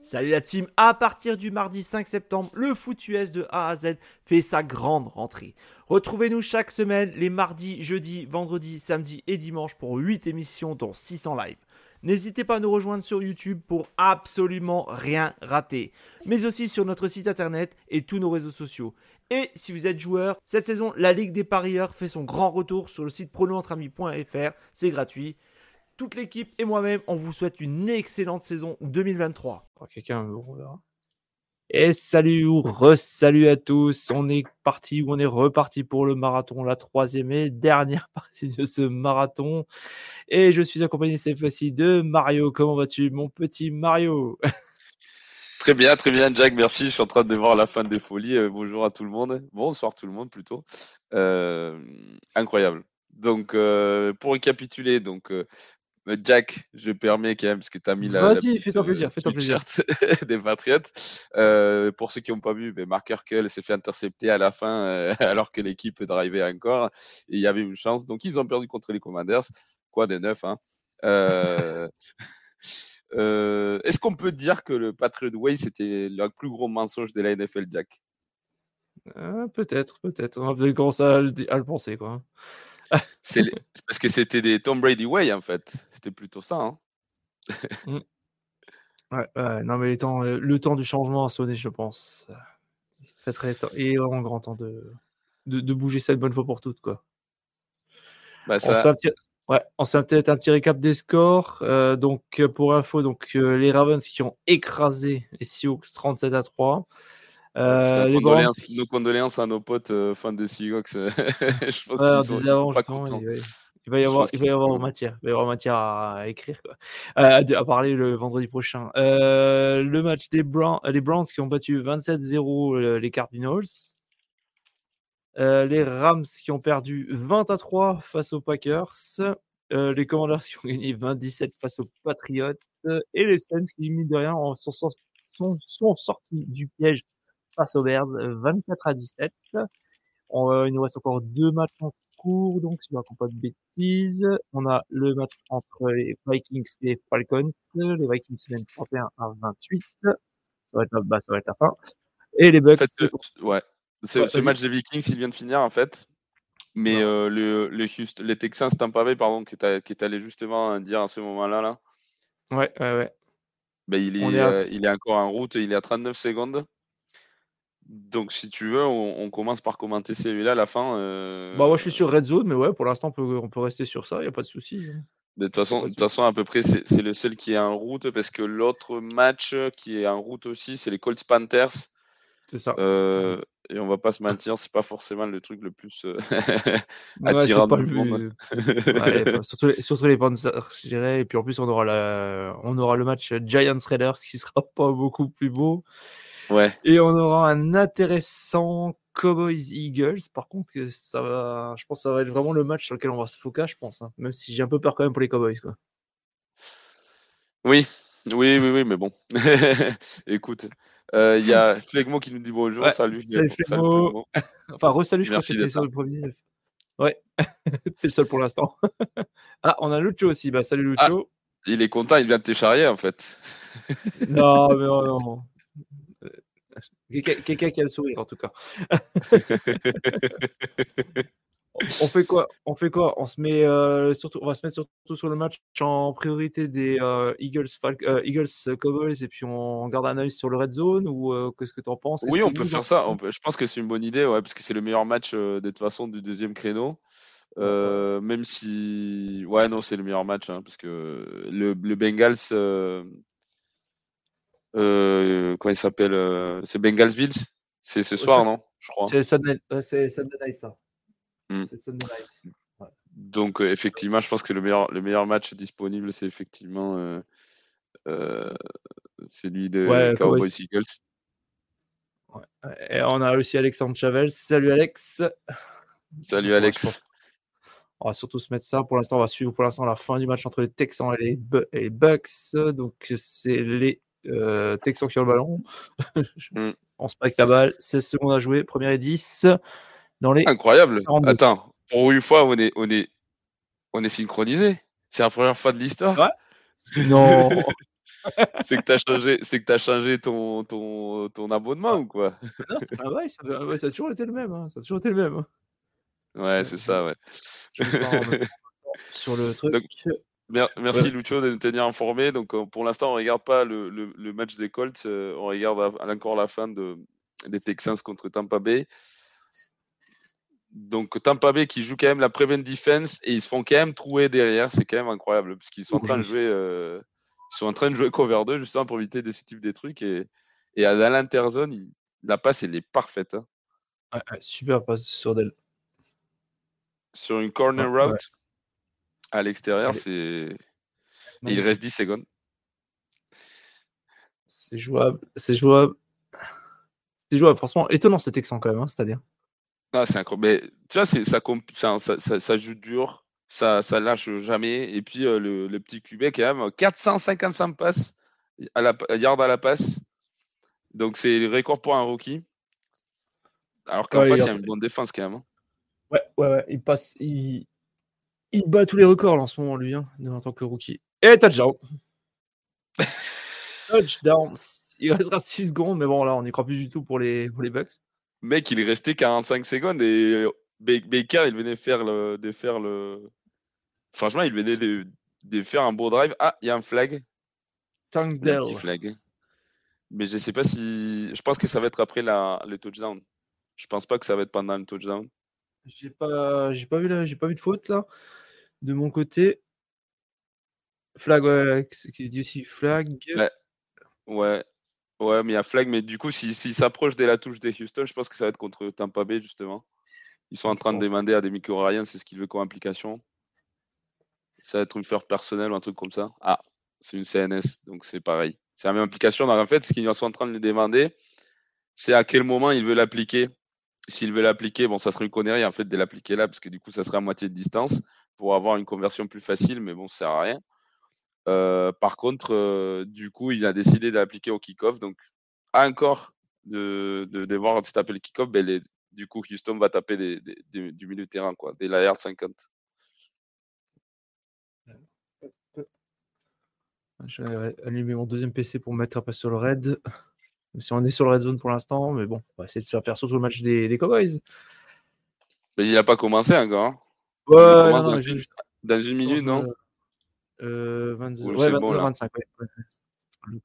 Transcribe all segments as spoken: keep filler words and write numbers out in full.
Salut la team, à partir du mardi cinq septembre, le foot U S de A à Z fait sa grande rentrée. Retrouvez-nous chaque semaine les mardis, jeudis, vendredis, samedis et dimanches pour huit émissions dont six en live. N'hésitez pas à nous rejoindre sur YouTube pour absolument rien rater, mais aussi sur notre site internet et tous nos réseaux sociaux. Et si vous êtes joueur, cette saison, la Ligue des parieurs fait son grand retour sur le site prono entre amis point f r, c'est gratuit. Toute l'équipe et moi-même, on vous souhaite une excellente saison deux mille vingt-trois. Oh, quelqu'un, on verra. Et salut ou re-salut à tous, on est parti ou on est reparti pour le marathon, la troisième et dernière partie de ce marathon. Et je suis accompagné cette fois-ci de Mario. Comment vas-tu, mon petit Mario? Très bien, très bien, Jack, merci. Je suis en train de voir la fin des folies. Euh, bonjour à tout le monde. Bonsoir tout le monde plutôt. Euh, incroyable. Donc, euh, pour récapituler, donc euh, Jack, je permets quand même, parce que tu as mis la, la Vas-y, petite fais-toi plaisir, euh, fais-toi plaisir. t-shirt des Patriots. Euh, pour ceux qui n'ont pas vu, ben, Mark Urkel s'est fait intercepter à la fin euh, alors que l'équipe drivait encore. Et il y avait une chance. Donc, ils ont perdu contre les Commanders. Quoi de neuf, hein. Euh, euh, Est-ce qu'on peut dire que le Patriot Way, c'était le plus gros mensonge de la N F L, Jack? Euh, peut-être, peut-être. On va peut-être commencer à le, à le penser, quoi. C'est les... parce que c'était des Tom Brady Way, en fait. C'était plutôt ça, hein. Mm. Ouais, ouais, non, mais les temps, euh, le temps du changement a sonné, je pense. Très, très temps. Et en grand temps de, de, de bouger ça une bonne fois pour toutes, quoi. Bah, On se fait ça... un petit, ouais, on se fait peut-être un petit récap des scores. Euh, donc, pour info, donc, euh, les Ravens qui ont écrasé les Seahawks trente-sept à trois. Euh, Putain, les Browns. condoléances, nos condoléances à nos potes euh, fans des Seahawks. Je pense Ouais, on qu'ils sont, disait ils sont avant, pas justement, contents. il, va- il va y Je avoir, pense il qu'ils va y sont pas avoir contents. matière, il va y avoir matière à, à écrire, quoi. Euh, à, à parler le vendredi prochain. Euh, le match des Browns, les Browns qui ont battu vingt-sept zéro euh, les Cardinals. Euh, les Rams qui ont perdu vingt à trois face aux Packers. Euh, les Commanders qui ont gagné vingt-dix-sept face aux Patriots. Et les Saints qui, mine de rien, sont, sont, sont sortis du piège face aux Bears vingt-quatre à dix-sept. On, euh, il nous reste encore deux matchs en cours, donc si je ne raconte pas de bêtises. On a le match entre les Vikings et les Falcons. Les Vikings mènent trente et un à vingt-huit. Ça va être la, bah, ça va être la fin. Et les En Bucks. fait, euh, ouais. Ce, Ouais, ce vas-y. match des Vikings, il vient de finir, en fait. Mais Ouais. euh, le, le Houston, les Texans Tampa Bay, pardon, qui est, qui est allé justement dire à ce moment-là, là, Ouais, ouais, ouais. ben, il, On est, est à... euh, il est encore en route, il est à trente-neuf secondes. Donc, si tu veux, on, on commence par commenter celui-là à la fin. Euh... Bah, moi, je suis sur Red Zone, mais ouais, pour l'instant, on peut, on peut rester sur ça, il n'y a pas de souci. Hein. De toute façon, Pas de de toute souci. façon, à peu près, c'est c'est le seul qui est en route parce que l'autre match qui est en route aussi, c'est les Colts Panthers. C'est ça. Euh, et on va pas se mentir, c'est pas forcément le truc le plus euh, Ouais, c'est attirant pas du le monde. plus. Ouais, pas- surtout, les, surtout les Panthers, je dirais. Et puis en plus, on aura, la, on aura le match Giants Raiders qui sera pas beaucoup plus beau. Ouais. Et on aura un intéressant Cowboys Eagles. Par contre, que ça va, je pense que ça va être vraiment le match sur lequel on va se focus, je pense. Hein. Même si j'ai un peu peur quand même pour les Cowboys, quoi. Oui, oui, oui, oui, mais bon. Écoute, euh, il y a Flegmo qui nous dit bonjour. Ouais, Salut, salut salut Flegmo. Flegmo. Enfin, re-salut, je crois que Merci c'était d'être sur là. le premier. Ouais, t'es le seul pour l'instant. Ah, on a Lucho aussi. Bah, salut Ah, Lucho. il est content, il vient de te charrier en fait. Non, mais non, non. Euh, Quelqu'un quelqu'un qui a le sourire, en tout cas. On fait quoi? On fait quoi? On se met euh, surtout, on va se mettre surtout sur le match en priorité des euh, Eagles, Fal- euh, Eagles euh, Cowboys et puis on garde un œil sur le red zone ou euh, qu'est-ce que tu en penses? Qu'est-ce Oui, que on peut vous en faire ça. On pensez? peut- Je pense que c'est une bonne idée, ouais, parce que c'est le meilleur match euh, de toute façon du deuxième créneau. Ouais, ouais, ouais. Euh, même si, ouais, non, c'est le meilleur match, hein, parce que le, le Bengals, euh, euh, comment il s'appelle euh, c'est Bengals Bills. C'est ce Ouais, ça, soir, non? Je crois. c'est Sunday, euh, c'est Sunday Night, ça. Hmm. C'est Sunday Night. Ouais. Donc, euh, effectivement, je pense que le meilleur, le meilleur match disponible, c'est effectivement euh, euh, celui de Ouais, Cowboys. Cowboys Eagles. Ouais. Et on a aussi Alexandre Chavel. Salut Alex. Salut Donc on va, je pense, Alex. on va surtout se mettre ça. Pour l'instant, on va suivre pour l'instant la fin du match entre les Texans et les, Bu- et les Bucks. Donc c'est les euh, Texans qui ont le ballon. Hmm. On se pack la balle. seize secondes à jouer. Première et dix. Dans les Incroyable. quarante-deux. Attends, pour une fois, on est, on est, on est synchronisé. C'est la première fois de Ouais. l'histoire. Non. C'est que tu as changé, c'est que t'as changé ton, ton, ton abonnement Ah, ou quoi? non, ça fait un bail, ça fait un ouais, ça a toujours été le même, hein, ça a toujours été le même, hein. Ouais, Ouais, c'est je ça, ouais. je me pars en même temps sur le truc. Donc, mer- Ouais, merci vas-y. Lucho de nous tenir informés. Donc, euh, pour l'instant, on regarde pas le, le, le match des Colts. euh, on regarde à- encore la fin de, des Texans contre Tampa Bay. Donc, Tampa Bay qui joue quand même la prevent defense et ils se font quand même trouer derrière. C'est quand même incroyable parce qu'ils sont en Oh, train de joli. jouer, euh, ils sont en train de jouer cover deux justement pour éviter des types des trucs. Et, et à l'interzone, il- la passe, elle est parfaite, hein. Ouais, ouais, super passe sur Dell. Sur une Ouais, corner ouais, route à l'extérieur, elle est c'est. Et il reste dix magnifique. secondes. C'est jouable, c'est jouable. C'est jouable. Franchement, étonnant cet Texan quand même, hein, c'est-à-dire. Ah, c'est incroyable. Mais tu vois, c'est, ça, comp- enfin, ça, ça, ça joue dur, ça, ça lâche jamais. Et puis euh, le, le petit Q B, quand même, quatre cent cinquante-cinq passes à la, yards à la passe. Donc c'est le record pour un rookie. Alors qu'en Ouais, il est face, en il y a train- une bonne défense quand même, hein. ouais, ouais, ouais, il passe, il, il bat tous les records là, en ce moment, lui, hein, en tant que rookie. Et touchdown. Touchdown. Il restera six secondes, mais bon, là, on n'y croit plus du tout pour les, pour les Bucks. Mec, il est resté quarante-cinq secondes et Ba- Baker, il venait faire le, de faire le. Franchement, il venait de, de faire un beau drive. Ah, il y a un flag. Tank Il y a un petit Dell. flag. Mais je sais pas si. Je pense que ça va être après la, le touchdown. Je pense pas que ça va être pendant le touchdown. J'ai pas, j'ai pas vu la, j'ai pas vu de faute là. De mon côté, flag, ouais, qui dit aussi flag. Ouais, ouais, ouais, mais il y a flag. Mais du coup, s'il si, s'il s'approche dès la touche des Houston, je pense que ça va être contre Tampa Bay, justement. Ils sont en Je train de pense. demander à Demico Ryan, c'est ce qu'il veut comme implication. Ça va être une fleur personnelle ou un truc comme ça. Ah, c'est une C N S, donc c'est pareil. C'est la même implication. Donc en fait, ce qu'ils sont en train de lui demander, c'est à quel moment il veut l'appliquer. S'il veut l'appliquer, bon, ça serait une connerie en fait de l'appliquer là, parce que du coup, ça serait à moitié de distance pour avoir une conversion plus facile, mais bon, ça sert à rien. Euh, par contre, euh, du coup, il a décidé d'appliquer au kick-off. Donc, encore de, de devoir se taper le kick-off, ben les, du coup, Houston va taper des, des, des, du milieu de terrain, quoi, dès la yard cinquante. Je vais allumer mon deuxième P C pour me mettre un peu sur le raid. Même si on est sur le red zone pour l'instant, mais bon, on va essayer de se faire faire surtout le match des, des Cowboys. Mais il n'a pas commencé encore, hein. Il le Ouais, non, commence dans non, je, une, je, dans une je, minute, non? euh, vingt-deux, Ou ouais, c'est bon là? vingt-deux heures vingt-cinq, ouais. Ouais.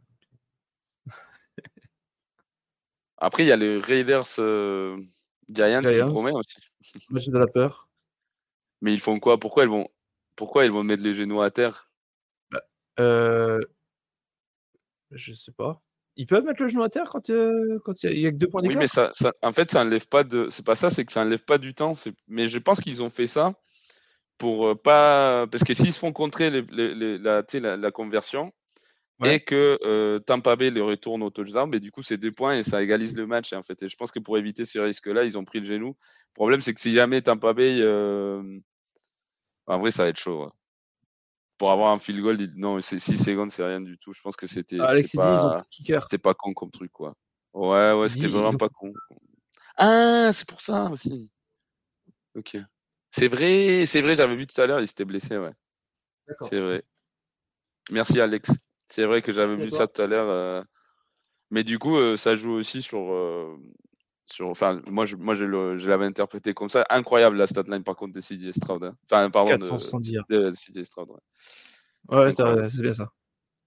Après, il y a les Raiders euh, Giants qui Giants, promet aussi. match de la peur. Mais ils font quoi? Pourquoi ils vont, pourquoi ils vont mettre les genoux à terre? Bah, euh, je sais pas. Ils peuvent mettre le genou à terre quand euh, quand il y, y, a que deux points Oui, mais d'écart. ça, ça, en fait, ça enlève pas de. C'est pas ça, c'est que ça enlève pas du temps. Mais je pense qu'ils ont fait ça pour euh, pas. Parce que s'ils se font contrer les, les, les, la, la, la conversion Ouais. et que euh, Tampa Bay le retourne au touchdown, mais du coup, c'est deux points et ça égalise le match. En fait. Et je pense que pour éviter ce risque-là, ils ont pris le genou. Le problème, c'est que si jamais Tampa Bay. Euh... En vrai, ça va être chaud. Ouais. Pour avoir un field goal, non, c'est six secondes, c'est rien du tout. Je pense que c'était, c'était Alex, il dit ils ont plus pas, de kicker. c'était pas con comme truc, quoi. Ouais, ouais, Il c'était dit ils vraiment ont. pas con. Ah, c'est pour ça aussi. Ok. C'est vrai, c'est vrai, j'avais vu tout à l'heure, il s'était blessé, ouais. D'accord. C'est vrai. Merci Alex. C'est vrai que j'avais Et vu ça toi? tout à l'heure. euh, Mais du coup, euh, ça joue aussi sur, euh, sur. Enfin, moi, je, moi, je, le- je l'avais interprété comme ça. Incroyable la statline par contre de C J Stroud, hein. Enfin, pardon quatre cent de, soixante-dix yards. de C J Stroud. Ouais. Ouais, Incroyable. c'est bien ça.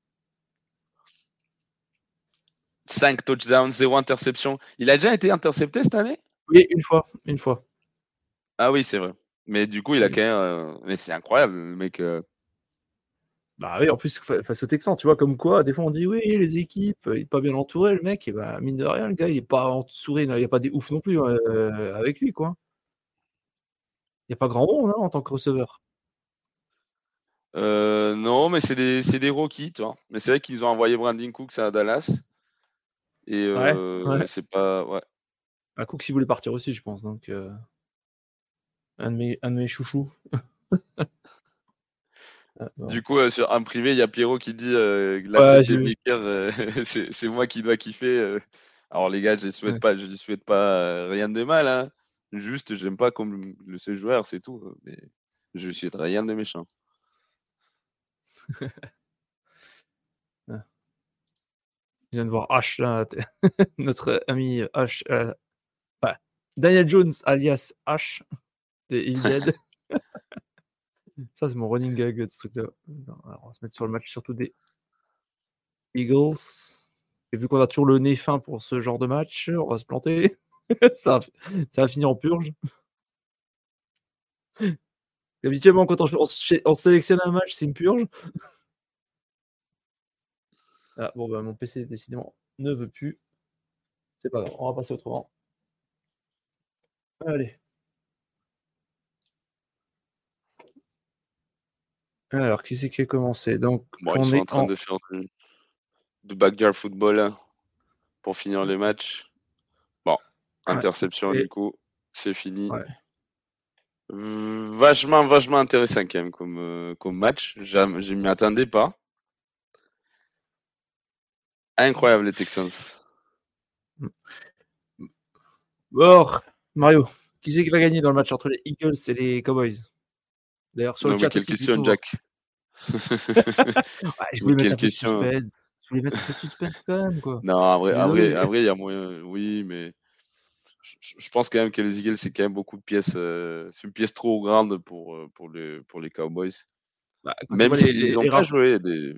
cinq touchdowns, zéro interception. Il a déjà été intercepté cette année? Oui, une fois, une fois. Ah oui, c'est vrai. Mais du coup, il a Une quand même. euh, Mais c'est incroyable, le mec. euh, Bah oui, en plus, fa- face au Texan, tu vois, comme quoi, des fois on dit oui, les équipes, il est pas bien entouré, le mec, et bah mine de rien, le gars, il est pas entouré, il n'y a pas des ouf non plus euh, avec lui, quoi. Il n'y a pas grand monde hein, en tant que receveur. euh, non, mais c'est des, c'est des rookies, tu vois. Mais c'est vrai qu'ils ont envoyé Brandon Cooks à Dallas. Et Ouais, euh, ouais. c'est pas. Ouais. À Cook, s'il voulait partir aussi, je pense. Donc, euh, un, de mes, un de mes chouchous. Ah, Du bon. coup, euh, sur un privé, il y a Pierrot qui dit euh, la Ouais, tête j'ai des vu. Baker, euh, c'est c'est moi qui dois kiffer. euh. Alors les gars, je ne souhaite Ouais. pas, je lui souhaite pas euh, rien de mal, hein. Juste, j'aime pas comme le ce joueur, c'est tout. euh, Mais je lui souhaite rien de méchant. Ouais, Je viens de voir H, là, notre ami H. Euh, ouais. Daniel Jones, alias H, de Evil Dead. Ça, c'est mon running gag de ce truc-là. Alors, on va se mettre sur le match surtout des Eagles. Et vu qu'on a toujours le nez fin pour ce genre de match, on va se planter. ça, va, ça va finir en purge. Habituellement, quand on, on, on sélectionne un match, c'est une purge. Ah, bon, bah, mon P C, décidément, ne veut plus. C'est pas grave, on va passer autrement. Allez. Alors, qui c'est qui a commencé? Donc, bon, on ils sont est en train en... de faire du, du backyard football hein, pour finir les matchs. Bon, interception ouais. Et... du coup, c'est fini. Ouais. Vachement, vachement intéressant quand même comme, euh, comme match. Je m'y attendais pas. Incroyable les Texans. Bon, Mario, qui c'est qui va gagner dans le match entre les Eagles et les Cowboys? D'ailleurs, sur non, le chat mais quelle aussi, question, plutôt. Jack ouais, Je voulais mais mettre un peu de question suspense. Je voulais mettre un peu de suspense quand même, quoi. Non, en vrai, en vrai, en vrai, il y a moyen. Oui, mais je, je pense quand même que les Eagles, c'est quand même beaucoup de pièces. Euh, c'est une pièce trop grande pour, pour, les, pour les Cowboys. Bah, même s'ils n'ont pas rap... joué des.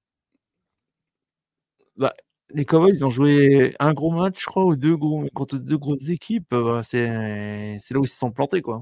Bah, les Cowboys, ils ont joué un gros match, je crois, ou deux gros, contre deux grosses équipes. Bah, c'est, c'est là où ils se sont plantés, quoi.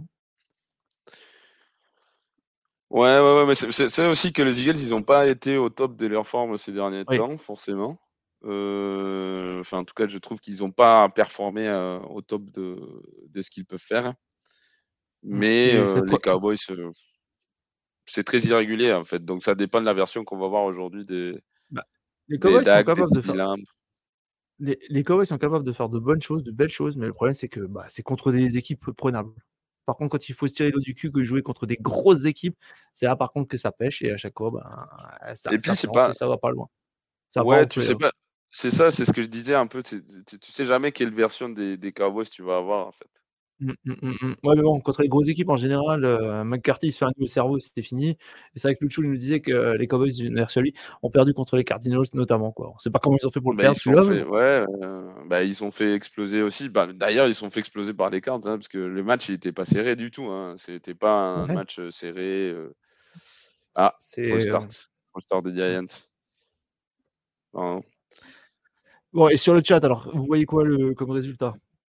Ouais, ouais, ouais, mais c'est, c'est aussi que les Eagles, ils n'ont pas été au top de leur forme ces derniers oui. temps, forcément. Euh, enfin, en tout cas, je trouve qu'ils n'ont pas performé euh, au top de, de ce qu'ils peuvent faire. Mais euh, les Cowboys, euh, c'est très irrégulier, en fait. Donc, ça dépend de la version qu'on va voir aujourd'hui des, bah, les des Dak, sont des de faire... Lamb. Les, les Cowboys sont capables de faire de bonnes choses, de belles choses, mais le problème, c'est que bah, c'est contre des équipes prenables. Par contre, quand il faut se tirer l'eau du cul que jouer contre des grosses équipes, c'est là par contre que ça pêche et à chaque fois, bah, ça, et puis, ça c'est plante pas... et ça va pas loin. Ça ouais, va tu sais pas. C'est ça, c'est ce que je disais un peu. Tu sais jamais quelle version des, des Cowboys tu vas avoir, en fait. Mmh, mmh, mmh, mmh. Ouais, mais bon, contre les grosses équipes en général, euh, McCarthy il se fait un nouveau cerveau et c'était fini. Et c'est vrai que Luchou nous disait que euh, les Cowboys, sur lui, ont perdu contre les Cardinals notamment. Quoi. On sait pas comment ils ont fait pour le bah, perdre ils sont celui-là. fait, ouais, euh, bah, ils sont fait exploser aussi. Bah, d'ailleurs, ils sont fait exploser par les Cards, hein, parce que le match, il était pas serré du tout. Hein. C'était pas un Ouais. match serré. Euh... Ah, c'est faut le start. Faut le start des Giants. Non. Bon, et sur le chat, alors, vous voyez quoi le, comme résultat?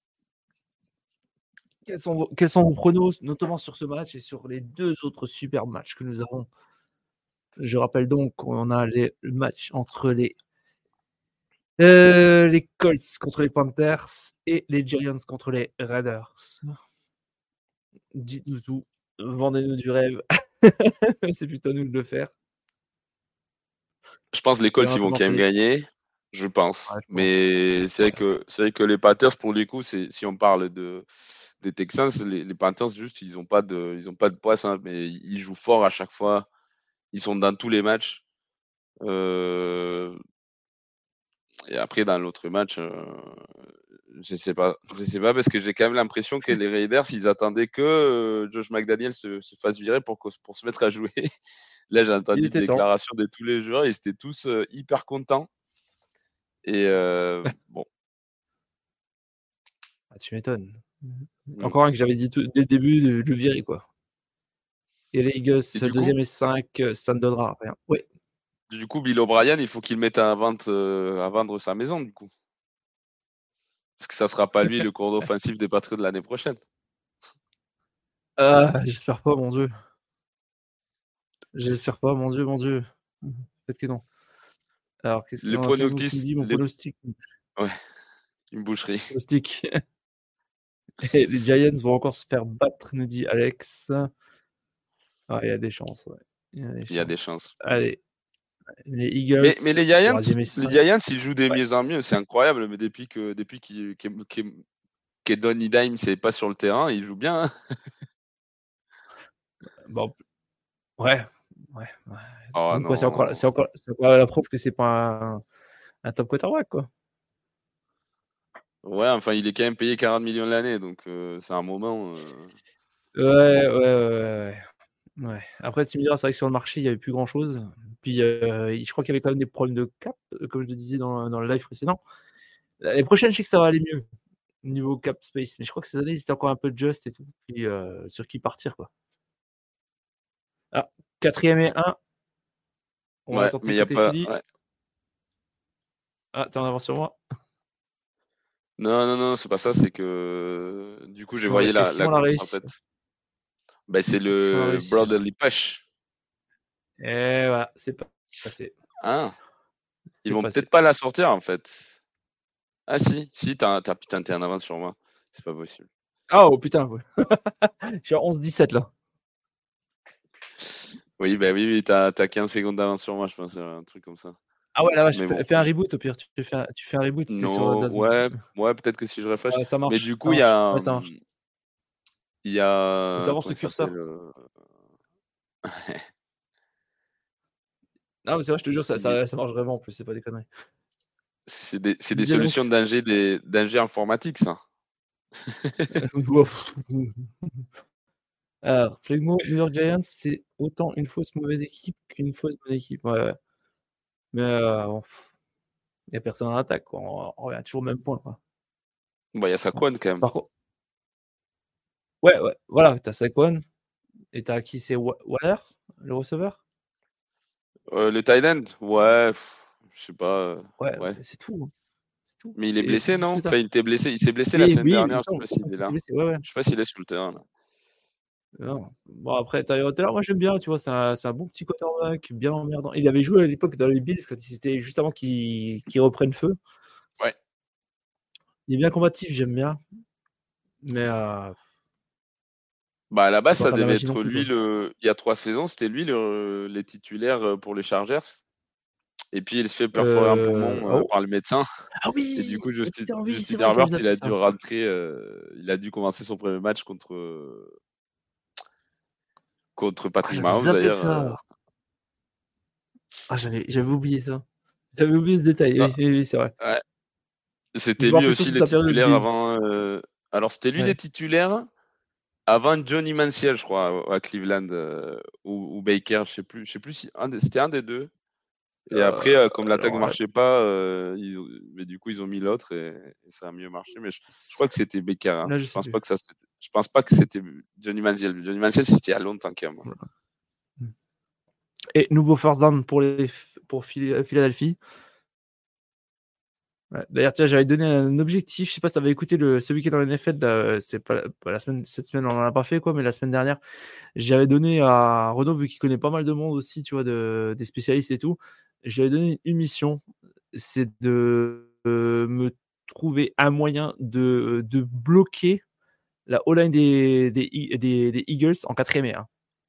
Quels sont, vos, quels sont vos pronos, notamment sur ce match et sur les deux autres superbes matchs que nous avons? Je rappelle donc qu'on a les, le match entre les, euh, les Colts contre les Panthers et les Giants contre les Raiders. Dites-nous tout, vendez-nous du rêve. C'est plutôt à nous de le faire. Je pense que les Colts, ils vont quand même gagner. Je pense. Ouais, je mais pense. c'est vrai que c'est vrai que les Panthers, pour les coups, c'est si on parle de des Texans, les, les Panthers juste ils ont pas de ils ont pas de poids, hein, mais ils jouent fort à chaque fois. Ils sont dans tous les matchs. Euh... Et après dans l'autre match, euh... je sais pas, je sais pas parce que j'ai quand même l'impression que les Raiders ils attendaient que euh, Josh McDaniels se, se fasse virer pour pour se mettre à jouer. Là j'ai entendu des déclarations de tous les joueurs, ils étaient tous euh, hyper contents. Et euh, bon. Ah, tu m'étonnes. Mmh. Encore un que j'avais dit tout, dès le début de le virer, quoi. Et les Eagles, et deuxième coup, et cinq, ça ne donnera rien. Oui. Du coup, Bill O'Brien, il faut qu'il mette à, vente, euh, à vendre sa maison, du coup. Parce que ça ne sera pas lui le cours offensif des Patriots de l'année prochaine. Euh, j'espère pas, mon Dieu. J'espère pas, mon Dieu, mon Dieu. Peut-être que non. Alors, qu'est-ce le pronostic dit, mon les... pronostic Ouais, une boucherie. Pronostic. Et les Giants vont encore se faire battre, nous dit Alex. Ah, il y a des chances, ouais. Il y a des, il y a des chances. Allez. Les Eagles. Mais, mais les Giants, les Giants, ils jouent de ouais. mieux en mieux. C'est incroyable, mais depuis que depuis qu'il qu Donny Dime c'est pas sur le terrain, il joue bien. Hein. Bon, ouais, ouais, ouais. Oh, Donc, quoi, c'est encore, c'est encore, c'est encore la preuve que c'est pas un, un top quarterback, quoi. Ouais, enfin, il est quand même payé quarante millions l'année, donc euh, c'est un moment. Euh... Ouais, ouais, ouais, ouais, ouais. Après, tu me diras, c'est vrai que sur le marché, il n'y avait plus grand-chose. Puis, heu, je crois qu'il y avait quand même des problèmes de cap, comme je le disais dans dans le live précédent. L'année prochaine, je sais que ça va aller mieux, niveau cap space, mais je crois que cette année, ils étaient encore un peu just et tout, puis, heu, sur qui partir, quoi. Ah, quatrième et un. On va Ouais, tenter mais il y a côté pas Philly. ouais. Ah, tu es en avance sur moi? Non, non, non, c'est pas ça, c'est que du coup, Est-ce j'ai qu'on voyé la est-ce la qu'on a course en réussi? fait. Bah, c'est Est-ce qu'on a le réussi? Brotherly Push. Et voilà, c'est pas passé. Ah! Ils C'est vont passé. peut-être pas la sortir en fait. Ah si, si, tu as tu as putain, tu es en avance sur moi. C'est pas possible. Ah oh putain, ouais. Je suis à onze dix-sept là. Oui, bah, oui, oui, tu as tu as quinze secondes d'avance sur moi, je pense, un truc comme ça. Ah ouais, la vache, Mais bon, fais fais un j reboot au pire, tu tu fais un tu fais un reboot si tu es sur, heu, non, DAZN. ouais, ouais, peut-être que si je refresh. Ouais, ça Mais marche, du ça coup, il y marche. a, Ouais, ça marche. mmh, il y Faut que tu a avances comment le il s'appelle, curseur. heu? Non, mais c'est vrai, je te jure, ça Il est ça ça marche vraiment en plus, c'est pas des conneries. C'est des c'est Tu des disais solutions donc? d'ingé des d'ingé informatique ça. Alors, Flegmo, New York Giants, c'est autant une fausse mauvaise équipe qu'une fausse bonne équipe. Ouais, ouais. Mais, heu, bon, il y a personne en attaque, quoi. On on revient toujours au même point, quoi. Bah, il y a Ouais. Saquon quand même. Par contre ouais, ouais, voilà, tu as Saquon et tu as qui? C'est Wa Waller, le receveur? Heu, le tight end? Ouais, je sais pas, heu, Ouais, ouais. c'est tout, hein. C'est tout. Mais il est C'est c'est blessé, tout ce non? que tu as. Enfin, il était blessé, il s'est blessé la Oui, semaine oui, il dernière, me je sais semble, pas il me s'il semble est qu'il est là. blessé, ouais, ouais. Je sais pas s'il est sur le terrain là. Non. Bon après Tyrod Taylor, moi j'aime bien, tu vois? C'est un c'est un bon petit quarterback, bien emmerdant. Il avait joué à l'époque dans les Bills quand ils étaient juste avant qu'ils qu'ils reprennent feu. Ouais. Il est bien combatif, j'aime bien. Mais, heu Bah, à la faut base, pas ça faire de la devait magie non être plus, lui quoi. le il y a trois saisons, c'était lui le les titulaires, heu, pour les Chargers et puis il se fait perforer un Heu, poumon, heu, oh! par le médecin Ah et du oui! coup Justin Putain, oui, c'est Justin vrai, j'avais Herbert, il zappé a dû ça. rentrer, heu, il a dû commencer son premier match contre, heu contre Ah, Patrick j'avais Mahomes zappé d'ailleurs, heu ça. Ah, j'avais j'avais oublié ça. J'avais oublié ce détail, non, oui, oui, oui, c'est vrai. ouais. Je C'était me lui rappelle aussi surtout de le sa période titulaire Bills. avant, heu alors c'était lui le Ouais. titulaire avant Johnny Manziel, je crois, à Cleveland, heu, ou ou Baker, je sais plus je sais plus si un des c'était un des deux et après, Heu, heu, comme l'attaque alors là, marchait pas, heu, ils ont mais du coup, ils ont mis l'autre et et ça a mieux marché, mais je je c crois que c'était Baker, hein. là, je Je sais pense plus. pas que ça c'était je pense pas que c'était Johnny Manziel. Johnny Manziel, c'était il y a longtemps quand même. Voilà. Mmh. Et nouveau first down pour les Ph pour Phil Philadelphie. Ouais, d'ailleurs, tiens, j'avais donné un objectif, je sais pas si tu avais écouté le ce week-end en N F L, là, c'est pas pas la semaine cette semaine, on en a pas fait quoi, mais la semaine dernière, j'avais donné à Renaud, vu qu'il connaît pas mal de monde aussi, tu vois, de des spécialistes et tout, j'avais donné une mission, c'est de, heu, me trouver un moyen de de bloquer la O-line des des E des des Eagles en quatrième et un.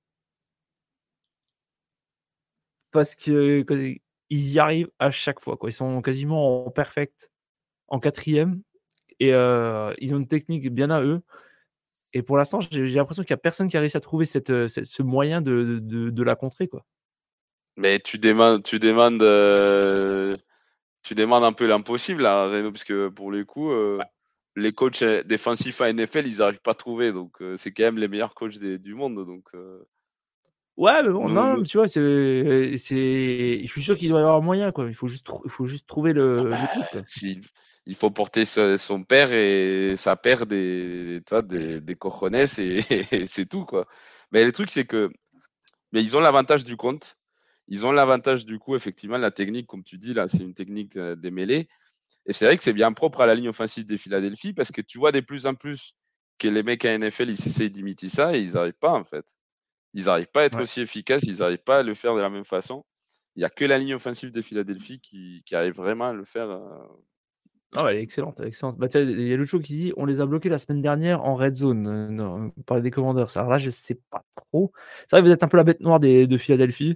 Parce que que ils y arrivent à chaque fois, quoi. Ils sont quasiment en perfect en quatrième et heu, ils ont une technique bien à eux et pour l'instant, j'ai j'ai l'impression qu'il y a personne qui a réussi à trouver cette, heu, cette ce moyen de de de la contrer, quoi. Mais tu demandes tu demandes, heu, tu demandes un peu l'impossible à Reno, parce que pour le coup, heu, les coachs, heu, défensifs à N F L, ils arrivent pas à trouver donc heu, c'est quand même les meilleurs coachs des du monde donc heu, Ouais, mais bon, nous non, nous mais tu vois, c'est c'est je suis sûr qu'il doit y avoir moyen, quoi. Il faut juste trou il faut juste trouver le le truc, quoi. s'il il faut porter ce son père et sa paire des tu vois, des des cojones et et c'est tout, quoi. Mais le truc, c'est que mais ils ont l'avantage du compte. Ils ont l'avantage du coup, effectivement, la technique, comme tu dis là, c'est une technique, heu, des mêlées et c'est vrai que c'est bien propre à la ligne offensive des Philadelphie parce que tu vois de plus en plus que les mecs à N F L, ils essayent d'imiter ça et ils arrivent pas, en fait. Ils arrivent pas à être Ouais. aussi efficaces, ils arrivent pas à le faire de la même façon. Il y a que la ligne offensive de Philadelphie qui qui arrive vraiment à le faire, heu Non, elle est excellente, elle est excellente. Bah, tiens, il y a Lucho qui dit: «On les a bloqués la semaine dernière en red zone», heu, non, on parlait des Commanders. Alors là, je sais pas trop. C'est vrai que vous êtes un peu la bête noire des de Philadelphie.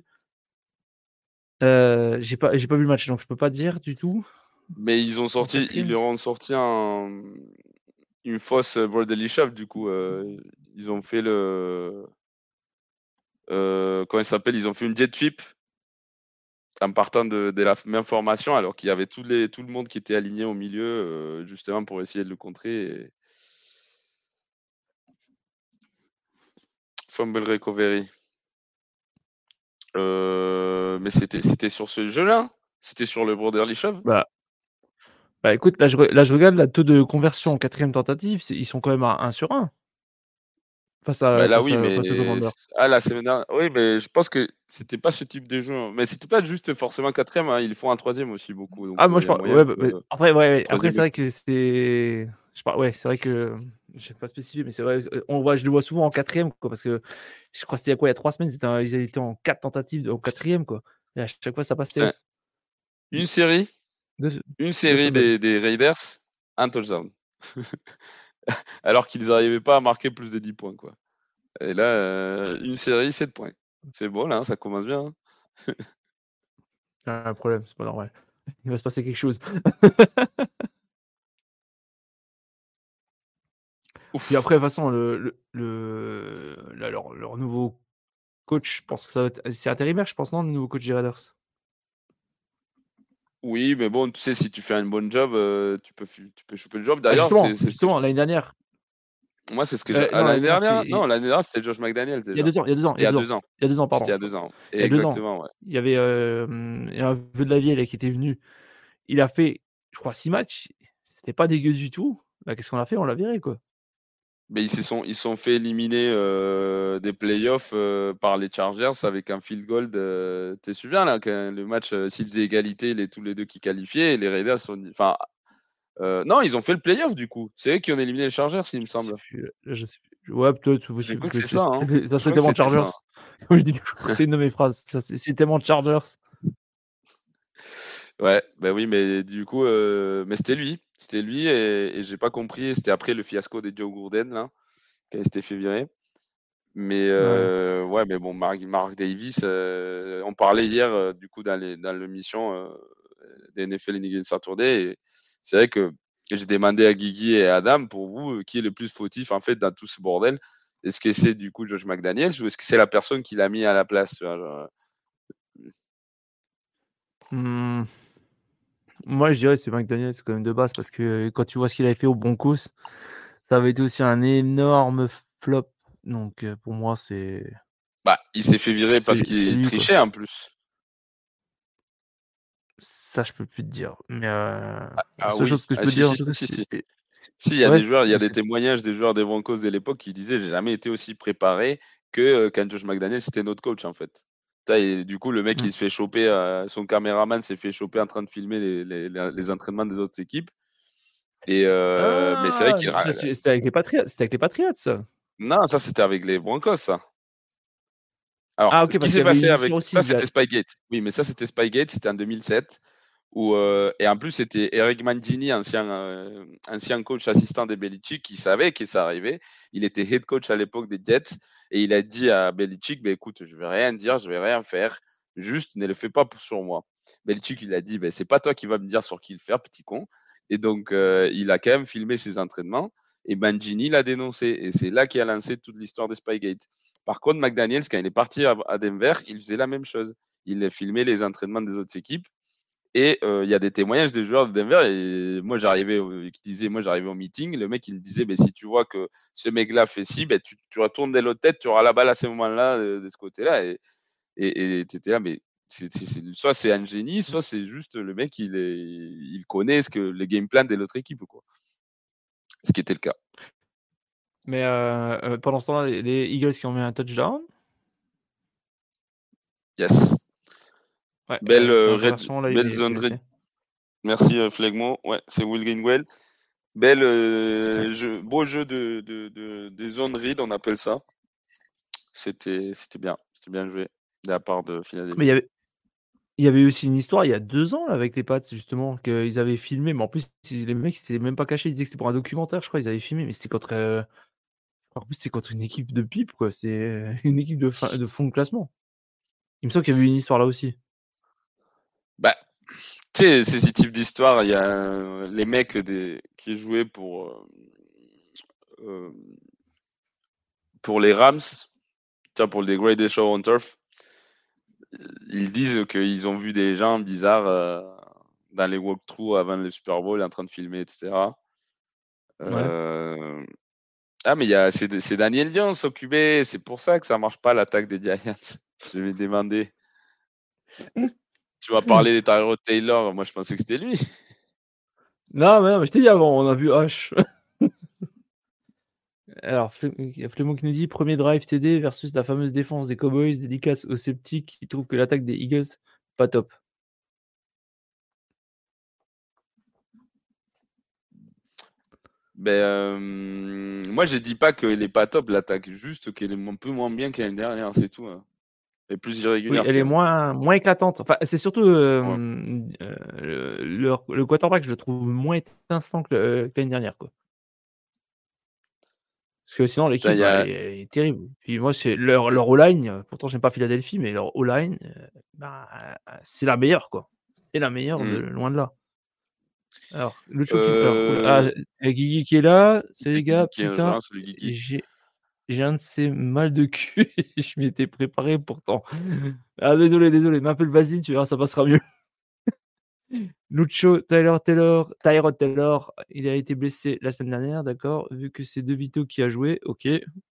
Heu, j'ai pas j'ai pas vu le match, donc je peux pas dire du tout. mais ils ont En sorti ils quatrième. leur ont sorti un, mmh, une fausse, heu, Bradley Chubb du coup, heu, ils ont fait le, heu, comment il s'appelle? Ils ont fait une jet sweep en partant de de la f même formation alors qu'il y avait tous les tout le monde qui était aligné au milieu, heu, justement pour essayer de le contrer et fumble recovery. Euh, mais c'était, c'était sur ce jeu-là? C'était sur le Brotherly Shove? Bah, bah écoute, là je, re- là, je regarde le taux de conversion en quatrième tentative, c'est- ils sont quand même à un sur un face Bah à, là, face oui, à, mais face aux Commanders. ah, la semaine dernière, oui, mais je pense que c'était pas ce type de jeu, hein. Mais c'était pas juste forcément quatrième, hein, ils font un troisième aussi beaucoup, donc Ah, euh, moi il je y a pense. moyen Ouais, bah, que bah, euh, après, ouais, ouais, après troisième c'est et vrai que c'est. Je sais pas, ouais, c'est vrai que. Je sais pas spécifié, mais c'est vrai. euh, On voit, je le vois souvent en quatrième, quoi, parce que je crois que c'était il y a quoi, il y a trois semaines, ils étaient, en- ils étaient en quatre tentatives au quatrième, quoi. Et à chaque fois, ça passait. Enfin, une série, Deux, une deux série fumbles. des, des Raiders, un touchdown. Alors qu'ils n'arrivaient pas à marquer plus de dix points, quoi. Et là, euh, une série, sept points. C'est bon, là, hein, ça commence bien, hein. Il y a un problème, c'est pas normal. Il va se passer quelque chose. Puis Ouf. après, de toute façon, le, le, le- là, leur, leur nouveau coach, je pense que ça va être. C'est intérimaire, je pense, non, le nouveau coach des Raiders. Oui, mais bon, tu sais, si tu fais un bon job, euh, tu peux, fi- tu peux choper le job. Ah, D'ailleurs, c'est justement, c'est ce que je- justement, l'année dernière. moi, c'est ce que je... Euh, ah, non, l'année l'année dernière, dernière? Non, c'était. l'année dernière, c'était Josh McDaniels Il y a déjà. deux ans, il y a deux ans, il C'était y il a y a deux ans. deux ans. Il y a deux ans, C'était il pardon. y a deux ans. Il y a deux ans. Exactement, ouais. Il y avait euh, un vœu de la vieille là, qui était venu. Il a fait, je crois, six matchs. C'était pas dégueu du tout. Bah, qu'est-ce qu'on a fait? On l'a viré, quoi. Mais ils se sont, ils sont fait éliminer euh, des playoffs euh, par les Chargers avec un field goal. De... Tu te souviens là, quand le match, euh, s'ils faisaient égalité, les, tous les deux qui qualifiaient, et les Raiders sont. Enfin, euh, non, ils ont fait le playoff du coup. C'est eux qui ont éliminé les Chargers, il me Je sais semble. plus. Là, je sais plus. Ouais, peut-être, c'est Je possible. crois que c'est Peut-être. ça, hein. C'est ça Je serait crois que tellement de c'était Chargers. ça. Comme je dis, c'est une de mes phrases. Ça, C'est c'est tellement de Chargers. Ouais, bah oui, mais du coup, euh, mais c'était lui. C'était lui, et, et j'ai pas compris. C'était après le fiasco des Joe Gourden, là, qui a s'était fait virer. Mais Ouais. euh, ouais, mais bon, Mark, Mark Davis, euh, on parlait hier, euh, du coup, dans les, dans l'émission euh, des N F L Indian Saturday. Et c'est vrai que j'ai demandé à Guigui et à Adam, pour vous, euh, qui est le plus fautif, en fait, dans tout ce bordel. Est-ce que c'est, du coup, Josh McDaniels, ou est-ce que c'est la personne qui l'a mis à la place, tu vois, genre, Hmm. Moi, je dirais que c'est McDaniels quand même de base parce que quand tu vois ce qu'il avait fait au Broncos, ça avait été aussi un énorme flop. Donc euh, pour moi, c'est bah, il s'est fait virer parce c'est c'est qu'il lui, quoi. trichait, en plus. Ça, je peux plus te dire. Mais euh, la Ah seule oui, chose que je ah, peux te si, dire si, en si, tout cas, si, c'est si. c'est- c'est- Si, il y a des ouais, joueurs, il y a je des sais. témoignages des joueurs des Broncos de l'époque qui disaient j'ai jamais été aussi préparé que euh, quand Josh McDaniel c'était notre coach, en fait. Ça, et du coup, le mec Mm. il se fait choper, euh, son caméraman s'est fait choper en train de filmer les, les, les- les entraînements des autres équipes. Et euh, mais c'est vrai Ah, qu'il ça, ra- c'est- c'était avec les Patriots. C'était avec les Patriots, ça. non, ça c'était avec les Broncos, ça. Alors, Ah, ce ok, qui parce qu'il s'est y avait passé une histoire avec aussi. ça, Il y a- c'était Spygate. Oui, mais ça c'était Spygate, c'était en deux mille sept. Où, euh, et en plus, c'était Eric Mangini, ancien, euh, ancien coach assistant des Belichick, qui savait que ça arrivait. Il était head coach à l'époque des Jets, et il a dit à Belichick, bah, écoute, je vais rien dire, je vais rien faire, juste ne le fais pas sur moi. Belichick, il a dit, bah, c'est pas toi qui vas me dire sur qui le faire, petit con. Et donc, euh, il a quand même filmé ses entraînements, et Mangini l'a dénoncé. Et c'est là qu'il a lancé toute l'histoire de Spygate. Par contre, McDaniels, quand il est parti à, à Denver, il faisait la même chose. Il a filmé les entraînements des autres équipes. Et il euh, y a des témoignages des joueurs de Denver. Et moi, j'arrivais, au, qui disaient, moi, j'arrivais au meeting. Le mec, il me disait, ben, si tu vois que ce mec-là fait ci, ben, tu, tu retournes de l'autre tête, tu auras la balle à ce moment-là, de, de ce côté-là. Et et tu étais là, mais c'est, c'est, c'est, soit c'est un génie, soit c'est juste le mec, il, est, il connaît ce que, le game plan de l'autre équipe, quoi. Ce qui était le cas. Mais euh, euh, pendant ce temps-là, les, les Eagles qui ont mis un touchdown. Yes. Ouais, Belle, euh, euh, fin red, conversion, là, il belle est zone red. pénalisé. Merci, euh, Flegmo. Ouais, c'est Will Gainwell. Belle, euh, jeu, beau jeu de, de, de, de zone read, on appelle ça. C'était, c'était bien, c'était bien joué de la part de Mais il y Philadelphie. avait, il y avait aussi une histoire il y a deux ans là, avec les Pats, justement, qu'ils avaient filmé. Mais en plus, ils- les mecs, ils s'étaient même pas cachés. Ils disaient que c'était pour un documentaire, je crois. Ils avaient filmé, mais c'était contre. euh, En plus, c'est contre une équipe de pipe, quoi. C'est euh, une équipe de, fin- de fond de classement. Il me semble qu'il y avait eu une histoire là aussi. Bah, tu sais, ces types d'histoires, il y a euh, les mecs des, qui jouaient pour, euh, euh, pour les Rams, tu vois, pour les Greatest Show on Turf. Ils disent qu'ils ont vu des gens bizarres euh, dans les walkthroughs avant le Super Bowl en train de filmer, et cetera. Ouais. Euh, Ah, mais il y a, c'est, c'est Daniel Jones au Q B, c'est pour ça que ça marche pas l'attaque des Giants. Je vais demander. Tu m'as parlé des Tyrod Taylor, moi je pensais que c'était lui. Non, mais non, mais je t'ai dit avant, on a vu H. Alors, Flem- il y a Flemon qui nous dit premier drive T D versus la fameuse défense des Cowboys, dédicace aux sceptiques qui trouvent que l'attaque des Eagles, pas top. Ben, euh, moi je dis pas qu'elle est pas top l'attaque, juste qu'elle est un peu moins bien que l'année dernière, c'est tout. Hein. Elle est plus Oui, irrégulière elle est quand même. moins, moins éclatante. Enfin, c'est surtout euh, Ouais. euh, le, le quarterback, je le trouve moins instant que, le- que l'année dernière, quoi. Parce que sinon, l'équipe, Putain, il y bah, elle, a... est, elle est terrible. Puis moi, c'est leur, leur O-line, euh, pourtant, j'aime pas Philadelphie, mais leur O-line, euh, bah, euh, c'est la meilleure, quoi. C'est la meilleure de Hmm. loin de là. Alors, le show qui. Alors, oula, Euh... ah, il y a Guigui qui est là. Salut les gars, Qui est un putain, genre, c'est le Guigui. j'ai j'ai un de ces mal de cul. Je m'y étais préparé pourtant. Ah, désolé, désolé, mais un peu le vaseline, tu verras, ça passera mieux. Lucho, Tyler Taylor, Tyrod Taylor, il a été blessé la semaine dernière, d'accord. Vu que c'est De Vito qui a joué, ok.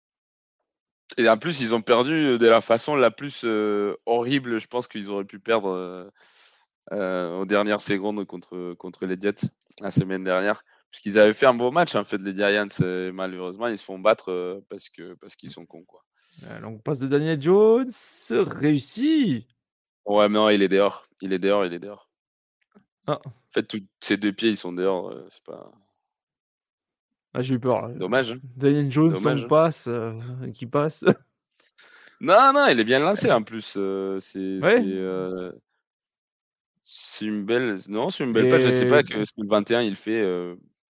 Et en plus, ils ont perdu de la façon la plus euh, horrible, je pense qu'ils auraient pu perdre euh, euh, aux dernières secondes contre, contre les Jets la semaine dernière. Puisqu'ils avaient fait un beau match, en fait, les Giants. Et malheureusement, ils se font battre euh, parce que parce qu'ils sont cons, quoi. Euh, longue passe de Daniel Jones, réussi. Ouais, mais non, il est dehors. Il est dehors, il est dehors. Ah, En fait, tous ces deux pieds, ils sont dehors. euh, c'est pas ah, j'ai eu peur. Là. dommage. Hein. Daniel Jones, Dommage. longue Hein. passe, euh, qui passe. Non, non, il est bien lancé en plus. euh, c'est c'est Ouais. euh, c'est une belle. Non, c'est une belle passe. Je sais Et pas que ce que le vingt et un il fait. euh,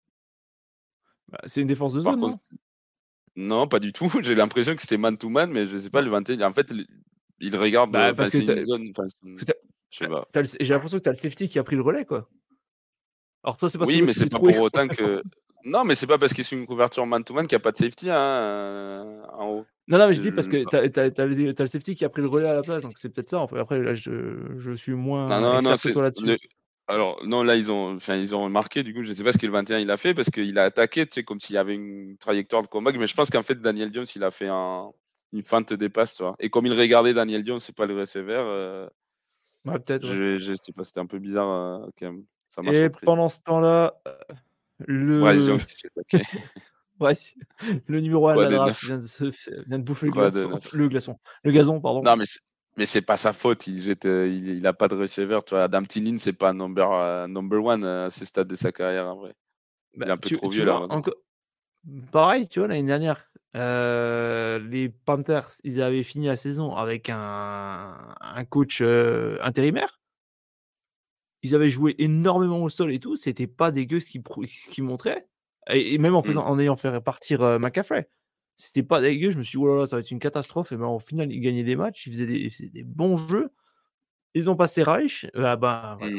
bah, c'est une défense de Par zone, contre, non? non, pas du tout. J'ai l'impression que c'était man to man, mais je sais pas Non. le vingt et un. En fait, il il regarde. euh, Bah, Enfin, parce que c'est une t'as- zone. Enfin, c'est une- que t'as- je sais pas. t'as le- j'ai l'impression que t'as le safety qui a pris le relais, quoi. Alors toi, c'est parce que Oui, mais l'autre il c'est s'est pas troué. pour autant que. Non, mais c'est pas parce que c'est une couverture man to man qu'il n'y a pas de safety hein, euh, en haut. Non, non, mais je dis parce Je- que t'as, t'as, t'as le, t'as le safety qui a pris le relais à la place, donc c'est peut-être ça. Après, après, là, je, je suis Non, moins non, non, expert que c'est toi là-dessus. le- alors non, là ils ont, enfin ils ont remarqué. Du coup, je sais pas ce que le vingt et un il a fait parce qu'il a attaqué, tu sais, comme s'il y avait une trajectoire de combat. Mais je pense qu'en fait Daniel Jones il a fait un, une feinte de passe, tu vois. Et comme il regardait Daniel Jones, c'est pas le receveur. euh, Ouais, peut-être, ouais. je, je sais pas, c'était un peu bizarre euh, quand même. Ça m'a Et surpris. pendant ce temps-là, euh, Bryce le. Young qui s'est attaqué. Ouais, si- le numéro un de Quoi la de draft neuf? vient de, se faire- vient de bouffer le Quoi de glaçon. neuf? Le glaçon. Le gazon, pardon. Non, mais c'est, mais c'est pas sa faute. Il jette, euh, il, il a pas de receveur, tu vois. Adam Thielen, c'est pas number, euh, number one euh, à ce stade de sa carrière en vrai. Bah, Il est un peu tu, trop tu vieux là vois, maintenant. encore. Pareil, tu vois, l'année dernière, euh, les Panthers, ils avaient fini la saison avec un, un coach euh, intérimaire. Ils avaient joué énormément au sol et tout. C'était pas dégueu ce qu'ils prou- ce qu'ils montraient. Et, et même en, Hmm. faisant, en ayant fait repartir euh, McCaffrey. C'était pas dégueu. Je me suis dit, oh là là, ça va être une catastrophe. Et ben, au final, ils gagnaient des matchs. Ils faisaient des, ils faisaient des bons jeux. Ils ont passé Reich. Ah bah, voilà. Hmm.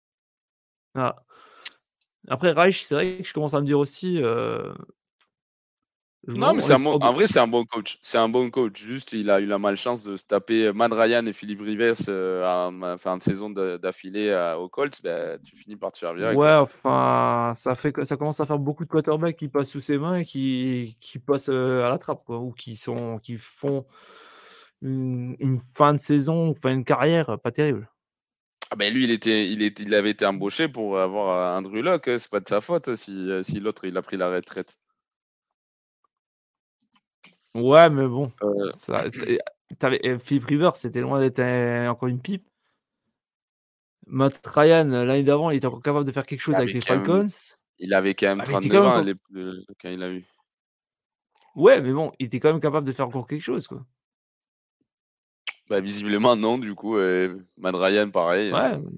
Ah. Après, Reich, c'est vrai que je commence à me dire aussi. euh, je me Non, demande, mais on c'est un est bon... hors de- en vrai, c'est un bon coach. C'est un bon coach. Juste, il a eu la malchance de se taper Matt Ryan et Philippe Rivers euh, en fin de saison de- d'affilée à- aux Colts. Ben, tu finis par te faire virer, Ouais, quoi. enfin, ça fait que ça commence à faire beaucoup de quarterbacks qui passent sous ses mains et qui, qui passent euh, à la trappe, quoi, ou qui sont, qui font une, une fin de saison, enfin une carrière euh, pas terrible. Ah ben lui, il était, il était, il avait été embauché pour avoir euh, Andrew Luck. euh, C'est pas de sa faute si, euh, si l'autre il a pris la retraite. Ouais, mais bon, Euh, ça, t'avais- t'avais- euh, Philippe Rivers, c'était loin d'être un- encore une pipe. Matt Ryan, euh, l'année d'avant, il était encore capable de faire quelque il chose avec avait les quand même, Falcons. il avait quand même Ah, mais il était quand trente-neuf même ans encore... les- le- quand il a eu. Ouais, mais bon, il était quand même capable de faire encore quelque chose, quoi. Bah, visiblement non, du coup, euh, Matt Ryan, pareil. Ouais. euh.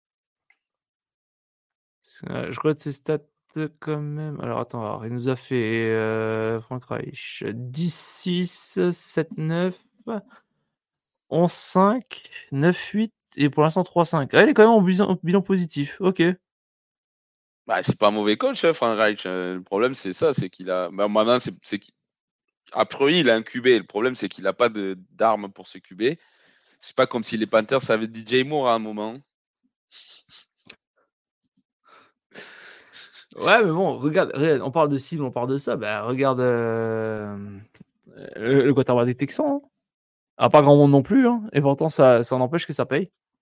Euh, je regarde ses stats quand même. Alors attends, alors, il nous a fait euh, Frank Reich dix six, sept neuf, onze cinq, neuf huit et pour l'instant trois cinq. Ah, il est quand même en bilan, bilan positif. Ok. Bah, c'est pas un mauvais coach, hein, Frank Reich. euh, Le problème, c'est ça, c'est qu'il a. Bah, maintenant, c'est c'est qu'il- a priori, il a un Q B. Le problème, c'est qu'il a pas de d'armes pour se Q B. C'est pas comme si les Panthers avaient D J Moore à un moment. Ouais, mais bon, regarde, regarde, on parle de cible, on parle de ça. Bah, regarde euh, le, le quarterback des Texans. Hein. Ah, pas grand monde non plus. Hein. Et pourtant, ça, ça n'empêche que ça paye.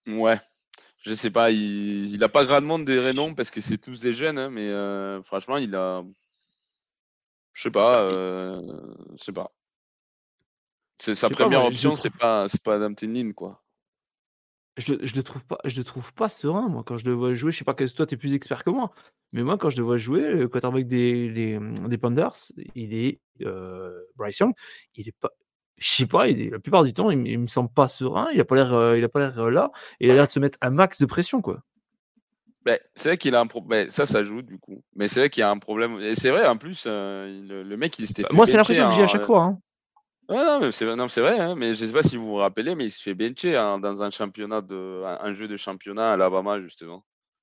Ouais, je sais pas, il, il a pas grandement des rénoms parce que c'est tous des jeunes, hein, mais euh, franchement, il a, je sais pas, Bah, et- euh, je sais pas. C'est je sa sais pas, première moi, je le option, c'est trouve, pas, c'est pas Adam Tinlin, quoi. je, le- je le trouve pas, je le trouve pas serein, moi, quand je le vois jouer. Je sais pas que toi, t'es plus expert que moi, mais moi, quand je le vois jouer, le quarterback des, les, des Panthers, il est euh, Bryce Young, il est pas, je sais pas, il est- la plupart du temps, il, me- il me semble pas serein. Il a pas l'air, euh, il a pas l'air euh, là, et il a l'air de se mettre un max de pression, quoi. Ben, c'est vrai qu'il a un problème. Ça, ça joue du coup. Mais c'est vrai qu'il y a un problème. Et c'est vrai, en plus, euh, il- le, le mec, il s'était Bah, fait moi, c'est bencher l'impression que j'ai à en. chaque fois, hein. Ouais, non, mais c'est non, c'est vrai, hein, mais je sais pas si vous vous rappelez, mais il se fait bencher hein, dans un championnat de, un, un jeu de championnat à Alabama, justement.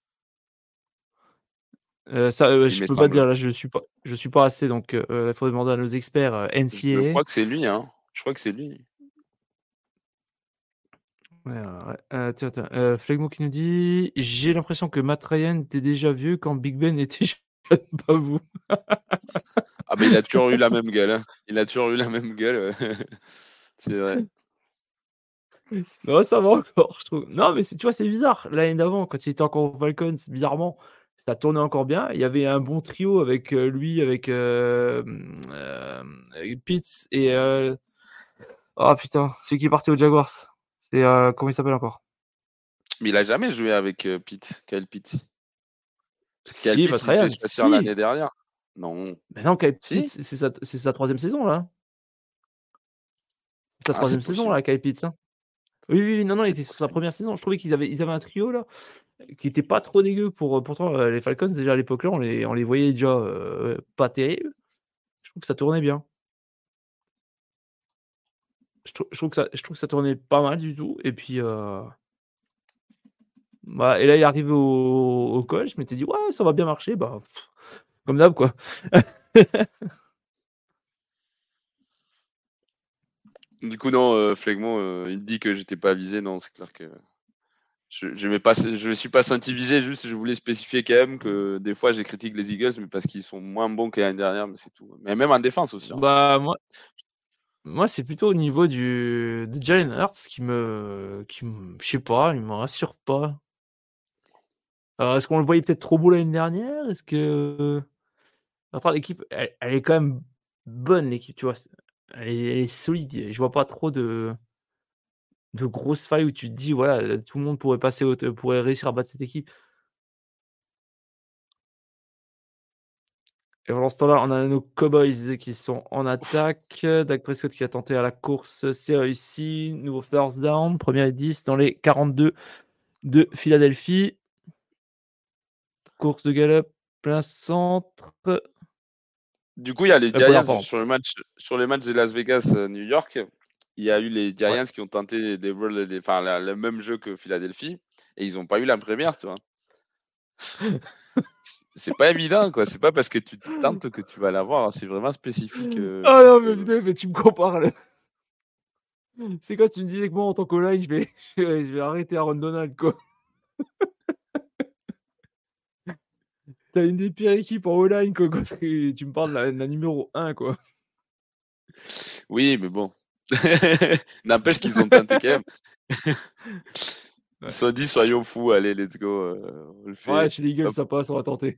Euh, ça, euh, Il je me peux pas te semble. dire là, je suis pas, je suis pas assez, donc euh, il faudrait demander à nos experts euh, Je N C A A. crois que c'est lui, hein. Je crois que c'est lui. Ouais, ouais, ouais. Euh, tiens, tiens, euh, Flegmo qui nous dit: j'ai l'impression que Matt Ryan était déjà vieux quand Big Ben était jeune, pas vous. Ah, ben il a toujours eu la même gueule, hein. Il a toujours eu la même gueule. C'est vrai. Non, ça va encore, je trouve. Non, mais c'est- tu vois, c'est bizarre. L'année d'avant, quand il était encore aux Falcons, bizarrement, ça tournait encore bien. Il y avait un bon trio avec euh, lui, avec euh, euh, avec Pitts et. euh, Oh putain, celui qui est parti aux Jaguars. C'est. euh, comment il s'appelle encore? Mais il a jamais joué avec euh, Pitt, Kyle Pitt. Parce que Kyle Si, Pitt, Matt il se Ryan, fait choisir si. l'année dernière. Non. Mais non, Kyle Pitts, Si? c'est sa, c'est sa troisième saison, là. C'est sa Ah, c'est troisième saison, possible. là, Kyle Pitts, hein. Oui, oui, oui, non, non, il C'est était sur sa possible. première saison. Je trouvais qu'ils avaient, ils avaient un trio, là, qui était pas trop dégueu. Pour, euh, pourtant, euh, les Falcons, déjà à l'époque, là, on les, on les voyait déjà euh, pas terribles. Je trouve que ça tournait bien. Je, trou- je trouve que ça, je trouve que ça tournait pas mal du tout. Et puis, euh, bah, et là, il est arrivé au, au college. Je m'étais dit, ouais, ça va bien marcher. Bah, pff, comme d'hab, quoi. Du coup, non, euh, Flegmont, euh, il dit que j'étais pas avisé. Non, c'est clair que je je, vais pas, je suis pas senti visé. Juste, je voulais spécifier quand même que des fois, j'ai critique les Eagles, mais parce qu'ils sont moins bons que l'année dernière, mais c'est tout. Mais même en défense aussi, hein. Bah, moi, moi c'est plutôt au niveau du, de Jalen Hurts qui me, qui me, je sais pas, il me rassure pas. Alors, est-ce qu'on le voyait peut-être trop beau l'année dernière? Est-ce que. Enfin, l'équipe, elle, elle est quand même bonne, l'équipe, tu vois. Elle est, elle est solide. Je vois pas trop de, de grosses failles où tu te dis, voilà, tout le monde pourrait passer, au- pourrait réussir à battre cette équipe. Et pendant ce temps-là, on a nos Cowboys qui sont en attaque. Dak Prescott qui a tenté à la course, c'est réussi. Nouveau first down, première et dix dans les quarante-deux de Philadelphie. Course de Gallup, plein centre. Du coup, il y a les Euh, Pollard, Giants pardon. sur le match, sur les matchs de Las Vegas, euh, New York. Il y a eu les Ouais. Giants qui ont tenté des rôles, des- enfin, la- le même jeu que Philadelphie, et ils n'ont pas eu la première, tu vois. C'est c'est pas évident, quoi. C'est pas parce que tu t'y tentes que tu vas l'avoir, hein. C'est vraiment spécifique, euh, je Ah trouve non, mais que. putain, mais tu me compares là. C'est quoi si tu me disais que moi, en tant qu'O-line, je vais, je vais, je vais arrêter Aaron Donald, quoi. T'as une des pires équipes en O-line, quoi. Quand tu tu me parles de la, de la numéro un, quoi. Oui, mais bon. N'empêche qu'ils ont tenté quand même. Ils Ouais, se sont dit, soyons fous, allez, let's go, euh, on le ouais, fait. chez les Eagles, Hop. ça passe, on va tenter.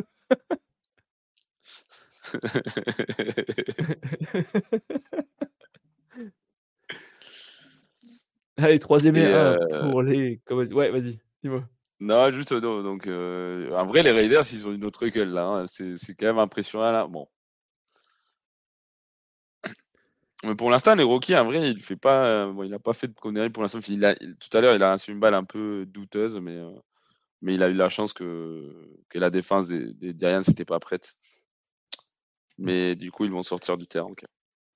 Allez, troisième et Et un euh, pour les. Ouais, vas-y, dis-moi. non, juste non. Donc, euh, en vrai, les Raiders, ils ont une autre gueule là, hein. C'est c'est quand même impressionnant là. Bon. Mais pour l'instant, les Rockies, en vrai, il fait pas. euh, Bon, il n'a pas fait de conneries pour l'instant. Il a- il- tout à l'heure, il a reçu une balle un peu douteuse, mais, euh, mais il a eu la chance que, que la défense des, des Giants n'était pas prête. Mais du coup, ils vont sortir du terrain. Ok.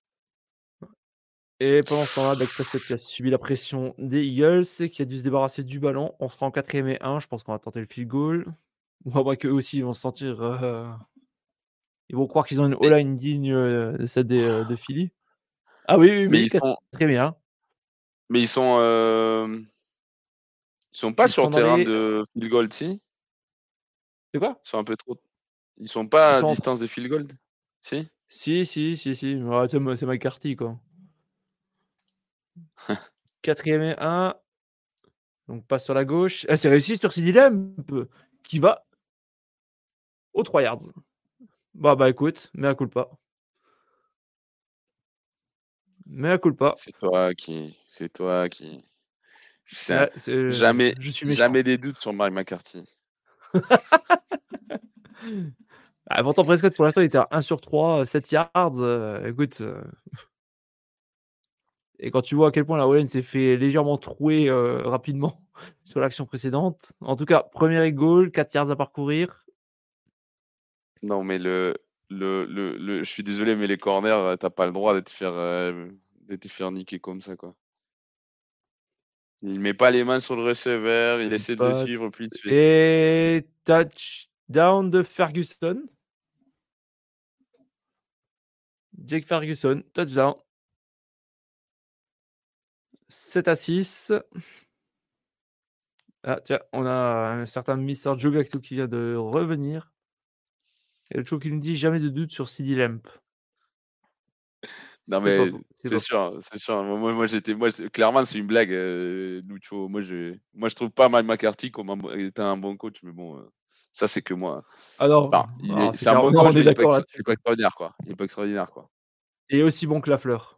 Et pendant ce temps-là, Dak Prescott qui a subi la pression des Eagles et qui a dû se débarrasser du ballon. On sera en quatrième et un. Je pense qu'on va tenter le field goal. On va voir qu'eux aussi, ils vont se sentir. euh, Ils vont croire qu'ils ont une Mais, O-line digne euh, de celle des, euh, de Philly. Ah oui, oui, mais oui, ils sont, très bien. mais ils sont, euh, ils sont pas Ils sur sont le dans terrain les. de field goal, si? C'est quoi? Ils sont un peu trop. Ils sont Ils pas à sont en tr- distance des field goal, si? Si, si, si, si. Ouais, c'est c'est McCarthy, quoi. Quatrième et un. Donc, passe sur la gauche. Ah, c'est réussi sur C D Lamb qui va aux trois yards. Bah, bah écoute, mea culpa. Mea culpa. C'est toi qui. C'est toi qui. C'est un- Ouais, c'est- Jamais, je suis méchant. jamais des doutes sur Mike McCarthy. Ah, pourtant, Prescott, pour l'instant, il était à un sur trois, sept yards. euh, écoute. euh, Et quand tu vois à quel point la O-line s'est fait légèrement trouer euh, rapidement sur l'action précédente. En tout cas, premier et goal, quatre yards à parcourir. Non, mais le, le, le, le- je suis désolé, mais les corners, euh, t'as pas le droit de te faire, euh, de te faire niquer comme ça, quoi. Il met pas les mains sur le receveur, il essaie de le Passe. suivre, puis il se fait. Et touchdown de Ferguson. Jake Ferguson, touchdown. sept à six. Ah, tiens, on a un certain mister Joe Gacto qui vient de revenir. Et le show qui nous dit jamais de doute sur C D Lamp. Non, C'est pas mais faux. C'est c'est pas sûr, c'est sûr. Moi, moi j'étais, moi, c'est- clairement, c'est une blague, euh, Lucho. Moi, je, moi, je trouve pas Mike McCarthy comme un, bon- étant un bon coach, mais bon, euh, ça, c'est que moi. Ah non, Enfin, il non, est, c'est c'est un clair. bon Non, coach, on est mais il est pas, d'accord extra- il là-dessus. est pas extraordinaire, quoi. Il est pas extraordinaire, quoi. Et aussi bon que la fleur.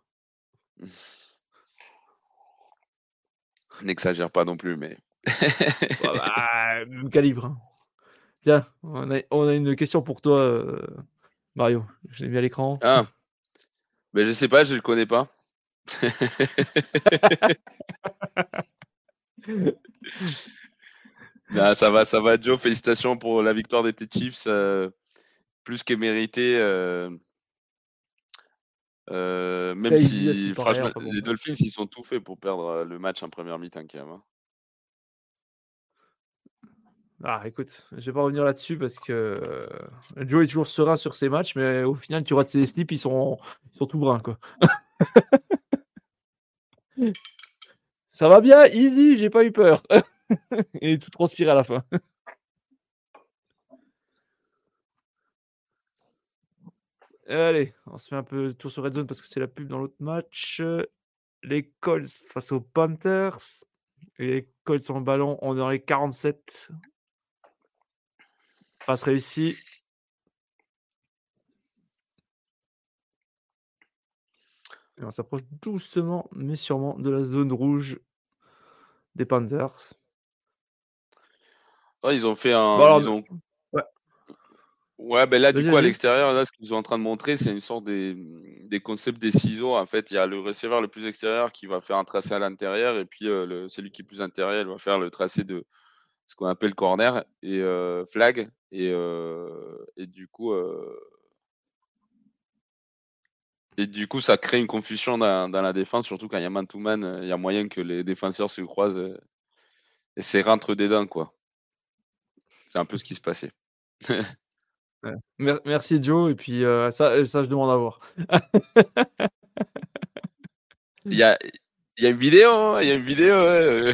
N'exagère pas non plus, mais. Bah, bah, même calibre. hein. Tiens, on a, on a une question pour toi, euh, Mario. Je l'ai mis à l'écran. Ah, ben, je sais pas, je le connais pas. Non, ça va, ça va, Joe. Félicitations pour la victoire de tes Chiefs, euh, plus que méritée. euh, euh, même Très easy à ce qui si, paraît. franchement, Enfin bon. les Dolphins, ils sont tout faits pour perdre euh, le match en première mi-temps, quand même. hein. Ah, écoute, je vais pas revenir là-dessus parce que euh, Joe est toujours serein sur ses matchs, mais au final, tu rates ses slips, ils sont, ils sont tout bruns, quoi. Ça va bien, easy, j'ai pas eu peur. Et tout transpiré à la fin. Allez, on se fait un peu tour sur Red Zone parce que c'est la pub dans l'autre match. Les Colts face aux Panthers. Et les Colts sur le ballon, on est dans les quarante-sept. Passe réussie. Et on s'approche doucement, mais sûrement, de la zone rouge des Panthers. Oh, ils ont fait un. Bon, alors, Ils ont... ouais. Ouais, ben là, du Vas-y, coup, à vas-y. l'extérieur, là, ce qu'ils sont en train de montrer, c'est une sorte des, des concepts des ciseaux. En fait, il y a le receveur le plus extérieur qui va faire un tracé à l'intérieur, et puis euh, le, celui qui est plus intérieur, il va faire le tracé de ce qu'on appelle corner et euh, flag. Et, euh, et du coup, euh, et du coup, ça crée une confusion dans, dans la défense, surtout quand il y a man-to-man, euh, il y a moyen que les défenseurs se croisent euh, et c'est rentre dedans, quoi. C'est un peu ce qui se passait. Ouais. Mer- Merci Joe, et puis euh, ça, ça, je demande à voir. Il y a, il y a une vidéo, hein, il y a une vidéo. ouais.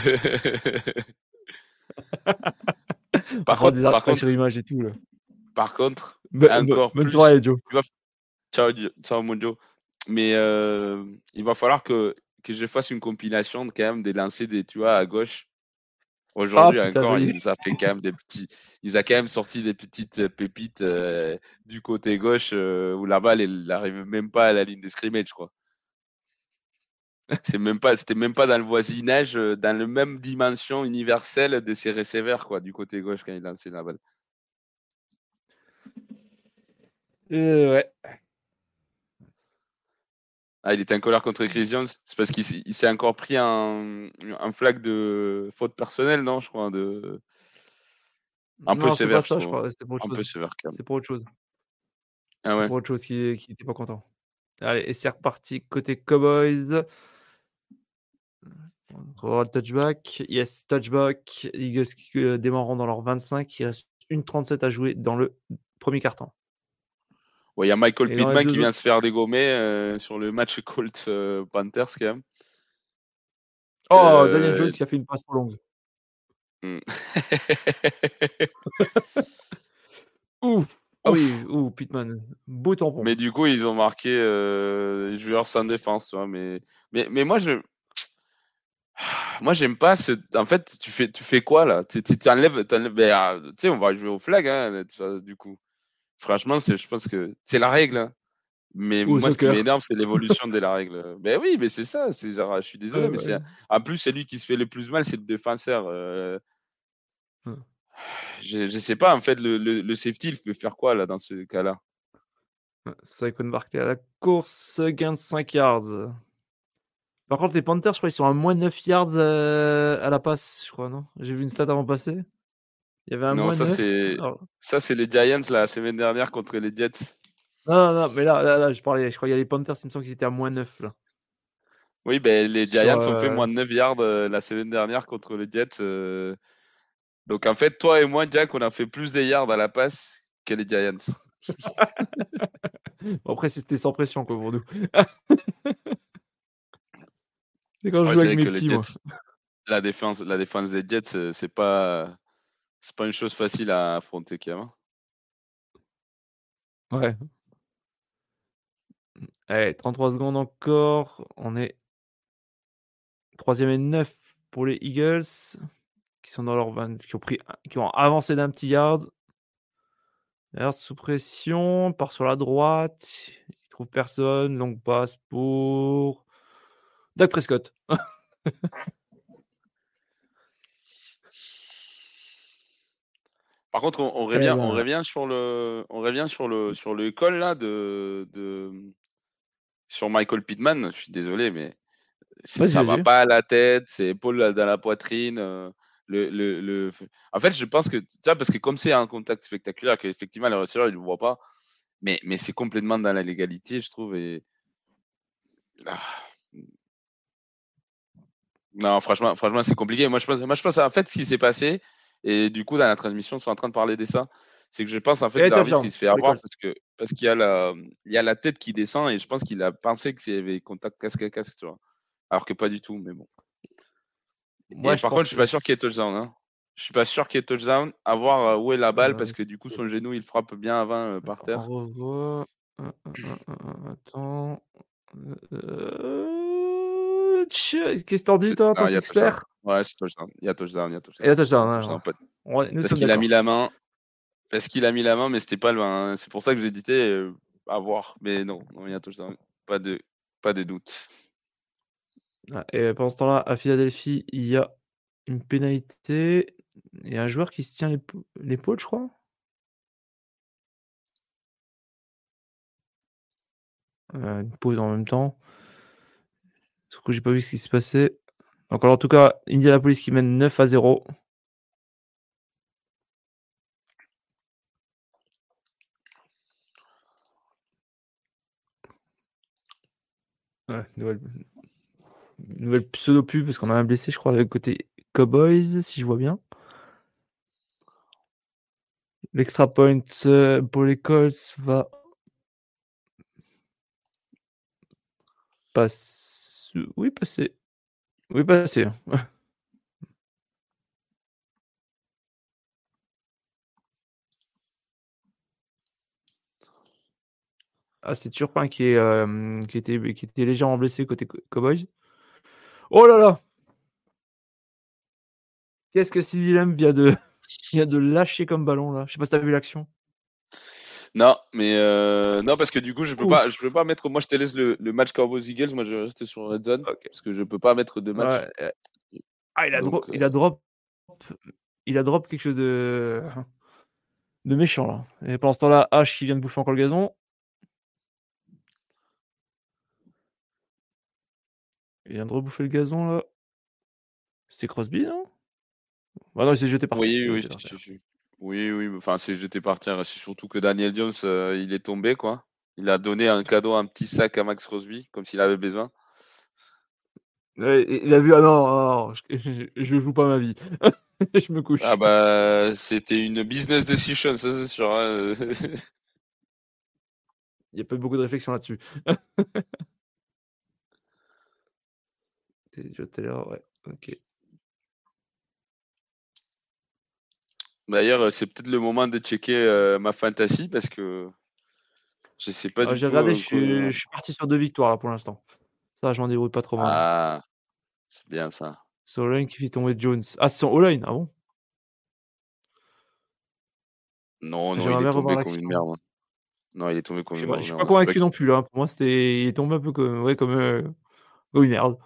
On Par fera contre, des par articles sur contre, image et tout. Là. par contre, Bo- bo- encore bonne plus, soirée, Joe. il va, ciao, Dio- ciao Mojo. Mais euh, il va falloir que, que je fasse une compilation de, quand même des lancers des, tu vois, à gauche. Ah Aujourd'hui putain, encore, ça y il est. nous a fait quand même des petits, il nous a quand même sorti des petites euh, pépites euh, du côté gauche euh, où la balle, elle n'arrive même pas à la ligne de scrimmage, quoi. C'est même pas, c'était même pas dans le voisinage, euh, dans la même dimension universelle de ses receveurs, quoi, du côté gauche quand il lançait la balle. Euh, ouais. Ah, il était en colère contre Chris Jones. C'est parce qu'il s'est il s'est encore pris un, un flag de faute personnelle, non, je crois, de un peu Non, c'est pas sévère, je ça, je trouve. crois. C'était pour autre Un peu chose. sévère quand même. C'est pour autre chose. Ah C'est ouais. pour autre chose qui qui était pas content. Allez, et c'est reparti côté Cowboys. On va voir le touchback. Yes, touchback. Eagles qui euh, démarreront dans leur vingt-cinq. Il reste une trente-sept à jouer dans le premier quart-temps. Ouais, il y a Michael Et dans les Pittman deux qui vient autres- de se faire dégommer euh, sur le match Colts euh, Panthers quand même. Oh, Daniel Euh, Jones qui a fait une passe trop longue. hmm. Ouf. Ah oui, Ouf. ouh, Pittman. Beau tampon. Mais du coup, ils ont marqué euh, les joueurs sans défense, tu vois. Mais, mais, mais moi, je. Moi, j'aime pas ce. En fait, tu fais, tu fais quoi là? Tu tu- tu enlèves, t'enlèves- ben, ah, tu sais, on va jouer au flag, hein, tu vois, du coup. Franchement, c'est, je pense que c'est la règle, hein. Mais Ou au moi, ce qui soccer. m'énerve, c'est l'évolution de la règle. Ben oui, mais c'est ça. C'est genre, je suis Ouais, désolé, mais c'est. ouais. En plus, c'est lui qui se fait le plus mal, c'est le défenseur. Euh, Ouais. je, je sais pas, en fait, le, le, le safety, il peut faire quoi là dans ce cas-là? Ouais, Saquon Barkley à la course, gain de cinq yards. Par contre, les Panthers, je crois, ils sont à moins neuf yards euh, à la passe, je crois, non? J'ai vu une stat avant passer. Il y avait un Non, moins ça neuf. c'est, Alors- ça c'est les Giants la semaine dernière contre les Jets. Non, non, non, mais là, là, là, je parlais, je crois qu'il y a les Panthers, il me semble qu'ils étaient à moins neuf, là. Oui, ben les Sur, Giants ont fait euh, moins de neuf yards euh, la semaine dernière contre les Jets. euh. Donc en fait, toi et moi, Jack, on a fait plus de yards à la passe que les Giants. Bon, après, c'était sans pression, quoi, pour nous. C'est quand je Ouais, jouais c'est avec vrai mes que les petits, moi. Jets, la défense, la défense des Jets, euh, c'est pas, c'est pas une chose facile à affronter, quand même. Ouais. Allez, trente-trois secondes encore. On est troisième et neuf pour les Eagles, qui sont dans leur vingt, qui ont pris, qui ont avancé d'un petit yard. D'ailleurs, sous pression, part sur la droite. Il trouve personne. Longue passe pour Dak Prescott. Par contre, on, on Eh revient, on ben, revient sur le, on revient sur le, sur le call là de, de, sur Michael Pittman. Je suis désolé, mais c'est, vas-y, ça va vas-y. pas à la tête, c'est épaule dans la poitrine. euh, le, le, le... En fait, je pense que, tu vois, parce que comme c'est un contact spectaculaire, qu'effectivement, le receveur, il ne le voit pas, mais, mais c'est complètement dans la légalité, je trouve. Et... Ah. Non, franchement, franchement c'est compliqué. Moi je, pense, moi, je pense, en fait, ce qui s'est passé, et du coup, dans la transmission, ils sont en train de parler de ça, c'est que je pense, en fait, Et que les l'arbitre, il touchdowns se fait pour les avoir Colts. parce que parce qu'il y a la, il y a la tête qui descend, et je pense qu'il a pensé que s'il y avait contact casque à casque, tu vois. Alors que pas du tout, mais bon. Moi, Et je par contre, je pense. suis pas sûr qu'il y ait touchdown. Hein. Je suis pas sûr qu'il y ait touchdown. À voir euh, où est la balle parce Euh, que du coup, son genou, il frappe bien avant euh, par on terre. revoit. Un, un, un, un, un, Attends. Euh... tch, Qu'est-ce que t'en dis, C'est- toi, en Non, tant il y a touchdown. qu'expert? Ouais, c'est touchdown. Il y a touchdown. Il y a Et la touchdown. Il y a touchdown, ouais, ouais. touchdown. Pas- Ouais, nous Parce sommes qu'il a mis d'accord. la main. Parce qu'il a mis la main, mais c'était pas loin. Hein. C'est pour ça que j'ai dit euh, à voir. Mais non, non, il y a touchdown. Pas de, pas de doute. Ah, et pendant ce temps-là, à Philadelphie, il y a une pénalité. Il y a un joueur qui se tient l'épaule, l'épaule, je crois. Euh, une pause en même temps. Sauf que j'ai pas vu ce qui se passait. Donc, alors, en tout cas, Indianapolis qui mène neuf à zéro. Ouais, nouvelle, nouvelle pseudo-pub parce qu'on a un blessé, je crois, avec côté Cowboys, si je vois bien. L'extra point euh, pour les Colts va passer. Oui, passer. Oui, passer. Ah, c'est Turpin qui, est, euh, qui, était, qui était légèrement blessé côté Co- Cowboys. Oh là là! Qu'est-ce que CeeDee Lamb vient de, vient de lâcher comme ballon là? Je sais pas si t'as vu l'action. Non, mais euh, non, parce que du coup, je peux pas, je Ouf! peux pas mettre. Moi, je te laisse le, le match Cowboys Eagles. Moi, je vais rester sur Red Zone Ok. parce que je peux pas mettre deux matchs. Ouais, euh, ah, il a, Donc, drop, euh, il a drop. Il a drop quelque chose de, de méchant là. Et pendant ce temps-là, H qui vient de bouffer encore le gazon. Il vient de rebouffer le gazon là. C'est Crosby, non? Bah non, il s'est jeté par terre. Il oui, s'est oui, jeté par si, si, terre. si. Oui, oui. Enfin, c'est jeté par terre. C'est surtout que Daniel Jones, euh, il est tombé, quoi. Il a donné un cadeau, un petit sac à Max Crosby, comme s'il avait besoin. Ouais, il a vu, ah non, ah non, je, je, je joue pas ma vie. Je me Ah couche. bah, c'était une business decision, ça c'est sûr. Hein. Il n'y a pas eu beaucoup de réflexion là-dessus. T'es déjà tout à l'heure, ouais. Ok. D'ailleurs, c'est peut-être le moment de checker euh, ma fantasy parce que je sais pas Ah, du j'ai tout. regardé, euh, je suis, quoi- je suis parti sur deux victoires là pour l'instant. Ça, je m'en débrouille pas trop mal. Ah, c'est bien ça. C'est O-line qui fait tomber Jones. Ah, c'est son O-line, ah bon? Non, non, il J'aimerais est bien revoir tombé comme une l'action. merde. Non, il est tombé comme Je une sais pas, je grosse suis pas merde. C'est vrai convaincu que non plus, hein. Pour moi, c'était il est tombé un peu comme ouais, comme, heu, comme une merde.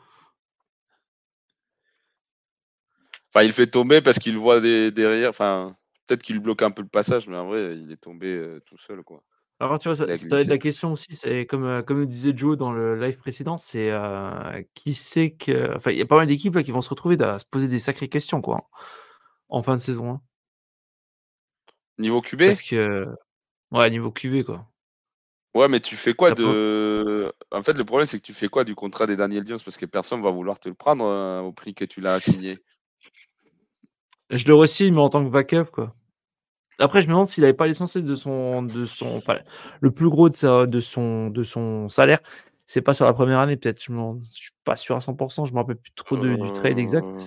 enfin, il fait tomber parce qu'il le voit dé derrière. Enfin, peut-être qu'il lui bloque un peu le passage, mais en vrai, il est tombé, heu, tout seul, quoi. Alors tu vois, ça Il a ça va être glissé. la question aussi, c'est comme, heu, comme le disait Joe dans le live précédent, c'est, heu, qui c'est que enfin, il y a pas mal d'équipes là qui vont se retrouver à se poser des sacrées questions, quoi, hein, en fin de saison, hein. Niveau Q B? Parce que ouais, niveau Q B, quoi. Ouais, mais tu fais quoi Tu pas de en fait, le problème, c'est que tu fais quoi du contrat des Daniel Jones? Parce que personne va vouloir te le prendre, heu, au prix que tu l'as assigné. je le re-signe mais en tant que backup, quoi. Après, je me demande s'il avait pas l'essentiel de son de son enfin, le plus gros de sa de son de son salaire, c'est pas sur la première année peut-être, je m'en je suis pas sûr à cent pour cent, je me rappelle plus trop de du trade Heu exact.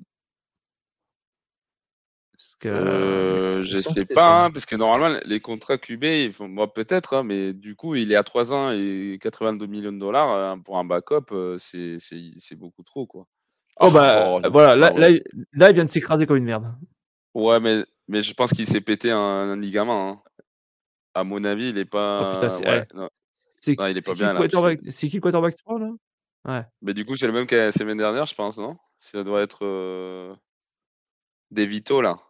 Parce que, mais heu, il me je semble que sais c'était ça, pas, hein. hein, parce que normalement, les contrats Q B, ils font moi peut-être, hein, mais du coup, il est à trois ans et quatre-vingt-deux millions de dollars heu, pour un backup, heu, c'est c'est c'est beaucoup trop, quoi. Ah Oh bah, oh non, c'est voilà, pas là vrai. là il là il vient de s'écraser comme une merde. Ouais, mais mais je pense qu'il s'est pété un un ligament, hein. À mon avis, il est Oh putain, pas c'est ouais, eh, non, c'est non, il est c'est pas qui le bien là, parce que quarterback c'est qui le quarterback trois là? Ouais. mais du coup, c'est le même que la semaine dernière, je pense, non? Ça doit être, heu, De Vito, là.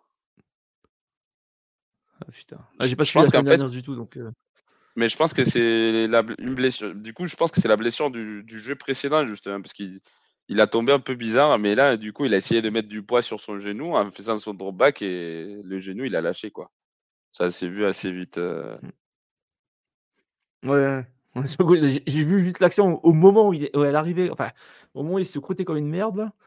Ah putain. Ah, Je j'ai pas je suivi la pense qu'en semaine fait dernière du tout donc heu, mais je pense que c'est la ble une blessure du coup, je pense que c'est la blessure du du jeu précédent, justement, parce qu'il il a tombé un peu bizarre, mais là, du coup, il a essayé de mettre du poids sur son genou en faisant son drop back et le genou, il a lâché, quoi. Ça s'est vu assez vite, heu, mmh, ouais, ouais, ouais, sur le coup, j'ai j'ai vu juste l'action au au moment où il est où elle arrivait, enfin, au moment où il se croûtait comme une merde là.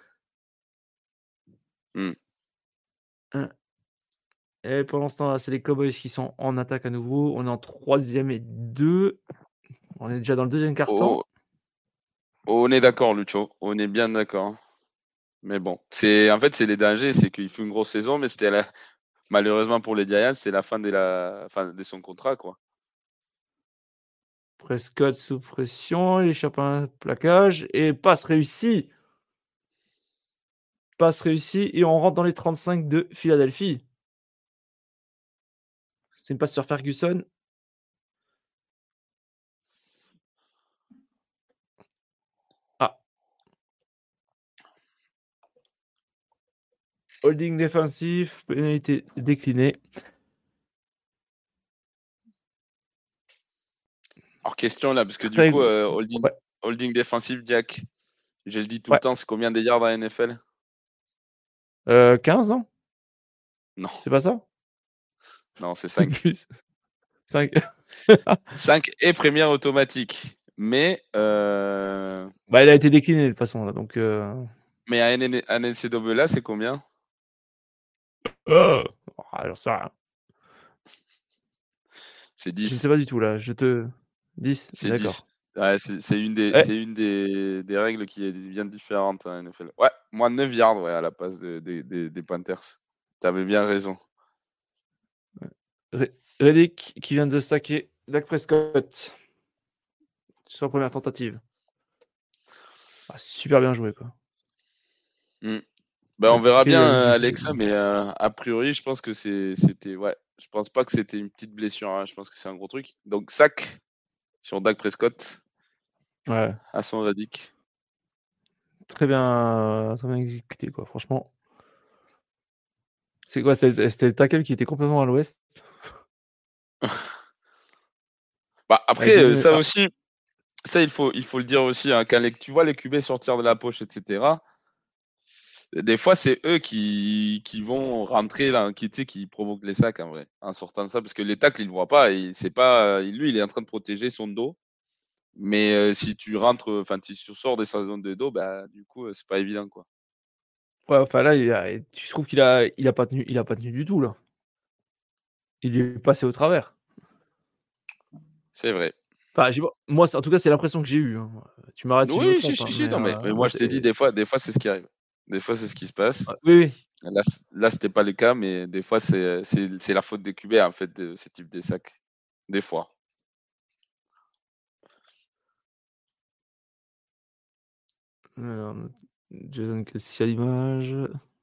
mmh. Hein. Et pendant ce temps-là, c'est les Cowboys qui sont en attaque à nouveau. On est en troisième et deux. On est déjà dans le deuxième Oh, quart-temps. on est d'accord, Lucho, on est bien d'accord. Mais bon, c'est en fait, c'est les dangers, c'est qu'il fait une grosse saison, mais c'était la malheureusement pour les Giants, c'est la fin de la fin de son contrat, quoi. Prescott sous pression, il échappe à un plaquage et passe réussie. Passe réussie et on rentre dans les trente-cinq de Philadelphie. C'est une passe sur Ferguson. Ah, holding défensif, pénalité déclinée. Alors question là, parce que du Très coup, gros. heu, holding Ouais, holding défensif, Jack, je le dis tout le ouais. temps, c'est combien de yards en N F L? Heu, quinze non? Non, C'est pas ça? non, c'est cinq. Plus cinq. cinq et première automatique. Mais, heu, Bah, il a été décliné de toute façon là donc heu, mais en N N en N C A A, c'est combien? oh! Ah, j'en sais rien. C'est Je ne sais dix. pas du tout là, je te dix, C'est dix. d'accord. Ouais, c'est c'est une des Eh, c'est une des des règles qui est bien différente en N F L. Ouais, moins de neuf yards, ouais, à la passe de des des des Panthers. Tu avais bien raison. Re Reddick qui vient de saquer Dak Prescott sur la première tentative. Ah, super bien joué, quoi. Mmh. Bah, on OK, verra il y bien, a eu heu, du Alexa, mais, heu, a priori, je pense que c'est c'était ouais, je pense pas que c'était une petite blessure, hein, je pense que c'est un gros truc. Donc sac sur Dak Prescott ouais, à son Reddick. très bien très bien exécuté, quoi, franchement. C'est quoi? C'était c'était le tackle qui était complètement à l'ouest Bah, avec après, deux heu, jeunes ça ah, aussi, ça il faut il faut le dire aussi, hein, quand les tu vois les Q B sortir de la poche et cetera, des fois c'est eux qui qui vont rentrer dans qui, tu sais, qui provoquent les sacs en vrai, en sortant de ça. Parce que les tacles, ils le voient pas et c'est pas, heu, lui, il est en train de protéger son dos, mais, heu, si tu rentres, enfin, tu sors de sa zone de dos, bah, du coup, heu, c'est pas évident, quoi. ouais, enfin là, il a tu trouves qu'il a il a pas tenu il a pas tenu du tout, là. Il lui est passé au travers. C'est vrai. Enfin, je sais pas, moi, c'est en tout cas, c'est l'impression que j'ai eue, hein. Tu m'arrêtes si je me Oui, si, trompe, si, hein, si, mais non, mais mais heu, moi moi, je t'ai dit c'est des fois des fois c'est ce qui arrive. Des fois, c'est ce qui se passe. ouais, oui, oui. Là c là, c'était pas le cas, mais des fois c'est, c'est c'est la faute des Q B en fait de ce type de sac. Des fois. Hem, Jason Kelsey à l'image.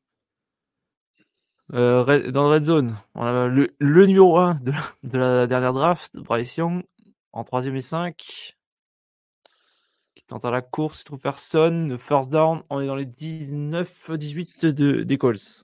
Euh, red- dans le red zone, on a le, le numéro un de la, de la dernière draft, Bryce Young, en troisième et cinq, qui tente à la course, il trouve personne. Le first down, on est dans les dix-neuf dix-huit de, des Colts.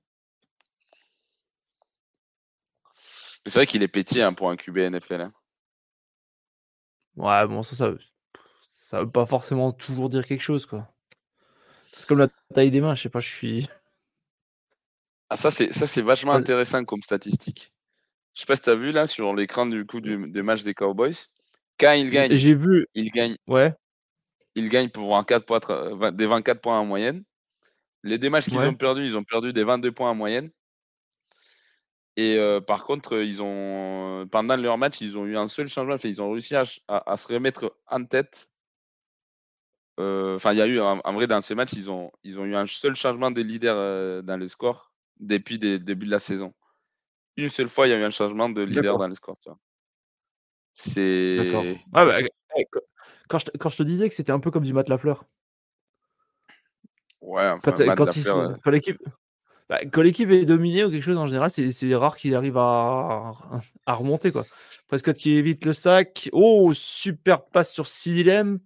Mais c'est vrai qu'il est pétier hein, pour un Q B N F L. Hein. Ouais, bon, ça, ça, ça veut pas forcément toujours dire quelque chose, quoi. C'est comme la taille des mains, je sais pas, je suis. Ah, ça, c'est, ça, c'est Je suis vachement pas... intéressant comme statistique. Je sais pas si tu as vu là sur l'écran du coup du, des matchs des Cowboys. Quand ils gagnent, J'ai vu. ils gagnent, Ouais. ils gagnent pour vingt-quatre points, des vingt-quatre points en moyenne. Les deux matchs qu'ils Ouais. ont perdus, ils ont perdu des vingt-deux points en moyenne. Et euh, par contre, ils ont pendant leur match, ils ont eu un seul changement. Enfin, ils ont réussi à, à, à se remettre en tête. Enfin, euh, il y a eu en, en vrai dans ces matchs, ils ont, ils ont eu un seul changement de leader euh, dans le score depuis le début de la saison. Une seule fois, il y a eu un changement de leader D'accord. dans le score. Tu vois. C'est. D'accord. Ah bah, quand, je, quand je te disais que c'était un peu comme du Matt Lafleur. Ouais, enfin, Quand, Matt quand, ils Lafleur, sont, euh, quand l'équipe. Bah, quand l'équipe est dominée ou quelque chose en général, c'est, c'est rare qu'il arrive à, à remonter, quoi. Prescott qui évite le sac. Oh, super passe sur CeeDee Lamb.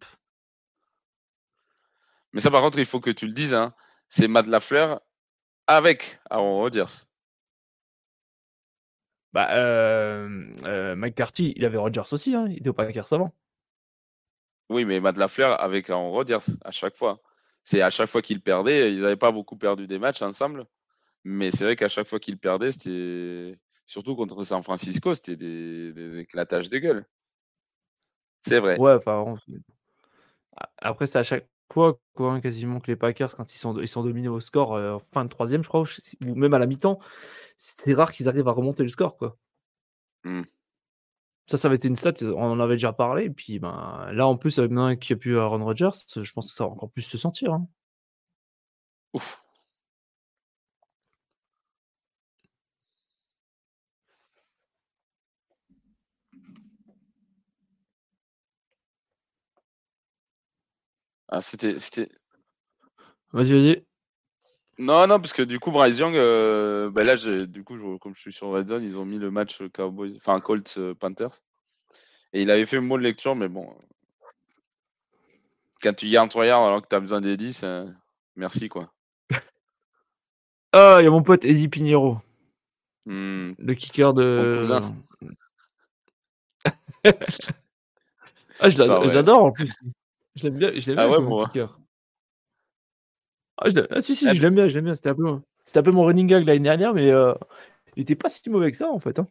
Mais ça, par contre, il faut que tu le dises. Hein. C'est Matt Lafleur avec Aaron Rodgers. Bah, euh, euh, McCarthy, il avait Rodgers aussi, hein. Il était au Packers avant. Oui, mais Matt Lafleur avec Aaron Rodgers à chaque fois. C'est à chaque fois qu'ils perdaient, ils n'avaient pas beaucoup perdu des matchs ensemble. Mais c'est vrai qu'à chaque fois qu'ils perdaient, c'était surtout contre San Francisco, c'était des, des éclatages de gueule. C'est vrai. Ouais, enfin, on- après, c'est à chaque fois, quoi, hein, quasiment que les Packers, quand ils sont, ils sont dominés au score, euh, en fin de troisième, je crois, ou je- ou même à la mi-temps, c'est rare qu'ils arrivent à remonter le score, quoi. Hmm. Ça, ça avait été une stat, on en avait déjà parlé. Et puis ben, là, en plus, avec maintenant qu'il n'y a plus Aaron Rodgers, je pense que ça va encore plus se sentir. Hein. Ouf. Ah, c'était, c'était... Vas-y, vas-y. Non, non, parce que du coup, Bryce Young, euh, ben là, j'ai- du coup, je- comme je suis sur Red Zone, ils ont mis le match Cowboys, enfin Colts euh, Panthers. Et il avait fait une bonne lecture, mais bon, quand tu gardes trois yards alors que tu as besoin des dix, euh, merci quoi. Ah, il y a mon pote Eddie Pinheiro, Hmm. le kicker Mon cousin, de. Ah, je c'est pas l'adore, je vrai. l'adore en plus. Je l'aime bien, je l'aime Ah bien ouais, comme moi. kicker. Ah, je l'aime- ah, si, si, Ah, je l'aime bien, je l'aime bien. C'était un peu, c'était un peu mon running gag l'année dernière, mais euh, il était pas si mauvais que ça en fait. Hein.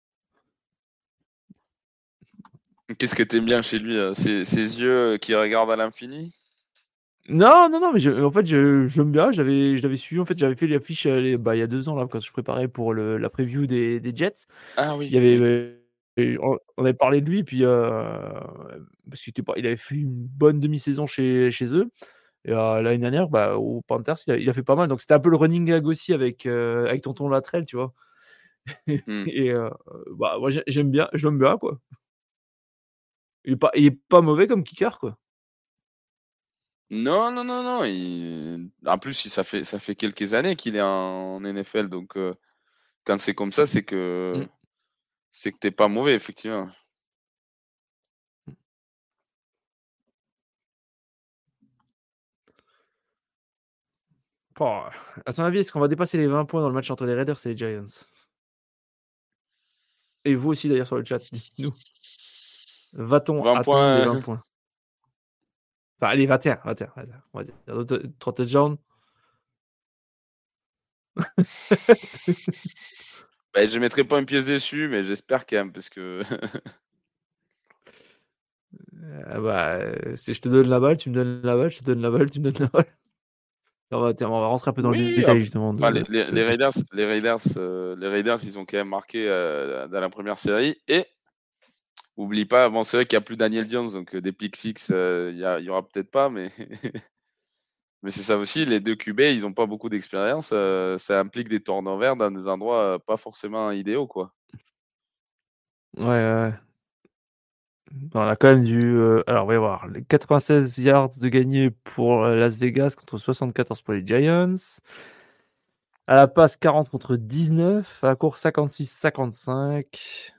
qu'est-ce que t'aimes bien chez lui euh, ses, ses yeux euh, qui regardent à l'infini? Non, non, non, mais je- en fait, je, j'aime bien. J'avais, je l'avais suivi. En fait, j'avais fait l'affiche euh, les- bah, il y a deux ans là, quand je préparais pour le, la preview des, des Jets. Ah Il y oui, avait, oui. euh, on, on avait parlé de lui, puis euh, parce qu'il était pas, il avait fait une bonne demi-saison chez, chez eux. Et euh, l'année dernière, bah, au Panthers, il a, il a fait pas mal. Donc c'était un peu le running gag aussi avec, euh, avec Tonton Latrell, tu vois. Hmm. Et euh, bah, moi, j'ai- j'aime bien, je l'aime bien, quoi. Il est pas, il est pas mauvais comme kicker, quoi. Non, non, non, non. il- En plus, il- ça fait, ça fait quelques années qu'il est en N F L, donc euh, quand c'est comme ça, c'est que Mm. c'est que t'es pas mauvais, effectivement. Oh, à ton avis, est-ce qu'on va dépasser les vingt points dans le match entre les Raiders et les Giants? Et vous aussi, d'ailleurs, sur le chat, dites-nous. Va-t-on vingt atteindre les vingt points. points? Enfin, allez, vingt et un, vingt et un, vingt et un, on va dire. trois touchdowns. Ben, je mettrai pas une pièce dessus, mais j'espère quand même, parce que Ah bah, euh, si je te donne la balle, tu me donnes la balle, je te donne la balle, tu me donnes la balle. On va, on va rentrer un peu dans le oui. détail, justement. Enfin, les, De, les- de- les de- Raiders, les Raiders, euh, les Raiders, ils ont quand même marqué euh, dans la première série. Et oublie pas, bon, c'est vrai qu'il n'y a plus Daniel Jones, donc euh, des pick six, euh, il y, a- il y aura peut-être pas, mais mais c'est ça aussi. Les deux Q B, ils n'ont pas beaucoup d'expérience. euh, ça implique des turnovers dans des endroits euh, pas forcément idéaux, quoi. Ouais, ouais. On a quand même du. euh, alors, on va y voir. Les quatre-vingt-seize yards de gagné pour euh, Las Vegas contre soixante-quatorze pour les Giants. À la passe, quarante contre dix-neuf. À la course, cinquante-six cinquante-cinq.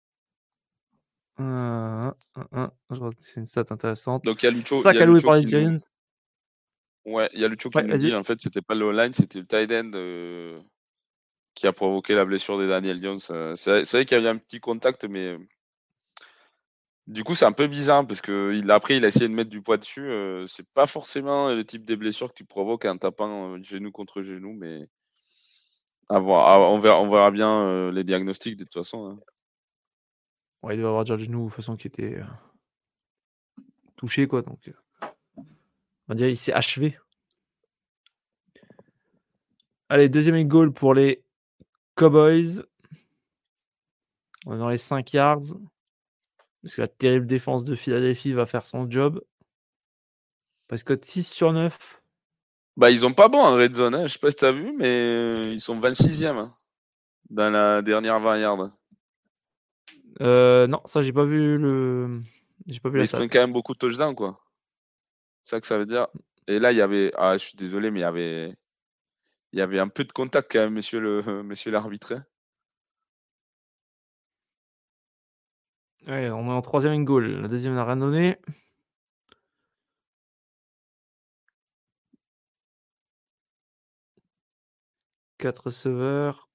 Euh, un, un, je vois que c'est une stat intéressante. Donc, il y a Lucho, il Sac y a alloué Lucho par les qui Giants. nous. Ouais, il y a Lucho qui Ouais, nous vas-y. dit en fait, c'était pas le line, c'était le tight end euh, qui a provoqué la blessure de Daniel Jones. Euh, c'est c'est vrai qu'il y a eu un petit contact, mais euh, du coup, c'est un peu bizarre parce que il, après, il a essayé de mettre du poids dessus. Euh, c'est pas forcément le type de blessure que tu provoques en tapant euh, genou contre genou, mais à voir. Ah, on verra, on verra bien euh, les diagnostics de toute façon. Hein. Ouais, il doit avoir déjà le genou de toute façon qui était euh, touché, quoi. Donc, euh, on va dire il s'est achevé. Allez, deuxième goal pour les Cowboys. On est dans les cinq yards. Parce que la terrible défense de Philadelphie va faire son job. Prescott six sur neuf. Bah, ils ont pas bon en red zone. Hein. Je sais pas si t'as vu, mais euh, ils sont vingt-sixième hein, dans la dernière vingt yards. Euh, non, ça, j'ai pas vu le. J'ai pas vu Mais la ils se stat. prennent quand même beaucoup de touchdowns, quoi. C'est ça que ça veut dire. Et là, il y avait. Ah, je suis désolé, mais il y avait. Il y avait un peu de contact quand même, monsieur le monsieur l'arbitre. hein. Ouais, on est en troisième goal. La deuxième n'a rien donné. quatre receveurs.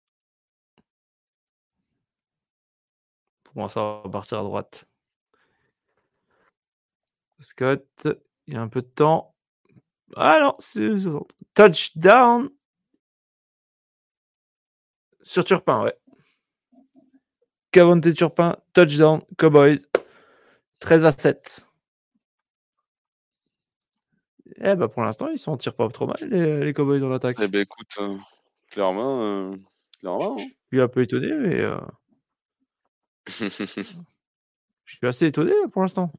Pour moi, ça va partir à droite. Scott, il y a un peu de temps. Ah non, c'est touchdown sur Turpin, ouais. Cavante Turpin, touchdown, Cowboys, treize à sept. Eh bah pour l'instant, ils s'en tirent pas trop mal, les, les Cowboys dans Eh l'attaque. ben écoute, euh, clairement, euh, clairement. Je suis un peu étonné, mais euh, hein. je suis assez étonné pour l'instant.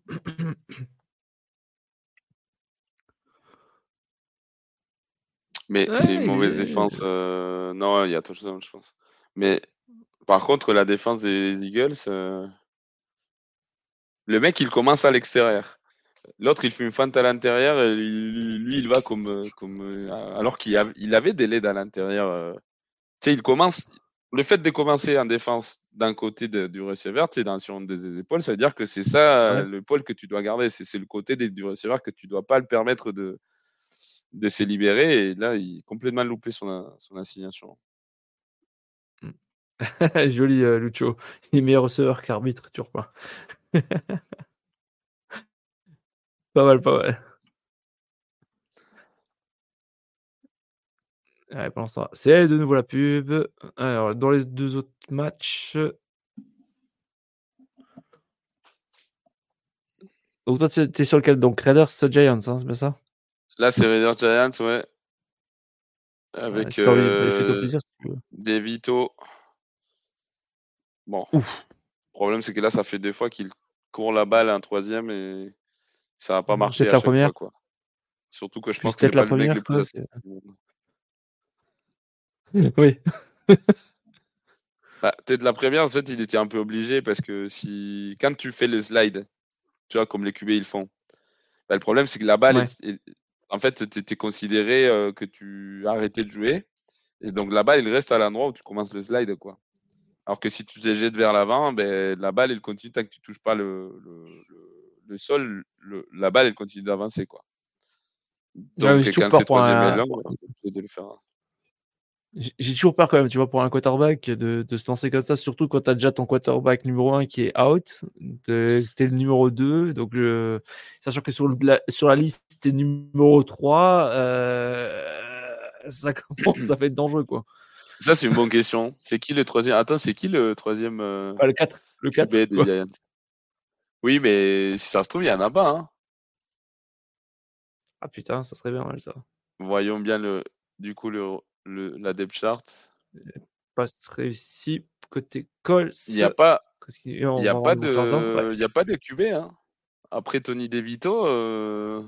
Mais c'est une Ouais, il mauvaise est... défense. euh, Non, il y a touchdown, je pense. Mais par contre, la défense des Eagles, euh, le mec, il commence à l'extérieur. L'autre, il fait une feinte à l'intérieur et lui, lui, il va comme, euh, comme euh, alors qu'il av- il avait des laids à l'intérieur. euh. Tu sais, il commence. Le fait de commencer en défense d'un côté de- du receveur, tu sais, dans, sur une des épaules, ça veut dire que c'est ça euh, Ouais. l'épaule que tu dois garder. C'est c'est le côté des- du receveur que tu dois pas le permettre de, de se libérer. Et là, il a complètement loupé son, son assignation. Joli euh, Lucho. Il est meilleur receveur qu'arbitre, Turpin. Pas mal, pas mal. Ouais, pendant ça, c'est de nouveau la pub. Alors, dans les deux autres matchs. Donc, toi, tu es sur lequel? Donc, Raiders, Giants, hein, c'est bien ça? Là, c'est Raiders Giants, ouais. Ouais, Avec si t'as envie, bah, fais-toi euh, plaisir si tu veux. des Vito. Bon, Ouf. le problème, c'est que là, ça fait deux fois qu'il court la balle en troisième et ça n'a pas marché Peut-être à la chaque première. fois, quoi. Surtout que je Puis pense que c'est peut-être la pas le mec le première, plus quoi. athlétique du monde. Oui. Bah, peut-être la première, en fait, il était un peu obligé parce que si quand tu fais le slide, tu vois, comme les Q B ils font, bah, le problème, c'est que la balle, Ouais. elle- elle- en fait, tu étais considéré euh, que tu arrêtais de jouer. Et donc, la balle, il reste à l'endroit où tu commences le slide, quoi. Alors que si tu te jettes vers l'avant, ben, la balle, elle continue tant que tu touches pas le, le, le- le sol, le- la balle, elle continue d'avancer, quoi. Ouais, mais Donc, j'ai toujours quand peur c'est pour troisième et un. long, on est obligé de le faire. J'ai j'ai toujours peur quand même, tu vois, pour un quarterback de, de se lancer comme ça, surtout quand tu as déjà ton quarterback numéro un qui est out, de- t'es le numéro deux, donc je- sachant que sur, le- la, sur la liste, t'es numéro trois, euh, ça commence à être dangereux, quoi. Ça, c'est une bonne question. C'est qui le troisième? Attends, c'est qui le troisième euh, Enfin, le quatre, le Q B quatre, des quoi. Giants? Oui, mais si ça se trouve, il y en a pas. Hein. Ah putain, ça serait bien, ouais, ça. Voyons bien le, du coup le, le- la depth chart. Passe réussi côté Colts. Il n'y a pas, Et il on y a va pas rendre faire ça. Ouais. de, il y a pas de Q B. Hein. Après Tony DeVito, euh,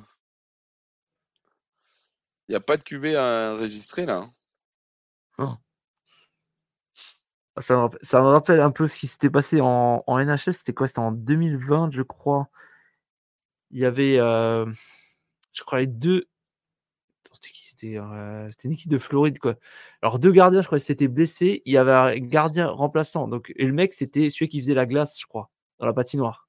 il n'y a pas de Q B à enregistrer là. Hein. Oh. Ça me, rappelle, ça me rappelle un peu ce qui s'était passé en, en N H L. C'était quoi? C'était en deux mille vingt, je crois. Il y avait, euh, je crois, les deux. C'était qui? C'était, euh, c'était une équipe de Floride, quoi. Alors, deux gardiens, je crois, ils s'étaient blessés. Il y avait un gardien remplaçant. Donc, et le mec, c'était celui qui faisait la glace, je crois, dans la patinoire.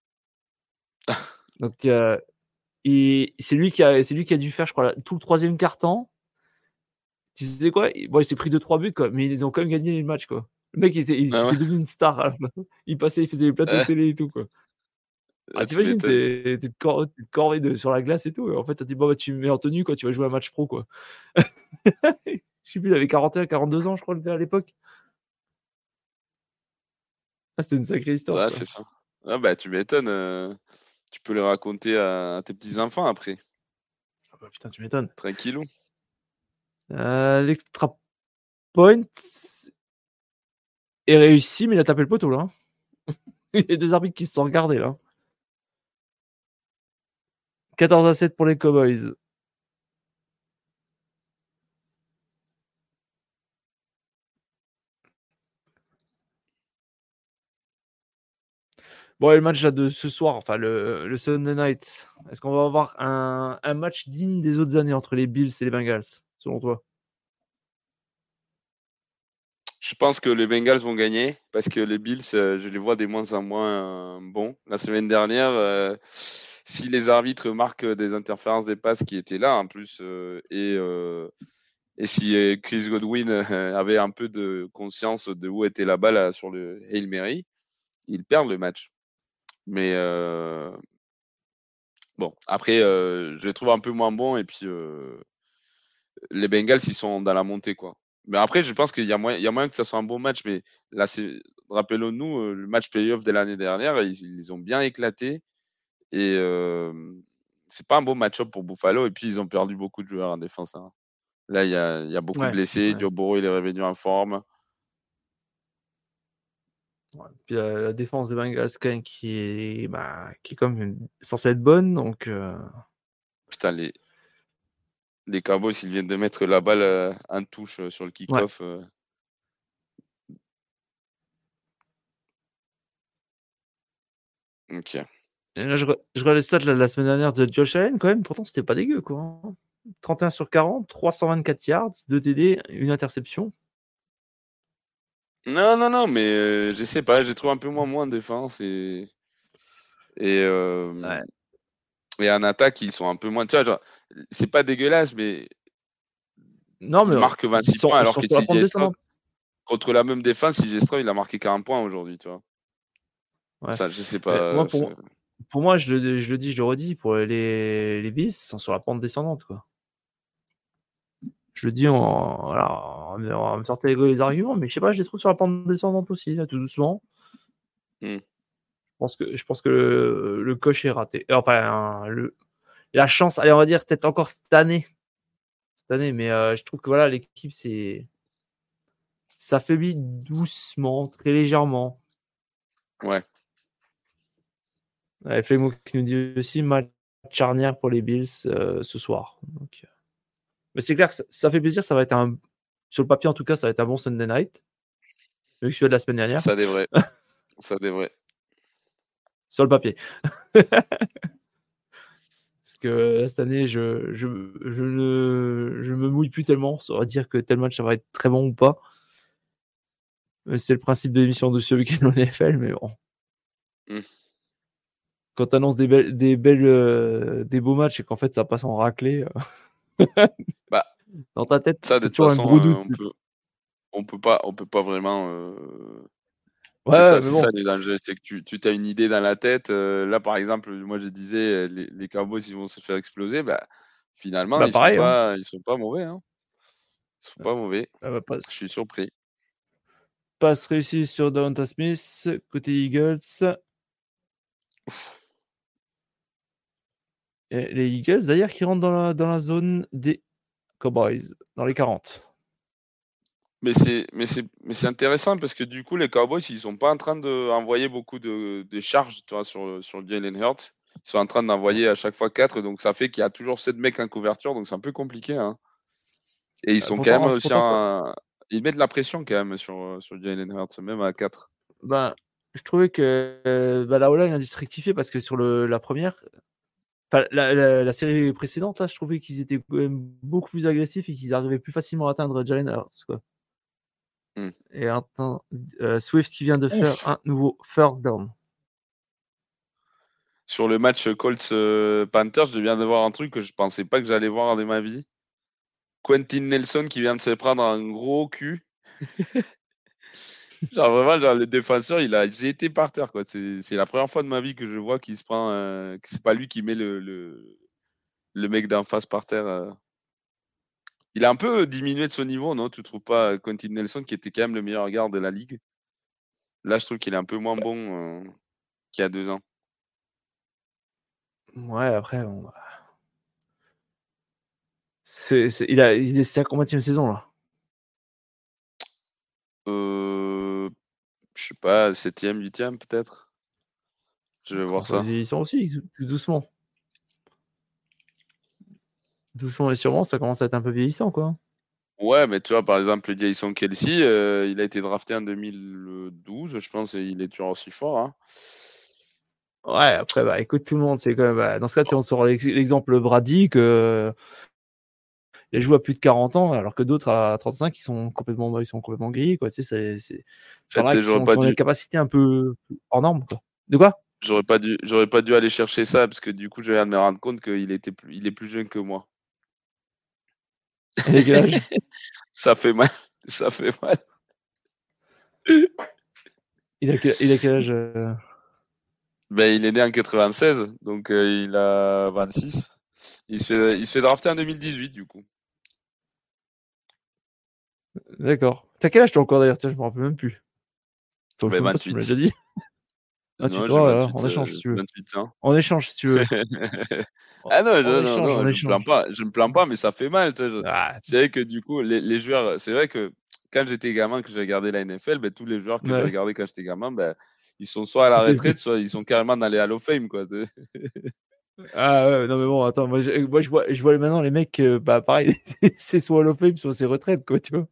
Donc, euh, et c'est lui, qui a, c'est lui qui a dû faire, je crois, tout le troisième quart-temps. Tu sais quoi? Bon, il s'est pris deux trois buts, quoi, mais ils ont quand même gagné le match, quoi. Le mec, il était, il Ah ouais? était devenu une star à la fin. Il passait, il faisait les plateaux de Ah, télé et tout, quoi. Ah, ah, tu t'imagines, m'étonnes. t'es, t'es cor- t'es corvé de, sur la glace et tout. Et en fait, t'as dit, bon, bah, tu me mets en tenue, quoi, tu vas jouer un match pro, quoi. Je sais plus, il avait quarante et un, quarante-deux ans, je crois, le gars, à l'époque. Ah, c'était une sacrée histoire, Ah, ça. c'est ça. Ah bah, tu m'étonnes, heu, tu peux le raconter à à tes petits-enfants après, Ah bah, putain, tu m'étonnes. tranquillou. Euh, l'extra point est réussi, mais il a tapé le poteau, là. Hein. Il y a deux arbitres qui se sont regardés, là. quatorze à sept pour les Cowboys. Bon, et le match là, de ce soir, enfin le, le Sunday night, est-ce qu'on va avoir un, un match digne des autres années entre les Bills et les Bengals, selon toi? Je pense que les Bengals vont gagner parce que les Bills, heu, je les vois de moins en moins, heu, bons. La semaine dernière, heu, si les arbitres marquent des interférences des passes qui étaient là en plus, heu et heu et si, heu, Chris Godwin, heu, avait un peu de conscience de où était la balle, heu, sur le Hail Mary, ils perdent le match. Mais heu, bon, après, heu, je les trouve un peu moins bons et puis, heu, les Bengals, ils sont dans la montée, quoi. Mais après, je pense qu'il y a moyen il y a moyen que ça soit un bon match, mais là, c'est rappelons-nous, heu, le match play-off de l'année dernière, ils ils ont bien éclaté et hem, c'est pas un bon match-up pour Buffalo et puis ils ont perdu beaucoup de joueurs en défense, hein. Là, il y a il y a beaucoup de Ouais, blessés, ouais. Joe Burrow, il est revenu en forme. Ouais. Puis euh, la défense des Bengals, quand même, qui est, bah, qui est comme une- censée être bonne, donc euh, Putain, les les Cowboys, ils viennent de mettre la balle, heu, en touche, heu, sur le ouais. kick-off, heu, OK. Et là, je, re- je regarde les stats là, la semaine dernière de Josh Allen, quand même, pourtant c'était pas dégueu, quoi. Hein. trente et un sur quarante, trois cent vingt-quatre yards, deux T D, une interception. Non, non, non, mais heu, je sais pas, je les trouve un peu moins moins en défense et et hem Ouais. et en attaque, ils sont un peu moins tu vois, genre, c'est pas dégueulasse, mais Non, mais ils euh, marquent ils vingt-six sont, points ils alors sont que sur la pente C J Stroud descendante. contre la même défense, C J Stroud, il a marqué quarante points aujourd'hui, tu vois? Ouais. Ça, je sais Mais pas, moi, c'est pour, pour moi, je le, je le dis, je le redis, pour les, les Bills, ils sont sur la pente descendante, quoi. Je le dis en, voilà, en, en me sortant les arguments, mais je sais pas, je les trouve sur la pente descendante aussi, là, tout doucement. mmh, Je pense que, je pense que le, le coach est raté. Enfin, le, la chance, allez, on va dire peut-être encore cette année, cette année, mais euh, je trouve que voilà, l'équipe, c'est, s'affaiblit doucement, très légèrement. ouais. Ouais, Flegmo qui nous dit aussi match charnière pour les Bills euh, ce soir. Donc, euh, mais c'est clair que ça, ça fait plaisir, ça va être un, sur le papier en tout cas, ça va être un bon Sunday night, mieux que celui de la semaine dernière, Ça devrait, ça devrait. sur le papier. Parce que là, cette année, je, je, je, ne, je me mouille plus tellement sur dire que tel match ça va être très bon ou pas. C'est le principe de l'émission de ce week-end en N F L, mais bon. Mmh. Quand tu annonces des, belles, des, belles, euh, des beaux matchs et qu'en fait ça passe en raclée, euh, Bah, dans ta tête, ça, de t'as toute toujours un façon, gros heu, doute. on peut on peut pas on peut pas vraiment, heu Ouais, c'est ouais, ça mais c'est ça bon. les dangers, c'est que tu tu tu as une idée dans la tête, heu, là, par exemple, moi, je disais, heu, les les Cowboys, ils vont se faire exploser, bah, finalement, Bah ils sont pareil, hein. pas ils sont pas mauvais, hein. Ils sont pas mauvais. Euh, bah, passe, Je suis surpris. passe réussie sur Devonta Smith, côté Eagles. Et les Eagles, d'ailleurs, qui rentrent dans la, dans la zone des Cowboys, dans les quarante. Mais c'est mais c'est mais c'est intéressant parce que du coup, les Cowboys, ils sont pas en train d'envoyer beaucoup de de charges, tu vois, sur le sur Jalen Hurts. Ils sont en train Ouais. d'envoyer à chaque fois quatre, donc ça fait qu'il y a toujours sept mecs en couverture, donc c'est un peu compliqué, hein. Et ils Euh, sont quand même pourtant, aussi pourtant ça- en ils mettent la pression quand même sur, euh, sur Jalen Hurts, même à quatre. Ben, je trouvais que euh, bah, la O-line a dû se rectifier parce que sur le, la première, enfin, la, la, la série précédente, là, je trouvais qu'ils étaient quand même beaucoup plus agressifs et qu'ils arrivaient plus facilement à atteindre Jalen Hurts, quoi. Hmm. Et attends, euh, Swift qui vient de Ouf. faire un nouveau first down. Sur le match Colts-Panthers, je viens de voir un truc que je pensais pas que j'allais voir de ma vie. Quentin Nelson qui vient de se prendre un gros cul. Genre vraiment, genre, le défenseur, il a jeté par terre, quoi. C'est, c'est la première fois de ma vie que je vois qu'il se prend, euh, que c'est pas lui qui met le, le, le mec d'en face par terre. euh. Il a un peu diminué de son niveau, non? Tu trouves pas, Quentin Nelson, qui était quand même le meilleur garde de la ligue? Là, je trouve qu'il est un peu moins bon euh, qu'il y a deux ans. Ouais, après, bon, bah, c'est, c'est, il, a, il est sa combienième saison, là? Euh, je sais pas, septième, huitième peut-être? Je vais voir Ça ça. vieillissant aussi, tout doucement. Doucement et sûrement, ça commence à être un peu vieillissant, quoi. Ouais, mais tu vois, par exemple, Jason Kelsey, euh, il a été drafté en deux mille douze, je pense, et il est toujours aussi fort. Hein. Ouais, après, bah, écoute, tout le monde, c'est quand même, bah, dans ce cas, tu on sort l'exemple Brady, que il joue à plus de quarante ans, alors que d'autres à trente-cinq, ils sont complètement, ils sont complètement grillés, quoi. Tu sais, c'est, c'est, En là fait, qui j'aurais sont, pas qui ont des dû, capacités un peu hors normes, quoi. De quoi? j'aurais pas dû, j'aurais pas dû aller chercher ça, parce que du coup, je viens de me rendre compte qu'il était plus, il est plus jeune que moi. Il a quel âge? Ça fait mal, ça fait mal. Il a quel, il a quel âge? euh Ben, il est né en quatre-vingt-seize, donc euh, il a vingt-six. Il se fait, il se fait drafter en deux mille dix-huit, du coup. D'accord. T'as quel âge toi encore d'ailleurs? Tiens, je me rappelle même plus. Enfin, je sais Ben, même pas si tu me l'as déjà vingt-huit. dit. Ah, tu Non, j'ai toi, voilà, vingt-huit, on euh, échange si tu veux. vingt-huit ans. On échange si tu veux. Ah non, On je, non, échange, on non, je me plains échange. pas, je me plains pas, mais ça fait mal. Tu vois, je- Ah, C'est vrai que du coup, les, les joueurs, c'est vrai que quand j'étais gamin, que j'ai regardé la N F L, ben, tous les joueurs que j'ai ouais. regardés quand j'étais gamin, ben, ils sont soit à la C'était vieux. retraite, soit ils sont carrément dans les Hall of Fame, quoi. Ah ouais, non mais bon, attends, moi je, moi, je vois, je vois maintenant les mecs, euh, bah pareil, c'est soit Hall of Fame, soit c'est retraite, quoi, tu vois.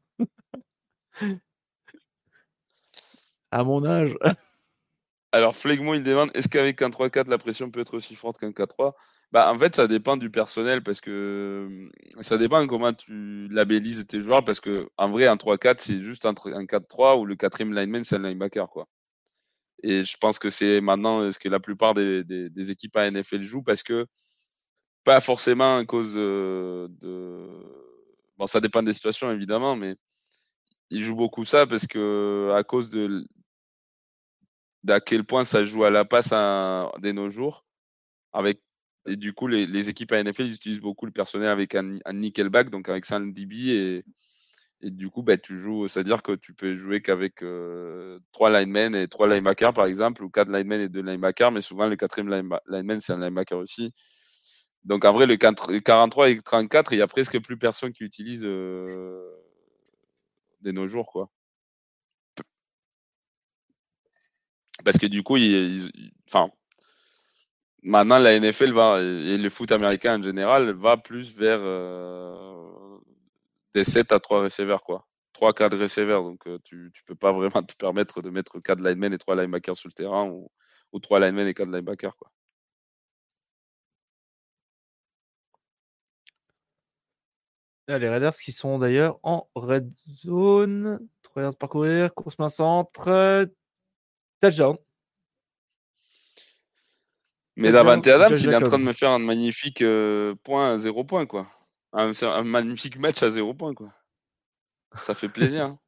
À mon âge. Alors, Flegmont, il demande, est-ce qu'avec un trois quatre, la pression peut être aussi forte qu'un quatre trois? Bah, en fait, ça dépend du personnel parce que euh, ça dépend comment tu labellises tes joueurs parce que en vrai, un trois quatre, c'est juste un, tr- un quatre trois où le quatrième lineman, c'est un linebacker, quoi. Et je pense que c'est maintenant euh, ce que la plupart des, des- des équipes à N F L jouent parce que pas forcément à cause euh, de. Bon, ça dépend des situations évidemment, mais ils jouent beaucoup ça parce que à cause de d'à quel point ça joue à la passe à, de nos jours. Avec, et du coup, les, les équipes à N F L ils utilisent beaucoup le personnel avec un, un nickelback, donc avec cinq D B. Et, et du coup, bah, tu joues, c'est-à-dire que tu peux jouer qu'avec euh, trois linemen et trois linebackers, par exemple, ou quatre linemen et deux linebackers, mais souvent le quatrième line- lineman, c'est un linebacker aussi. Donc en vrai, le quarante-trois et trente-quatre, il y a presque plus personne qui utilise euh, de nos jours, quoi. Parce que du coup, ils, ils- enfin, maintenant, la N F L va, et le foot américain en général, va plus vers euh, des sept à trois receveurs, quoi. trois quatre receveurs, donc euh, tu ne peux pas vraiment te permettre de mettre quatre linemen et trois linebackers sur le terrain ou, ou trois linemen et quatre linebackers, quoi. Ah, les Raiders qui sont d'ailleurs en red zone. trois yards parcourir, course main centre. euh, Touchdown. Mais Touchdown, Davante Adams, Josh il est en train de Jacobs. me faire un magnifique euh, point à zéro point, quoi. Un, c'est un magnifique match à zéro point, quoi. Ça fait plaisir. Hein.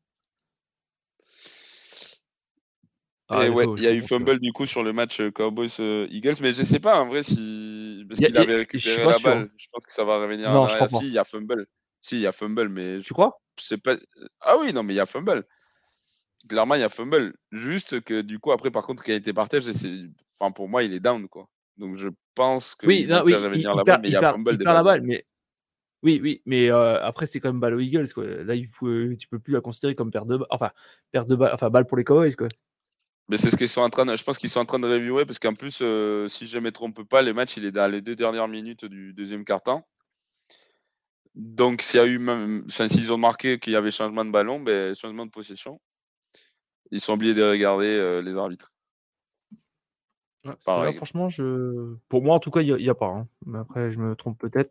Ah, Et des ouais, fois, il je y a eu comprends que. fumble du coup sur le match euh, Cowboys-Eagles, mais je sais pas en vrai si. Parce Y a- qu'il y a- avait Je suis récupéré pas la sûr. Hein. balle. Je pense que ça va revenir en Non, je arrière. crois Si, pas. il y a fumble. Si, il y a fumble, mais je Tu crois? sais pas. Ah oui, non, mais il y a fumble. Clairement, il y a fumble. Juste que du coup, après, par contre, qualité partage, c'est... Enfin, pour moi, il est down, quoi. Donc, je pense Oui, qu'ils non, vont faire oui, il, revenir il la balle, perd, mais il y il a perd, fumble il de perd la base. balle, mais oui, oui, mais euh, après c'est quand même balle aux Eagles, quoi. Là, il faut, tu peux plus la considérer comme perte de balle, enfin perte de balle, enfin balle pour les Cowboys, quoi. Mais c'est ce qu'ils sont en train de... Je pense qu'ils sont en train de reviewer, parce qu'en plus, euh, si je ne me trompe pas, le match, il est dans les deux dernières minutes du deuxième quart-temps. Donc, s'il y a eu même, enfin, s'ils ont marqué qu'il y avait changement de ballon, ben, changement de possession, ils sont obligés de regarder euh, les arbitres. Ouais, Par celle-là, règle. franchement, je... pour moi, en tout cas, il n'y a, a pas. Hein. Mais après, je me trompe peut-être.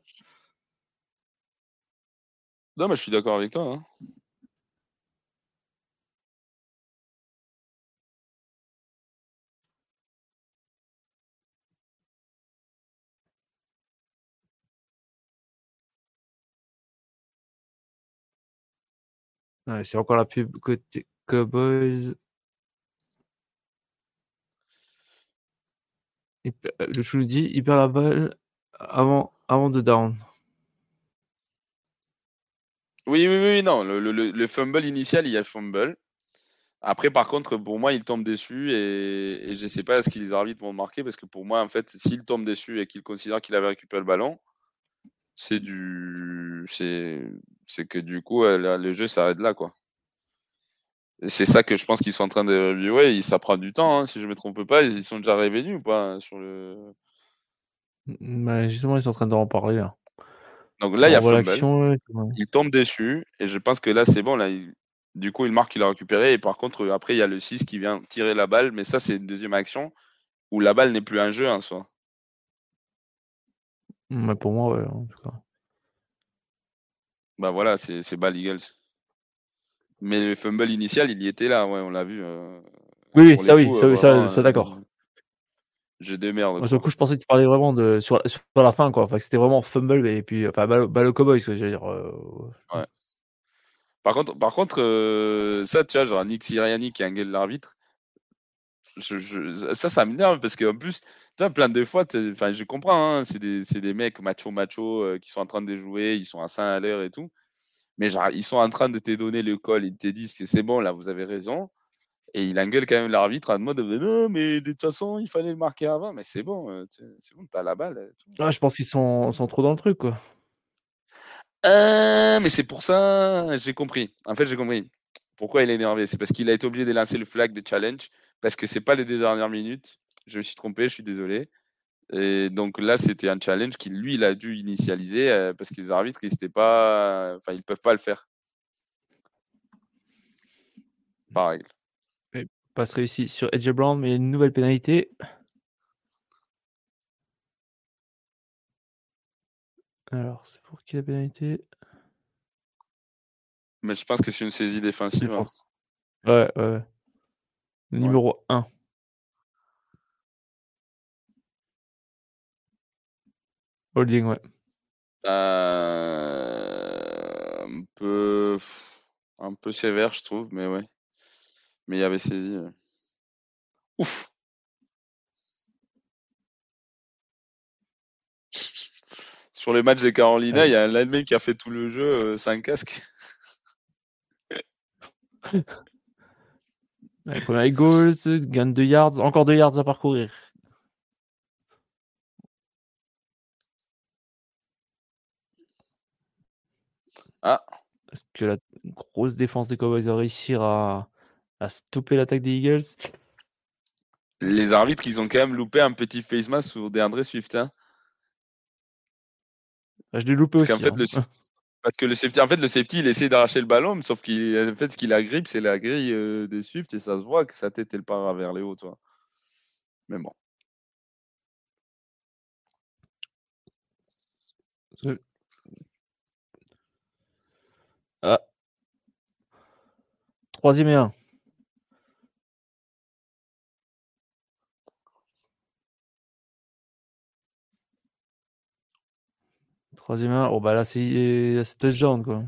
Non, mais je suis d'accord avec toi. Hein. Ouais, c'est encore la pub côté Cowboys. Il pe- euh, Le chou nous dit il perd la balle avant, avant de down. Oui, oui, oui, non. Le, le- le- le fumble initial, il y a fumble. Après, par contre, pour moi, il tombe dessus et, et je ne sais pas est-ce que les arbitres vont marquer parce que pour moi, en fait, s'il tombe dessus et qu'il considère qu'il avait récupéré le ballon, c'est du, c'est, c'est que du coup, euh, là, le jeu s'arrête là, quoi. Et c'est ça que je pense qu'ils sont en train de reviewer. Et ça prend du temps, hein, si je me trompe pas. Ils sont déjà revenus ou pas hein, sur le. Mm, bah, justement, ils sont en train d'en parler là. Donc là, il y On a voit fumble. l'action. Ouais, ouais. Il tombe dessus et je pense que là, c'est bon. Là, il- du coup, il marque qu'il a récupéré. Et par contre, après, il y a le six qui vient tirer la balle. Mais ça, c'est une deuxième action où la balle n'est plus un jeu en soi. Mm, ouais, pour moi, ouais, en tout cas. Bah voilà, c'est c'est balle Eagles. Mais le fumble initial, il y était là, ouais, on l'a vu. euh, Oui, oui, pour les ça, oui, coups, euh, ça, oui, ça, vraiment, ça, euh, d'accord. jeu de merde, Moi, sur le quoi. coup, je pensais que tu parlais vraiment de sur, sur la fin, quoi. Enfin, que c'était vraiment fumble et puis enfin balle, balle aux Cowboys, quoi. J'allais dire. euh, Ouais. Par contre, par contre euh, ça, tu vois, genre Nick Sirianni qui engueule l'arbitre, je, je- ça, ça m'énerve parce qu'en plus, tu vois, plein de fois, t'es- enfin, je comprends, hein, c'est des, c'est des mecs macho macho euh, qui sont en train de jouer, ils sont à cinq à l'heure et tout, mais genre, ils sont en train de te donner le call, ils te disent que c'est bon, là, vous avez raison, et il engueule quand même l'arbitre en mode non, mais de toute façon, il fallait le marquer avant, mais c'est bon, euh, tu- c'est bon, t'as la balle. euh, tu- Ah, je pense qu'ils sont, sont trop dans le truc, quoi. Ah, mais c'est pour ça, j'ai compris. En fait, j'ai compris. Pourquoi il est énervé? C'est parce qu'il a été obligé de lancer le flag de challenge, parce que c'est pas les deux dernières minutes. Je me suis trompé, je suis désolé. Et donc là, c'était un challenge qu'il, lui, il a dû initialiser euh, parce que les arbitres, ils étaient pas, enfin, ils peuvent pas le faire, par règle. Et passe réussi sur Edge Brown, mais une nouvelle pénalité. Alors, c'est pour qui la pénalité? Mais je pense que c'est une saisie défensive. Hein. Défense. Ouais, ouais, ouais. Le Ouais. numéro un. Holding, ouais. Euh, un peu, un peu sévère, je trouve, mais ouais. Mais il y avait saisie. Ouais. Ouf. Sur le match de Carolina, il Allez. y a un lineman qui a fait tout le jeu euh, sans casque. Allez, premier Eagles, gain de deux yards, encore deux yards à parcourir. Ah, Est-ce que la grosse défense des Cowboys va réussir à, à stopper l'attaque des Eagles? les arbitres, ils ont quand même loupé un petit face mask sur DeAndre Swift. Hein. Ah, je l'ai loupé Parce qu'en aussi. fait, Hein. le, parce que le safety, en fait, le safety, il essaie d'arracher le ballon, mais sauf qu'il, en fait, ce qu'il agrippe, c'est la grille euh, de Swift et ça se voit que sa tête, elle part vers les hauts, toi. Mais bon. Ah, troisième et un. Troisième et un. Oh, bah là, c'est c'est touchdown, quoi.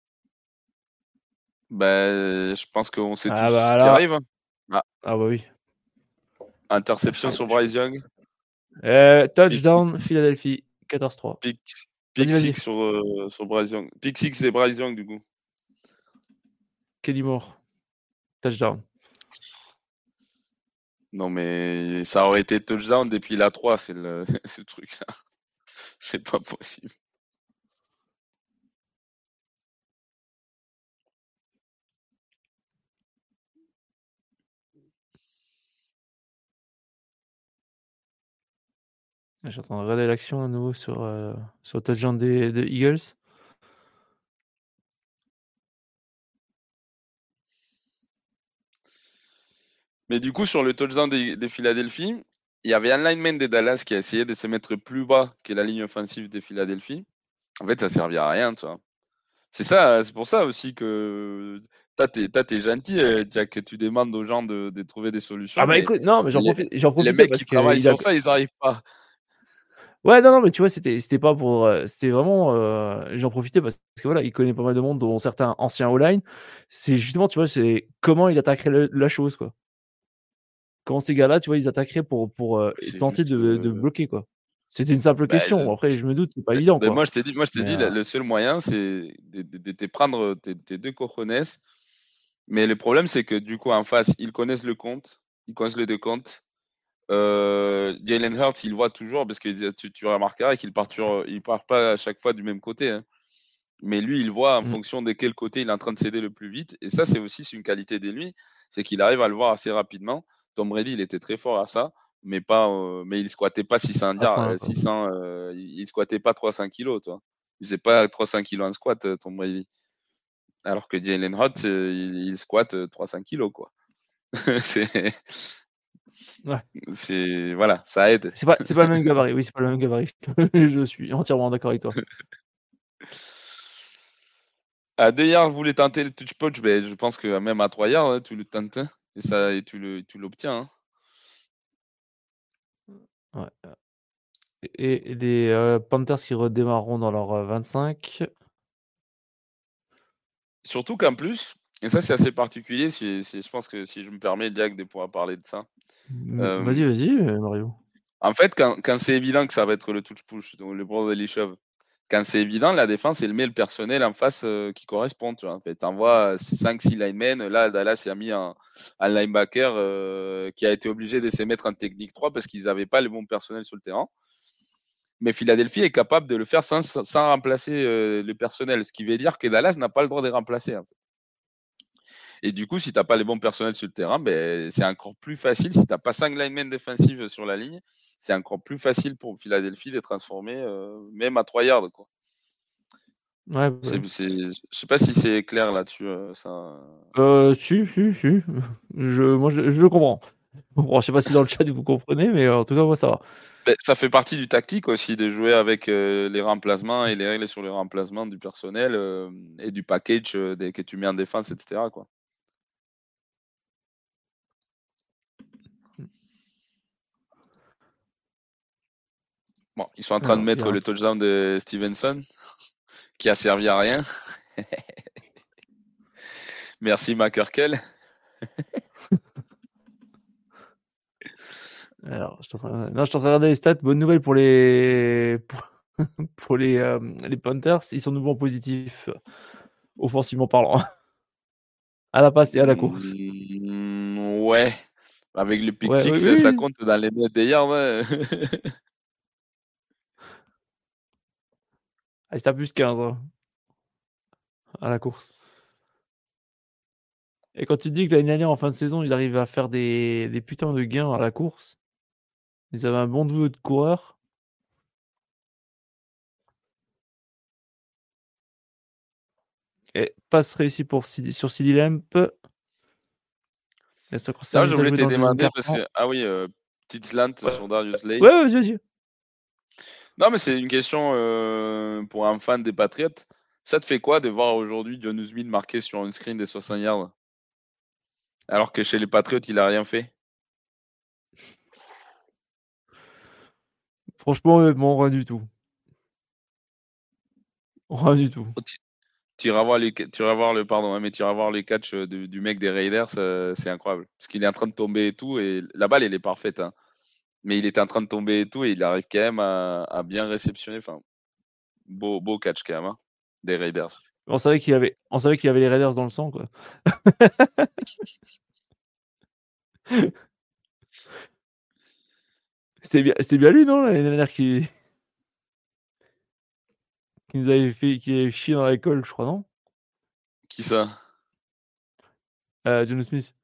Ben, je pense qu'on sait tous Ah, ce bah qui là. arrive. Hein. Ah, Ah, bah oui. interception sur Bryce Young. Euh, Pick, touchdown, Philadelphie. quatorze trois. pick, Vas-y, pick six vas-y. sur, euh, sur Bryce Young. Pick six, c'est Bryce Young, du coup. Kelly Moore. Touchdown. Non, mais ça aurait été touchdown depuis la trois, c'est le, ce truc-là. C'est pas possible. Je suis en train de regarder l'action à nouveau sur, euh, sur le touchdown des, des Eagles. Mais du coup, sur le touchdown des, des Philadelphie, il y avait un lineman des Dallas qui a essayé de se mettre plus bas que la ligne offensive des Philadelphie. En fait, ça servait à rien, tu vois. C'est ça, c'est pour ça aussi que t'as t'es, t'as t'es gentil, euh, Jack, que tu demandes aux gens de, de trouver des solutions, Ah bah mais écoute, non, mais j'en les, profite, j'en les profitais mecs parce qui travaillent qu'il a. sur ça, ils n'arrivent pas. Ouais, non, non, mais tu vois, c'était, c'était pas pour, euh, c'était vraiment, euh, j'en profitais parce que voilà, il connaît pas mal de monde, dont certains anciens O-line. C'est justement, tu vois, c'est comment il attaquerait le- la chose, quoi. Comment ces gars-là, tu vois, ils attaqueraient pour, pour euh, C'est tenter juste. de, de euh, bloquer, quoi. C'était une simple bah, question. je- Après, je me doute, c'est pas évident, ben, quoi. moi, je t'ai dit, moi, je t'ai Mais dit, euh, le le seul moyen, c'est de, de- de te prendre tes, tes deux cojones. Mais le problème, c'est que du coup, en face, ils connaissent le compte, ils connaissent les deux comptes. Euh, Jalen Hurts, il voit toujours, parce que tu, tu remarqueras qu'il part, sur- il part pas à chaque fois du même côté, hein. Mais lui, il voit en mm, fonction de quel côté il est en train de céder le plus vite. Et ça, c'est aussi c'est une qualité de lui, c'est qu'il arrive à le voir assez rapidement. Tom Brady, il était très fort à ça, mais pas, euh, mais il squattait pas six cents, à ce yards, moment-là, euh, quoi. six cents, euh, il il squattait pas trois cents kilos, toi. Il faisait pas trois cents kilos en squat, euh, Tom Brady. Alors que Jalen Hurts, euh, il, il squatte euh, trois cents kilos, quoi. c'est, Ouais. c'est, voilà, ça aide. C'est pas, c'est pas le même gabarit. Oui, c'est pas le même gabarit. Je suis entièrement d'accord avec toi. À deux yards, vous voulez tenter le touch punch, ben, je pense que même à trois yards, hein, tu le tentes, hein, et ça, et tu le, tu l'obtiens, hein. Ouais. Et et les euh, Panthers qui redémarreront dans leur euh, vingt-cinq. Surtout qu'en plus, et ça c'est assez particulier, si, si- je pense que si je me permets, Jack, de pouvoir parler de ça. Mais Euh, vas-y, vas-y, euh, Mario. En fait, quand, quand c'est évident que ça va être le touch push, donc le brotherly shove, quand c'est évident, la défense, elle met le personnel en face euh, qui correspond. Tu vois, en fait, t'envoies cinq six linemen. Là, Dallas a mis un, un linebacker euh, qui a été obligé de se mettre en technique trois parce qu'ils n'avaient pas le bon personnel sur le terrain. Mais Philadelphie est capable de le faire sans, sans remplacer euh, le personnel, ce qui veut dire que Dallas n'a pas le droit de remplacer, en fait. Et du coup, si tu n'as pas les bons personnels sur le terrain, ben, c'est encore plus facile. Si tu n'as pas cinq linemen défensifs sur la ligne, c'est encore plus facile pour Philadelphie de transformer euh, même à trois yards, quoi. Ouais, bah C'est, ouais. c'est, je sais pas si c'est clair là-dessus. euh, ça... Euh, si, si, si. Je, moi, je, je le comprends. Bon, je sais pas si dans le chat vous comprenez, mais euh, en tout cas, moi, ça va. Ben, ça fait partie du tactique aussi de jouer avec euh, les remplacements et les règles sur les remplacements du personnel euh, et du package euh, des- que tu mets en défense, et cetera, quoi. Bon, ils sont en train de Alors, il y a mettre un le truc. touchdown de Stevenson qui a servi à rien. Merci McCurkel. Alors, je suis en train... non, je suis en train de regarder les stats. Bonne nouvelle pour les pour, pour les, euh, les Panthers. Ils sont nouveau en positif, offensivement parlant, à la passe et à la course. Mm, ouais, avec le pick Ouais, oui, six, oui, ça oui. compte dans les mètres des yards, ouais. Ah, c'est à plus quinze hein, à la course. Et quand tu dis que l'année dernière, en fin de saison, ils arrivent à faire des, des putains de gains à la course, ils avaient un bon duo de coureurs. Et passe réussi pour C- sur C D Lamp. Et ça D'ailleurs, concerne je déjà voulais joué te dans le deuxième demander parce quart-temps. que, ah oui, euh, petite slant sur Darius Slay. Ouais, ouais, vas-y, vas-y. Non, mais c'est une question euh, pour un fan des Patriots. Ça te fait quoi de voir aujourd'hui John Smith marqué sur une screen des soixante yards alors que chez les Patriots, il a rien fait? Franchement, honnêtement, rien du tout. Rien du tout. Tu tu iras voir les, tu iras voir le, pardon, hein, mais tu iras voir les catchs euh, du, du mec des Raiders, euh, c'est incroyable. Parce qu'il est en train de tomber et tout, et la balle, elle est parfaite, hein. Mais il était en train de tomber et tout, et il arrive quand même à, à bien réceptionner. Enfin, beau, beau catch quand même, hein, des Raiders. On savait qu'il avait, on savait qu'il avait les Raiders dans le sang, quoi. C'était bien, c'était bien lui, non, l'année dernière qui, qui nous avait fait, qui avait chié dans l'école, je crois, non? Qui ça? Euh, John Smith.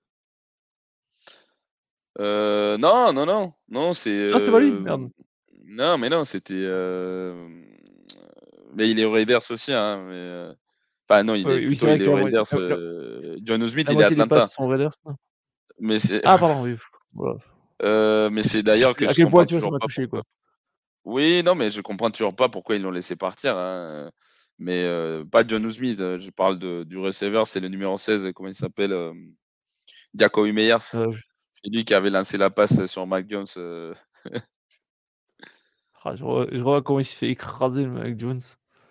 Euh, non, non, non, non, c'est. Non, c'était pas lui, euh, merde. Non, mais non, c'était. euh, Mais il est aux Raiders aussi, hein. Mais... euh, Enfin, non, il est Ouais, oui, c'est plutôt vrai il est que aux la, mo- Raiders. la- la- euh, John Smith, la il est à moitié des passes Atlanta. sont Raiders. Non. Mais c'est, Ah, pardon, oui. Voilà. euh, mais c'est d'ailleurs que À je quel point, comprends tu vois, ça toujours m'a pas touché, pourquoi. quoi. Oui, non, mais je comprends toujours pas pourquoi ils l'ont laissé partir. Hein. Mais euh, pas John Smith. euh, Je parle de, du receiver, c'est le numéro seize. Comment il s'appelle euh, Jacoby Meyers. Euh, je... C'est lui qui avait lancé la passe sur Mac Jones. euh. Ah, je, vois, je vois comment il se fait écraser, le Mac Jones.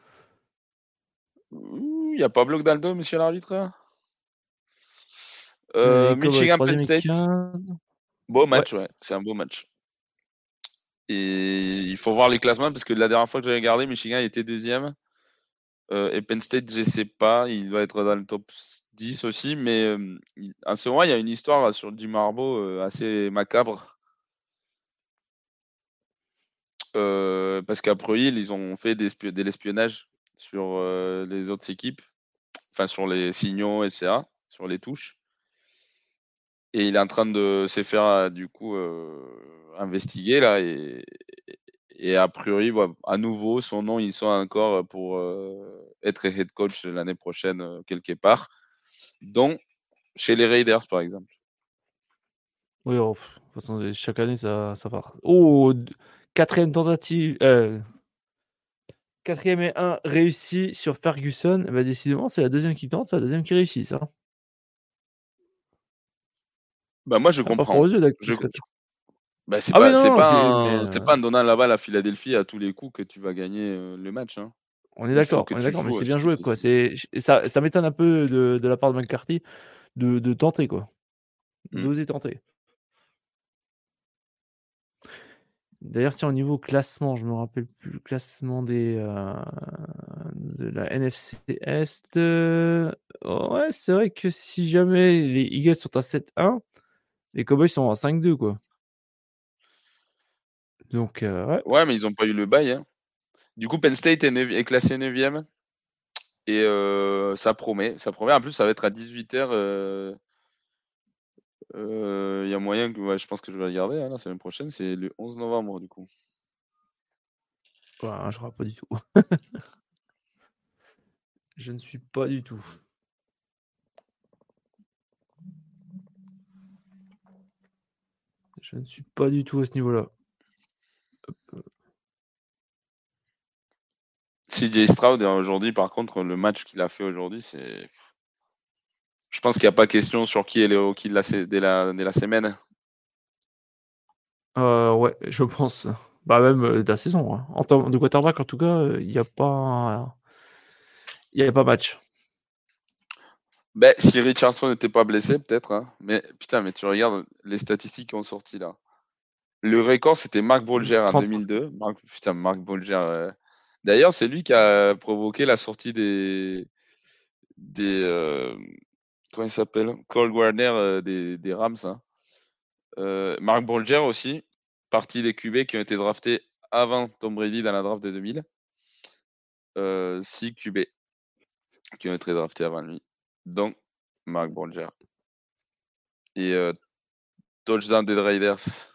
Il n'y a pas bloc dans le dos, monsieur l'arbitre. Euh, Euh, les Cowboys, Michigan Penn troisième et State. quinze. Beau Ouais. match, ouais. C'est un beau match. Et il faut voir les classements parce que la dernière fois que j'ai regardé, Michigan était deuxième. Euh, et Penn State, je sais pas, il doit être dans le top dix aussi, mais euh, il- en ce moment, il y a une histoire sur Jim Harbaugh euh, assez macabre. Euh, parce qu'après il, ils ont fait des espio- de l'espionnage sur euh, les autres équipes, enfin sur les signaux, et cetera, sur les touches. Et il est en train de se faire euh, du coup euh, investiguer là, et, et a priori, voilà, à nouveau, son nom, il sont encore pour euh, être head coach l'année prochaine euh, quelque part, dont chez les Raiders par exemple. Oui, oh, pff, de toute façon, chaque année, ça, ça part. Oh, d- quatrième tentative. Euh, quatrième et un réussi sur Ferguson. Bah, décidément, c'est la deuxième qui tente, c'est la deuxième qui réussit, ça. Bah moi je Ah, pas froid comprends. aux yeux, Dak Je, Prescott. bah, c'est Ah oui, pas non, c'est non, pas j'ai- mais un- c'est euh, pas en donnant la balle à Philadelphie à tous les coups que tu vas gagner euh, le match. Hein. on est Il faut d'accord, que on est tu d'accord, mais joues. c'est euh, bien ce joué, qui- quoi. C'est, et ça, ça m'étonne un peu de, de la part de McCarthy de, de tenter, quoi. Hmm. D'oser tenter. D'ailleurs, tiens, au niveau classement, je me rappelle plus le classement des, euh, de la N F C Est. euh, Ouais, c'est vrai que si jamais les Eagles sont à sept un, les Cowboys sont à cinq deux, quoi. Donc, euh, ouais. Ouais, mais ils ont pas eu le bail. Hein. Du coup, Penn State est, neuvi- est classé neuvième et euh, ça promet. Ça promet. En plus, ça va être à dix-huit heures. Il y a moyen que ouais, je pense que je vais regarder hein, la semaine prochaine. C'est le onze novembre du coup. Ouais, je crois pas du tout. Je ne suis pas du tout. Je ne suis pas du tout à ce niveau-là. C J Stroud aujourd'hui, par contre, le match qu'il a fait aujourd'hui, c'est. Je pense qu'il n'y a pas question sur qui est le rookie de la, sé- de la, de la semaine. Euh, ouais, je pense. Bah, même euh, de la saison, hein. En termes de quarterback, en tout cas, il n'y a pas. Il n'y a pas match. Ben, si Richardson n'était pas blessé, peut-être. Hein. Mais putain, mais tu regardes les statistiques qui ont sorti là. Le record, c'était Mark Bolger en trente. deux mille deux. Mark, putain, Mark Bolger. euh. D'ailleurs, c'est lui qui a provoqué la sortie des. des euh, Comment il s'appelle Cole Warner euh, des, des Rams. Hein. Euh, Mark Bolger aussi, partie des Q B qui ont été draftés avant Tom Brady dans la draft de deux mille. Euh, six Q B qui ont été draftés avant lui, donc Mark Bolger. Et euh, touchdown des Raiders.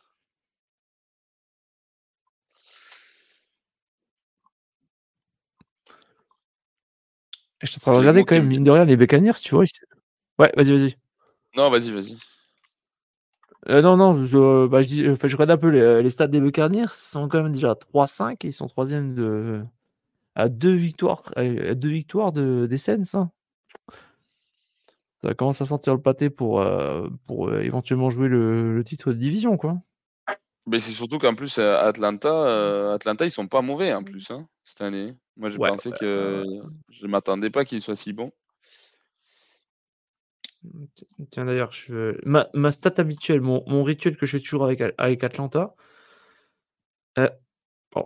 Je suis en train de regarder Flegmo quand qui même, aime bien. mine de rien, les Buccaneers, tu vois. ils- Ouais, vas-y, vas-y. Non, vas-y, vas-y. Euh, non, non, je, bah, je, dis, enfin, je regarde un peu les, les stats des Buccaneers. Ils sont quand même déjà à trois cinq et ils sont troisième de, à deux victoires, à deux victoires de, des Saints. Hein. Ça commence à sentir le pâté pour, euh, pour euh, éventuellement jouer le, le titre de division, quoi. Mais c'est surtout qu'en plus, euh, Atlanta, euh, Atlanta, ils sont pas mauvais en plus hein, cette année. Moi, je Ouais, pensais ouais, que euh, je m'attendais pas qu'ils soient si bons. tiens d'ailleurs, je... ma, ma stat habituelle, mon, mon rituel que je fais toujours avec, avec Atlanta. Euh, bon.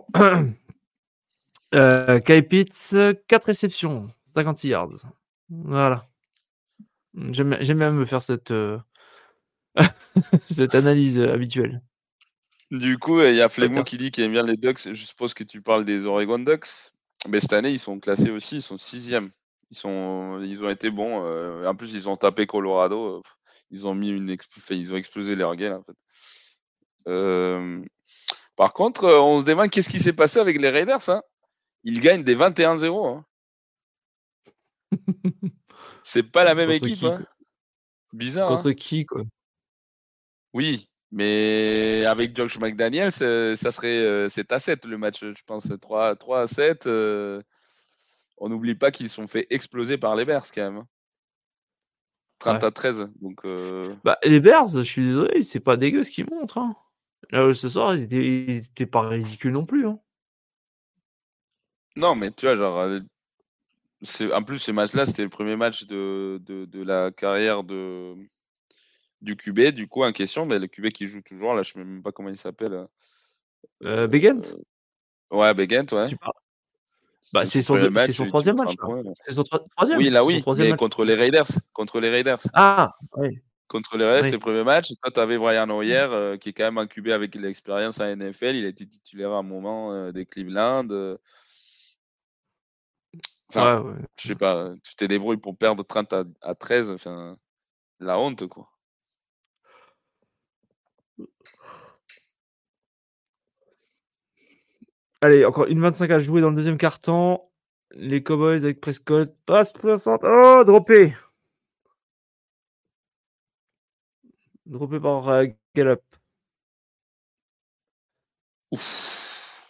euh, Kyle Pitts, quatre réceptions, cinquante-six yards. Voilà. J'aime j'aime bien me faire cette, euh, cette analyse euh, habituelle. Du coup, il y a Pas de Flegmo faire- qui dit qu'il aime bien les Ducks. Je suppose que tu parles des Oregon Ducks. Mais cette année, ils sont classés aussi, ils sont sixième. Ils, sont, ils ont été bons. euh, en plus, ils ont tapé Colorado. euh, Ils ont mis une expl- enfin, ils ont explosé leur gueule en fait. Euh, Par contre, euh, on se demande qu'est-ce qui s'est passé avec les Raiders. Hein. Ils gagnent des vingt et un zéro. Hein. C'est pas la même Contre équipe. qui, Hein. quoi. Bizarre. Hein. Contre qui, quoi. Oui, mais avec Josh McDaniels, euh, ça serait euh, sept à sept le match, je pense. trois, trois à sept. euh, on n'oublie pas qu'ils sont fait exploser par les Bears quand même. trente Ouais. à treize. Donc, euh, Bah, les Bears, je suis désolé, c'est pas dégueu ce qu'ils montrent. Hein. Là, ce soir, ils étaient, ils étaient pas ridicules non plus. Hein. non, mais tu vois, genre, euh, c'est, en plus, ce match-là, c'était le premier match de, de, de la carrière de, du Q B, du coup, en question. Mais le Q B qui joue toujours, là, je ne sais même pas comment il s'appelle. Euh, Euh, Begent, ouais, Begent, ouais. tu parles Bah, C'est c'est son son, premier deux- c'est match, son il tue troisième match, trente là. points. Là. C'est son tro- troisième, Oui, là, c'est son oui, troisième mais match. contre les Raiders. Contre les Raiders. Ah, oui, Contre les Raiders, c'était oui. le premier match. Toi, tu avais Brian Hoyer, euh, qui est quand même un Q B avec l'expérience en N F L. Il a été titulaire à un moment euh, des Cleveland. euh. Enfin, Ouais, ouais. je sais pas, tu t'es débrouillé pour perdre trente à, à treize. Enfin, la honte, quoi. Allez, encore une vingt-cinq à jouer dans le deuxième quart-temps. Les Cowboys avec Prescott. Passe soixante. Oh, droppé. Droppé par euh, Gallup. Ouf.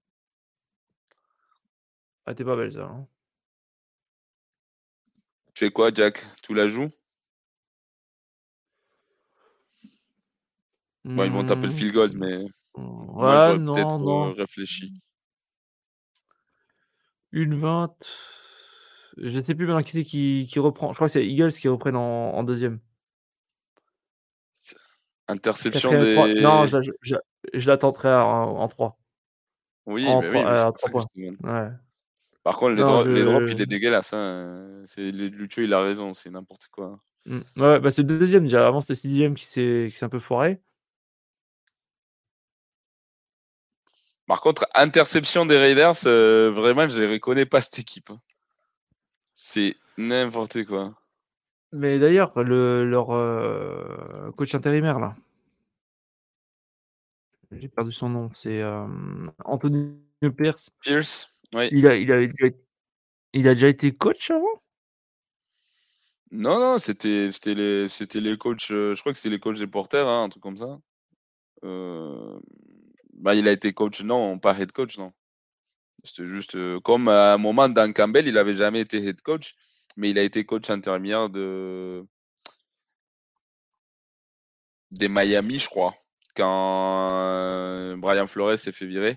Ah, t'es pas belle, ça. Hein. Tu fais quoi, Jack? Tu la joues? Bon, ils vont taper le Hmm. field goal, mais moi, Ouais, j'aurais non, peut-être non. euh, réfléchi. Une vingt. Je ne sais plus maintenant qui c'est qui, qui reprend. Je crois que c'est Eagles qui reprennent en, en deuxième. Interception Quatrième et trois. Non, des. je, je, je, je la tenterai en, en trois. Oui, En mais oui, trois, mais euh, c'est en pour ça trois que je points. te demande. Ouais. Par contre, les, Non, dro- les drops, je. il est dégueulasse. Hein. C'est, le Lucho, il a raison, c'est n'importe quoi. Mm. Ouais, bah c'est le deuxième déjà. Avant, c'était sixième qui s'est qui s'est un peu foiré. Par contre, interception des Raiders, euh, vraiment, je ne reconnais pas cette équipe. Hein. C'est n'importe quoi. Mais d'ailleurs, le, leur euh, coach intérimaire, là, j'ai perdu son nom, c'est euh, Anthony Pierce. Pierce, oui. Il a, il, a, il, a, il a déjà été coach avant? Non, non, c'était, c'était, les, c'était les coachs, euh, je crois que c'était les coachs des porteurs, hein, un truc comme ça. Euh, bah, il a été coach, non, pas head coach, non. C'était juste euh, comme à un moment, Dan Campbell, il n'avait jamais été head coach, mais il a été coach intermédiaire de, des Miami, je crois, quand euh, Brian Flores s'est fait virer.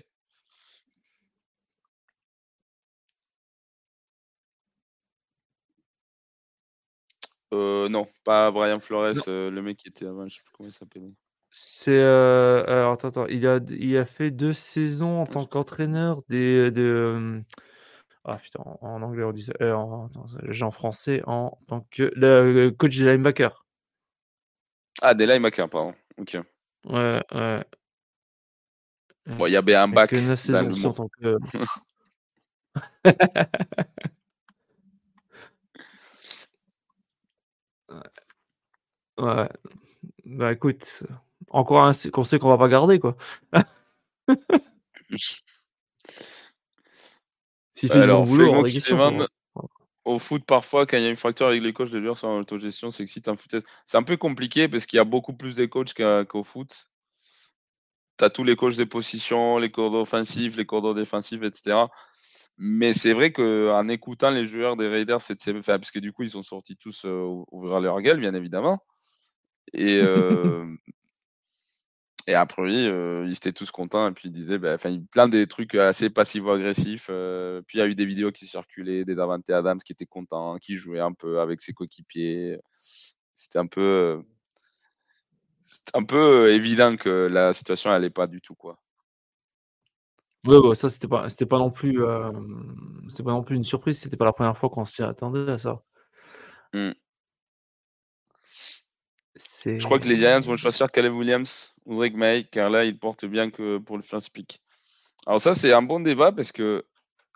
Euh, non, pas Brian Flores, Non. euh, le mec qui était avant, je sais plus comment il s'appelait. C'est euh, alors attends, attends, il a il a fait deux saisons en Ah, tant c'est- qu'entraîneur des de euh, ah putain en, en anglais on dit ça, euh, en, attends, j'ai en français en tant que le coach des linebackers. Ah, des linebackers, pardon. Ok. Ouais, ouais. Bon, il y avait un Avec bac neuf dans saisons le aussi mot. en tant que ouais. Bah écoute, encore un qu'on sait qu'on va pas garder quoi. S'il fait du bon Alors, boulot, hors Flegmo des qui questions demande quoi. au foot, parfois, quand il y a une fracture avec les coachs, les joueurs sont en autogestion, c'est excite un foot. C'est un peu compliqué parce qu'il y a beaucoup plus de coachs qu'à- qu'au foot. Tu as tous les coachs des positions, les coordonnés offensifs, les coordonnés défensifs, et cetera. Mais c'est vrai qu'en écoutant les joueurs des Raiders cette semaine, enfin, parce que du coup, ils sont sortis tous euh, ouvrir leur gueule, bien évidemment. Et, euh, et après, euh, ils étaient tous contents. Et puis, ils disaient, bah, enfin, plein des trucs assez passivo-agressifs. Euh, puis, il y a eu des vidéos qui circulaient, des Davante Adams qui étaient contents, qui jouaient un peu avec ses coéquipiers. C'était un peu, euh, c'était un peu évident que la situation n'allait pas du tout, quoi. Ouais, bah, ça c'était pas c'était pas non plus euh, c'était pas non plus une surprise, c'était pas la première fois qu'on s'y attendait à ça. Mm. Je crois que les Giants vont C'est choisir Caleb Williams ou Drake May, car là, il porte bien que pour le first pick. Alors ça, c'est un bon débat parce que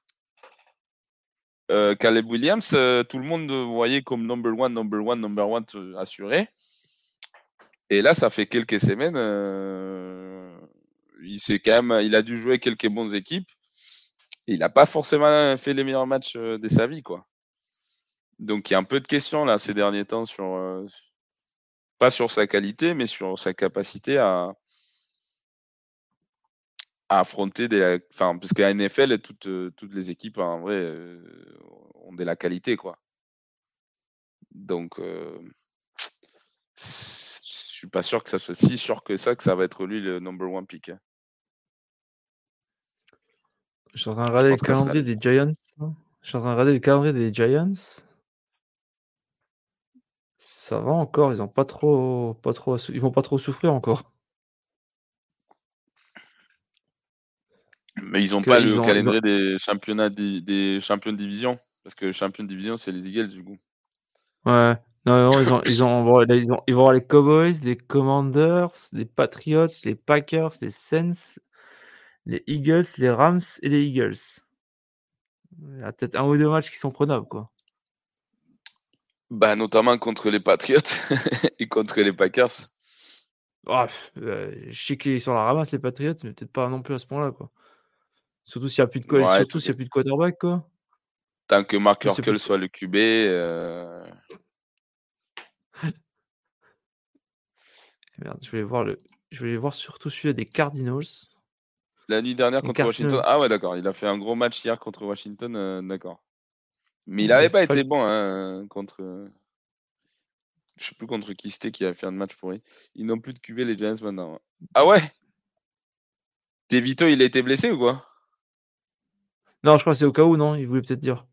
euh, Caleb Williams, euh, tout le monde le voyait comme number one, number one, number one euh, assuré. Et là, ça fait quelques semaines, euh, il s'est quand même, il a dû jouer quelques bonnes équipes. Et il n'a pas forcément fait les meilleurs matchs euh, de sa vie, quoi. Donc il y a un peu de questions là ces derniers temps sur, euh, Pas sur sa qualité, mais sur sa capacité à, à affronter des. Enfin, parce qu'à N F L, toutes, euh, toutes les équipes, en vrai, euh, ont de la qualité, quoi. Donc, euh, je suis pas sûr que ça soit si sûr que ça, que ça va être lui le number one pick. hein. Je suis en train de Je regarder le pense que ça sera calendrier lui. des Giants. hein. Je suis en train de regarder le calendrier des Giants. Ça va encore, ils ont pas trop, pas trop, à sou- ils vont pas trop souffrir encore. Mais ils Parce n'ont que pas ils le ont, ils ont, calendrier des championnats di- des champions de division. Parce que champion de division, c'est les Eagles, du coup. ouais, non, non, ils ont, ils ont, bon, là, ils ont, ils vont avoir les Cowboys, les Commanders, les Patriots, les Packers, les Saints, les Eagles, les Rams et les Eagles. Il y a peut-être un ou deux matchs qui sont prenables, quoi. Bah, notamment contre les Patriots et contre les Packers. Ah, pff, euh, je sais qu'ils sont à la ramasse, les Patriots, mais peut-être pas non plus à ce point-là, quoi. Surtout s'il y a plus de quoi, Ouais, surtout tout s'il y est- a plus de quarterback, quoi. Tant que Mark Surtout s'il y a plus Urkel de soit le Q B. euh, Merde, je voulais voir le, je voulais voir surtout celui des Cardinals. La nuit dernière Les contre Washington. Cardinals, Ah ouais, d'accord. Il a fait un gros match hier contre Washington. euh, d'accord. Mais il les n'avait pas été Fal- bon hein, contre. euh, Je sais plus contre qui c'était qui a fait un match pourri. Ils n'ont plus de Q B les Giants maintenant. hein. Ah ouais? Devito, il a été blessé ou quoi? Non, je crois que c'est au cas où, non, il voulait peut-être dire.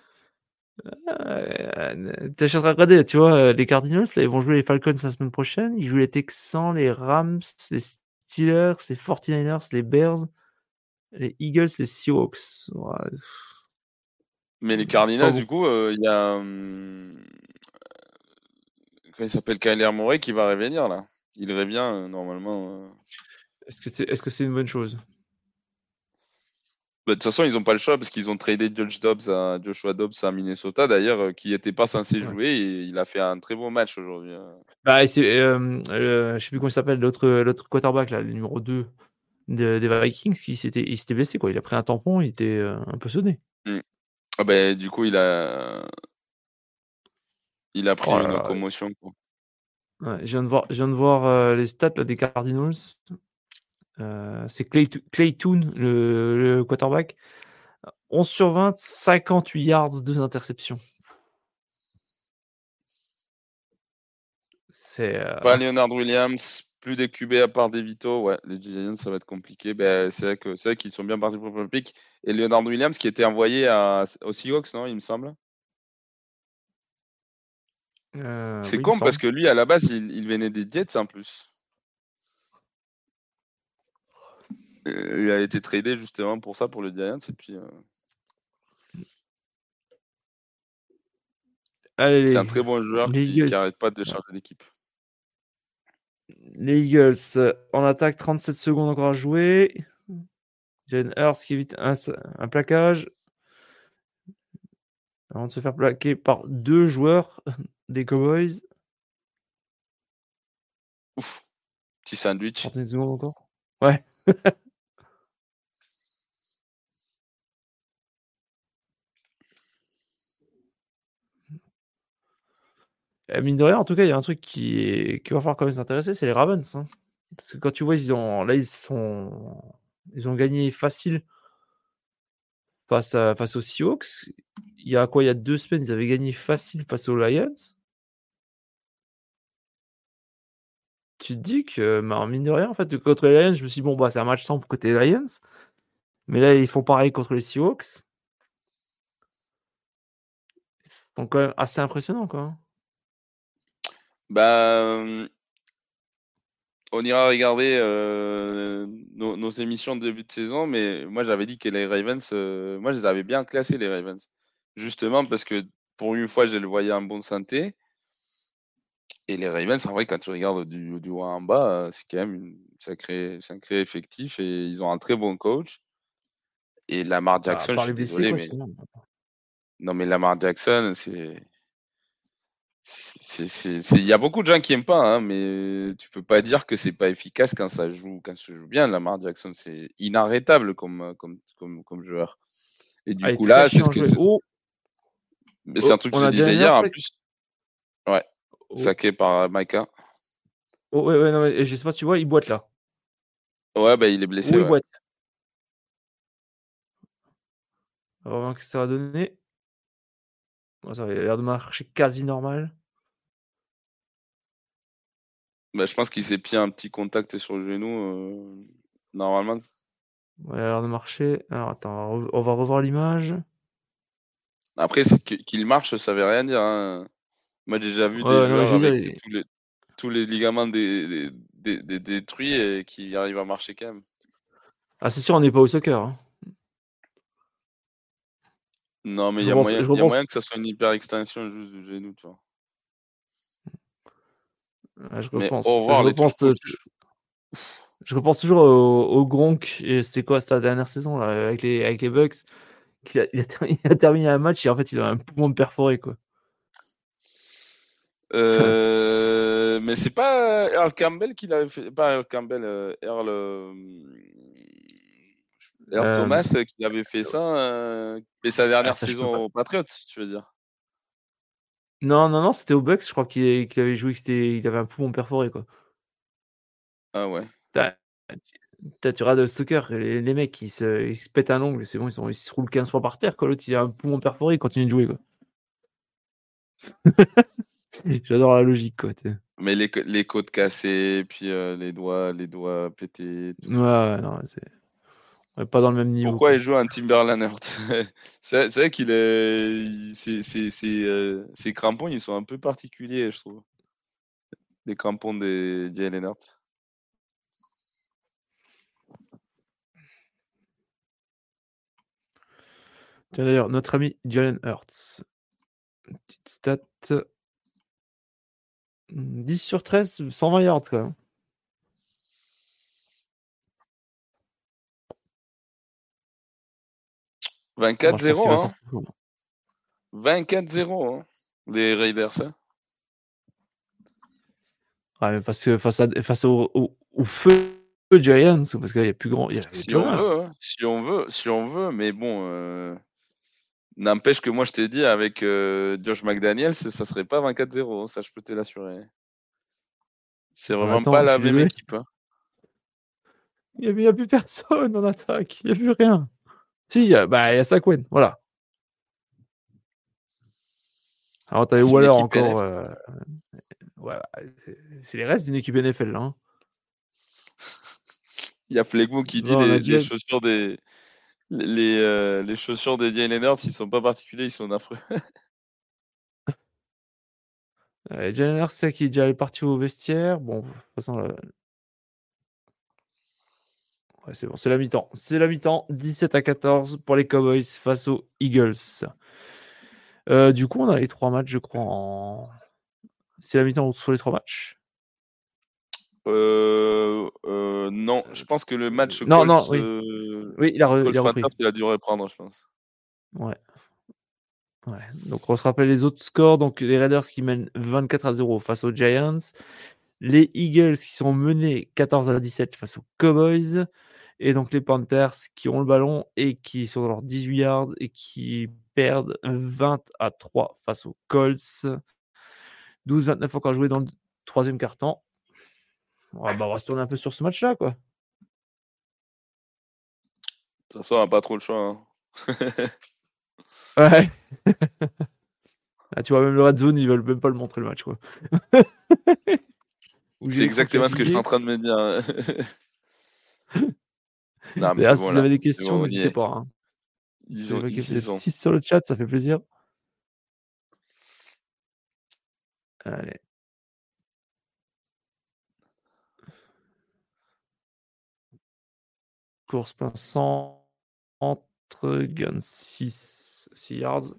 Euh, T'es en train de regarder, tu vois, euh, les Cardinals, là, ils vont jouer les Falcons la semaine prochaine. Ils jouent les Texans, les Rams, les Steelers, les forty-niners, les Bears, les Eagles, les Seahawks. Ouais, Mais les pas Cardinals, du beaucoup. coup, euh, il y a. hum, Comment il s'appelle Kyler Murray qui va revenir là. Il revient euh, normalement. euh. Est-ce que c'est, est-ce que c'est une bonne chose? Bah, de toute façon, ils n'ont pas le choix parce qu'ils ont tradé Josh Dobbs à Joshua Dobbs à Minnesota d'ailleurs, euh, qui n'était pas censé Ouais. jouer et il a fait un très bon match aujourd'hui. hein. Bah, et c'est, euh, euh, je sais plus comment il s'appelle, l'autre, l'autre quarterback, là, le numéro deux de- des Vikings, qui s'était, il s'était blessé, quoi. Il a pris un tampon, il était euh, un peu sonné. Mm. Ah ben, du coup, il a, il a pris Oh là une là. commotion. quoi. Ouais, je viens de voir, je viens de voir euh, les stats là, des Cardinals. Euh, c'est Clay, Clay Toon, le, le quarterback. onze sur vingt, cinquante-huit yards, deux interceptions. C'est. euh, Pas Leonard Williams, plus des Q B à part des Vito. Ouais, les Giants, ça va être compliqué. Ben, c'est vrai que c'est vrai qu'ils sont bien partis pour le pick. Et Leonard Williams qui était envoyé à, aux Seahawks, non, il me semble. euh, C'est oui, il me con parce semble. que lui, à la base, il, il venait des Jets en plus. Euh, il a été tradé justement pour ça, pour le Giants. Et puis, euh, Allez, c'est les, un très bon joueur les qui Eagles. n'arrête pas de changer d'équipe. Les Eagles, euh, en attaque, trente-sept secondes encore à jouer. Jalen Hurts qui évite un, un plaquage. Avant de se faire plaquer par deux joueurs des Cowboys. Ouf, petit sandwich. trente et une secondes encore. Ouais. Euh, Mine de rien, en tout cas, il y a un truc qui, est... qui va falloir quand même s'intéresser, c'est les Ravens. hein. Parce que quand tu vois, ils ont... là, ils sont. Ils ont gagné facile face, à... face aux Seahawks. Il y a quoi? Il y a deux semaines, ils avaient gagné facile face aux Lions. Tu te dis que, bah, mine de rien, en fait, contre les Lions, je me suis dit, bon, bah, c'est un match simple côté Lions. Mais là, ils font pareil contre les Seahawks. Donc, quand même assez impressionnant, quoi. hein. Bah, euh, on ira regarder euh, nos, nos émissions de début de saison, mais moi j'avais dit que les Ravens, euh, moi je les avais bien classés les Ravens, justement parce que pour une fois je les voyais en bonne santé. Et les Ravens, en vrai, quand tu regardes du, du haut en bas, euh, c'est quand même une sacrée, sacré effectif et ils ont un très bon coach. Et Lamar Bah, à Jackson, je part suis les blessés, désolé, quoi, mais sinon. non, mais Lamar Jackson, c'est. c'est- c'est- c'est- Il y a beaucoup de gens qui aiment pas, hein, mais tu peux pas dire que c'est pas efficace quand ça joue, quand ça joue bien. Lamar Jackson, c'est inarrêtable comme, comme, comme, comme joueur. Et Ah, du il est coup, très là, c'est ce chiant à que jouer. c'est. Oh, Mais c'est un oh, truc que on je a disais Jalen hier, Hurts, en là. plus. Ouais, Oh, saqué par Micah. Oh, ouais, ouais, non, mais je sais pas si tu vois, il boite là. Ouais, bah, il est blessé, Où il ouais. boite. On va voir ce que ça va donner. Bon, ça va, il a l'air de marcher quasi normal. Bah, je pense qu'il s'est pris un petit contact sur le genou. Euh... Normalement. Ouais, il a l'air de marcher. Alors attends, on va, re- on va revoir l'image. Après, c'est que- qu'il marche, ça veut rien dire, hein. Moi, j'ai déjà vu des Ouais, non, mais joueurs je veux dire, avec il- tous les, tous les ligaments dé- dé- dé- dé- détruits et qui arrivent à marcher quand même. ah, c'est sûr, on n'est pas au soccer. Hein. Non, mais il Je y a repense, moyen, je il y a repense, moyen que ça soit une hyperextension juste du genou, tu vois. je Mais repense, au je revoir les touches repense, euh, touches. je repense toujours au, au Gronk. Et c'était quoi, c'était la dernière saison là, avec les, avec les Bucks. qu'il a- il, a, ter- il a terminé un match et en fait, il a un poumon perforé quoi. Euh, mais c'est pas Earl Campbell qui l'avait fait, pas Earl Campbell, euh, Earl, euh, Earl Euh, Thomas euh, qui avait fait ça, euh, et sa ah, dernière ça, je peux pas. saison aux Patriots, tu veux dire. Non, non, non, c'était au Bucks. Je crois qu'il qu'il avait joué, que c'était, il avait un poumon perforé quoi. Ah ouais. T'as- t'as- tu regardes le soccer, les, les mecs, ils se, ils se pètent un ongle, c'est bon, ils, sont, ils se roulent quinze fois par terre, quoi. L'autre, il a un poumon perforé, il continue de jouer, quoi. J'adore la logique, quoi. t'sais. Mais les, co- les côtes cassées, puis euh, les doigts, les doigts pétés, Ouais, tout. ouais, non, c'est on est pas dans le même niveau, Pourquoi quoi. il joue un Timberland Hurt? C'est c'est vrai qu'il est, il- ses, ses- ses, euh, ses crampons, ils sont un peu particuliers, je trouve. Les crampons des Jalen Hurts. Tiens, d'ailleurs, notre ami Jalen Hurts, petite stat, dix sur treize, cent vingt yards, quoi. Moi, vingt-quatre je pense qu'il zéro, va hein? sortir. Quoi. vingt-quatre zéro, hein? Les Raiders, hein? Ouais, mais parce que face, à, face au, au, au feu de Giants, parce qu'il n'y a plus grand, il y a, il y a Si plus on rien, là. veut, hein. Si on veut, si on veut, mais bon, euh, n'empêche que moi je t'ai dit avec euh, Josh McDaniels, ça serait pas vingt-quatre zéro, hein, ça je peux te l'assurer. C'est Ouais, vraiment pas attends, je la suis même désolé. équipe, hein. Il n'y a, il y a plus personne en attaque, il n'y a plus rien. Si, il y a, bah, il y a Sakwen, voilà. Alors, t'avais C'est une Waller équipe encore. N F L. euh, ouais, bah, c'est- c'est les restes d'une équipe N F L, là. Hein. Il y a Flegmo qui dit Non, on a les, les déjà. chaussures des les, euh, les chaussures des Jalen Hurts, ils sont pas particuliers, ils sont affreux. Euh, Jalen Hurts là, qui est déjà parti au vestiaire. Bon, de toute façon, là, ouais, c'est bon, c'est la mi-temps. C'est la mi-temps, dix-sept à quatorze pour les Cowboys face aux Eagles. Euh, du coup, on a les trois matchs, je crois. En... C'est la mi-temps sur les trois matchs. Euh, euh, non, je pense que le match Non, non, Colts, oui. euh, Oui, il a, re- il Colts a Panthers, repris. il a dû reprendre, je pense. Ouais. Ouais. Donc, on se rappelle les autres scores. Donc, les Raiders qui mènent vingt-quatre à zéro face aux Giants. Les Eagles qui sont menés quatorze à dix-sept face aux Cowboys. Et donc les Panthers qui ont le ballon et qui sont dans leurs dix-huit yards et qui perdent vingt à trois face aux Colts. douze vingt-neuf encore joué dans le troisième quart-temps. Ouais, bah, on va se tourner un peu sur ce match-là, quoi. De toute façon, on n'a pas trop le choix, hein. Ouais. Ah, tu vois, même le Red Zone, ils veulent même pas le montrer le match, quoi. Ou j'ai C'est l'écran qui a exactement ce que je suis en bugué. train de me dire, hein. Non, mais c'est D'ailleurs, bon si vous là. avez des C'est questions, bon, on y n'hésitez est. pas. Hein. Ils Je ont, vois qu'il y a ils y peut-être sont. six sur le chat, ça fait plaisir. Allez. Course plein centre, gun six, six yards.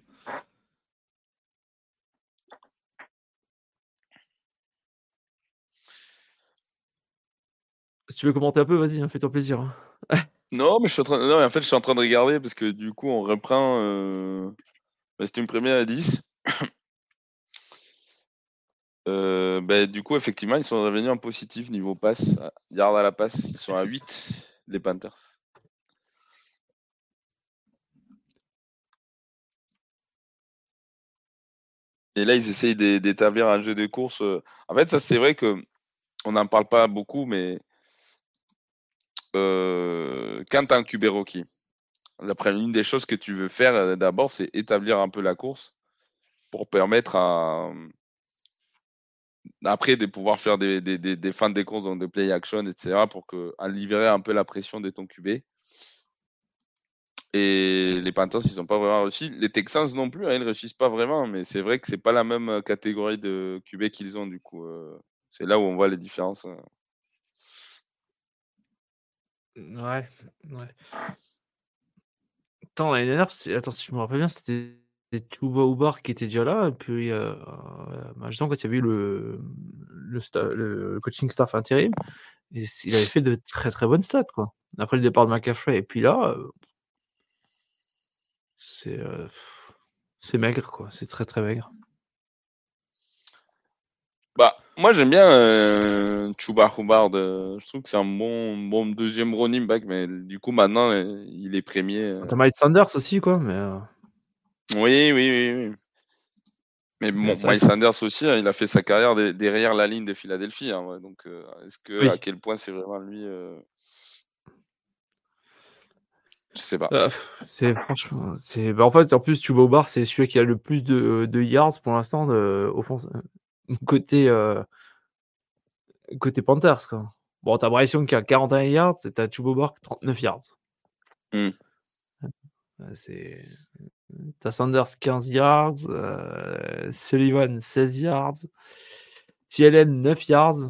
Si tu veux commenter un peu, vas-y, hein, fais-toi plaisir. Hein. Non, mais je suis en train. Non, mais en fait, je suis en train de regarder parce que du coup, on reprend. Euh... bah, c'était une première à dix. Euh, bah, du coup, effectivement, ils sont revenus en positif niveau passe. à- Yard à la passe. Ils sont à huit, les Panthers. Et là, ils essayent d'é- d'établir un jeu de course. euh. En fait, ça, c'est vrai que on n'en parle pas beaucoup, mais euh, quand tu as un Q B rookie, d'après une des choses que tu veux faire euh, d'abord, c'est établir un peu la course pour permettre à, après de pouvoir faire des, des, des, des fins des courses, donc des play action, et cetera, pour que, à libérer un peu la pression de ton Q B. Et les Panthers, ils n'ont pas vraiment réussi. Les Texans non plus, hein, ils ne réussissent pas vraiment, mais c'est vrai que c'est pas la même catégorie de Q B qu'ils ont, du coup. Euh, c'est là où on voit les différences. euh. Ouais, ouais. Attends, l'année dernière, c'est... Attends, si je me rappelle bien, c'était Chuba Hubbard qui était déjà là. Et puis, euh, bah, justement, quand il y avait eu le, le, sta- le coaching staff intérim, et c- il avait fait de très très bonnes stats, quoi. Après le départ de McCaffrey. Et puis là, euh, c'est euh, c'est maigre, quoi. C'est très très maigre. Bah, moi, j'aime bien euh, Chuba Hubbard. euh, je trouve que c'est un bon, bon deuxième running back, mais du coup, maintenant, euh, il est premier. euh. T'as Miles Sanders aussi, quoi. Mais, euh, Oui, oui, oui, oui. Mais mais bon, ça Miles reste- Sanders aussi, hein, il a fait sa carrière de- derrière la ligne de Philadelphie. Hein, ouais. Donc, euh, est-ce que, à Oui. quel point c'est vraiment lui euh, Je sais pas. Euh, pff, c'est franchement, c'est bah, en fait en plus Chuba Hubbard c'est celui qui a le plus de, de yards pour l'instant de offense côté euh, côté Panthers, quoi. Bon, t'as Bryce Young qui a quarante et un yards et t'as Chuba Hubbard trente-neuf yards. Hmm. Euh, C'est t'as Sanders quinze yards, euh, Sullivan seize yards, T L N neuf yards.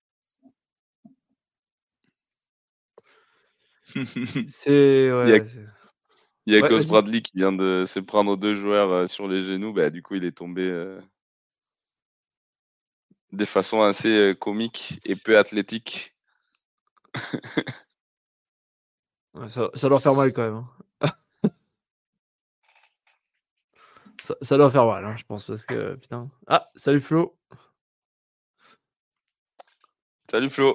C'est Il y a, ouais, c'est- il y a ouais, Gus vas-y. Bradley qui vient de se prendre deux joueurs euh, sur les genoux. Bah, du coup, il est tombé euh, de façon assez euh, comique et peu athlétique. Ouais, ça, ça doit faire mal quand même, hein. Ça, ça doit faire mal, hein, je pense parce que putain. Ah, salut Flo. Salut Flo.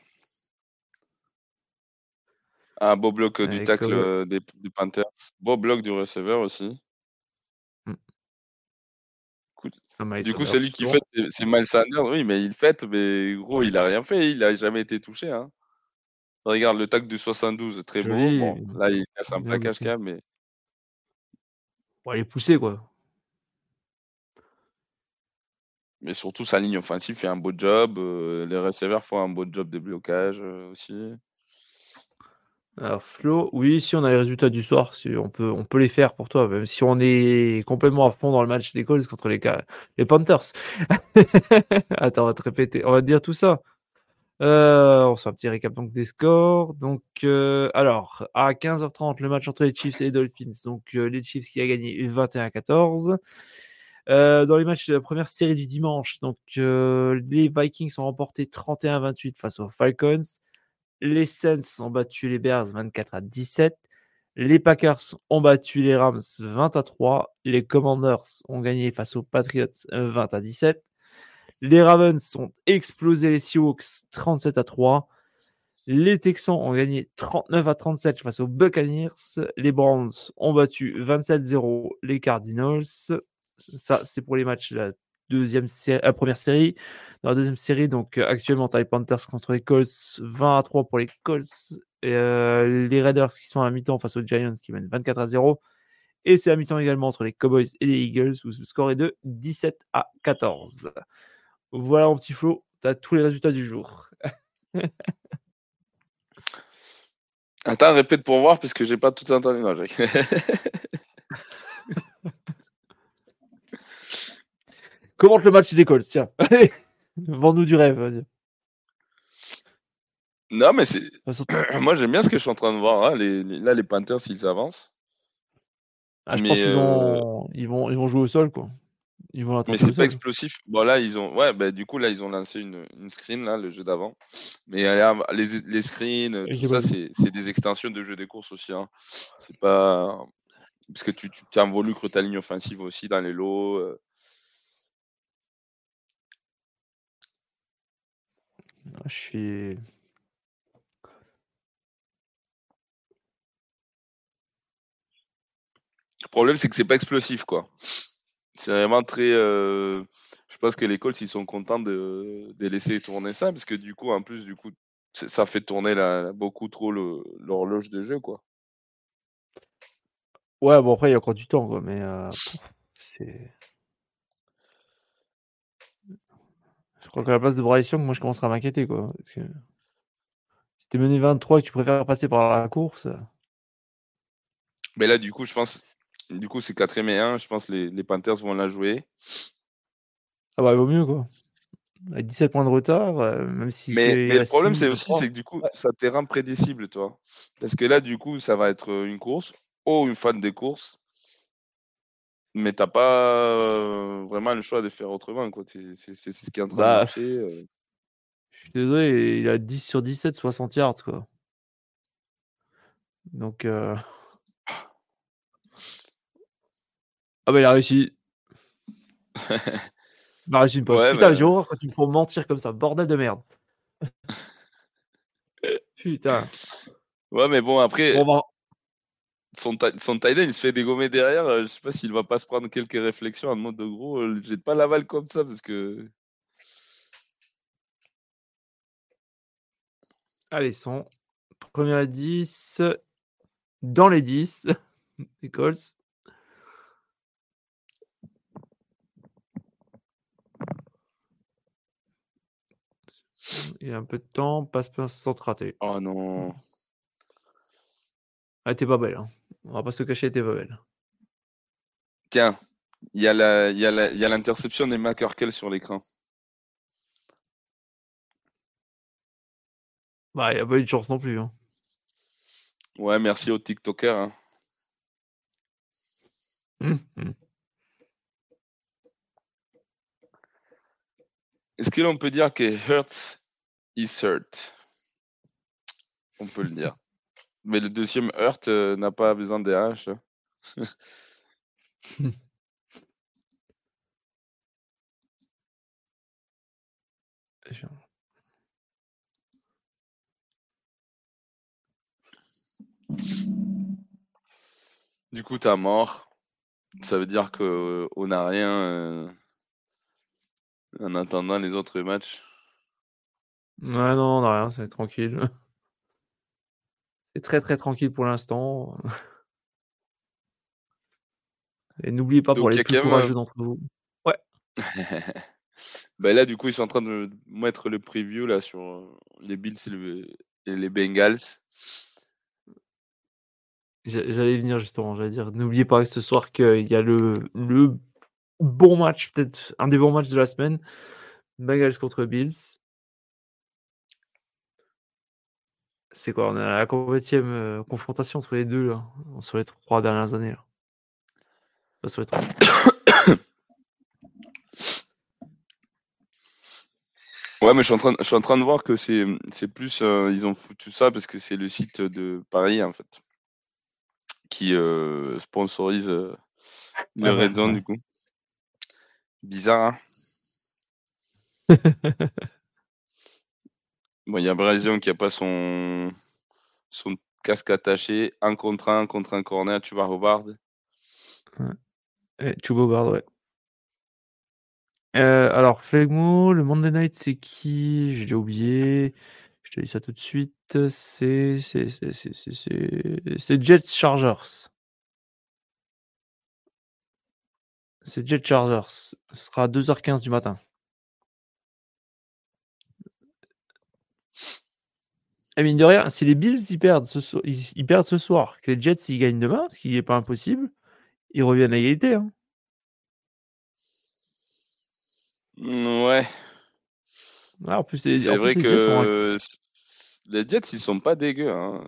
Un beau bloc euh, du Avec, tacle euh, euh, des, des Panthers. Beau bloc du receveur aussi. hmm, Écoute, ah, Miles du coup, Sanders celui qui fait, toujours. c'est c'est Miles Sanders. Oui, mais il fait, mais gros, il a rien fait. Il a jamais été touché. Hein. Regarde le tacle du soixante-douze, très beau. Bon, Joli, là, il casse un bien plaquage bloqué. quand même, mais, Bon, il est poussé quoi. mais surtout sa ligne offensive fait un beau job. euh, les receveurs font un beau job de blocage euh, aussi. Alors Flo, oui, si on a les résultats du soir, si on peut, on peut les faire pour toi, même si on est complètement à fond dans le match des Colts contre les, Ca- les Panthers. Attends, on va te répéter, on va te dire tout ça. Euh, on se fait un petit récap donc des scores. Donc, euh, alors, à quinze heures trente, le match entre les Chiefs et les Dolphins. Donc, euh, les Chiefs qui a gagné vingt et un à quatorze. Euh, dans les matchs de la première série du dimanche, donc euh, les Vikings ont remporté trente et un à vingt-huit face aux Falcons. Les Saints ont battu les Bears vingt-quatre à dix-sept. Les Packers ont battu les Rams vingt à trois. Les Commanders ont gagné face aux Patriots vingt à dix-sept. Les Ravens ont explosé les Seahawks trente-sept à trois. Les Texans ont gagné trente-neuf à trente-sept face aux Buccaneers. Les Browns ont battu vingt-sept à zéro les Cardinals. Ça, c'est pour les matchs de la deuxième série, la première série. Dans la deuxième série, donc euh, actuellement, tu as les Panthers contre les Colts, vingt à trois pour les Colts. Et, euh, les Raiders qui sont à la mi-temps face aux Giants qui mènent vingt-quatre à zéro. Et c'est à mi-temps également entre les Cowboys et les Eagles où le score est de dix-sept à quatorze. Voilà mon petit Flo, tu as tous les résultats du jour. Attends, répète pour voir, parce que j'ai pas tout entendu. Non, j'ai- Commente le match des Colts, tiens. Allez, vends-nous du rêve. Vas-y. non, mais c'est. De toute façon, Moi, j'aime bien ce que je suis en train de voir. Hein. Les, les- Là, les Panthers, ils avancent. ah, je pense Mais, qu'ils euh, ont... Ils vont... ils vont jouer au sol, quoi. Ils vont la mais tenter au c'est pas sol. explosif. Bon, là, ils ont. Ouais, bah, du coup, là, ils ont lancé une, une screen, là, le jeu d'avant. Mais euh, les, les screens, euh, Je tout l'ai pas ça, vu. c'est c'est des extensions de jeu des courses aussi. Hein. C'est pas. Parce que tu, tu involucres ta ligne offensive aussi dans les lots. euh. Ah, je suis... Le problème, c'est que c'est pas explosif, quoi. C'est vraiment très. euh, pense que les Colts, ils sont contents de, de laisser tourner ça, parce que du coup, en plus, du coup, c'est- ça fait tourner la, beaucoup trop le- l'horloge de jeu, quoi. Ouais, bon, après, il y a encore du temps, quoi, mais euh, pouf, c'est. Je crois qu'à la place de Bryce Young, moi, je commencerai à m'inquiéter, quoi. Parce que si t'es mené vingt-trois et que tu préfères passer par la course, Mais là, du coup, je pense, c'est- du coup, c'est quatrième et un, je pense que les, les Panthers vont la jouer. ah bah, il vaut mieux, quoi. Avec dix-sept points de retard, euh, même si Mais, c'est mais le à six problème, c'est minutes de aussi, c'est trois. que du coup, Ouais. ça te rend prédicible, toi. Parce que là, du coup, ça va être une course, ou une fan des courses, mais t'as pas euh, vraiment le choix de faire autrement, quoi. T'es- C'est c'est- c'est ce qui est en train de Bah, marcher. euh. je suis désolé, il a dix sur dix-sept, soixante yards, quoi. Donc, euh, ah bah, il a réussi. Il a réussi une pause. Ouais, Putain, mais... j'ai horreur quand il me faut mentir comme ça. Bordel de merde. Putain. Ouais, mais bon, après, Bon, bah, son, ti- son tight end, il se fait dégommer derrière. euh, Je sais pas s'il va pas se prendre quelques réflexions en mode de gros. euh, J'ai pas l'aval comme ça parce que. allez, son premier à dix. Dans les dix. Les Colts. Il y a un peu de temps. Passe pas sans te rater. Oh non. Elle était pas belle. Hein. On va pas se cacher, elle était pas belle. Tiens, il y a la, il y a la- il y a l'interception des McCurkle sur l'écran. Bah, il n'y a pas eu de chance non plus. Hein. Ouais, merci aux TikTokers. hein. Hum, hum. Est-ce que l'on peut dire que Hurts is hurt? On peut le dire. Mais le deuxième Hurt euh, n'a pas besoin des H. Je- Du coup, t'as mort. Ça veut dire que euh, on n'a rien euh, en attendant les autres matchs. Ouais, non, on n'a rien, c'est tranquille. C'est très très tranquille pour l'instant. Et n'oubliez pas pour Donc, il les y a plus quand même. courageux d'entre vous. Ouais. Ben là, du coup, ils sont en train de mettre le preview là sur euh, les Bills et, le- et les Bengals. J'a- J'allais venir justement, j'allais dire, n'oubliez pas ce soir qu'il y a le, le bon match, peut-être un des bons matchs de la semaine. Bengals contre Bills. C'est quoi? On est à la combienième euh, confrontation entre les deux là, sur les trois dernières années. Là. Pas sur les trois. Ouais, mais je suis en train, je suis en train de voir que c'est, c'est plus, euh, ils ont foutu ça parce que c'est le site de Paris en fait qui euh, sponsorise euh, le Ouais, bah, Red Zone ouais. du coup. Bizarre. Hein bon, il y a Brésil qui a pas son son casque attaché, un contre un contre un corner, tu vas Robard. Ouais. Et Chubo Bard, ouais. Euh, alors, Flegmo, le Monday Night, c'est qui? J'ai oublié. Je te dis ça tout de suite. C'est c'est c'est c'est c'est c'est c'est Jets Chargers. C'est Jets Chargers. Ce sera à deux heures quinze du matin. Et mine de rien, si les Bills ils perdent ce, so- ils, ils perdent ce soir, que les Jets ils gagnent demain, ce qui n'est pas impossible, ils reviennent à égalité. Hein. Mm, Ouais, Ah, en plus, les, c'est en plus, vrai les Jets sont, que c- c- les Jets ils sont pas dégueux. Hein.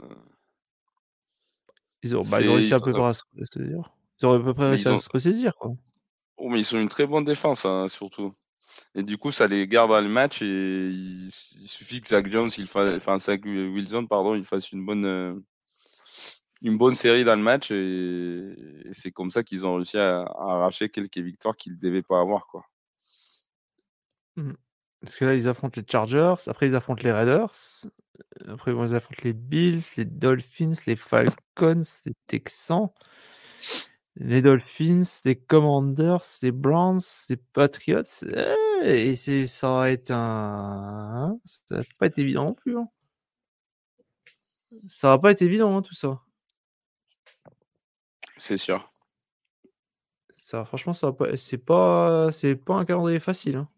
ils ont, bah, ils ont C'est, réussi ils à sont, peu près à se se dire. Ils ont à peu près mais réussi ils à ont, se ressaisir. Quoi. oh, mais ils ont une très bonne défense hein, surtout. Et du coup, ça les garde dans le match et il, il suffit que Zach Jones, il fa... enfin Zach Wilson, pardon, il fasse une bonne, euh, une bonne série dans le match et, et c'est comme ça qu'ils ont réussi à, à arracher quelques victoires qu'ils ne devaient pas avoir, quoi. Mhm. Parce que là, ils affrontent les Chargers, après ils affrontent les Raiders, après ils affrontent les Bills, les Dolphins, les Falcons, les Texans. Les Dolphins, les Commanders, les Browns, les Patriots. euh, et c'est, ça va être un. Ça va pas être évident non plus. Hein. Ça va pas être évident, hein, tout ça. C'est sûr. Ça, franchement, ça va pas. C'est pas, c'est pas un calendrier facile. Hein.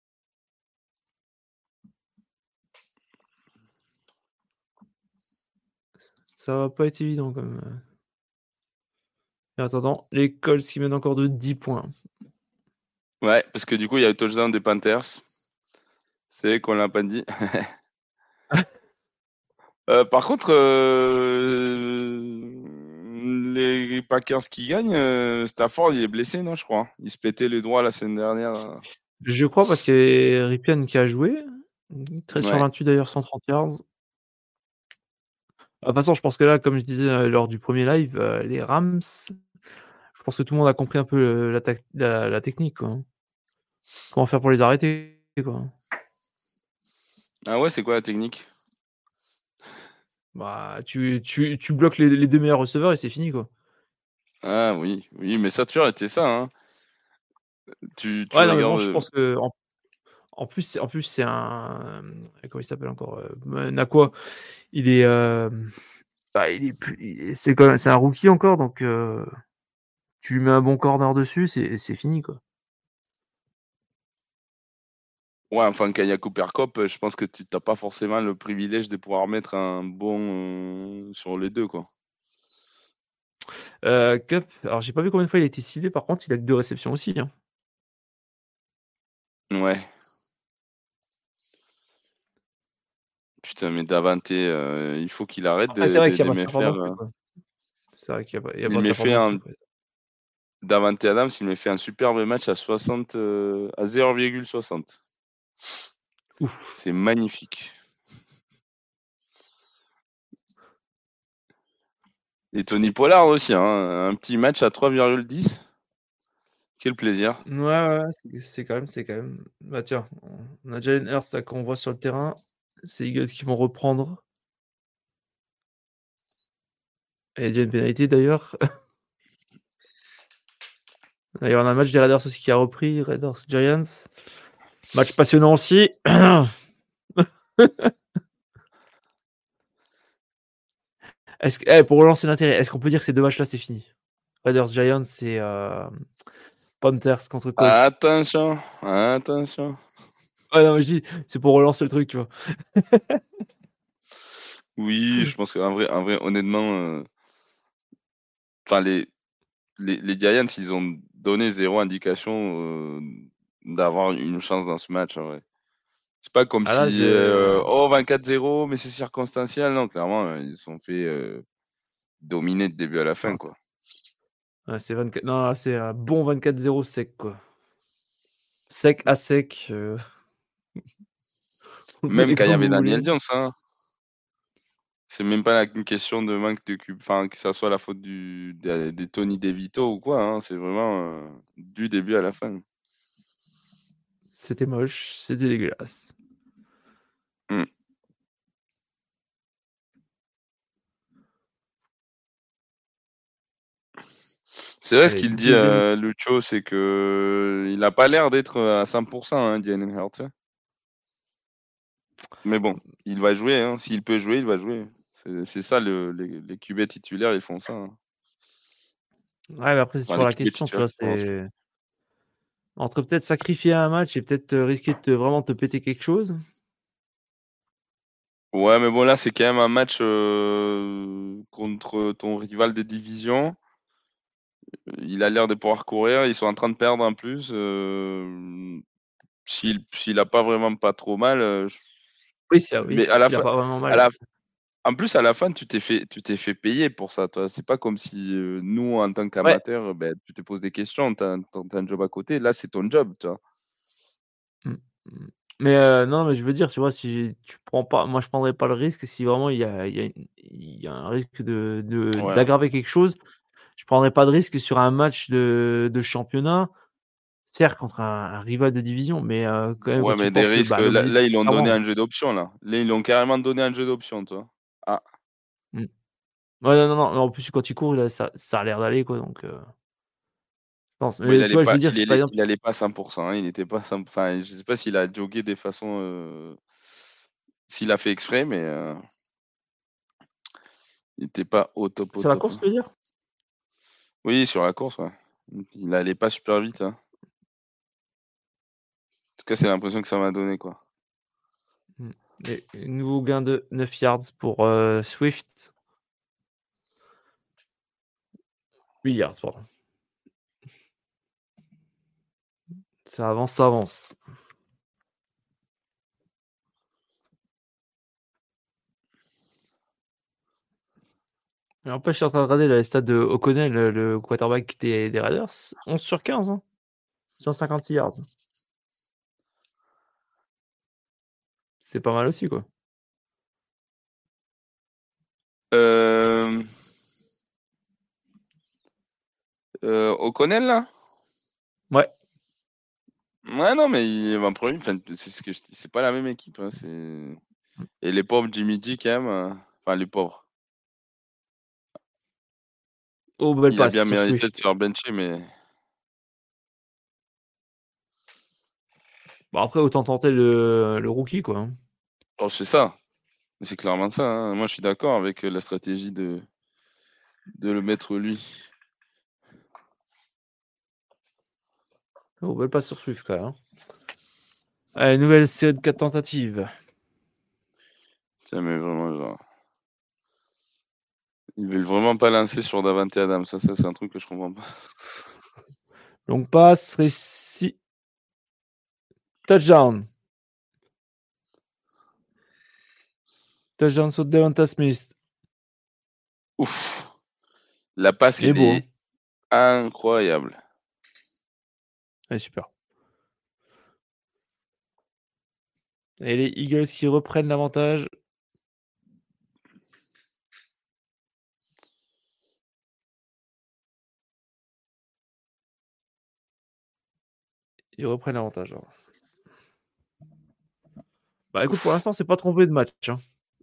Ça va pas être évident comme. euh. Et en attendant, les Colts qui mènent encore de dix points. Ouais, parce que du coup, il y a le touchdown des Panthers. C'est qu'on l'a pas dit. Euh, par contre, euh, les Packers qui gagnent, euh, Stafford, il est blessé, non, je crois. Il se pétait les doigts la semaine dernière. Je crois parce qu'il y a Ripien qui a joué. treize sur Ouais. vingt-huit d'ailleurs, cent trente yards. De toute façon, je pense que là, comme je disais euh, lors du premier live, euh, les Rams, je pense que tout le monde a compris un peu euh, la, tac- la, la technique. Quoi. Comment faire pour les arrêter quoi. Ah ouais, c'est quoi la technique? Bah, tu, tu, tu bloques les, les deux meilleurs receveurs et c'est fini. Quoi. Ah oui, oui, mais ça a toujours été ça. Hein. Tu, tu Ouais, non, mais bon, regardes. je euh, pense que en, en plus, c'est- en plus, c'est un. euh, Comment il s'appelle encore euh, Nakua. Il est. euh, bah, il est plus- il est- c'est quand même- c'est un rookie encore, donc euh, tu lui mets un bon corner dessus, c'est c'est fini. Quoi. Ouais, enfin, quand il y a Cooper Cup, euh, je pense que tu n'as pas forcément le privilège de pouvoir mettre un bon euh, sur les deux, quoi. Euh, Cup, alors j'ai pas vu combien de fois il a été ciblé, par contre, il a que deux réceptions aussi. Hein. Ouais. Putain, mais Davante, euh, il faut qu'il arrête Après, c'est de- vrai de- qu'il y a pas d'aimer Stafford non faire. plus. euh, Quoi. C'est vrai qu'il y a pas, il y a Il pas m'est Stafford fait non un plus. Quoi. Davante Adams, il m'a fait un superbe match à soixante, euh, à zéro virgule soixante. Ouf. C'est magnifique. Et Tony Pollard aussi, hein, un petit match à trois virgule dix. Quel plaisir. Ouais, ouais, ouais, c'est- c'est quand même, c'est quand même. Bah tiens, on a Jalen Hurts là qu'on voit sur le terrain. C'est Eagles qui vont reprendre. Et il y a une pénalité d'ailleurs. D'ailleurs, on a un match des Raiders aussi qui a repris. Raiders Giants. Match passionnant aussi. Est-ce que, eh, pour relancer l'intérêt, est-ce qu'on peut dire que ces deux matchs-là, c'est fini? Raiders Giants, c'est euh, Panthers contre Colts. Attention, attention. Ouais, non, mais je dis, c'est pour relancer le truc, tu vois. Oui, je pense qu'en vrai, en vrai, honnêtement, euh, enfin les, les, les Giants, ils ont donné zéro indication euh, d'avoir une chance dans ce match. En vrai. C'est pas comme Ah là, si je... euh, oh vingt-quatre zéro, mais c'est circonstanciel. Non, clairement, euh, ils se sont fait euh, dominer de début à la fin, non, quoi. ouais, c'est vingt-quatre... non, là, c'est un bon vingt-quatre zéro sec, quoi. Sec à sec. euh, Vous le Même mettez quand il y comme avait vous Daniel voulez. Jones, hein. C'est même pas la- une question de manque de cube, enfin que ça soit la faute du des, des Tony DeVito ou quoi. Hein. C'est vraiment euh, du début à la fin. C'était moche, c'était dégueulasse. Mm. C'est vrai ce Allez, qu'il dit deuxième. euh, Lucho, c'est que il a pas l'air d'être à cent pour cent, hein, Jalen Hurts. Hein. Mais bon, il va jouer. Hein. S'il peut jouer, il va jouer. C'est c'est ça le, les, les Q B titulaires, ils font ça. Hein. Ouais, mais après, c'est Enfin, toujours les la Q B question, tu titulaires vois. qui commencent. C'est entre peut-être sacrifier un match et peut-être euh, risquer de te- vraiment te péter quelque chose. Ouais, mais bon là, c'est quand même un match euh, contre ton rival des divisions. Il a l'air de pouvoir courir. Ils sont en train de perdre en plus. Euh, s'il s'il a pas vraiment pas trop mal. euh, je- Oui, c'est mais oui, à la s'il a fin, pas vraiment à mal. la, en plus à la fin, tu t'es fait tu t'es fait payer pour ça. Toi, c'est pas comme si euh, nous en tant Ouais. qu'amateurs, ben tu te poses des questions. T'as, t'as- t'as un job à côté. Là, c'est ton job, tu vois. Mmh. Mmh. Mais heu, non, mais je veux dire, tu vois, si tu prends pas moi, je prendrais pas le risque si vraiment il y a il y a une il y a un risque de de Ouais. d'aggraver quelque chose. Je prendrais pas de risque sur un match de de championnat, certes contre un un rival de division, mais heu, quand même, Ouais, quand tu mais des penses que, risques. bah, Là, l'objectif là, ils l'ont donné clairement un jeu d'options là. Là, ils l'ont carrément donné un jeu d'options, toi. Ah. mmh. Ouais, non, non, non, en plus, quand il court, il a ça ça a l'air d'aller, quoi, donc heu pense. Bon, il Mais tu allait vois, je pas, veux dire, il c'est par allait, exemple. il allait pas à cent pour cent, hein, il n'était pas cent. Enfin, je sais pas s'il a jogué des façons, euh, s'il a fait exprès, mais euh, il n'était pas au top, au Sur la top, course, hein. tu veux dire? Oui, sur la course, ouais. Il allait pas super vite, hein. En tout cas, c'est l'impression que ça m'a donné, quoi. Hmm. Et nouveau gain de neuf yards pour euh, Swift. huit yards, pardon. Ça avance, ça avance. Mais en plus, je suis en train de regarder les stats de O'Connell, le, le quarterback des, des Raiders. onze sur quinze, hein. cent cinquante yards. C'est pas mal aussi, quoi. Euh... Euh, O'Connell, là? Ouais. Ouais, non, mais il va premier. Enfin, c'est ce que je dis, c'est pas la même équipe, hein, c'est... Et les pauvres Jimmy G, quand même. euh, Enfin, les pauvres. Oh, belle Il a passe bien sur mérité de Swift. faire bencher, mais... Bon, après, autant tenter le, le rookie, quoi. hein. Oh, c'est ça. Mais c'est clairement ça, hein. Moi, je suis d'accord avec euh, la stratégie de... de le mettre lui. Oh, belle passe sur Swift, quand même. hein. Allez, nouvelle série de quatre tentatives. Tiens, mais vraiment, genre... Ils veulent vraiment pas lancer sur Davante Adams. Ça, ça c'est un truc que je comprends pas. Donc, passe, récit. Touchdown. Touchdown sur Devonta Smith. Ouf. La passe, Il est elle beau. est Hein. incroyable. Elle est super. Et les Eagles qui reprennent l'avantage. Ils reprennent l'avantage. alors. Bah écoute, pour Ouf. l'instant, c'est pas trompé de match. hein.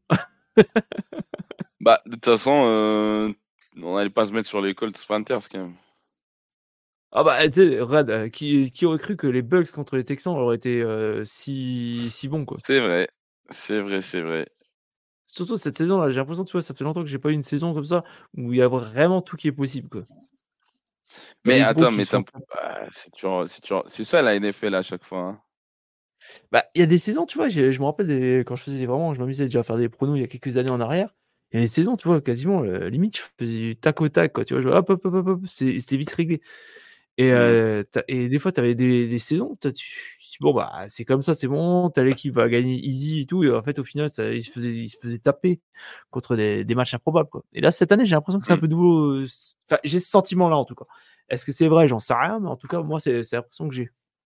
Bah, de toute façon, euh, on n'allait pas se mettre sur les Colts Panthers, quand même. Ah bah, tu sais, Rad, euh, qui, qui aurait cru que les Bucks contre les Texans auraient été euh, si, si bons, quoi. C'est vrai. C'est vrai, c'est vrai. Surtout cette saison-là, j'ai l'impression, tu vois, ça fait longtemps que j'ai pas eu une saison comme ça où il y a vraiment tout qui est possible, quoi. T'as Mais les gros attends, qui mais se font. t'en- bah, c'est toujours- c'est toujours- c'est ça la N F L à chaque fois, hein. Bah, il y a des saisons, tu vois, j'ai- je me rappelle des- quand je faisais des vraiment, je m'amusais déjà à faire des pronos il y a quelques années en arrière. Il y a des saisons, tu vois, quasiment, euh, limite, je faisais du tac au tac, quoi. Tu vois, je, hop, hop, hop, hop, hop, c'est- c'était vite réglé. Et, Mm. euh, t'as- et des fois, tu avais des, des saisons, t'as- tu tu dis, bon, bah, c'est comme ça, c'est bon, t'as l'équipe va gagner easy et tout. Et en fait, au final, ça, ils, se faisaient, ils se faisaient taper contre des, des matchs improbables, quoi. Et là, cette année, j'ai l'impression que c'est un Mm. peu nouveau. euh, c- Enfin, j'ai ce sentiment-là, en tout cas. Est-ce que c'est vrai? J'en sais rien, mais en tout cas, moi, c'est c'est l'impression que j'ai.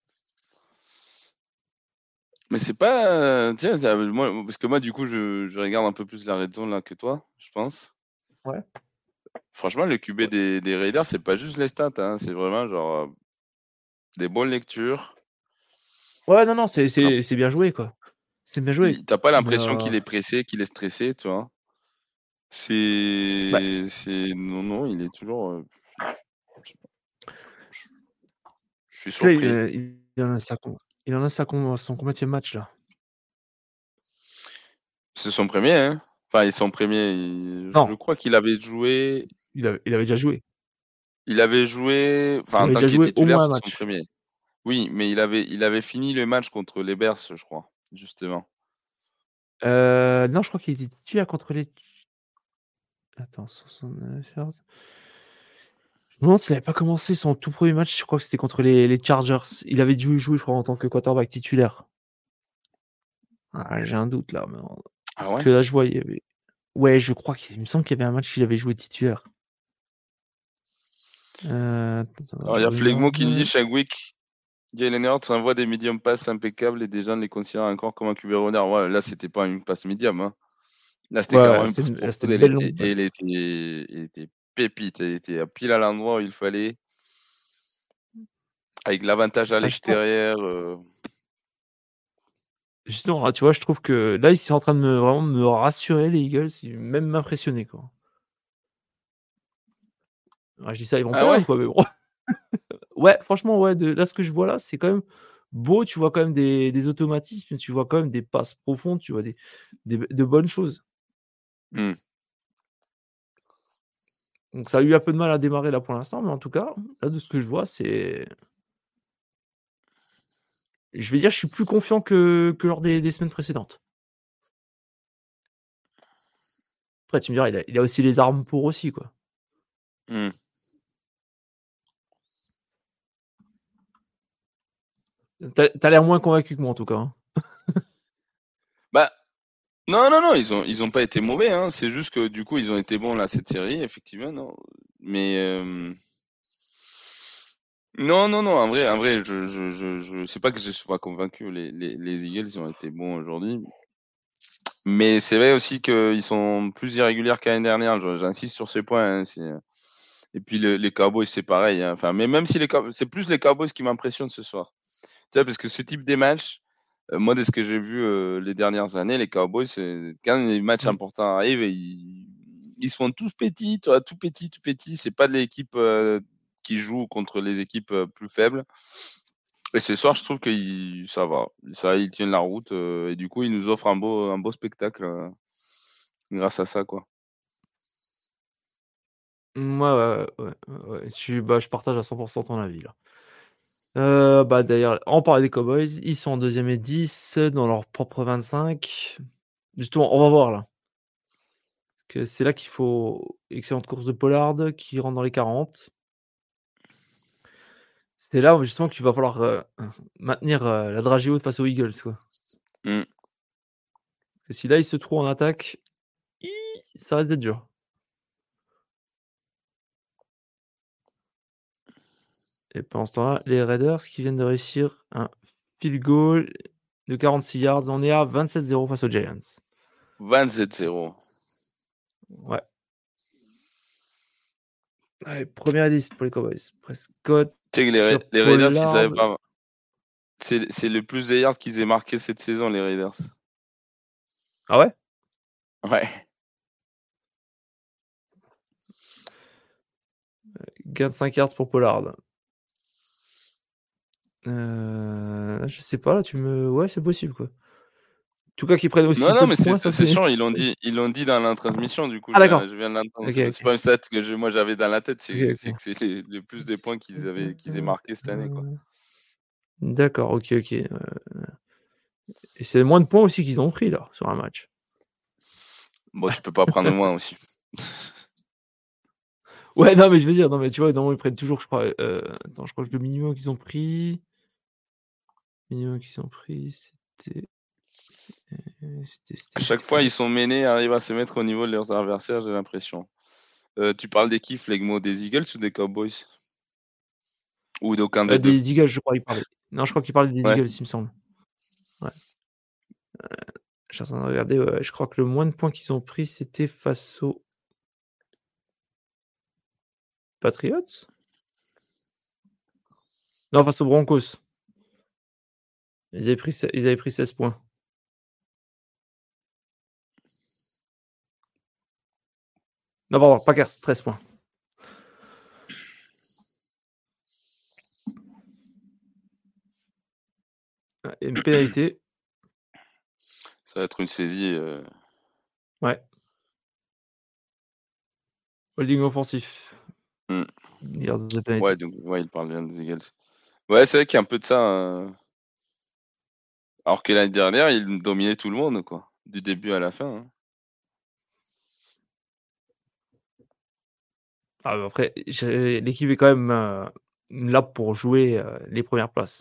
Mais c'est pas. euh, Tiens, ça- moi, parce que moi, du coup, je, je regarde un peu plus la red zone là que toi, je pense. Ouais. Franchement, le Q B Ouais, des, des Raiders, c'est pas juste les stats, hein, c'est vraiment genre euh, des bonnes lectures. Ouais, non, non, c'est T'as c'est- c'est bien joué, quoi. C'est bien joué. il- t'as pas Mais, l'impression euh, qu'il est pressé, qu'il est stressé, tu vois. bah, C'est. C'est. Non, non, il est toujours. euh, je sais pas, je- je suis là, il, surpris. euh, il en a sa, com- il en a sa com- son combienième match, là? C'est son premier, hein. Enfin, ils sont premiers. il- Je Non, crois qu'il avait joué. il avait, il avait déjà joué. Il avait joué. Enfin, Il en avait tant déjà que joué au titulaire, moins un c'est son match. premier. Oui, mais il avait, il avait fini le match contre les Bears, je crois, justement. Euh, non, je crois qu'il était titulaire contre les. Attends, soixante-neuf yards. Je me demande s'il n'avait pas commencé son tout premier match. Je crois que c'était contre les, les Chargers. Il avait dû jouer, je crois, en tant que quarterback titulaire. Ah, j'ai un doute là. Mais... Ah Parce ouais? que là, je vois, il y avait. Ouais, je crois qu'il il me semble qu'il y avait un match qu'il avait joué titulaire. Euh... attends, Alors, il je y a Flegmo qui nous dit regarde. chaque week, Jalen Hurts envoie des medium passes impeccables et des gens les considèrent encore comme un Q B runner. Ouais, là, c'était pas une passe médium, hein. Là, c'était Ouais, carrément ouais, une c'était passe une, là, c'était profonde. une Elle belle était, longue passe. elle était, elle était pépite. Elle était à pile à l'endroit où il fallait, avec l'avantage à Ah, justement, l'extérieur. euh. justement, là, tu vois, je trouve que là, ils sont en train de me, vraiment me rassurer, les Eagles, ils- même m'impressionner, quoi. Ah, je dis ça, ils vont Ah perdre, ouais? quoi, mais bon. Ouais, franchement, ouais, de là, ce que je vois là, c'est quand même beau. Tu vois quand même des, des automatismes, tu vois quand même des passes profondes, tu vois des, des- de bonnes choses. Hmm. Donc ça a eu un peu de mal à démarrer là pour l'instant, mais en tout cas, là, de ce que je vois, c'est. Je vais dire, je suis plus confiant que, que lors des, des semaines précédentes. Après, tu me diras, il a, il a aussi les armes pour aussi, quoi. Hmm. T'as, t'as l'air moins convaincu que moi, en tout cas. Hein. Bah, non, non, non, ils ont, ils ont pas été mauvais, hein. C'est juste que du coup, ils ont été bons là cette série, effectivement, non. Mais euh, non, non, non, en vrai, en vrai, je, je, je, je sais pas que je sois convaincu. Les, les, les Eagles, ils ont été bons aujourd'hui. Mais c'est vrai aussi qu'ils sont plus irréguliers qu'année dernière. Je- J'insiste sur ces points. Hein, c'est- et puis le- les Cowboys, c'est pareil. Hein. Enfin, mais même si les Cow- c'est plus les Cowboys qui m'impressionnent ce soir. Tu vois, parce que ce type de match, euh, moi, de ce que j'ai vu euh, les dernières années, les Cowboys, c'est quand les matchs Mm. importants arrivent, et ils, ils se font tous petits, tu vois, tout petits, tout petits. C'est pas de l'équipe euh, qui joue contre les équipes euh, plus faibles. Et ce soir, je trouve que il- ça va. Ça, ils tiennent la route. euh, et du coup, ils nous offrent un beau, un beau spectacle euh, grâce à ça, quoi. Moi, ouais, ouais, ouais, ouais, Je, suis- bah, je partage à cent pour cent ton avis, là. Euh, bah, d'ailleurs, on parlait des Cowboys. Ils sont en deuxième et dix dans leur propre vingt-cinq. Justement, on va voir, là. Parce que c'est là qu'il faut. Excellente course de Pollard qui rentre dans les quarante. C'est là, justement, qu'il va falloir euh, maintenir euh, la dragée haute face aux Eagles, quoi. Mm. Parce que si là, ils se trouvent en attaque, hi, ça risque d'être dur. Et pendant ce temps-là, les Raiders qui viennent de réussir un field goal de quarante-six yards. On est à vingt-sept zéro face aux Giants. vingt-sept zéro. Ouais. Allez, première et dix pour les Cowboys. Prescott Tu sais que les, Ra- sur les Raiders, ils Pollard. savaient pas. C'est c'est le plus de yards qu'ils aient marqué cette saison, les Raiders. Ah ouais? Ouais. Gain de cinq yards pour Pollard. Euh, je sais pas, là, tu me. Ouais, c'est possible, quoi. En tout cas, qu'ils prennent aussi Non, non, peu de mais c'est points, ça c'est c'est. sûr, ils l'ont dit, ils l'ont dit dans la transmission, du coup, Ah, je viens, d'accord. je viens de l'entendre. Ok, C'est c'est ok. pas une stat que je- moi j'avais dans la tête, Ok, c'est c'est ok. que c'est les- le plus des points qu'ils avaient qu'ils aient marqué cette année, quoi. D'accord, ok, ok. Euh, Et c'est moins de points aussi qu'ils ont pris, là, sur un match. Bon, tu peux pas prendre moins aussi. Ouais, non, mais je veux dire, non, mais tu vois, normalement, ils prennent toujours, je crois. euh, Attends, je crois que le minimum qu'ils ont pris. Le minimum qu'ils ont pris, c'était. euh, C'était. À C'était. chaque C'était fois, combien? ils sont menés, arrivent à se mettre au niveau de leurs adversaires, j'ai l'impression. Euh, tu parles des qui, Flegmo, des Eagles ou des Cowboys? Ou d'aucun Euh, des deux? des Eagles, je crois, il parlait. Non, je crois qu'il parlait des Ouais. Eagles, il me semble. Ouais. Je suis en train de regarder, ouais, je crois que le moins de points qu'ils ont pris, c'était face aux Patriots? Non, face aux Broncos. Ils avaient pris, se- ils avaient pris seize points. Non, pardon, Packers, treize points. Ouais, et une pénalité. Ça va être une saisie. euh, Ouais. Holding offensif. hmm. Yards de pénalité. Ouais, donc, ouais, il parle bien des Eagles. Ouais, c'est vrai qu'il y a un peu de ça. hein. Alors que l'année dernière, il dominait tout le monde, quoi. Du début à la fin. hein. Ah, bah, après, j'ai- l'équipe est quand même euh, là pour jouer euh, les premières places.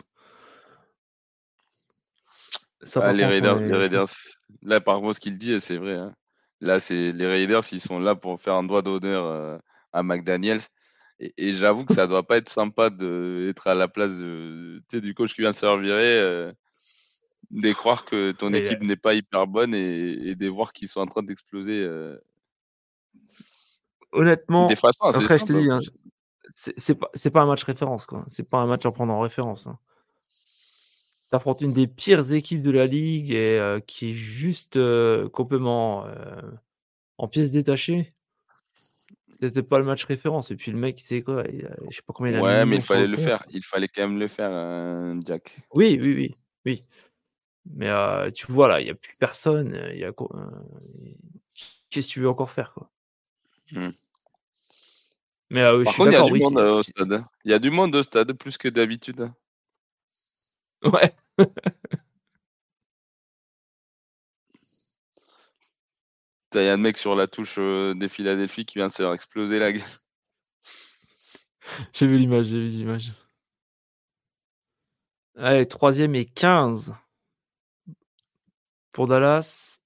Ça, Bah, par les contre, on Raiders, les est. ça, Raiders, là, par contre, ce qu'il dit, c'est vrai. hein. Là, c'est les Raiders, ils sont là pour faire un doigt d'honneur euh, à McDaniels. Et, et j'avoue que ça doit pas être sympa d'être à la place de, tu sais, du coach qui vient de se faire virer, euh, de croire que ton Et, euh, équipe n'est pas hyper bonne et, et de voir qu'ils sont en train d'exploser euh, des honnêtement, façons assez après, je te simples en dis, hein, plus. c'est c'est pas, c'est pas un match référence, quoi. C'est pas un match à prendre en référence. Hein. T'affrontes une des pires équipes de la ligue et euh, qui est juste euh, complètement euh, en pièces détachées. C'était pas le match référence. Et puis le mec, c'est quoi il a, Je sais pas combien il a de Ouais, mais millions il sur le fallait le compte. faire. Il fallait quand même le faire, euh, Jack. Oui, oui, oui, oui. Mais euh, tu vois là, il y a plus personne. Il y a quoi euh, Qu'est-ce que tu veux encore faire quoi Hmm. Mais euh, je Par suis contre, il y a d'accord. du Oui, monde c'est, euh, au c'est- stade. Il y a du monde au stade, plus que d'habitude. ouais. Il y a un mec sur la touche euh, des Philadelphie qui vient de se faire exploser la gueule. J'ai vu l'image, j'ai vu l'image. Allez, troisième et quinze pour Dallas.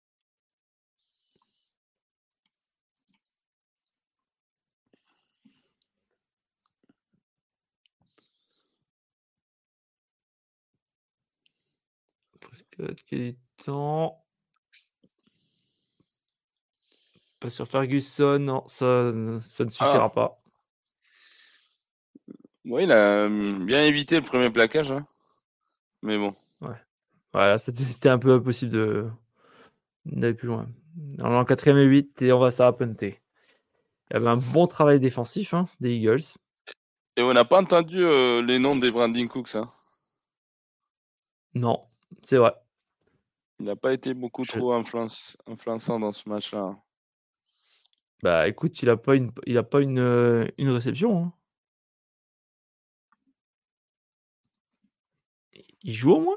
Quel temps Pas sur Ferguson, non, ça, ça ne suffira Ah, pas. ouais, il a euh, bien évité le premier plaquage. Hein. Mais bon. Ouais. Voilà, c'était c'était un peu impossible de d'aller plus loin. Alors, en quatrième et huit, et on va s'arrêter. Il y avait un bon travail défensif hein, des Eagles. Et on n'a pas entendu euh, les noms des Brandon Cooks. Hein. Non, c'est vrai. Il n'a pas été beaucoup Je- trop influence- influençant dans ce match-là. Bah écoute, il a pas une, il a pas une, euh, une réception. Hein. Il joue au moins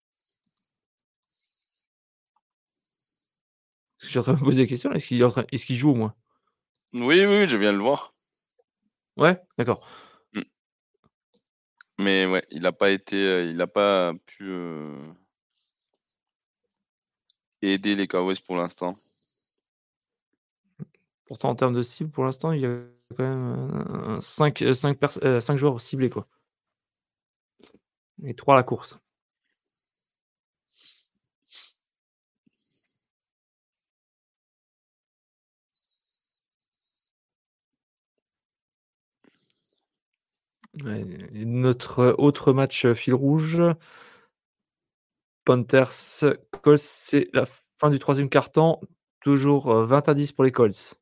Parce que je suis en train de me poser la question. là, Est-ce qu'il est en train- est-ce qu'il joue au moins Oui, oui, je viens de le voir. Ouais, d'accord. Mm. Mais ouais, il n'a pas été, euh, il n'a pas pu euh, aider les Cowboys pour l'instant. Pourtant, en termes de cible, pour l'instant, il y a quand même cinq joueurs ciblés, quoi. Et trois à la course. Ouais, et notre autre match euh, fil rouge, Panthers Colts, c'est la fin du troisième quart-temps, toujours euh, vingt à dix pour les Colts.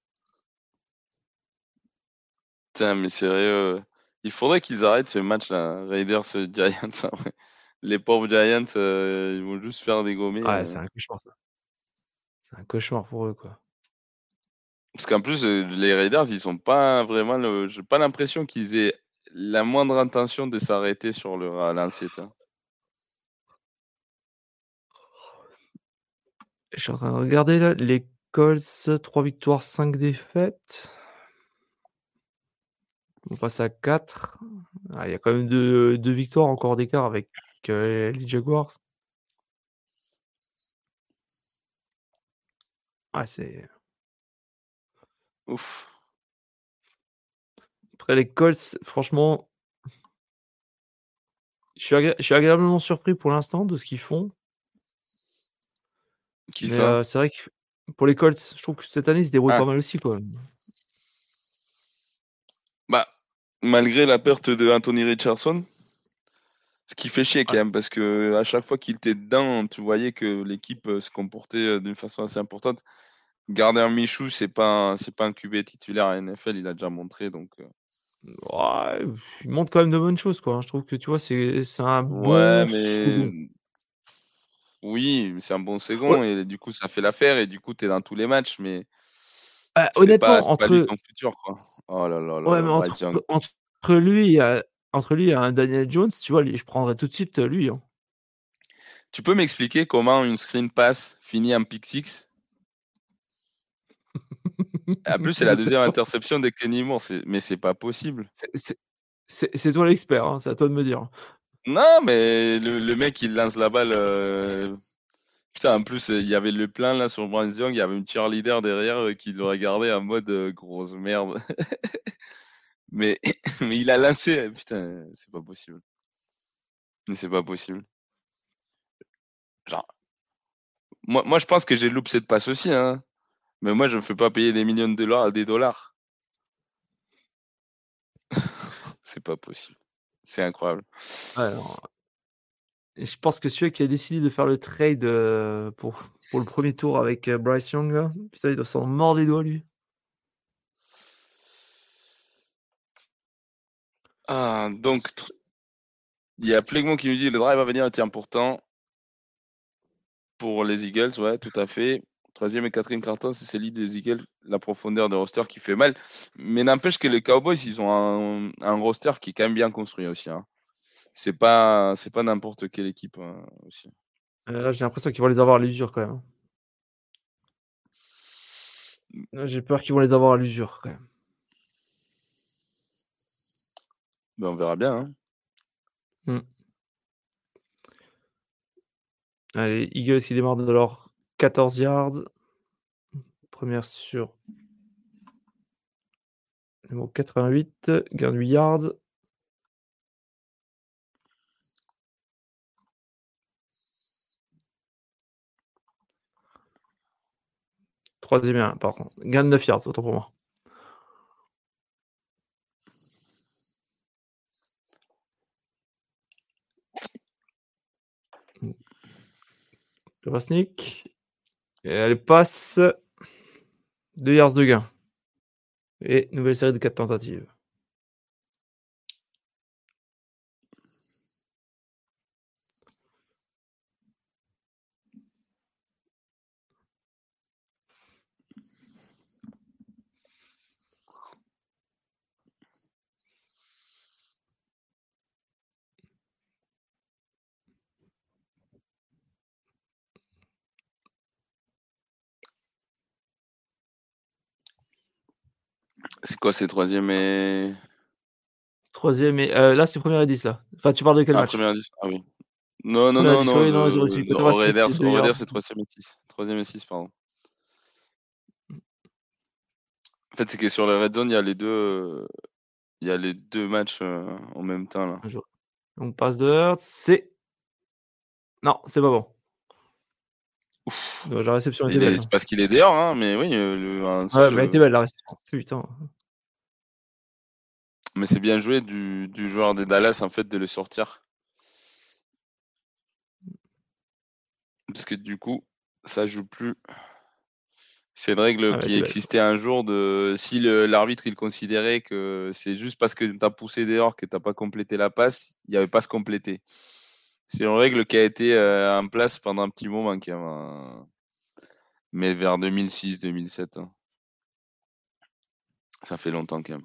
Tiens, mais sérieux, euh, il faudrait qu'ils arrêtent ce match-là, Raiders-Giants. Les pauvres Giants, euh, ils vont juste faire dégommer. Ouais, euh. c'est un cauchemar ça. C'est un cauchemar pour eux, quoi. Parce qu'en plus, euh, les Raiders, ils sont pas vraiment. Le... J'ai pas l'impression qu'ils aient la moindre intention de s'arrêter sur le à l'assiette. Hein. Je suis en train de regarder là, les Colts, trois victoires, cinq défaites. On passe à quatre. Ah, il y a quand même deux, deux victoires encore d'écart avec euh, les Jaguars. Ah, c'est... Ouf. Après les Colts, franchement, je suis, agré- je suis agréablement surpris pour l'instant de ce qu'ils font. Qui Mais ça? euh, c'est vrai que pour les Colts, je trouve que cette année, ils se débrouillent Ah, pas mal aussi, quoi. bah, malgré la perte de Anthony Richardson, ce qui fait chier quand Ouais, même, parce que à chaque fois qu'il était dedans, tu voyais que l'équipe euh, se comportait euh, d'une façon assez importante. Garder un Michou, c'est pas un- c'est pas un Q B titulaire à N F L, il a déjà montré, donc. euh, ouais, ils montrent quand même de bonnes choses, quoi. Je trouve que, tu vois, c'est c'est un Ouais, bon second. mais oui, c'est un bon Ouais, second et du coup ça fait l'affaire et du coup tu es dans tous les matchs, mais bah, c'est pas honnêtement, c'est pas lui entre, ton futur quoi. Oh là là là ouais, là, mais Bryce entre, Young. entre lui et, euh, entre lui et un Daniel Jones, tu vois, lui, je prendrais tout de suite euh, lui. Hein. Tu peux m'expliquer comment une screen pass finit en pick six? En plus, c'est la Je sais deuxième pas. interception de Kenny Moore, c'est- mais c'est pas possible. C'est c'est- c'est- c'est toi l'expert, hein, c'est à toi de me dire. Non, mais le, le mec il lance la balle. euh, Putain, en plus, euh, il y avait le plan là sur Bryce Young, il y avait une cheerleader derrière euh, qui le regardait en mode euh, grosse merde. Mais, mais il a lancé, euh, putain, c'est pas possible. Mais c'est pas possible. Genre, moi, moi je pense que j'ai loupé cette passe aussi, hein. Mais moi, je me fais pas payer des millions de dollars, des dollars. C'est pas possible. C'est incroyable. Ouais, non. Et je pense que celui qui a décidé de faire le trade euh, pour, pour le premier tour avec euh, Bryce Young, là, putain, il doit s'en mordre les doigts, lui. Ah, donc, tr- il y a Flegmont qui nous dit le drive à venir était important pour les Eagles, ouais, tout à fait. Troisième et quatrième carton, c'est celui des Eagles, la profondeur de roster qui fait mal. Mais n'empêche que les Cowboys, ils ont un, un roster qui est quand même bien construit aussi. Hein. C'est pas, c'est pas n'importe quelle équipe hein, aussi. Euh, là, j'ai l'impression qu'ils vont les avoir à l'usure quand même. Là, j'ai peur qu'ils vont les avoir à l'usure quand même. Ben, on verra bien. Hein. Hmm. Allez, Eagles qui démarrent de leur quatorze yards. Première sur numéro quatre-vingt-huit, gain de huit yards. Troisième et un, par contre. Gain de neuf yards, autant pour moi. Le sneak. Et elle passe. deux yards de gain. Et nouvelle série de quatre tentatives. C'est quoi, c'est troisième et. Troisième et. Euh, là, c'est première et dix, là. Enfin, tu parles de quel Ah, match? première dix. Ah oui. Non, non, Première et non, dix, non. oui, non, j'ai Le... reçu. le- Côté Au Rasnick, Raiders, c'est deux au Raiders, yards. c'est troisième et six. Troisième et six, pardon. En fait, c'est que sur le Red Zone, il y a les deux, euh, il y a les deux matchs euh, en même temps là. On passe de Hurts, c'est. Non, c'est pas bon. Ouf. Donc, la réception Mais était il est- belle. C'est parce qu'il est dehors, hein, mais oui, euh, le, en soi, Ouais, mais elle le- était belle la réception. Putain. mais c'est bien joué du, du joueur des Dallas en fait de le sortir. Parce que du coup, ça joue plus. C'est une règle Ah, elle qui était belle. existait un jour de si le- l'arbitre il considérait que c'est juste parce que tu as poussé dehors que tu n'as pas complété la passe, il n'y avait pas à se compléter. C'est une règle qui a été euh, en place pendant un petit moment, quand même, hein. Mais vers deux mille six deux mille sept. Hein. Ça fait longtemps quand même.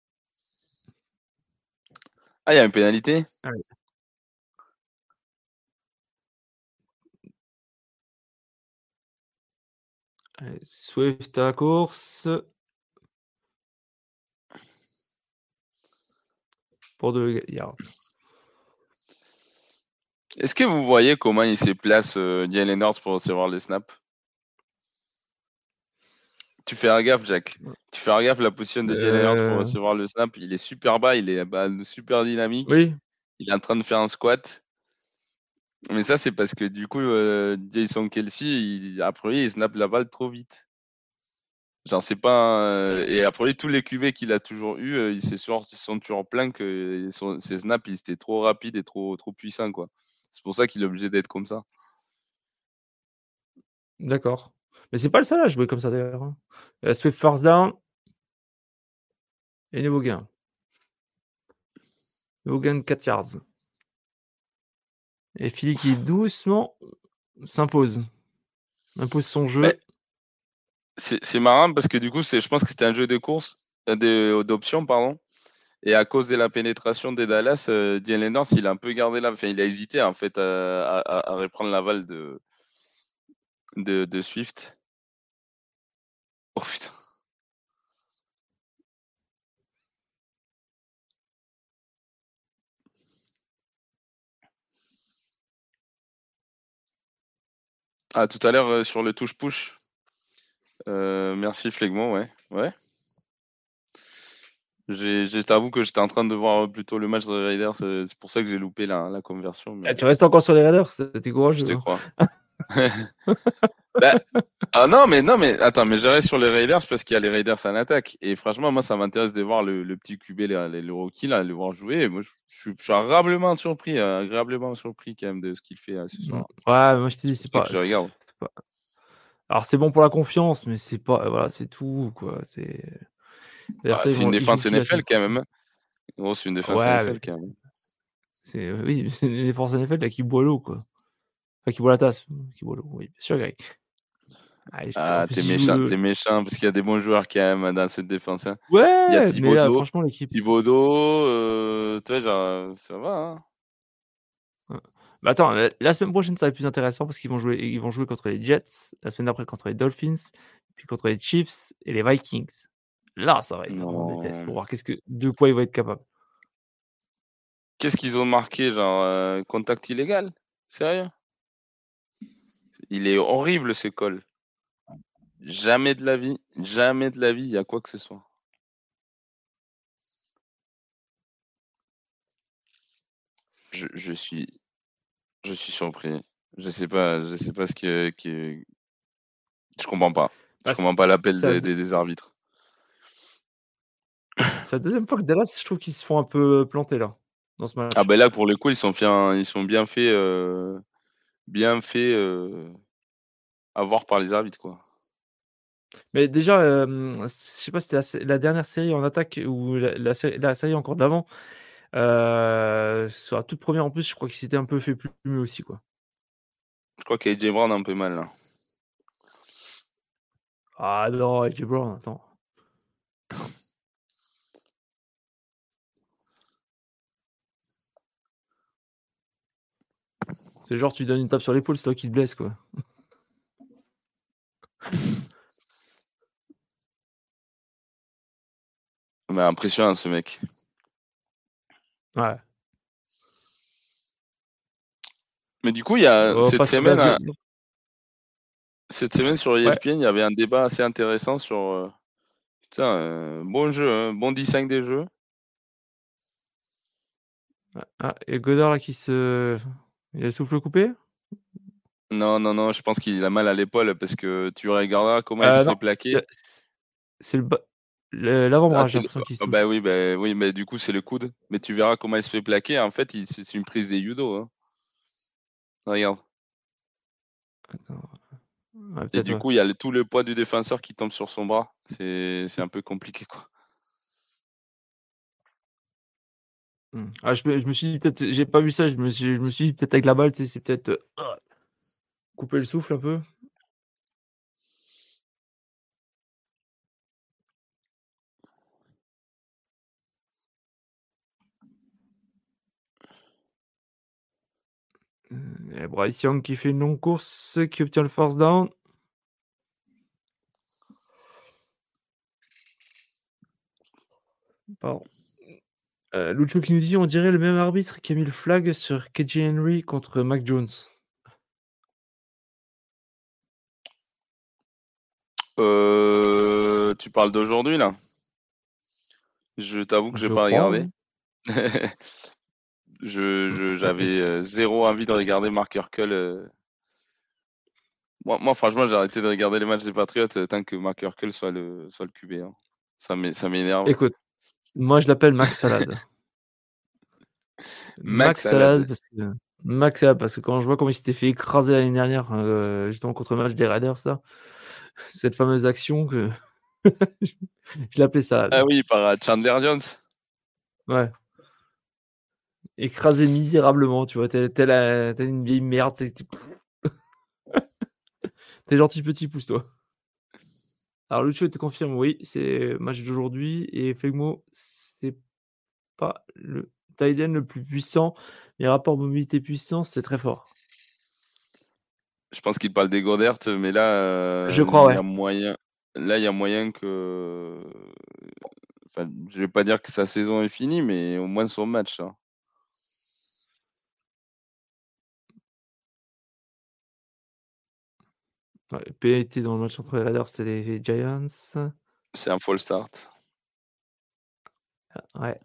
Ah, il y a une pénalité? Ah, oui. Allez, Swift à la course. Pour deux yards. Est-ce que vous voyez comment il se place euh, Jalen Hurts pour recevoir les snaps? Tu fais gaffe, Jack. Tu fais gaffe la position de Jalen Hurts pour Euh... recevoir le snap. Il est super bas, il est bah, super dynamique. Oui. Il est en train de faire un squat. Mais ça, c'est parce que du coup, euh, Jason Kelsey, il, après, il snap la balle trop vite. Genre, c'est pas. un- Et après, tous les Q B qu'il a toujours eu, euh, ils se sont sont toujours pleins que son- ses snaps, ils étaient trop rapides et trop, trop puissants, quoi. C'est pour ça qu'il est obligé d'être comme ça. D'accord. Mais c'est pas le seul à jouer comme ça d'ailleurs. Hein. Euh, Swift force down. Et nouveau gain. Nouveau gain de quatre yards. Et Philly qui doucement s'impose. Impose son jeu. Mais c'est c'est marrant parce que du coup, c'est, je pense que c'était un jeu de course, euh, de- d'option, pardon. Et à cause de la pénétration des Dallas, euh, Jalen Hurts, il a un peu gardé la. Enfin, il a hésité en fait à, à- à reprendre l'aval de, de, de Swift. Oh putain. Ah, tout à l'heure euh, sur le touche-push. Euh, merci Flegmont, ouais. Ouais. J'ai, j'ai- je t'avoue que j'étais en train de voir plutôt le match des Raiders, c'est c'est pour ça que j'ai loupé la, la conversion. Mais Ah, tu restes encore sur les Raiders, c'était je courageux. te Hein. crois. Bah, ah non, mais non, mais attends, mais je reste sur les Raiders parce qu'il y a les Raiders en attaque. Et franchement, moi, ça m'intéresse de voir le, le petit Q B, là, le, le rookie, là, le voir jouer. Et moi, je, je suis, je suis agréablement surpris, euh, agréablement surpris quand même de ce qu'il fait euh, ce Mm. soir. Ouais, moi je te C'est dis, pour c'est ça pas, que je c'est regarde. pas- Alors c'est bon pour la confiance, mais c'est pas. Voilà, c'est tout, quoi. C'est. D'ailleurs, Bah, ils c'est une vont, ils jouent défense qui la semaine N F L quand prochaine? même. Gros, c'est une défense Ouais, N F mais L quand même. c'est oui, c'est une défense N F L là qui boit l'eau quoi. Enfin qui boit la tasse, qui boit l'eau, oui, bien sûr, Greg. Ah, et en Ah, plus, t'es ils jouent méchant, le t'es méchant parce qu'il y a des bons joueurs quand même dans cette défense. Hein. Il y a ouais, mais là, Thibodeau, franchement, l'équipe. Thibodeau, euh, tu vois, genre, ça va. Hein. Ouais. Bah attends, la, la semaine prochaine, ça va être plus intéressant parce qu'ils vont jouer, ils vont jouer contre les Jets, la semaine d'après contre les Dolphins, puis contre les Chiefs et les Vikings. Là, ça va être vraiment des tests pour Non. voir qu'est-ce que, de quoi ils vont être capables. Qu'est-ce qu'ils ont marqué, genre euh, contact illégal? Sérieux? Il est horrible ce call. Jamais de la vie, jamais de la vie, il y a quoi que ce soit. Je, je suis, je suis surpris. Je sais pas, je sais pas ce que, que... je comprends pas. Je Bah, comprends pas l'appel c'est la, des, des, des arbitres. c'est la deuxième fois que Dallas, je trouve qu'ils se font un peu planter là, dans ce Ah match. ben là pour le coup ils sont bien, ils sont bien fait, euh, bien fait euh, avoir par les arbitres quoi. Mais déjà, euh, je sais pas si c'était la, sé- la dernière série en attaque ou la, la série, la série encore d'avant. Euh, sur la toute première en plus, je crois qu'il s'était un peu fait plumer aussi quoi. Je crois qu'A J Brown a un peu mal là. Ah non, A J Brown, attends. C'est genre, tu donnes une tape sur l'épaule, c'est toi qui te blesse, quoi. Mais impressionnant ce mec. Ouais. Mais du coup il y a Oh, cette pas si semaine, base. hein, cette semaine sur Ouais. E S P N il y avait un débat assez intéressant sur euh, putain, euh, bon jeu, hein, bon design des jeux. Ah, et Godard, là, qui se... Il a le souffle coupé? Non non non, je pense qu'il a mal à l'épaule parce que tu regarderas comment il se Euh, fait non. plaquer. C'est c'est le bas... le- Ah l'avant-bras, j'ai c'est le... l'impression qu'il se oh, bah touche. oui bah oui mais du coup c'est le coude. Mais tu verras comment il se fait plaquer. En fait il... c'est une prise des judo. Hein. Regarde. Attends. Ouais, Et peut-être, du ouais. coup, il y a le- tout le poids du défenseur qui tombe sur son bras. C'est c'est un peu compliqué, quoi. Hmm. Ah, je, me, je me suis dit, peut-être... J'ai pas vu ça, je me suis, je me suis dit, peut-être avec la balle, tu sais, c'est peut-être... euh, ah, couper le souffle un peu. Et Bryce Young qui fait une longue course, qui obtient le first down. Pardon. Euh, Lucho qui nous dit, on dirait le même arbitre qui a mis le flag sur K J Henry contre Mac Jones. Euh, tu parles d'aujourd'hui, là? Je t'avoue que j'ai Je pas crois, regardé. oui. je, je- Ouais, et- j'avais euh, zéro envie de regarder Mark Hurkle. euh. Moi, moi, franchement, j'ai arrêté de regarder les matchs des Patriots euh, tant que Mark Hurkle soit le, soit le Q B. Hein. Ça m'é- ça m'énerve. Écoute, moi je l'appelle Max Salade. Max Max Salade Salade. parce que Max Salade parce que quand je vois comment il s'était fait écraser l'année dernière, euh, justement contre le match des Raiders, ça, cette fameuse action que je, je l'appelais Salade. Ah oui, par euh, Chandler Jones. Ouais. Écrasé misérablement, tu vois, t'es t'es la- t'es une vieille merde, t'es t'es- t'es gentil petit pouce toi. Alors Lucho te confirme, oui, c'est match d'aujourd'hui et Flegmo, c'est pas le tight end le plus puissant, mais rapport mobilité puissance, c'est très fort. Je pense qu'il parle des Goddard, mais là, Je euh, crois, il y ouais. a moyen. Là, il y a moyen que. Enfin, je vais pas dire que sa saison est finie, mais au moins son match. Hein. Ouais, pénalité dans le match entre les Raiders et les Giants. C'est un false start. Ouais.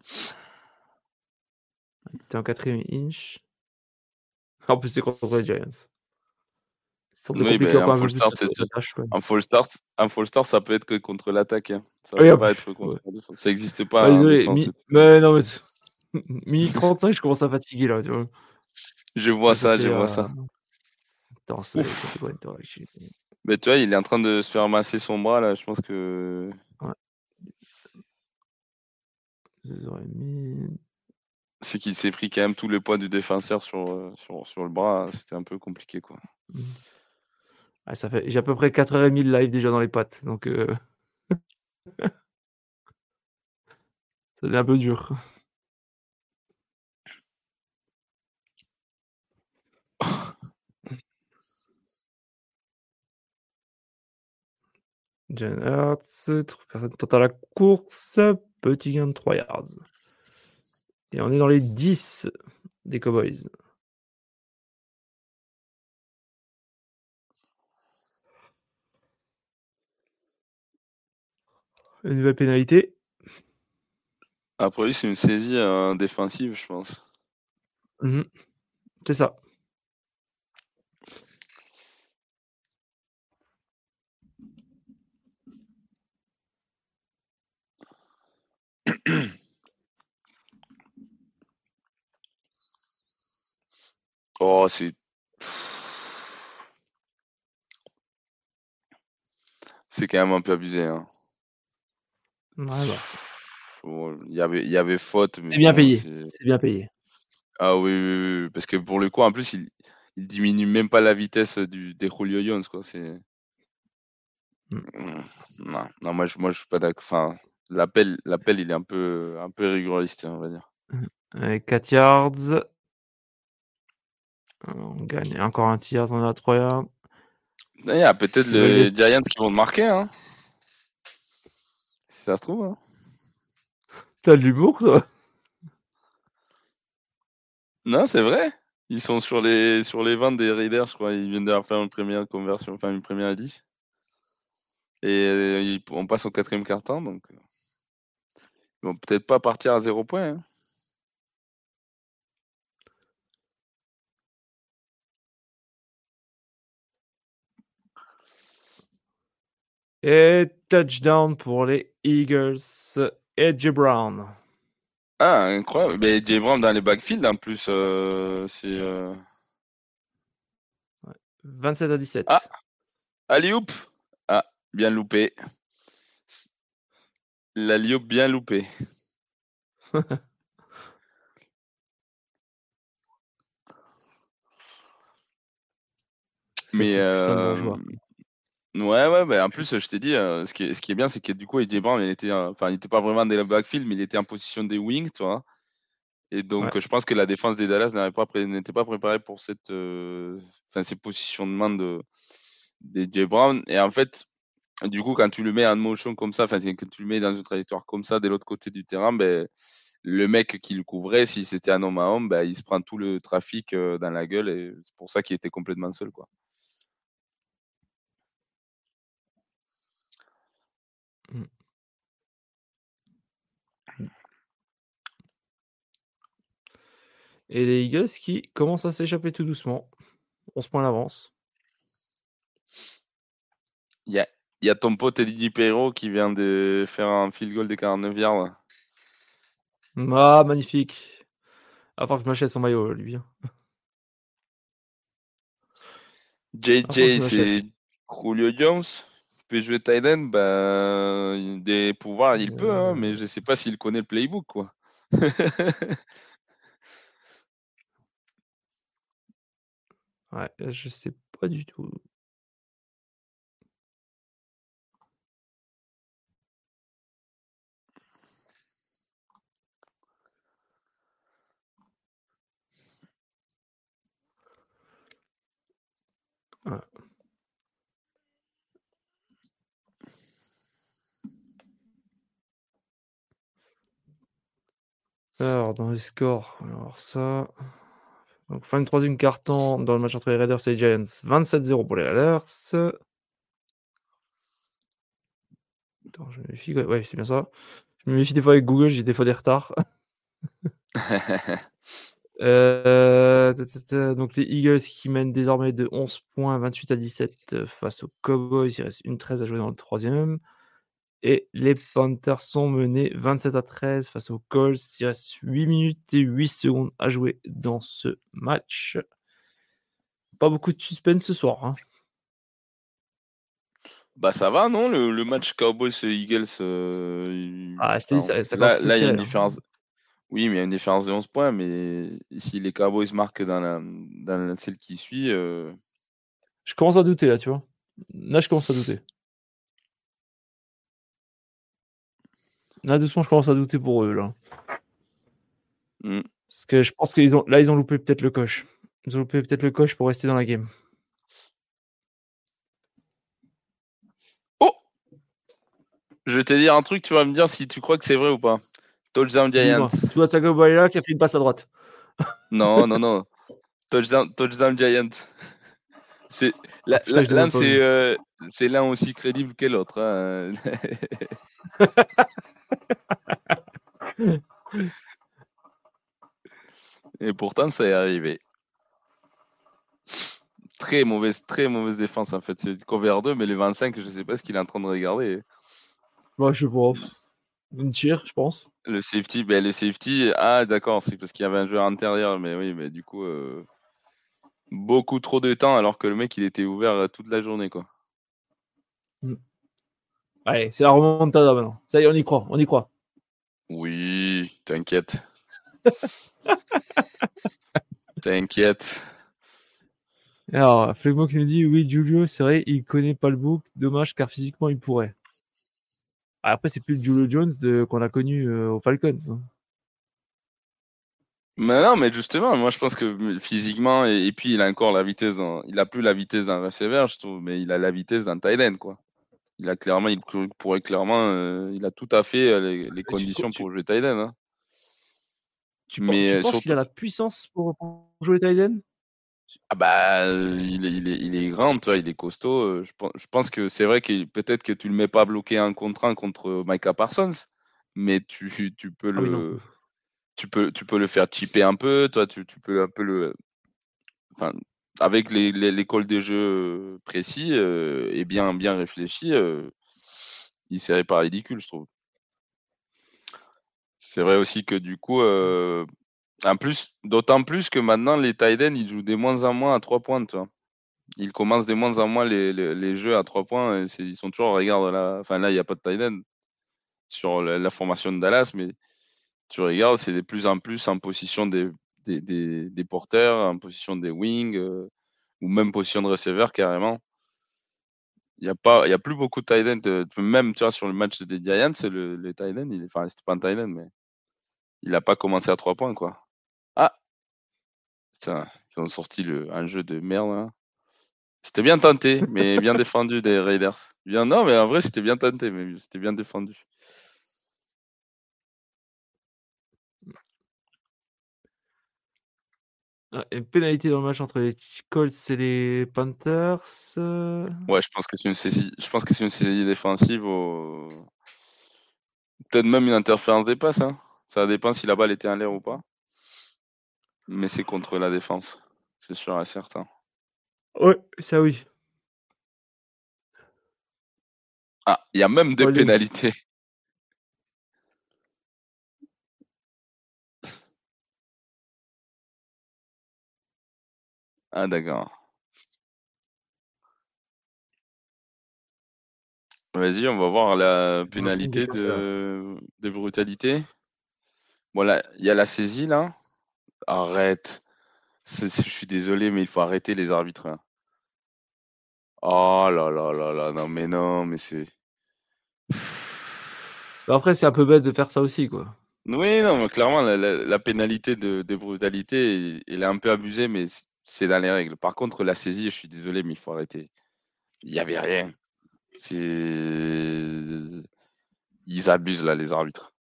T'es en quatrième inch. En plus, c'est contre les Giants. Ça semble Oui, compliquer ben, un encore un peu false plus start, la, c'est la tâche. Ouais. un false start. Un false start, ça peut être que contre l'attaque. Hein. Ça Oui, peut en pas plus, être contre ouais. la défense. Ça n'existe Ouais, pas en désolé. défense. Mi... Mais non, mais... minute trente-cinq, je commence à fatiguer là. Tu vois. Je vois Là, ça ça, je fait. vois Euh... ça. Attends, ça, ça fait Ouf. combien de temps là que je suis- Mais tu vois, il est en train de se faire masser son bras là. Je pense que. Ouais. deux heures trente. C'est qu'il s'est pris quand même tout le poids du défenseur sur, euh, sur, sur le bras. C'était un peu compliqué, quoi. Mmh. Ah, ça fait... J'ai à peu près quatre heures trente de live déjà dans les pattes. Donc, euh... ça devient un peu dur. Jalen Hurts, personne tente à la course, petit gain de trois yards. Et on est dans les dix des Cowboys. Une nouvelle pénalité. Après lui, c'est une saisie euh, défensive, je pense. Mmh. C'est ça. Oh, c'est. C'est quand même un peu abusé. Hein. Ouais, bah. Bon, il y avait, il y avait faute, mais C'est bien bon, payé. c'est. C'est bien payé. Ah oui, oui, oui, oui, parce que pour le coup, en plus, il, il diminue même pas la vitesse du, des Julio Jones, quoi. C'est. Mmh. Mm. Non, non, moi, je, moi, je suis pas d'accord. Enfin, l'appel, l'appel, il est un peu, un peu rigoriste, on va dire. Avec quatre yards. On gagne encore un tir, on a trois yards. Il y a peut-être C'est validé. les Giants qui vont te marquer, hein. Si ça se trouve. Hein. T'as de l'humour, toi? Non, c'est vrai. Ils sont sur les, sur les ventes des Raiders, je crois. Ils viennent d'avoir fait une première conversion, enfin une première à dix. Et euh, ils- on passe au quatrième quart-temps, donc euh, ils vont peut-être pas partir à zéro point. Hein. Et touchdown pour les Eagles. Et J. Brown. Ah, incroyable. Mais Jay Brown dans les backfields, en plus, euh, c'est... euh, vingt-sept à dix-sept. Ah, alley-oop. Ah, bien loupé. L'alley-oop bien loupé. Ça, Mais c'est putain de bon euh, joueur. ouais, ouais, bah, en plus, je t'ai dit, euh, ce qui est, ce qui est bien, c'est que du coup, A J Brown, il était, euh, enfin, il était pas vraiment dans le backfield, mais il était en position des wings, tu vois. Et donc, Ouais. je pense que la défense des Dallas n'avait pas pré- n'était pas préparée pour cette, euh, enfin, ces positionnements de des J Brown. Et en fait, du coup, quand tu le mets en motion comme ça, enfin, quand tu le mets dans une trajectoire comme ça, de l'autre côté du terrain, ben, le mec qui le couvrait, si c'était un homme à homme, ben, il se prend tout le trafic euh, dans la gueule. Et c'est pour ça qu'il était complètement seul, quoi. Mm. Et les Eagles qui commencent à s'échapper tout doucement. onze points d'avance. Il y a, il y a ton pote Eddie Perrault qui vient de faire un field goal des quarante-neuf yards. Ah, magnifique. À part que je m'achète son maillot, lui. hein. À part que je J J, m'achète. c'est Julio Jones. Il peut jouer tight end, bah, des pouvoirs, il peut, hein, mais Euh, je sais pas s'il connaît le playbook, quoi. Ouais, je sais pas du tout. Ouais. Alors, dans les scores, on va voir ça. Donc, fin de troisième quart-temps dans le match entre les Raiders et les Giants. vingt-sept zéro pour les Raiders. Attends, je me méfie. Ouais, c'est bien ça. Je me méfie des fois avec Google, j'ai des fois des retards. Euh, ta, ta, ta, donc les Eagles qui mènent désormais de onze points, vingt-huit à dix-sept face aux Cowboys. Il reste une treize à jouer dans le troisième. Et les Panthers sont menés vingt-sept à treize face aux Colts. Il reste huit minutes et huit secondes à jouer dans ce match. Pas beaucoup de suspense ce soir. Hein. Bah ça va, non? Le, le match Cowboys-Eagles, euh, il- Ah, je te dis, enfin, ça, ça commence là, à là, il y a s'étirer, une là. différence. Oui, mais il y a une différence de onze points, mais si les Cowboys marquent dans la, dans la- celle qui suit, euh, Je commence à douter, là, tu vois. Là, je commence à douter. Là, doucement, je commence à douter pour eux, là. hmm. Parce que je pense qu'ils ont, là, ils ont loupé peut-être le coche. Ils ont loupé peut-être le coche pour rester dans la game. Oh! Je vais te dire un truc, tu vas me dire si tu crois que c'est vrai ou pas. Touchdown Giants. Dis-moi, Tua Tagovailoa qui a fait une passe à droite. Non, non, non. Touchdown, touchdown Giants. C'est Ah là- putain, là- je l'ai l'un même pas c'est vu. euh, c'est l'un aussi crédible que l'autre, hein. Et pourtant ça est arrivé. Très mauvaise, très mauvaise défense en fait. C'est du cover deux, mais les vingt-cinq, je sais pas ce qu'il est en train de regarder. Bah, je sais pas. Une tire, je pense. Le safety, ben le safety, ah d'accord, c'est parce qu'il y avait un joueur intérieur, mais oui, mais du coup euh, beaucoup trop de temps alors que le mec il était ouvert euh, toute la journée quoi. Mm. Allez, c'est la remontada maintenant. Ça y est, on y croit, on y croit. Oui, t'inquiète. T'inquiète. Alors, Flegmo qui nous dit oui, Julio, c'est vrai, il connaît pas le book. Dommage car physiquement il pourrait. Ah, après, c'est plus le Julio Jones de, qu'on a connu euh, aux Falcons. Hein. Mais non, mais justement, moi je pense que physiquement, et, et puis il a encore la vitesse, dans- il a plus la vitesse d'un receiver, je trouve, mais il a la vitesse d'un tight end, quoi. Il a clairement, il pourrait clairement, euh, il a tout à fait euh, les, les Tu, conditions tu, pour jouer tight end, hein. tu, pen- Mais tu euh, penses qu'il a surtout, la puissance pour, pour jouer tight end? ah bah, euh, il est, il est, il est grand, tu vois, il est costaud. euh, Je, pense- je pense que c'est vrai que peut-être que tu le mets pas bloqué un contre un contre Micah Parsons, mais tu, tu peux Ah oui, non. le, tu peux, tu peux le faire chipper un peu, toi, tu, tu peux un peu le, enfin, avec les, les, les calls de jeu précis euh, et bien, bien réfléchis, euh, il serait pas ridicule, je trouve. C'est vrai aussi que du coup, euh, en plus, d'autant plus que maintenant, les tight ends, ils jouent de moins en moins à trois points, tu vois. Ils commencent de moins en moins les, les, les jeux à trois points. Et c'est- ils sont toujours, regarde, là, enfin là, il n'y a pas de tight end sur la, la formation de Dallas, mais tu regardes, c'est de plus en plus en position des, des, des, des porteurs, en position des wings, euh, ou même position de receveur carrément. Il y a pas, il y a plus beaucoup de tight end. euh, Même, tu vois, sur le match des Giants, le, le tight end, il, enfin, c'était pas un tight end, mais il a pas commencé à trois points, quoi. Ah, putain, ils ont sorti le, un jeu de merde, hein. C'était bien tenté, mais bien défendu des Raiders. Bien, non, mais en vrai, c'était bien tenté, mais c'était bien défendu. Ah, une pénalité dans le match entre les Colts et les Panthers. euh. Ouais, je pense que c'est une saisie, je pense que c'est une saisie défensive au... peut-être même une interférence des passes, hein. Ça dépend si la balle était en l'air ou pas. Mais c'est contre la défense. C'est sûr et certain. Ouais, ça oui. Ah, il y a même des Bon, allez. pénalités. Ah, d'accord. Vas-y, on va voir la On va pénalité défoncer, là. de, de brutalité. Voilà, il y a la saisie là. Arrête. C'est- c'est- Je suis désolé, mais il faut arrêter les arbitres, hein. Oh là là là là, non mais non, mais c'est. Bah, après, c'est un peu bête de faire ça aussi, quoi. Oui, non, mais clairement, la, la- la pénalité de, de brutalité, elle est un peu abusée, mais c- c'est dans les règles. Par contre, la saisie, je suis désolé, mais il faut arrêter. Il n'y avait rien. C'est... Ils abusent là, les arbitres.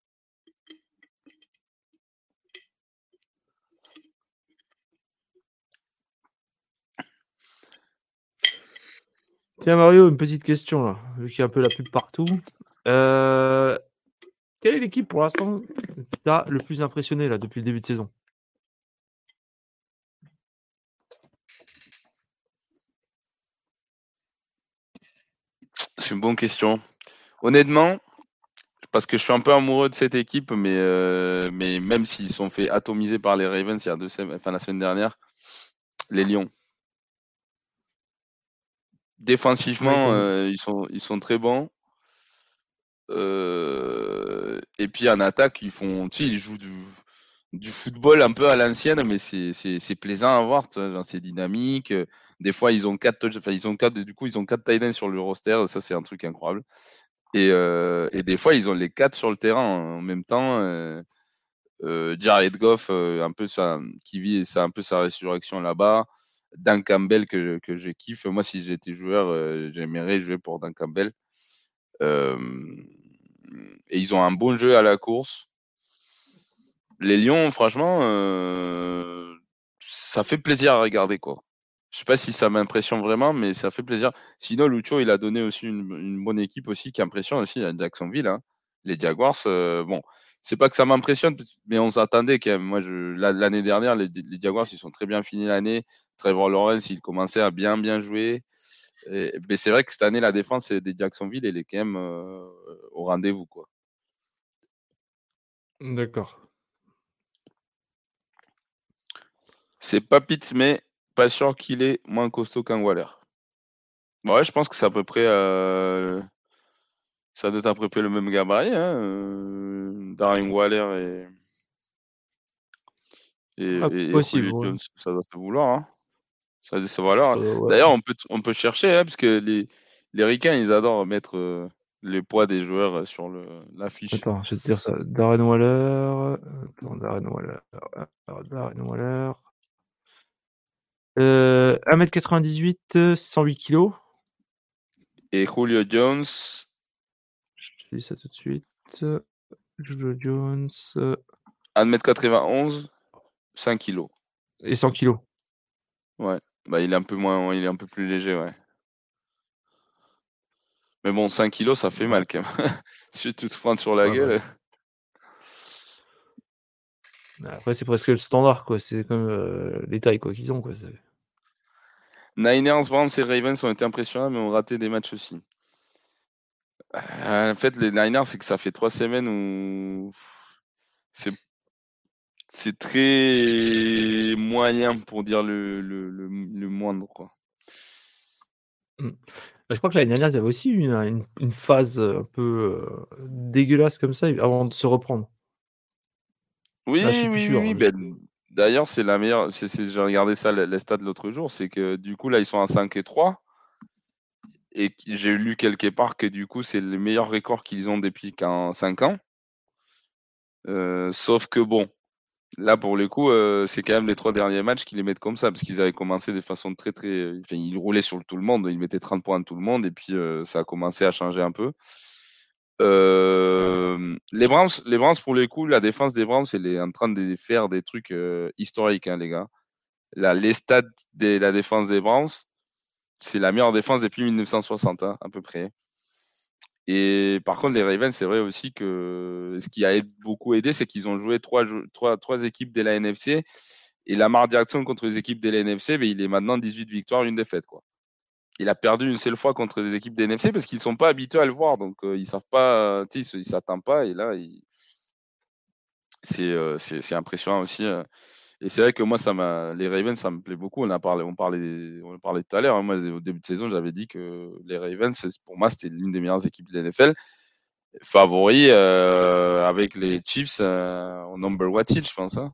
Tiens, Mario, une petite question, là, vu qu'il y a un peu la pub partout. Euh, Quelle est l'équipe, pour l'instant, qui t'a le plus impressionné, là, depuis le début de saison? C'est une bonne question. Honnêtement, parce que je suis un peu amoureux de cette équipe, mais, euh, mais même s'ils sont fait atomiser par les Ravens il y a deux semaines, enfin la semaine dernière, les Lions. Défensivement, euh, ils, sont, ils sont très bons. Euh, et puis en attaque, ils font, tu sais, ils jouent du, du football un peu à l'ancienne, mais c'est, c'est, c'est plaisant à voir, tu vois, genre, c'est dynamique. Des fois, ils ont quatre, touch- enfin, ils ont quatre, du coup, ils ont quatre tight ends sur le roster. Ça, c'est un truc incroyable. Et, euh, et des fois, ils ont les quatre sur le terrain en même temps. Euh, euh, Jared Goff, euh, un peu ça, qui vit, c'est un peu sa résurrection là-bas. Dan Campbell que, que je kiffe. Moi, si j'étais joueur, euh, j'aimerais jouer pour Dan Campbell. Euh, et ils ont un bon jeu à la course. Les Lions, franchement, euh, ça fait plaisir à regarder, quoi. Je sais pas si ça m'impressionne vraiment, mais ça fait plaisir. Sinon, Lucho, il a donné aussi une, une bonne équipe aussi qui impressionne aussi à Jacksonville. Hein. Les Jaguars, euh, bon, c'est pas que ça m'impressionne, mais on s'attendait quand même. Moi, je, l'année dernière, les, les Jaguars, ils sont très bien finis l'année. Trevor Lawrence, il commençait à bien, bien jouer. Et, mais c'est vrai que cette année, la défense des Jacksonville, elle est quand même euh, au rendez-vous, quoi. D'accord. C'est pas Pitts, mais pas sûr qu'il est moins costaud qu'un Waller. Ouais, je pense que c'est à peu près. Euh, ça doit être à peu près le même gabarit. Hein, euh, Darren Waller et, et, Ah, et, et possible, Julio ouais. Jones, ça doit se vouloir. Hein. Ça doit se vouloir. Ça Hein. doit- ouais. D'ailleurs, on peut, on peut chercher, hein, parce que les, les Ricains, ils adorent mettre euh, les poids des joueurs sur le, l'affiche. Attends, je vais te dire ça. Darren Waller. Attends, Darren Waller. Alors, Darren Waller. Euh, un mètre quatre-vingt-dix-huit, cent huit kilos. Et Julio Jones. Je te dis ça tout de suite. Julio Jones. un mètre quatre-vingt-onze, cinq kilos. Et cent kilos. Ouais. Bah, il est un peu moins, il est un peu plus léger, ouais. Mais bon, cinq kilos, ça fait Ouais. mal quand même. Si tu te prends sur la Ouais, gueule. bah. Après, c'est presque le standard, quoi. C'est comme euh, les tailles, quoi, qu'ils ont, quoi. C'est... Niners, Browns et Ravens ont été impressionnants, mais ont raté des matchs aussi. Euh, en fait, les Niners, c'est que ça fait trois semaines où c'est, c'est très moyen pour dire le, le, le, le moindre, quoi. Mm. Bah, je crois que l'année dernière, il y avait aussi une, une, une phase un peu euh, dégueulasse comme ça avant de se reprendre. Oui, Là, je suis plus oui, oui, sûr. oui. Hein, Ben, d'ailleurs, c'est la meilleure. C'est, c'est- j'ai regardé ça, les, les stats l'autre jour. C'est que du coup, là, ils sont à cinq et trois. Et j'ai lu quelque part que du coup, c'est le meilleur record qu'ils ont depuis cinq ans. Euh, sauf que bon, là pour le coup, euh, c'est quand même les trois derniers matchs qui les mettent comme ça, parce qu'ils avaient commencé de façon très très. Enfin, ils roulaient sur tout le monde, ils mettaient trente points à tout le monde, et puis euh, ça a commencé à changer un peu. Euh, les Browns, les Browns pour le coup, la défense des Browns, elle est en train de faire des trucs euh, historiques, hein, les gars. Là, les stats de la défense des Browns, c'est la meilleure défense depuis mille neuf cent soixante, hein, à peu près. Et par contre, les Ravens, c'est vrai aussi que ce qui a aidé- beaucoup aidé, c'est qu'ils ont joué trois, jou- trois, trois équipes de la N F C. Et Lamar Jackson contre les équipes de la N F C, mais il est maintenant dix-huit victoires, une défaite, quoi. Il a perdu une seule fois contre des équipes de la N F C parce qu'ils ne sont pas habitués à le voir. Donc, euh, ils savent pas, tu sais, ils ne s'attendent pas. Et là, il- c'est euh, c'est c'est impressionnant aussi. euh. Et c'est vrai que moi, ça m'a, les Ravens, ça me plaît beaucoup. On a parlé, on parlait, on parlait tout à l'heure. Hein. Moi, au début de saison, j'avais dit que les Ravens, c'est- pour moi, c'était l'une des meilleures équipes de la N F L. Favori euh, avec les Chiefs euh, au number one seed, je pense. Hein.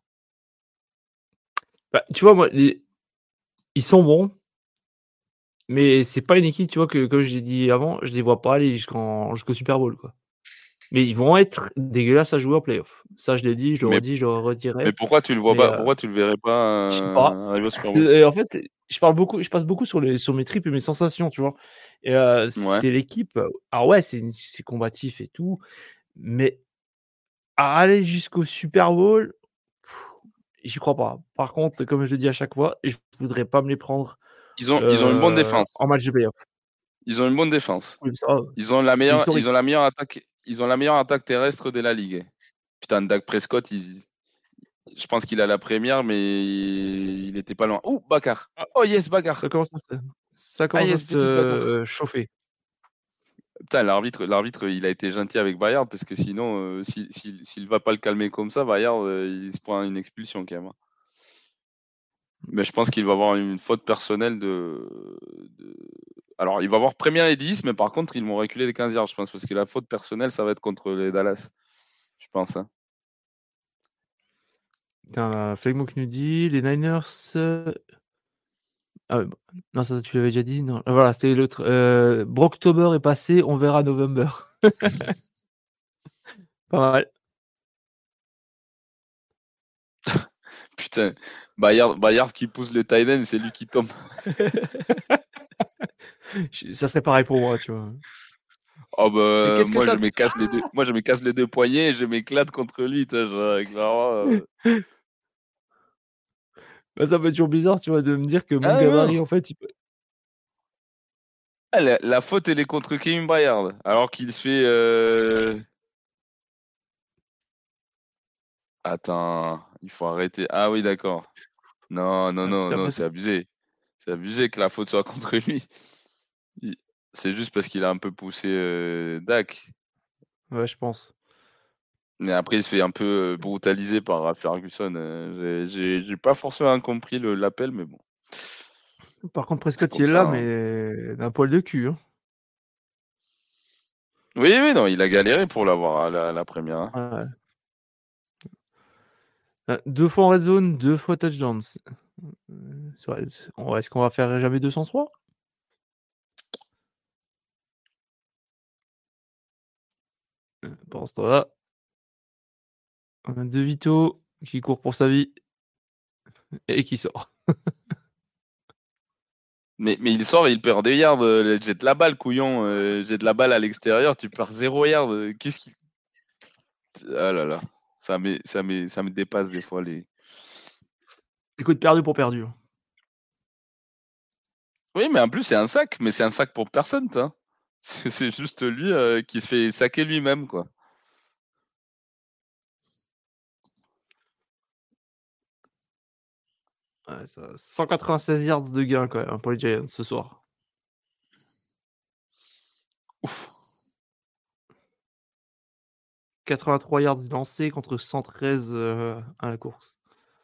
Bah, tu vois, moi, les... ils sont bons, mais c'est pas une équipe, tu vois, que comme je l'ai dit avant, je les vois pas aller jusqu'en... jusqu'au Super Bowl, quoi. Mais ils vont être dégueulasses à jouer en playoff. Ça, je l'ai dit, je le Mais, redis, je le redirai. mais pourquoi tu le vois Mais pas, euh, pourquoi tu le verrais pas je sais pas. euh, arriver au Parce Super que, Bowl? euh, en fait, c'est- je parle beaucoup, je passe beaucoup sur, les, sur mes tripes et mes sensations, tu vois. Et euh, Ouais. c'est l'équipe. euh, Alors ouais, c'est, une- c'est combatif et tout, mais à aller jusqu'au Super Bowl, pff, j'y crois pas. Par contre, comme je le dis à chaque fois, je voudrais pas me les prendre Ils ont, ils ont une bonne euh, défense. en match de playoff. Ils ont une bonne défense. Oui, ça, Ils ont la c'est meilleure, ils historique. ont la meilleure attaque, ils ont la meilleure attaque terrestre de la ligue. Putain, Dak Prescott, il, je pense qu'il a la première, mais il n'était pas loin. Oh, Bakar. Ah, Oh yes, Bakar. ça commence à se, ça Ah commence à yes, petite Bakar. se chauffer. Putain, l'arbitre, l'arbitre, il a été gentil avec Bayard parce que sinon, euh, si- si- s'il va pas le calmer comme ça, Bayard, euh, il se prend une expulsion quand même. Hein. Mais je pense qu'il va avoir une faute personnelle de, de... Alors, il va avoir première et dix, mais par contre, ils vont reculer les quinze yards, je pense, parce que la faute personnelle, ça va être contre les Dallas. Je pense. Hein. Putain, Flegmo qui nous dit les Niners. euh, Ah, ouais, bon. Non, ça tu l'avais déjà dit. Non, voilà, c'était l'autre. Euh... Brocktober est passé, on verra November. Pas mal. Putain, Bayard, Bayard qui pousse le tight end, c'est lui qui tombe. Ça serait pareil pour moi, tu vois. Oh Et bah, qu'est-ce que moi je t'as. m'écasse les deux, moi je m'écasse les deux poignets et je m'éclate contre lui, tu vois, genre, clairement, euh. Bah, ça fait toujours bizarre, tu vois, de me dire que mon Ah non. gabarit, en fait, il peut. Ah, la, la faute elle est contre Kevin Bayard, alors qu'il se fait. Euh... Attends, il faut arrêter. Ah oui, d'accord. Non, non, Ah, non, t'as non, l'impression- c'est abusé. C'est abusé que la faute soit contre lui. Il- C'est juste parce qu'il a un peu poussé euh, Dak. Ouais, je pense. Mais après, il se fait un peu euh, brutaliser par Ralph Ferguson. Euh, j'ai j'ai- j'ai pas forcément compris le- l'appel, mais bon, Par contre, c'est Prescott, il comme est ça. là, Hein. mais d'un poil de cul. Hein. Oui, oui, non, il a galéré pour l'avoir à la, la première. Hein. Ouais. Euh, Deux fois en red zone, deux fois touchdowns. Euh, sur- on- Est-ce qu'on va faire jamais deux cent trois? Euh, Pendant ce temps-là, on a De Vito qui court pour sa vie et qui sort. Mais, mais il sort et il perd deux yards. euh, Jette la balle, couillon. Euh, jette la balle à l'extérieur, tu perds zéro yard. euh, Qu'est-ce qui. Ah là là. Ça me, ça me, ça me dépasse des fois. Les... Écoute, perdu pour perdu. Hein. Oui, mais en plus, c'est un sac. Mais c'est un sac pour personne, toi. C'est c'est juste lui euh, qui se fait saquer lui-même, quoi. Ouais, ça, cent quatre-vingt-seize yards de gain quand même pour les Giants ce soir. Ouf. quatre-vingt-trois yards lancés contre cent treize euh, à la course.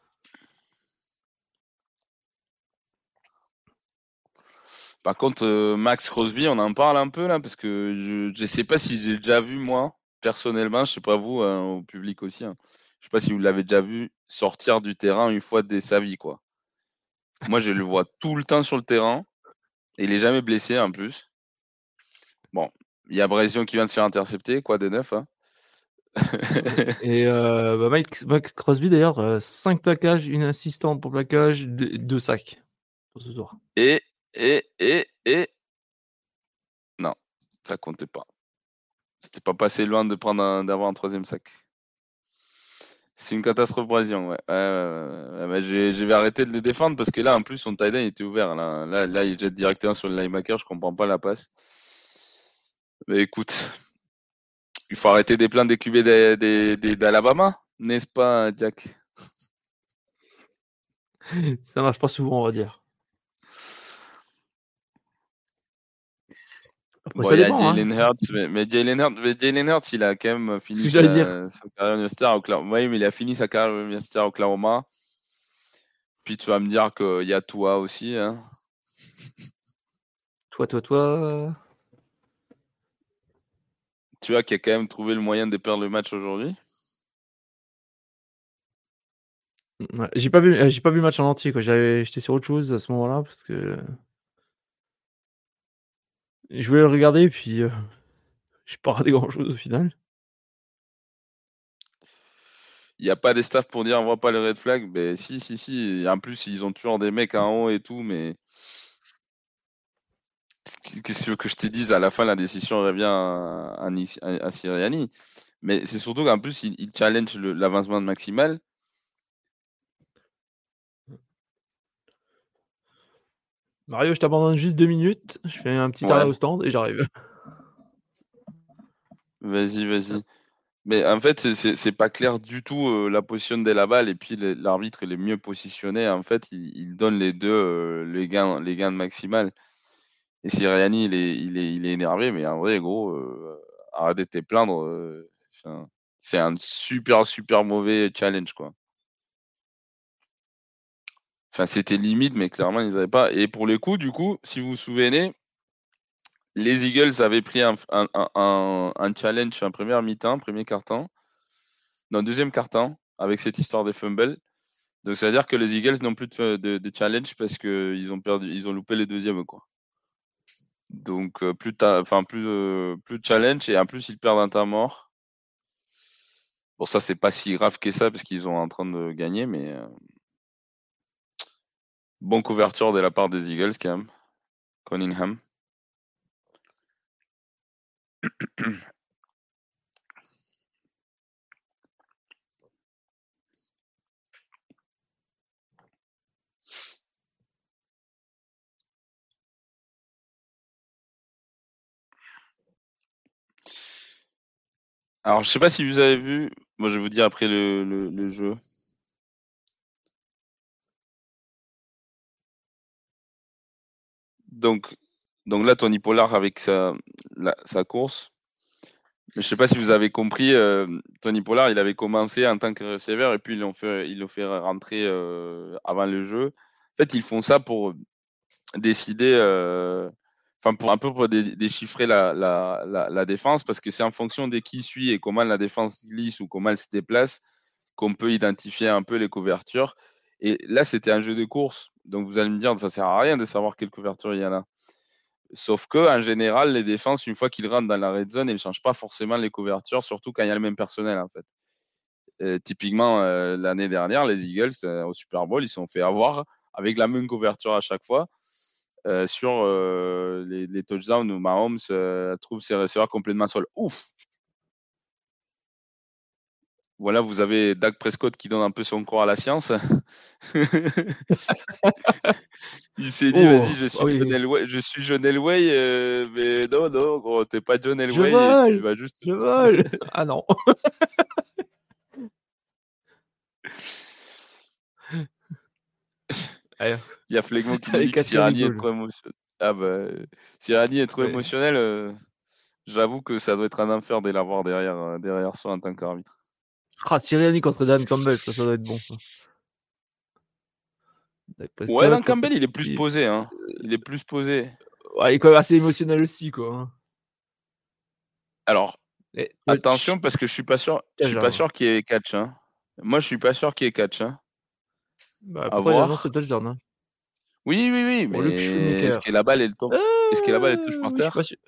Par contre, euh, Max Crosby, on en parle un peu là, parce que je ne sais pas si j'ai déjà vu, moi, personnellement, je sais pas vous, hein, au public aussi, hein. Je sais pas si vous l'avez déjà vu sortir du terrain une fois de sa vie, quoi. Moi, je le vois tout le temps sur le terrain, et il est jamais blessé en plus. Bon, il y a Brésion qui vient de se faire intercepter, quoi de neuf, hein. Et euh, bah, Mike, Mike Crosby d'ailleurs, cinq plaquages, une assistante pour plaquage, deux sacs pour ce soir. Et, et, et, et, non, ça comptait pas. C'était pas passé loin de prendre un- d'avoir un troisième sac. C'est une catastrophe Brésilien, ouais. Ouais, ouais, ouais, ouais. Bah, je, je vais arrêter de le défendre parce que là, en plus, son tight end était ouvert. Là, là, là il jette directement sur le linebacker. Je comprends pas la passe. Mais écoute, il faut arrêter des plans des Q B des- des- des- d'Alabama, n'est-ce pas, Jack? Ça marche pas souvent, on va dire. Après, Bon, ça il y a dépend, hein. Jalen Hurts, mais, mais Jalen Hurts, mais Jalen Hurts, il a quand même C'est ce fini que j'allais dire. sa, sa carrière universitaire à Oklahoma. Oui, mais il a fini sa carrière universitaire à Oklahoma. Puis tu vas me dire qu'il y a toi aussi, hein. Toi, toi, toi. Tu vois, qui a quand même trouvé le moyen de perdre le match aujourd'hui. Ouais, j'ai pas vu, euh, j'ai pas vu le match en entier, quoi. J'avais, j'étais sur autre chose à ce moment-là parce que je voulais le regarder, puis euh, j'ai pas regardé grand-chose au final. Il n'y a pas des staffs pour dire on voit pas le red flag. Ben si, si, si. Et en plus, ils ont toujours des mecs en haut et tout, mais qu'est-ce que tu veux que je te dise? À la fin, la décision revient à, à, Ni- à- à Sirianni. Mais c'est surtout qu'en plus, il, il challenge le- l'avancement maximal. Mario, je t'abandonne juste deux minutes. Je fais un petit arrêt Ouais, au stand et j'arrive. vas-y, vas-y. Mais en fait, c'est- c'est c'est pas clair du tout euh, la position de la balle. Et puis, le- l'arbitre, il est mieux positionné. En fait, il, il donne les deux euh, les gains, les gains maximal. Et Sirianni, il est, il est, il est énervé, mais en vrai, gros, euh, arrête de te plaindre. euh, enfin, c'est un super, super mauvais challenge, quoi. Enfin, c'était limite, mais clairement, ils n'avaient pas. Et pour le coup, du coup, si vous vous souvenez, les Eagles avaient pris un, un, un, un challenge en première mi-temps, premier quart-temps, non, deuxième quart-temps, avec cette histoire des fumbles. Donc, ça veut dire que les Eagles n'ont plus de, de, de challenge parce qu'ils ont perdu, ils ont loupé les deuxièmes, quoi. Donc, euh, plus, enfin, plus, euh, plus de challenge et en plus, ils perdent un temps mort. Bon, ça, c'est pas si grave que ça parce qu'ils sont en train de gagner, mais euh, bonne couverture de la part des Eagles, quand même. Cunningham. Alors, je sais pas si vous avez vu, moi je vais vous dire après le, le, le jeu. Donc, donc là, Tony Pollard avec sa, la, sa course. Mais je sais pas si vous avez compris, euh, Tony Pollard, il avait commencé en tant que receveur et puis ils l'ont fait, ils l'ont fait rentrer euh, avant le jeu. En fait, ils font ça pour décider, euh, enfin pour un peu pour dé- déchiffrer la, la, la, la défense parce que c'est en fonction de qui suit et comment la défense glisse ou comment elle se déplace qu'on peut identifier un peu les couvertures. Et là, c'était un jeu de course. Donc vous allez me dire, ça sert à rien de savoir quelle couverture il y en a. Sauf que en général, les défenses, une fois qu'ils rentrent dans la red zone, ils ne changent pas forcément les couvertures, surtout quand il y a le même personnel en fait. Euh, typiquement, euh, l'année dernière, les Eagles euh, au Super Bowl, ils se sont fait avoir avec la même couverture à chaque fois. Euh, sur euh, les, les touchdowns où Mahomes euh, trouve ses receveurs complètement seuls. Ouf! Voilà, vous avez Dak Prescott qui donne un peu son cours à la science. Il s'est dit, Oh, vas-y, je ah suis John oui. Elway, je suis John Elway, euh, mais non, non, gros, t'es pas John Je Elway et tu vole, vas juste. je vole. Ah non. Allez, Il y a Flegmo qui nous allez, dit que quelqu'un Sirani est rigole. trop émotionnel. Ah bah, Sirani est trop Ouais. émotionnel. euh, J'avoue que ça doit être un enfer de l'avoir derrière, euh, derrière soi en tant qu'arbitre. Ah, Sirianni contre Dan Campbell, ça, ça doit être bon. Ça. Dak Ouais, Prescott, Dan l'autre Campbell, il est plus petit. posé. Hein. Il est plus posé. Ouais, il est quand même assez émotionnel aussi, quoi. hein. Alors, Et touch, attention, parce que je suis pas sûr, je suis pas touchdown. sûr qu'il y ait catch. Hein. Moi, je suis pas sûr qu'il y ait catch. Hein. Bah, À pourtant, il annonce voir. le touchdown. Hein. Oui, oui, oui, Pour Luke mais est-ce Shoemaker. que la balle elle tombe? Est-ce que la balle elle touche Euh, par oui, je suis pas terre? sûr.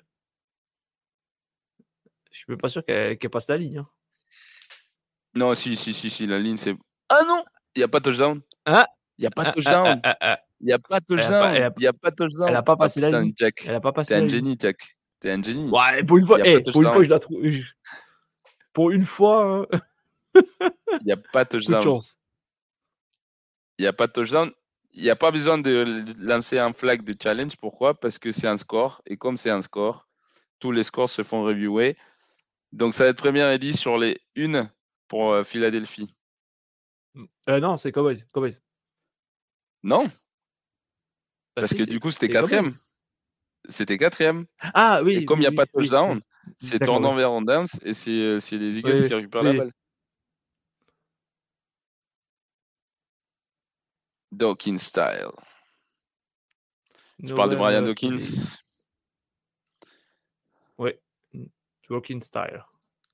Je suis même pas sûr qu'elle qu'elle passe la ligne. Hein. Non, si, si, si, si, la ligne c'est. Ah non! Il n'y a pas touchdown. Ah, Il n'y a pas ah, ah, ah, touchdown. ah, ah. Il n'y a pas Elle a pas, elle touchdown. a, Il n'y a pas elle touchdown. a pas Ah passé la putain, ligne. Jack. Elle a pas T'es passé un la ligne. génie, Jack. T'es un génie. Ouais, pour une fois, Il n'y a pas eh, pour une fois, touchdown. je la trouve. Pour une fois, hein, Il n'y a pas coup de touchdown. chance. Il n'y a pas touchdown. Il n'y a pas besoin de lancer un flag de challenge. Pourquoi? Parce que c'est un score. Et comme c'est un score, tous les scores se font reviewer. Donc ça va être première et dix sur les une pour euh, Philadelphie. Euh, non, c'est Cowboys. Cowboys. Non, Bah, parce si, que c'est du coup c'était c'est Cowboys. quatrième. C'était quatrième. Ah Et oui, comme il oui, n'y a pas oui, de oui, touchdown, oui. c'est D'accord, oui. turnover on downs et c'est euh, c'est les Eagles Oui, qui oui, récupèrent la oui. balle. Dawkins style. Tu parles de Brian Nowhere to Dawkins? be. Ouais. Walking style.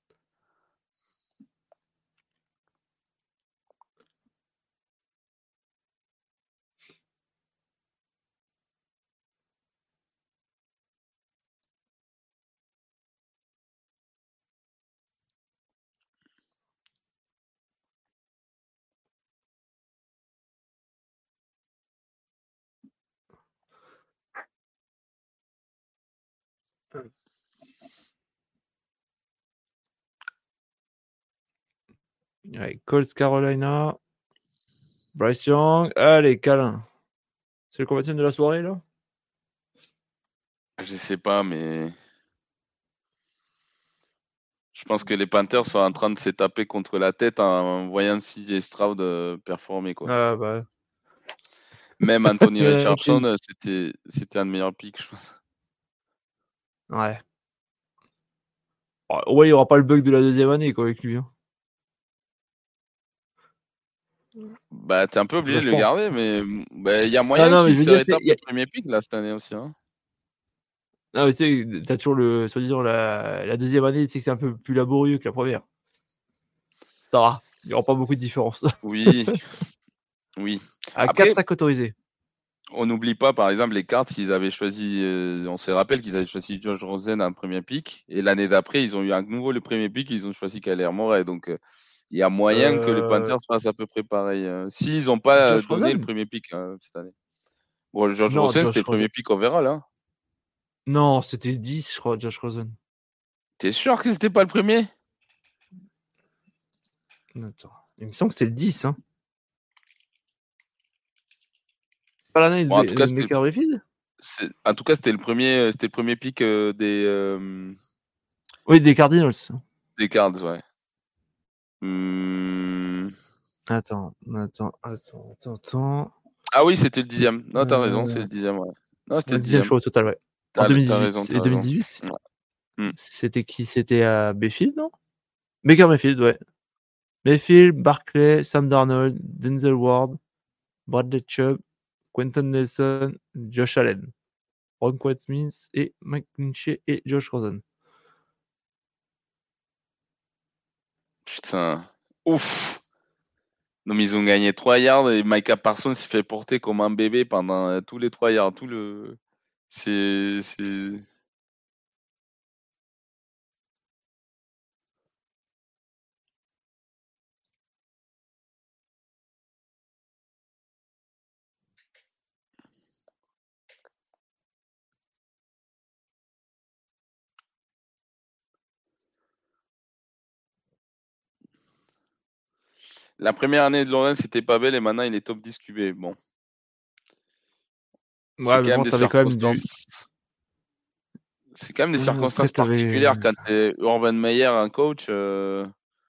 Ouais, Colts Carolina. Bryce Young. Allez, câlin. C'est le combattant de la soirée, là? Je sais pas, mais je pense que les Panthers sont en train de se taper contre la tête en voyant C J Stroud euh, performer, quoi. Ah, bah. Même Anthony Euh, Richardson, euh, c'était c'était un de meilleurs picks, je pense. Ouais. Ouais, il n'y aura pas le bug de la deuxième année, quoi, avec lui. Hein. Bah, t'es un peu obligé Ça, de je le pense. garder, mais bah, il y a Ah moyen non, mais qu'il je veux se dire, c'est- rétape y le a- premier pick là cette année aussi. Hein. non, mais tu sais, t'as toujours le, soi-disant, la, la deuxième année, tu sais que c'est un peu plus laborieux que la première. Ça va, il n'y aura pas beaucoup de différence. Oui, oui. À quatre Après, sacs autorisés. on n'oublie pas, par exemple, les cartes, ils avaient choisi, euh, on se rappelle qu'ils avaient choisi Josh Rosen en premier pick, et l'année d'après, ils ont eu à nouveau le premier pick, ils ont choisi Kyler Murray. Donc, euh, il y a moyen que les Euh, Panthers fassent à peu près pareil. euh, S'ils n'ont pas euh, Josh donné le Rosen? premier pick hein, cette année. Bon, Josh Non, Rosen, c'était Josh le premier Rosen. pick overall. Hein. Non, c'était le dix, je crois, Josh Rosen. T'es sûr que c'était pas le premier? Attends. Il me semble que c'est le dix. Hein. C'est pas l'année de, Bon, en tout cas, de c'était, Baker Mayfield? c'est- en tout cas, c'était le premier, c'était le premier pick euh, des, euh, Oui, des Cardinals. des Cards, ouais. Hmm. Attends, attends, attends, attends, attends. Ah oui, c'était le dixième. Non, t'as raison, c'est Euh, le dixième, ouais. Non, c'était Le le dixième dixième. choix au total, ouais. En T'as, t'as raison, deux mille dix-huit. Et t'as raison. deux mille dix-huit? Ouais. Hmm. C'était qui? C'était à Mayfield, non? Baker Mayfield, ouais. Mayfield, Barclay, Sam Darnold, Denzel Ward, Bradley Chubb, Quentin Nelson, Josh Allen, Ron Smith et Mike Minchey et Josh Rosen. Putain. Ouf. Non, mais ils ont gagné trois yards et Micah Parsons s'est fait porter comme un bébé pendant euh, tous les trois yards. Tout le. C'est. c'est... La première année de Lorenz, c'était pas belle et maintenant il est top dix Q B. Bon. C'est Ouais, mais quand même bon, des t'avais quand même du. circonstances. C'est quand même des Ouais, après, circonstances t'avais. particulières quand t'es Urban Meyer, un coach. euh,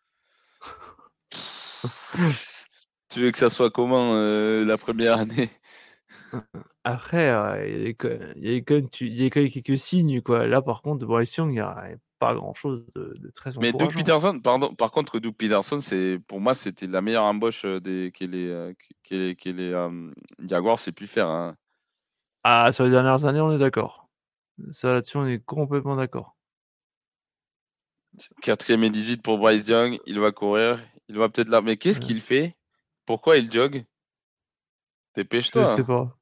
Tu veux que ça soit comment euh, la première année? Après, euh, il y avait quand il y avait quand même, tu- il y avait quand même quelques signes, quoi. Là, par contre, de Bryce Young, il n'y a pas grand-chose de, de très Mais Doug encourageant. Peterson, pardon, par contre, Doug Peterson, c'est pour moi, c'était la meilleure embauche euh, des, que les, euh, que les, que les euh, Jaguars aient pu faire. Hein. Ah, sur les dernières années, on est d'accord. Ça, là-dessus, on est complètement d'accord. Quatrième et dix-huit pour Bryce Young, il va courir, il va peut-être là. Mais qu'est-ce Ouais. qu'il fait? Pourquoi il jogue? Je sais Dépêche-toi. pas.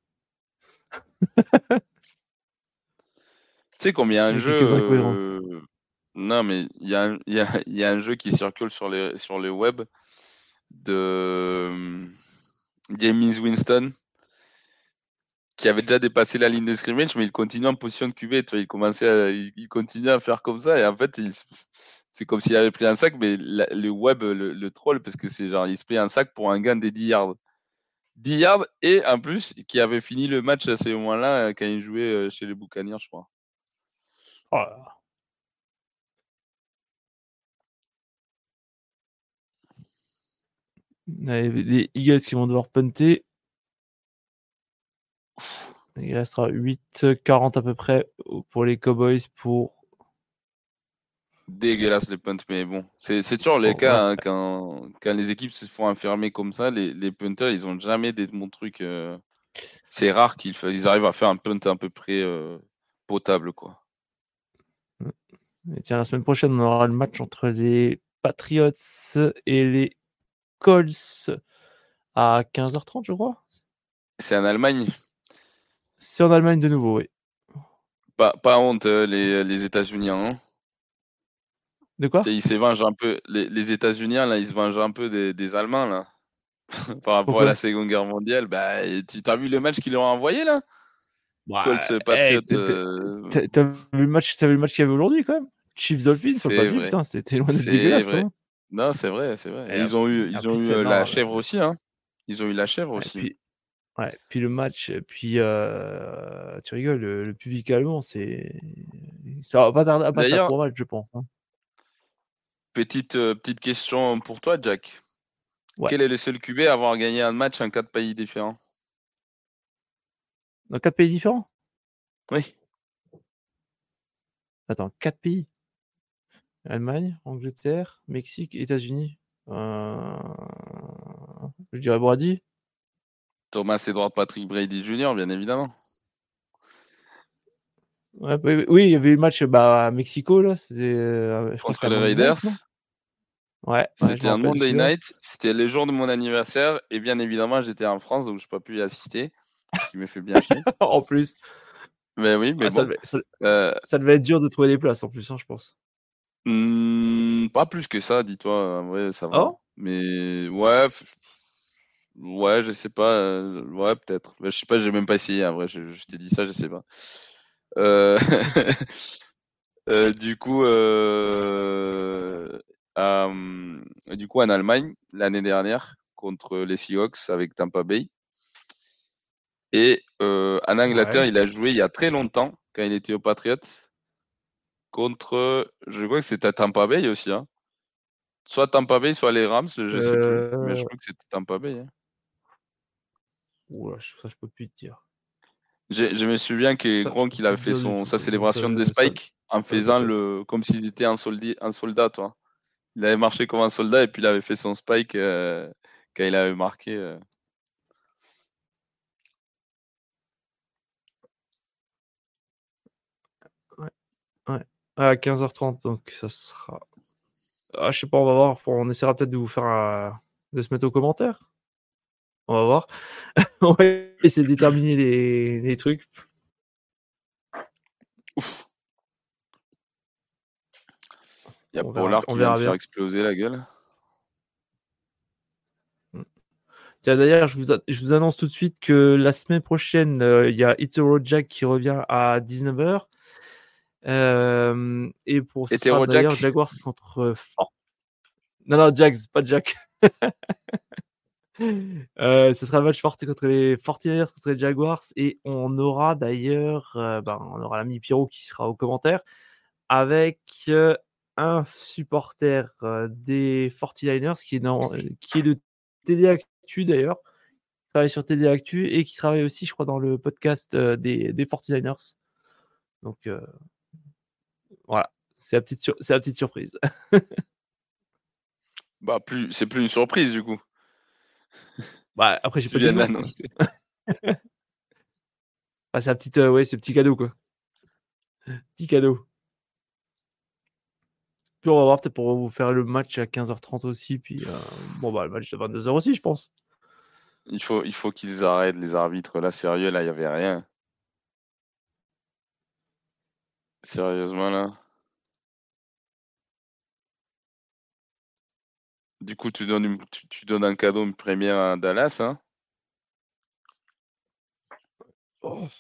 Tu sais combien Il y un a jeu. quelques incohérences. euh, Non, mais il y a, un- il y, a, il y a un jeu qui circule sur les, sur le web de euh, James Winston qui avait déjà dépassé la ligne de scrimmage, mais il continue en position de Q B. Tu vois, il commençait à, il, il continue à faire comme ça, et en fait, il, c'est comme s'il avait pris un sac, mais la- le web le, le troll, parce que c'est genre, il se prit un sac pour un gain des dix yards. dix yards, et en plus, qui avait fini le match à ce moment-là, euh, quand il jouait euh, chez les Buccaneers, je crois. Oh là là. Allez, les Eagles qui vont devoir punter. Il restera huit quarante à peu près pour les Cowboys pour. Dégueulasse les punts, mais bon, c'est c'est toujours le Oh, ouais. cas hein, quand, quand les équipes se font enfermer comme ça, les, les punters, ils ont jamais des bons trucs. euh, C'est rare qu'ils fa- ils arrivent à faire un punt à peu près euh, potable, quoi. Et tiens, la semaine prochaine, on aura le match entre les Patriots et les Colts à quinze heures trente, je crois. C'est en Allemagne, C'est en Allemagne de nouveau, oui. pas, pas honte euh, les, les États-Unis, hein. De Tu quoi? sais, ils se vengent un peu, les, les États-Unis là, ils se vengent un peu des, des Allemands là, par rapport à la Pourquoi? Seconde Guerre mondiale. Bah, tu t'as vu le match qu'ils leur ont envoyé là? Bah, Colts euh, hey, Patriots, t'as t'as- euh, t'as- t'as vu le match, t'as vu le match qu'il y avait aujourd'hui quand même? Chiefs Dolphins sur le c'est papier, vrai, putain, c'était loin d'être c'est dégueulasse quand vrai. même. Non, c'est vrai, c'est vrai. Et Et ils ont eu, en ils ont plus, eu euh, euh, la non, chèvre aussi, hein. Ils ont eu la chèvre ouais, aussi. puis, ouais, puis le match, puis euh, tu rigoles, le, le public allemand, c'est, ça va pas tarder à passer à D'ailleurs, trois matchs, je pense. Hein. petite, euh, petite question pour toi, Jack. Ouais, Quel est le seul Q B à avoir gagné un match en quatre pays différents? dans quatre pays différents. Oui. Attends, quatre pays. Allemagne, Angleterre, Mexique, États-Unis. Euh... Je dirais Brady. Thomas Edward Patrick Brady junior, bien évidemment. Ouais, oui, oui, il y avait eu le match bah, à Mexico, là. C'était, euh, je crois que Contre c'était un les Monday Raiders. Night, non Ouais, ouais, je me C'était un rappelle Monday celui-là. night. C'était le jour de mon anniversaire. Et bien évidemment, j'étais en France, donc je n'ai pas pu y assister. Ce qui me fait bien chier. En plus, Mais oui, mais ah, ça, bon. devait, ça, Euh, ça devait être dur de trouver des places en plus, hein, je pense. hmm, pas plus que ça, dis-toi. En vrai, ça va. Oh Mais ouais, f- ouais, je sais pas. euh, ouais, peut-être. Mais je sais pas, j'ai même pas essayé. En vrai, je, je t'ai dit ça, je sais pas. Euh, euh, du coup, euh, euh, du coup, en Allemagne, l'année dernière, contre les Seahawks avec Tampa Bay. Et euh, en Angleterre, Ouais. il a joué il y a très longtemps, quand il était aux Patriots, contre, je crois que c'était à Tampa Bay aussi. Hein. Soit Tampa Bay, soit les Rams, je sais plus. Mais je Euh... crois que c'était Tampa Bay. Hein. Oula, ça, je peux plus te dire. Je, je me souviens que Ça, je Gronk, peux il plus avait te fait dire du son, tout. sa Ça, ça, célébration de ça, Spike en ça, ça faisant peut être. le, comme s'il était un, soldi, un soldat, toi. Il avait marché comme un soldat et puis il avait fait son Spike euh, quand il avait marqué. euh. Ouais, ouais. À quinze heures trente, donc ça sera. Ah, je sais pas, on va voir. On essaiera peut-être de vous faire un... de se mettre aux commentaires. On va voir. On va essayer de déterminer les, les trucs. Ouf. Il y a On verra, Pollard on qui vient de verra se faire bien. exploser la gueule. Tiens, d'ailleurs, je vous, a- je vous annonce tout de suite que la semaine prochaine, euh, il y a Hetero Jack qui revient à dix-neuf heures. Euh, et pour ce sera Hétéro d'ailleurs Jack. Jaguars contre Fort. Non, non, Jags, pas Jack. Euh, ce sera le match fort contre les forty-niners contre les Jaguars. Et on aura d'ailleurs, euh, ben, on aura l'ami Pierrot qui sera au commentaire avec euh, un supporter euh, des forty-niners qui est, dans, qui est de T D Actu d'ailleurs, qui travaille sur T D Actu et qui travaille aussi, je crois, dans le podcast euh, des, des forty-niners. Donc euh, voilà, c'est la petite, sur- c'est la petite surprise. Bah, plus, c'est plus une surprise du coup. Bah, après, Si j'ai tu pas dit viens le de nom, quoi. l'annoncer. Ah, c'est un petit, euh, ouais, c'est un petit cadeau, quoi. Petit cadeau. Puis on va voir peut-être pour vous faire le match à quinze heures trente aussi. Puis euh, bon, bah, le match de vingt-deux heures aussi, je pense. Il faut, il faut qu'ils arrêtent les arbitres. Là, sérieux, là, il n'y avait rien. Sérieusement, là. Du coup, tu donnes, une- tu, tu donnes un cadeau, une première à Dallas. Hein. Oh.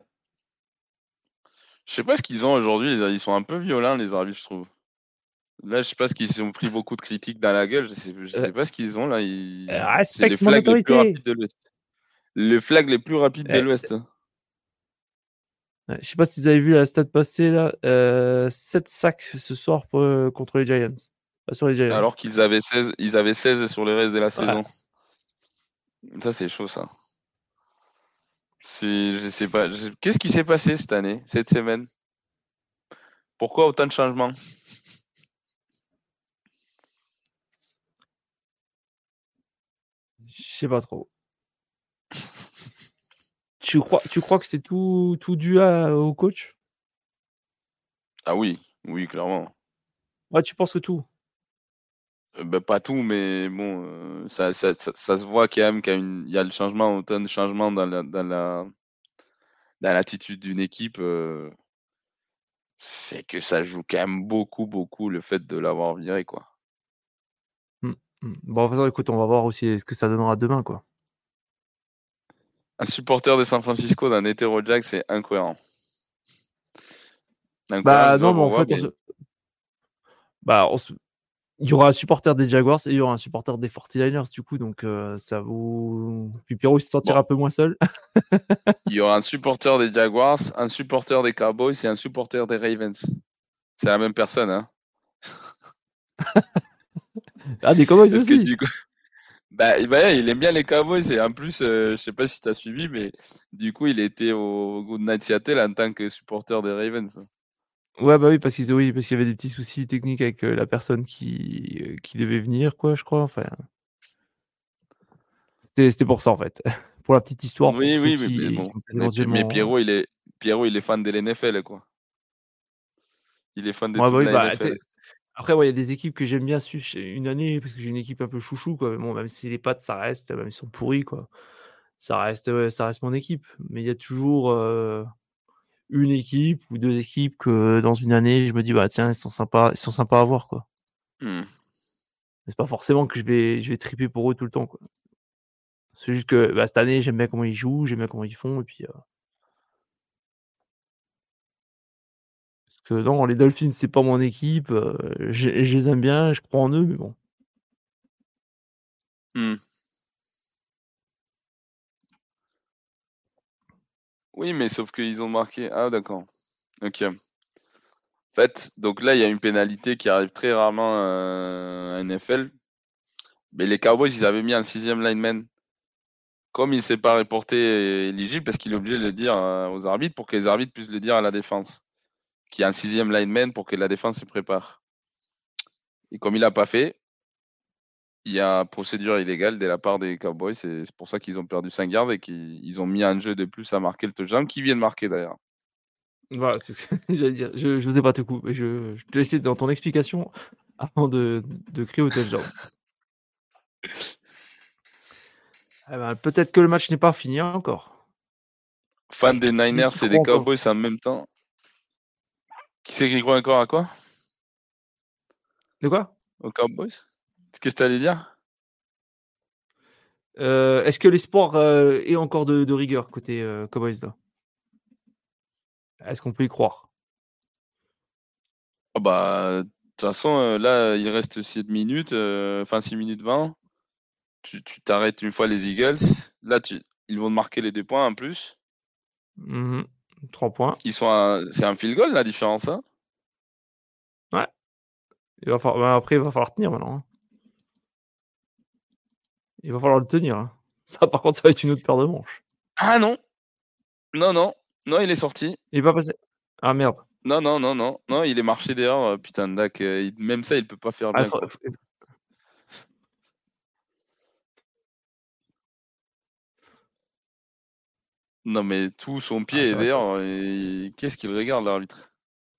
Je sais pas ce qu'ils ont aujourd'hui. les- Ils sont un peu violents, les arbitres, je trouve. Là, je sais pas ce qu'ils ont pris beaucoup de critiques dans la gueule. Je sais, je Euh, sais pas ce qu'ils ont là. Ils- C'est les respecte mon flags les plus autorité. rapides de l'Ouest. Les flags les plus rapides de Eh, l'Ouest. Hein. ouais, je sais pas si vous avez vu la stat passée là. Euh, sept sacs ce soir pour, euh, contre les Giants. Pas sur les Giants. Alors qu'ils avaient seize, ils avaient seize sur le reste de la Ouais. saison. Ça, c'est chaud, ça. C'est, je sais pas. je- Qu'est-ce qui s'est passé cette année, cette semaine? Pourquoi autant de changements? Je sais pas trop. Tu crois, tu crois que c'est tout, tout dû à- au coach? Ah oui, oui, clairement. Ouais, tu penses que tout. Euh, bah, pas tout, mais bon, euh, ça, ça, ça, ça se voit quand même qu'il y a, une- il y a le changement, autant de changements dans la, dans la, dans l'attitude d'une équipe. euh, c'est que ça joue quand même beaucoup, beaucoup le fait de l'avoir viré, quoi. Hmm, hmm. Bon, de toute façon, écoute, on va voir aussi ce que ça donnera demain, quoi. Un supporter de San Francisco d'un hétéro Jack, c'est incohérent. Incohérent, je Bah sais pas non, mais en pourquoi, fait, on mais se... bah, on se- il y aura un supporter des Jaguars et il y aura un supporter des forty-niners, du coup, donc euh, ça vous... Puis Pierrot, il se bon, sentira un peu moins seul. il y aura un supporter des Jaguars, un supporter des Cowboys et un supporter des Ravens. C'est la même personne, hein. Ah, des Cowboys Parce que aussi. du coup, bah, il- bah, il aime bien les Cowboys et en plus, euh, je sais pas si tu as suivi, mais du coup, il était au Good Night Seattle en tant que supporter des Ravens. Ouais, bah oui, parce qu'il oui, parce qu'il y avait des petits soucis techniques avec euh, la personne qui, euh, qui devait venir, quoi, je crois. Enfin, c'était c'était pour ça, en fait. pour la petite histoire, pour Oui, ceux oui, mais mais qui bon, qui ont peut-être mais Pi mais éventuellement Pierrot, il est Pierrot, il est fan de l'N F L, quoi. Il est fan de ouais, bah, toute oui, la bah, tu N F L. sais après, ouais, il y a des équipes que j'aime bien suivre chez une année parce que j'ai une équipe un peu chouchou, quoi. Mais bon, même si les Pats, ça reste même ils sont pourris, quoi, ça reste, ouais, ça reste mon équipe. Mais il y a toujours, heu, une équipe ou deux équipes que dans une année, je me dis: «Bah, tiens, ils sont sympas ils sont sympas à voir», quoi. Mmh. C'est pas forcément que je vais je vais triper pour eux tout le temps, quoi. C'est juste que, bah, cette année, j'aime bien comment ils jouent, j'aime bien comment ils font et puis, heu parce que non, les Dolphins, c'est pas mon équipe, heu, je je les aime bien, je crois en eux, mais bon. Mmh. Oui, mais sauf qu'ils ont marqué ah d'accord. OK. En fait, donc là, il y a une pénalité qui arrive très rarement, heu, en N F L. Mais les Cowboys, ils avaient mis un sixième lineman. Comme il s'est pas reporté éligible, parce qu'il est obligé de le dire, heu, aux arbitres pour que les arbitres puissent le dire à la défense, qu'il y a un sixième lineman pour que la défense se prépare. Et comme il l'a pas fait, il y a procédure illégale de la part des Cowboys. C'est c'est pour ça qu'ils ont perdu cinq yards et qu'ils ils ont mis un jeu de plus à marquer le touchdown, qu'ils viennent marquer d'ailleurs. Voilà, c'est ce que j'allais dire. Je je n'osais pas te couper, je je te laissais dans ton explication avant de de crier au touchdown. Eh ben, peut-être que le match n'est pas fini encore. Fan des Qui Niners qui et des croit encore? Cowboys en même temps. Qui c'est qui croit encore à quoi? De quoi? Aux Cowboys? Qu'est-ce que tu allais dire? Heu, est-ce que l'espoir, heu, est encore de de rigueur côté, heu, Cowboys là? Est-ce qu'on peut y croire? Ah bah, de toute façon, heu, là, il reste sept minutes, heu, enfin six minutes vingt. Tu tu t'arrêtes une fois les Eagles. Là, tu ils vont te marquer les deux points en plus. Mmh mh. trois points. Ils sont à c'est un field goal la différence, hein? Ouais, il va falloir bah, après il va falloir tenir maintenant, hein. Il va falloir le tenir, hein. Ça par contre, ça va être une autre paire de manches. Ah non! Non, non, non, il est sorti. Il est pas passé? Ah merde. Non, non, non, non, non, il est marché dehors, heu, putain de Dak, heu, il même ça, il peut pas faire Ah bien, faut quoi. faut Non, mais tout son ah pied est c'est vrai que dehors et qu'est-ce qu'il regarde l'arbitre?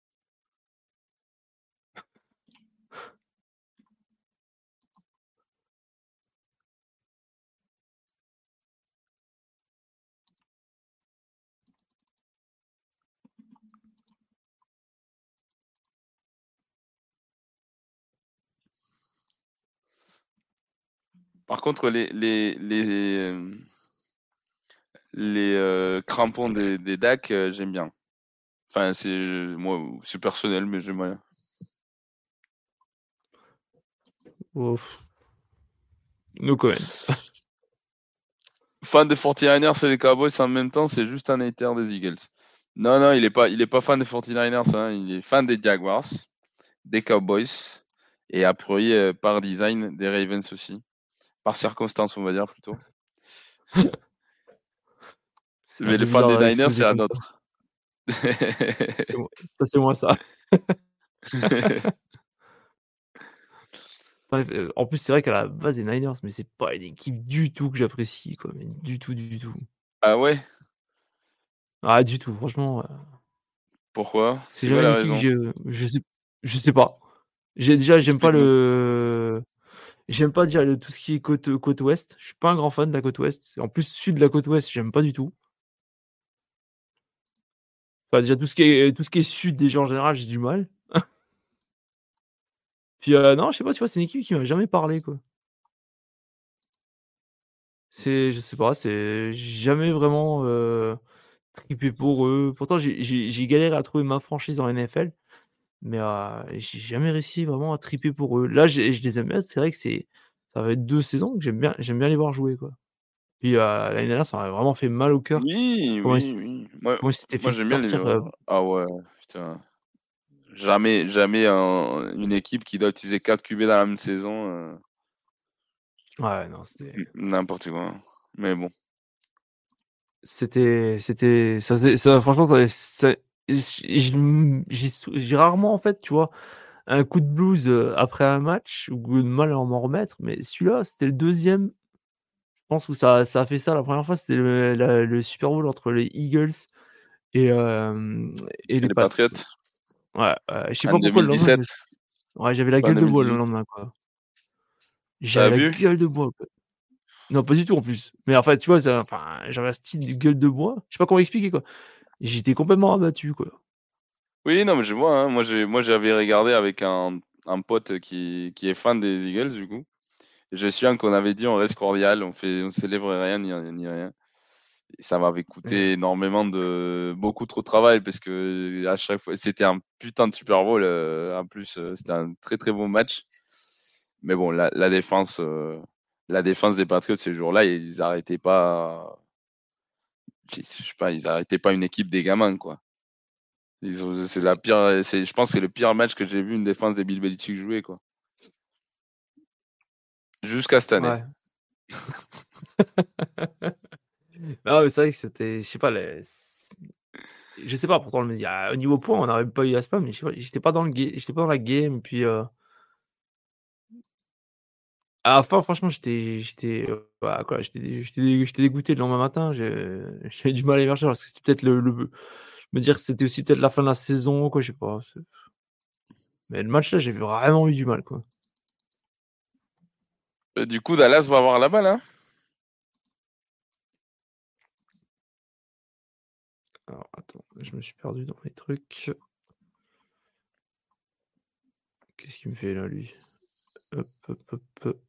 Par contre, les les les, hem, les, heu, crampons des des Dak, heu, j'aime bien. Enfin, c'est moi, c'est personnel, mais j'aime bien. ouf, no comment. Fan des forty-niners et des Cowboys en même temps, c'est juste un hater des Eagles. Non, non, il est pas il est pas fan des forty-niners, hein, il est fan des Jaguars, des Cowboys et a priori, heu, par design, des Ravens aussi. Par circonstance, on va dire plutôt. C'est un Mais peu le fan bizarre des de Niners, c'est l'exposer un comme ça. autre. C'est moi ça, c'est moi ça. Ouais, heu, en plus, c'est vrai qu'à la base, les Niners, mais c'est pas une équipe du tout que j'apprécie, quoi, mais du tout, du tout. Ah ouais? Ah, du tout, franchement, heu, Pourquoi? c'est C'est quoi jamais une la équipe que raison? je je sais je sais pas. J'ai déjà, j'aime pas Explique-nous. le j'aime pas déjà le tout ce qui est côte, côte ouest. Je suis pas un grand fan de la côte ouest. En plus, sud de la côte ouest, j'aime pas du tout. Enfin, déjà tout ce qui est tout ce qui est sud déjà en général, j'ai du mal. Puis, heu, non, je sais pas, tu vois, c'est une équipe qui m'a jamais parlé, quoi. C'est je sais pas, c'est j'ai jamais vraiment, heu, tripé pour eux. Pourtant, j'ai j'ai j'ai galéré à trouver ma franchise en N F L, mais, heu, j'ai jamais réussi vraiment à triper pour eux. Là, j'ai je les aime bien, c'est vrai que c'est ça va être deux saisons que j'aime bien j'aime bien les voir jouer, quoi. Puis, heu, l'année dernière, ça m'avait vraiment fait mal au cœur. Oui, Comment ils oui, s oui. Moi comment ils s'étaient moi fait j'aime bien les, sortir, heu heu ah ouais, putain. Jamais jamais un une équipe qui doit utiliser quatre Q B dans la même saison, heu, ouais, non, c'était n n'importe quoi. Mais bon. c'était c'était ça faisait ça franchement, ça ça j mmh, j'ai sou j'ai rarement, en fait, tu vois, un coup de blues, heu, après un match ou de mal à m'en remettre, mais celui-là, c'était le deuxième pense où ça, ça a fait ça la première fois, c'était le, la- le Super Bowl entre les Eagles et, euh, et les Les Pats. Patriots. Ouais, euh, je sais En pas pourquoi le lendemain, je deux mille dix-sept. me suis- ouais, j'avais la Pas en gueule de bois le deux mille dix-huit. lendemain, quoi. T'as J'avais la vu? gueule de bois, quoi. Non, pas du tout en plus. Mais en fait, tu vois, ça, enfin, j'avais un style de gueule de bois. Je sais pas comment expliquer, quoi. J'étais complètement abattu, quoi. Oui, non, mais je vois. Hein. Moi, j'ai, moi, j'avais regardé avec un, un pote qui, qui est fan des Eagles, du coup. Je me souviens qu'on avait dit on reste cordial, on fait, on célèbre rien ni, ni rien. Et ça m'avait coûté Ouais. énormément de, beaucoup trop de travail parce que à chaque fois, c'était un putain de Super Bowl. euh, en plus, euh, c'était un très très bon match. Mais bon, la, la défense, euh, la défense des Patriots ces jours-là, ils arrêtaient pas. Je sais pas, ils arrêtaient pas une équipe des gamins, quoi. Ils ont- c'est la pire, c'est, je pense que c'est le pire match que j'ai vu une défense des Bill Belichick jouer, quoi. Jusqu'à cette année. Ouais. Non, mais c'est vrai que c'était, je sais pas, les... je sais pas, pourtant, le- il y a- au niveau point, on n'aurait pas eu à ce pas, mais je sais pas, j'étais pas dans le ga- j'étais pas dans la game, puis euh, à la fin, franchement, j'étais, j'étais, euh, bah, quoi, j'étais, j'étais, dé- j'étais dégoûté le lendemain matin, j'ai, j'avais du mal à émerger, parce que c'était peut-être le, le- me dire que c'était aussi peut-être la fin de la saison, quoi, je sais pas. c'est- Mais le match là, j'ai vraiment eu du mal, quoi. Euh, Du coup, Dallas va avoir la balle, hein. Alors, attends, je me suis perdu dans mes trucs. Qu'est-ce qu'il me fait là, lui? Hop, hop, hop, hop.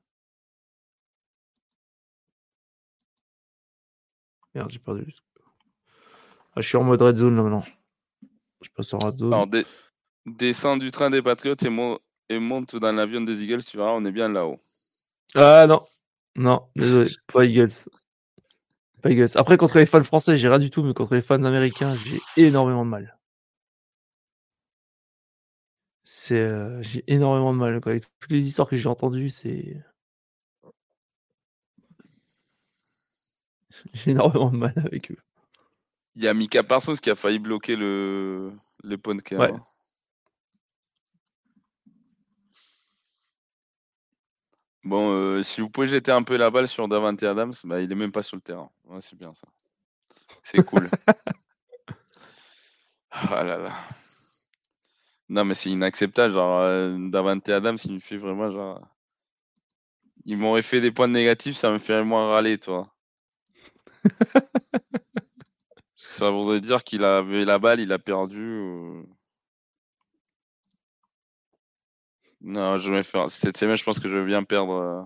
Merde, j'ai perdu. Ah, je suis en mode red zone là maintenant. Je passe en red zone. Alors, dé- descends du train des Patriots et, mon- et monte dans l'avion des Eagles, tu verras, on est bien là-haut. Ah non, non, désolé, pas Eagles. Pas Eagles. Après, contre les fans français, j'ai rien du tout, mais contre les fans américains, j'ai énormément de mal. C'est, euh, j'ai énormément de mal, quoi. Avec toutes les histoires que j'ai entendues, c'est. J'ai énormément de mal avec eux. Il y a Mika Parsons qui a failli bloquer le, le punter. Ouais. Hein. Bon, euh, si vous pouvez jeter un peu la balle sur Davante Adams, bah, il est même pas sur le terrain. Ouais, c'est bien ça. C'est cool. Ah là là. Non, mais c'est inacceptable. Genre, euh, Davante Adams, il me fait vraiment genre. Il m'aurait fait des points négatifs, ça me ferait moins râler, toi. Ça voudrait dire qu'il avait la balle, il a perdu. ou- Non, je vais faire. Cette semaine, je pense que je vais bien perdre. euh.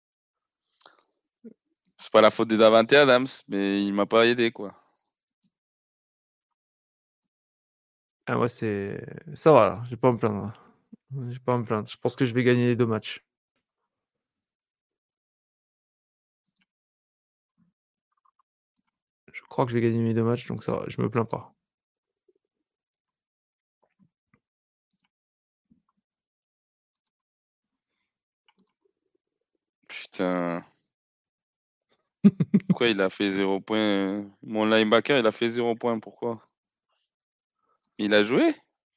C'est pas la faute de Davante Adams, mais il m'a pas aidé, quoi. Ah, ouais, c'est. Ça va, là. J'ai pas à me plaindre. J'ai pas à me plaindre. Je pense que je vais gagner les deux matchs. Je crois que je vais gagner mes deux matchs, donc ça va, je me plains pas. Putain. Pourquoi il a fait zéro point? euh, Mon linebacker, il a fait zéro point. Pourquoi? Il a joué?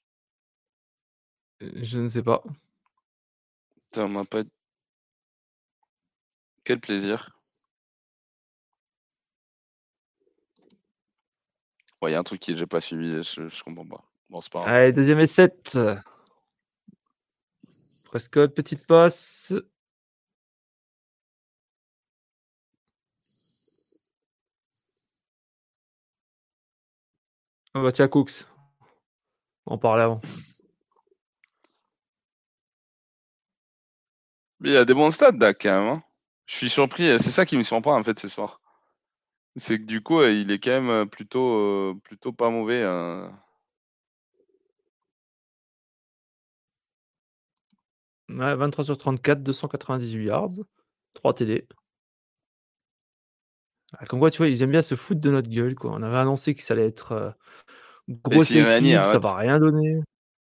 Euh, Je ne sais pas. Putain, on m'a pas. Quel plaisir. Ouais, il y a un truc que j'ai pas suivi, je, je comprends pas. Bon, c'est pas grave. Allez, deuxième et sept. Prescott, petite passe. Ah bah tiens, Cooks. On en parlait avant. Mais il a des bons stats, Dak, quand même. Hein. Je suis surpris, euh, c'est ça qui me surprend en fait ce soir. C'est que du coup, euh, il est quand même euh, plutôt, euh, plutôt pas mauvais. hein. Ouais, vingt-trois sur trente-quatre, deux cent quatre-vingt-dix-huit yards. trois T D. Ah, comme quoi, tu vois, ils aiment bien se foutre de notre gueule, quoi. On avait annoncé que ça allait être euh, une Et grosse Sirianni, équipe, ça va arrête. rien donner.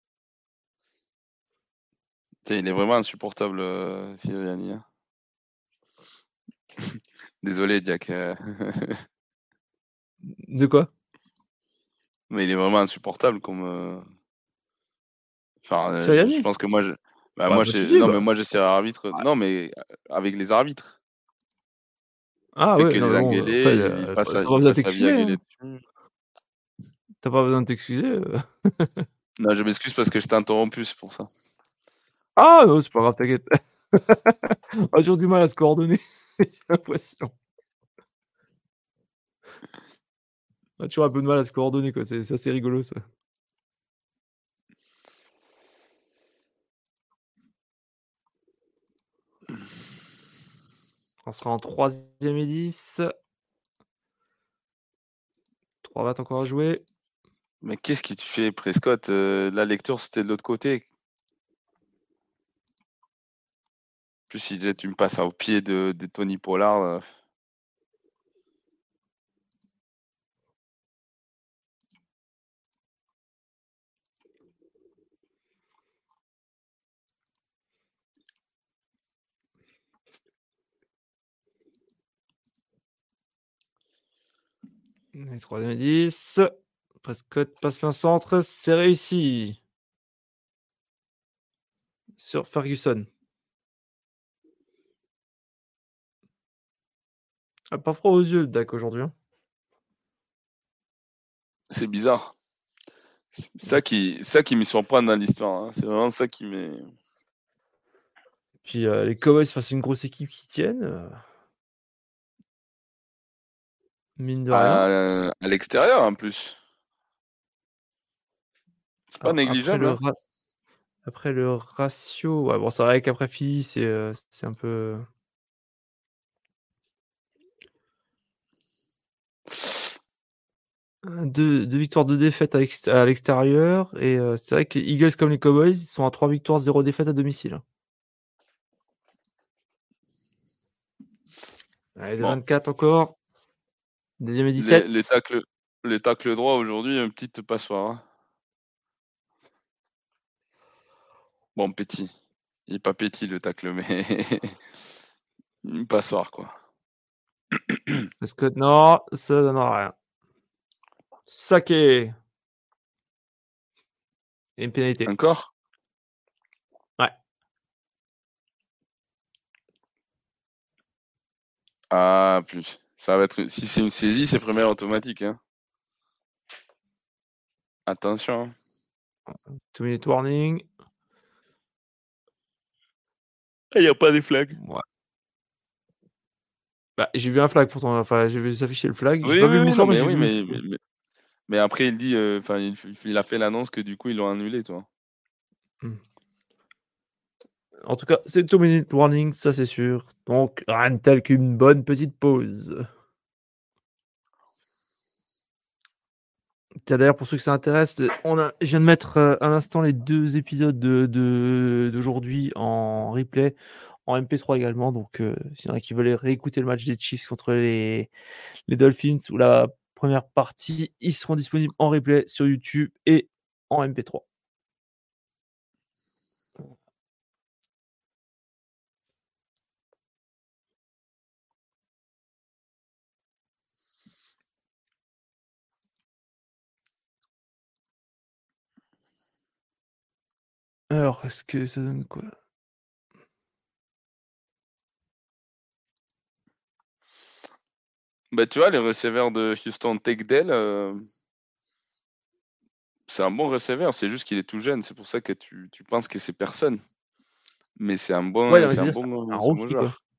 Putain, il est vraiment insupportable, euh, Sirianni. hein. Désolé, Jack. euh, De quoi? Mais il est vraiment insupportable comme. euh, Enfin, euh, je, je Sirianni? pense que moi, je. Bah, Bah, moi, pas de je... soucis, non, mais bah. moi, je serais arbitre. Non, mais euh, avec les arbitres. Ah Fait ouais, que non les mais bon, heu, après, engueuler, il il heu, tu passe sa as pas il besoin de passe sa vie à t'excuser, gueuler hein. dessus. Tu as pas besoin de t'excuser, heu. Non, je m'excuse parce que je t'ai interrompu, c'est pour ça. Ah non, c'est pas grave, t'inquiète. On a toujours du mal à se coordonner, j'ai l'impression. On a toujours un peu de mal à se coordonner quoi, c'est c'est assez rigolo ça. On sera en troisième et dix. trois vingt encore à jouer. Mais qu'est-ce que tu fais Prescott? Heu, la lecture, c'était de l'autre côté. En plus, si déjà tu me passes au pied de de Tony Pollard, heu Allez, troisième et dix. Prescott passe plein centre, c'est réussi. Sur Ferguson. Ah, pas froid aux yeux le Dak aujourd'hui, hein. C'est bizarre. C'est Bah ça qui ça qui me surprend dans l'histoire, hein. C'est vraiment ça qui m'est Puis, heu, les Cowboys face à une grosse équipe qui tiennent, heu mine de rien. à à l'extérieur en plus. C'est pas Alors après négligeable, le hein. ra après le ratio, ouais bon c'est vrai qu'après Philly c'est, heu, c'est un peu Heu, deux deux victoires, deux défaites à l'ext à l'extérieur et heu, c'est vrai que les Eagles comme les Cowboys, ils sont à trois victoires, zéro défaite à domicile, hein. Allez, de Bon. vingt-quatre encore. deuxième et Les les dix-sept. tacles les tacles droits aujourd'hui, une petite passoire, hein. Bon petit, il est pas petit le tacle, mais une passoire quoi. Prescott, non, ça donnera rien. Saqué. Et une pénalité. Encore? Ouais. Ah plus, ça va être si c'est une saisie, c'est première automatique, hein. Attention, hein. two minute warning. Ah, il y a pas des flags. Mouais. Bah, j'ai vu un flag pourtant, enfin j'ai vu s'afficher le flag, j'ai Oui, pas vu oui, le oui, non mouvement mais mais j'ai oui, vu mais mais mais mais après il dit, heu, enfin il f il a fait l'annonce que du coup ils l'ont annulé, tu vois? Mmh. En tout cas, c'est two minute warning, ça c'est sûr. Donc rien de tel qu'une bonne petite pause. Tiens d'ailleurs pour ceux que ça intéresse, heu, on a je viens de mettre, heu, à l'instant les deux épisodes de de d'aujourd'hui en replay, en M P trois également donc heu, s'il y en a qui veulent réécouter le match des Chiefs contre les les Dolphins ou la première partie, ils seront disponibles en replay sur YouTube et en M P trois. Alors, est-ce que ça donne quoi? Bah, tu vois les receveurs de Houston, Tank Dell, heu c'est un bon receveur, c'est juste qu'il est tout jeune, c'est pour ça que tu tu penses que c'est personne. Mais c'est un Ouais, non bon mais c'est je un veux dire, c'est un bon c'est un bon rookie quoi. joueur.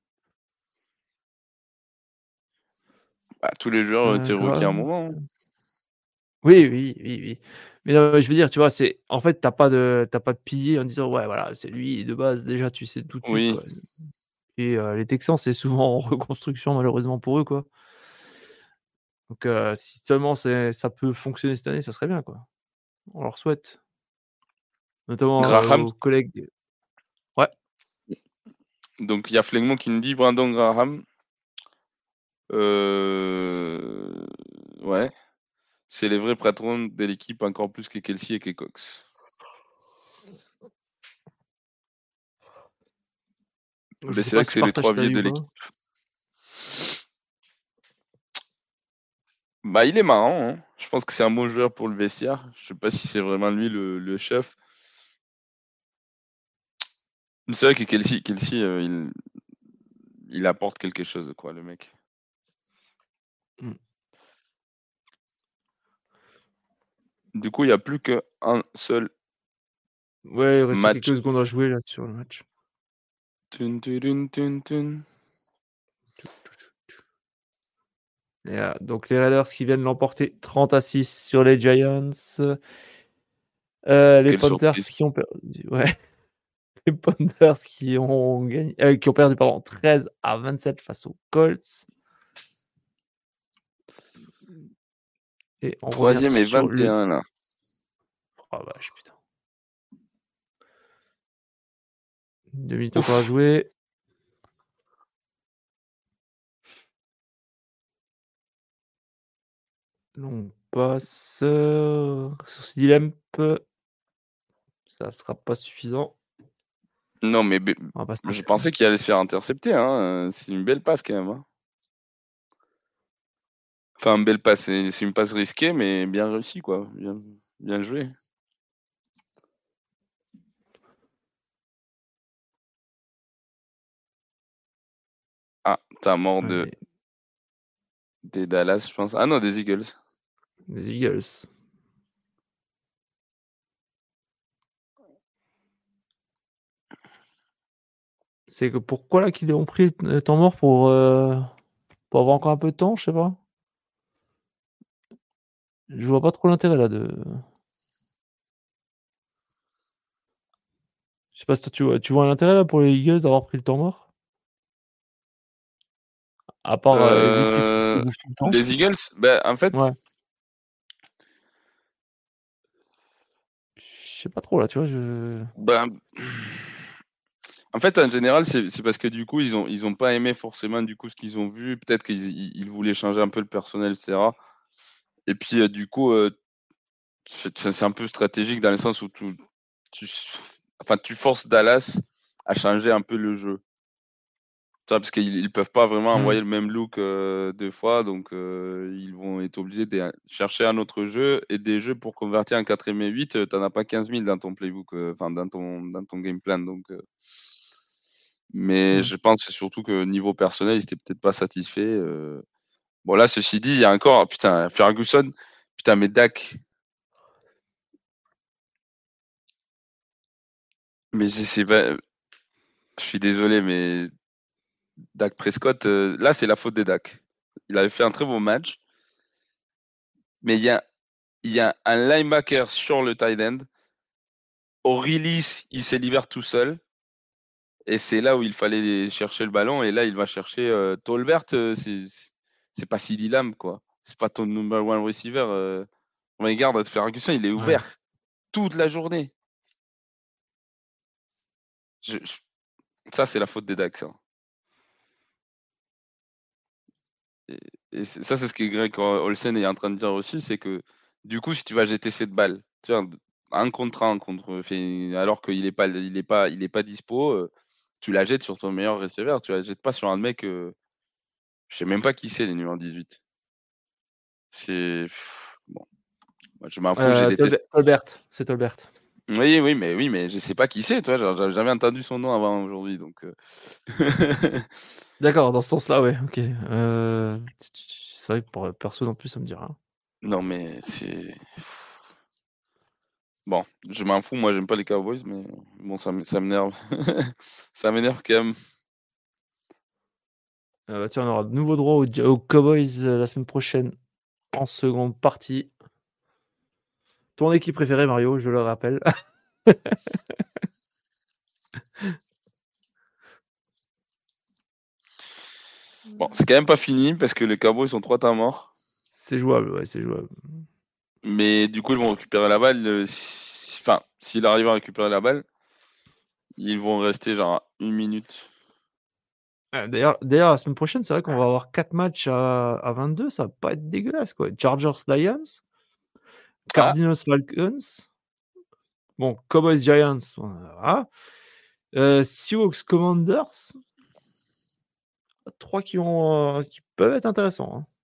Bah, tous les joueurs ont Heu, été rookies à un Graham. moment, hein. Oui, oui, oui, oui. Mais non, mais je veux dire, tu vois, c'est en fait, tu as pas de tu as pas de pilier en disant: «Ouais, voilà, c'est lui» de base, déjà, tu sais tout de suite, Oui. quoi. Et heu, les Texans, c'est souvent en reconstruction malheureusement pour eux, quoi. Donc heu, si seulement c'est ça peut fonctionner cette année, ça serait bien, quoi. On leur souhaite. Notamment, heu, Graham. aux collègues ouais? Donc il y a Flegmont qui me dit: «Brandon Graham». Heu, ouais, c'est les vrais patrons de l'équipe encore plus que Kelce et que Cox. Je Beh, sais c'est pas vrai que s'ils c'est les partagent trois cet vieux avis de ou l'équipe. pas. Bah, il est marrant, hein. Je pense que c'est un bon joueur pour le vestiaire. Je sais pas si c'est vraiment lui le le chef. Mais c'est vrai que Kelce Kelce, heu, il il apporte quelque chose, quoi, le mec. Mm. Du coup, il n'y a plus qu'un seul Ouais, il reste match. quelques secondes à jouer là sur le match. Tun, tun, tun, tun. Et, euh, donc les Raiders qui viennent l'emporter trente à six sur les Giants. Euh, les Quelle Panthers surprise. qui ont perdu. Ouais. Les Panthers qui ont gagné, euh, qui ont perdu pardon, treize à vingt-sept face aux Colts. Et on Troisième revient et sur vingt et le. un là. Oh vache, putain. Deux minutes Ouf. encore à jouer. On passe euh, sur ce dilemme. Ça sera pas suffisant. Non, mais be- On va passer. je pensais qu'il allait se faire intercepter. Hein. C'est une belle passe quand même. Hein. Enfin, une belle passe. C'est c'est une passe risquée, mais bien réussie, quoi. Bien, bien joué. Ah, t'as mort de Allez, des Dallas, je pense. Ah non, des Eagles. les Eagles. C'est que pourquoi là qu'ils ont pris le temps mort pour, euh, pour avoir encore un peu de temps, je sais pas. Je vois pas trop l'intérêt là de. Je sais pas si toi tu vois, tu vois un intérêt là pour les Eagles d'avoir pris le temps mort. À part euh, éviter qu'ils se Euh, bouffent tout le temps. les Eagles, ben, en fait, Ouais. Je sais pas trop là, tu vois. Je... ben, en fait, en général, c'est c'est parce que du coup, ils ont ils ont pas aimé forcément du coup ce qu'ils ont vu. Peut-être qu'ils ils, ils voulaient changer un peu le personnel, et cetera. Et puis euh, du coup, euh, c'est c'est un peu stratégique dans le sens où tu, tu, enfin, tu forces Dallas à changer un peu le jeu. Tu vois, parce qu'ils ils peuvent pas vraiment Hmm. envoyer le même look euh, deux fois, donc euh, ils vont être obligés de chercher un autre jeu et des jeux pour convertir un quatrième et huit. Tu n'en as pas quinze mille dans ton playbook, euh, enfin dans ton dans ton game plan. Donc, euh, mais Hmm. je pense que c'est surtout que niveau personnel, ils étaient peut-être pas satisfaits. euh. Bon là, ceci dit, il y a encore putain Ferguson, putain mais Dak, mais je sais pas, je suis désolé, mais Dak Prescott, euh, là c'est la faute des Dak. Il avait fait un très bon match, mais il y a il y a un linebacker sur le tight end. Au release, il s'est livré tout seul. Et c'est là où il fallait chercher le ballon. Et là, il va chercher euh, Tolbert. euh, c'est c'est pas CeeDee Lamb, quoi. C'est pas ton number one receiver. Euh. Regarde, Ferguson, il est Ouais. ouvert toute la journée. Je- je- Ça, c'est la faute des Dax. Hein. Et, et c'est- ça, c'est ce que Greg Olsen est en train de dire aussi, c'est que du coup, si tu vas jeter cette balle, tu vois, un contre un contre, fait, alors qu'il est pas, il est pas, il est pas dispo, euh, tu la jettes sur ton meilleur receveur. Tu la jettes pas sur un mec. Euh, je sais même pas qui c'est les numéros dix-huit. C'est pff, bon, moi, je m'en fous, j'ai Euh, détesté. Tolbert, Tolbert, c'est Tolbert. Oui, oui, mais oui, mais je sais pas qui c'est, toi. J'avais jamais entendu son nom avant aujourd'hui, donc. euh. D'accord, dans ce sens-là, ouais, ok. Euh, C'est vrai que pour perso non plus, ça me dit rien. Non, mais c'est bon. Je m'en fous. Moi, j'aime pas les Cowboys, mais bon, ça, m- ça m'énerve. Ça m'énerve quand même. Euh, bah, tiens, on aura de nouveau droit aux, aux Cowboys euh, la semaine prochaine en seconde partie. Ton équipe préférée, Mario, je le rappelle. Bon, c'est quand même pas fini parce que les Cowboys sont trois temps morts. C'est jouable, ouais, c'est jouable. Mais du coup, ils vont récupérer la balle. euh, si- Enfin, s'il arrive à récupérer la balle, ils vont rester genre une minute. Euh, D'ailleurs, d'ailleurs, la semaine prochaine, c'est vrai qu'on va avoir quatre matchs à, à vingt-deux, ça va pas être dégueulasse, quoi. Chargers Lions, Ah, Cardinals Falcons, bon, Cowboys Giants, voilà. Euh, Seahawks Commanders, trois qui, ont, euh, qui peuvent être intéressants. Hein.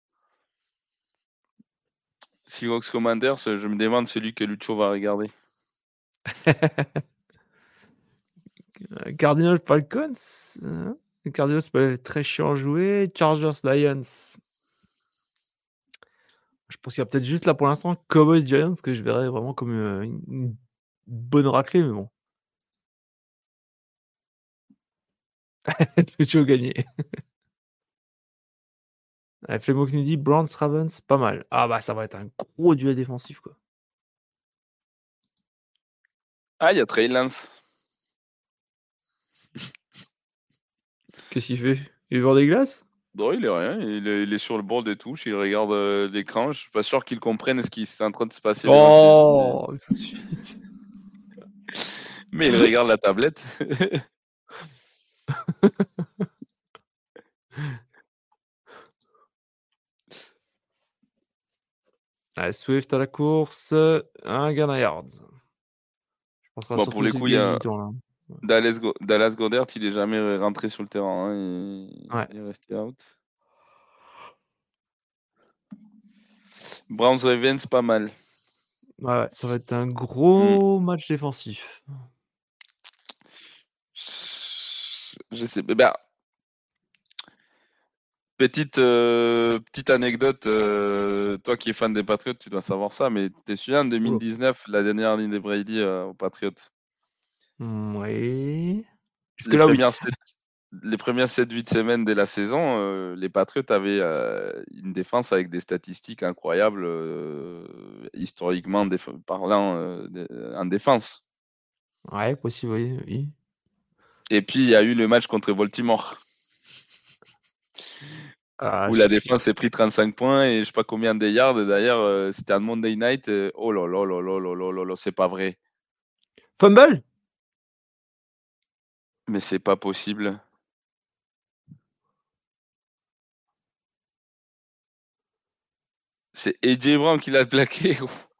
Seahawks Commanders, je me demande celui que Lucho va regarder. Cardinals Falcons, hein. Les Cardinals peuvent être très chiants à jouer. Chargers Lions, Je pense qu'il y a peut-être juste là pour l'instant Cowboys Giants que je verrais vraiment comme euh, une, une bonne raclée, mais bon. Le jeu gagné. Flemmo qui nous dit Browns Ravens, pas mal. Ah bah ça va être un gros duel défensif quoi. Ah, il y a Trey Lance. Qu'est-ce qu'il fait? Il vend des glaces? Non, il est rien. Il est, il est sur le bord des touches. Il regarde euh, l'écran. Je suis pas sûr qu'il comprenne ce qui est en train de se passer devant ses yeux. Mais, Oh, tout de suite. mais il regarde la tablette. Allez, Swift à la course, un gain à yards. Je pense qu'on va Bon, se pour les reposer coups, il y bien a du temps là. Dallas, Go- Dallas Goddard. Il est jamais rentré sur le terrain. Hein. Il... Ouais. il est resté out. Browns Ravens, pas mal. Ouais, ouais, ça va être un Hmm. gros match défensif. Je sais. Ben, petite, euh, petite anecdote. euh, toi qui es fan des Patriots, tu dois savoir ça. Mais tu te souviens en deux mille Oula. dix-neuf, la dernière ligne de Brady euh, aux Patriots? Hmm, oui. Jusque Les là, oui. premières sept, les premières sept huit semaines de la saison, euh, les Patriots avaient euh, une défense avec des statistiques incroyables, euh, historiquement déf- parlant, euh, de- en défense. Ouais, possible, oui. oui. Et puis, il y a eu le match contre Baltimore, Ah, où je la sais plus. défense s'est pris trente-cinq points et je sais pas combien de yards. D'ailleurs, euh, c'était un Monday night. euh, oh là là là là là là là là, c'est pas vrai. Fumble? Mais c'est pas possible. C'est A J Brown qui l'a plaqué.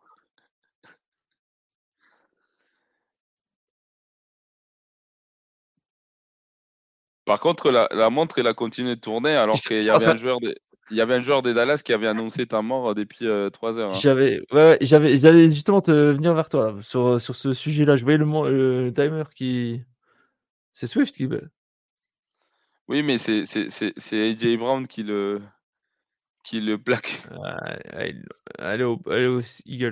Par contre, la, la montre, elle a continué de tourner alors qu'il y avait Enfin, un joueur de, il y avait un joueur des Dallas qui avait annoncé ta mort depuis euh, trois heures. Hein. j'avais, ouais, ouais, j'avais, j'allais justement te venir vers toi là, sur, sur ce sujet-là. Je voyais le, mo- le timer qui. C'est Swift qui. Oui, mais c'est c'est c'est c'est A J Brown qui le qui le plaque. Allez, allez, au- allez aux Eagles.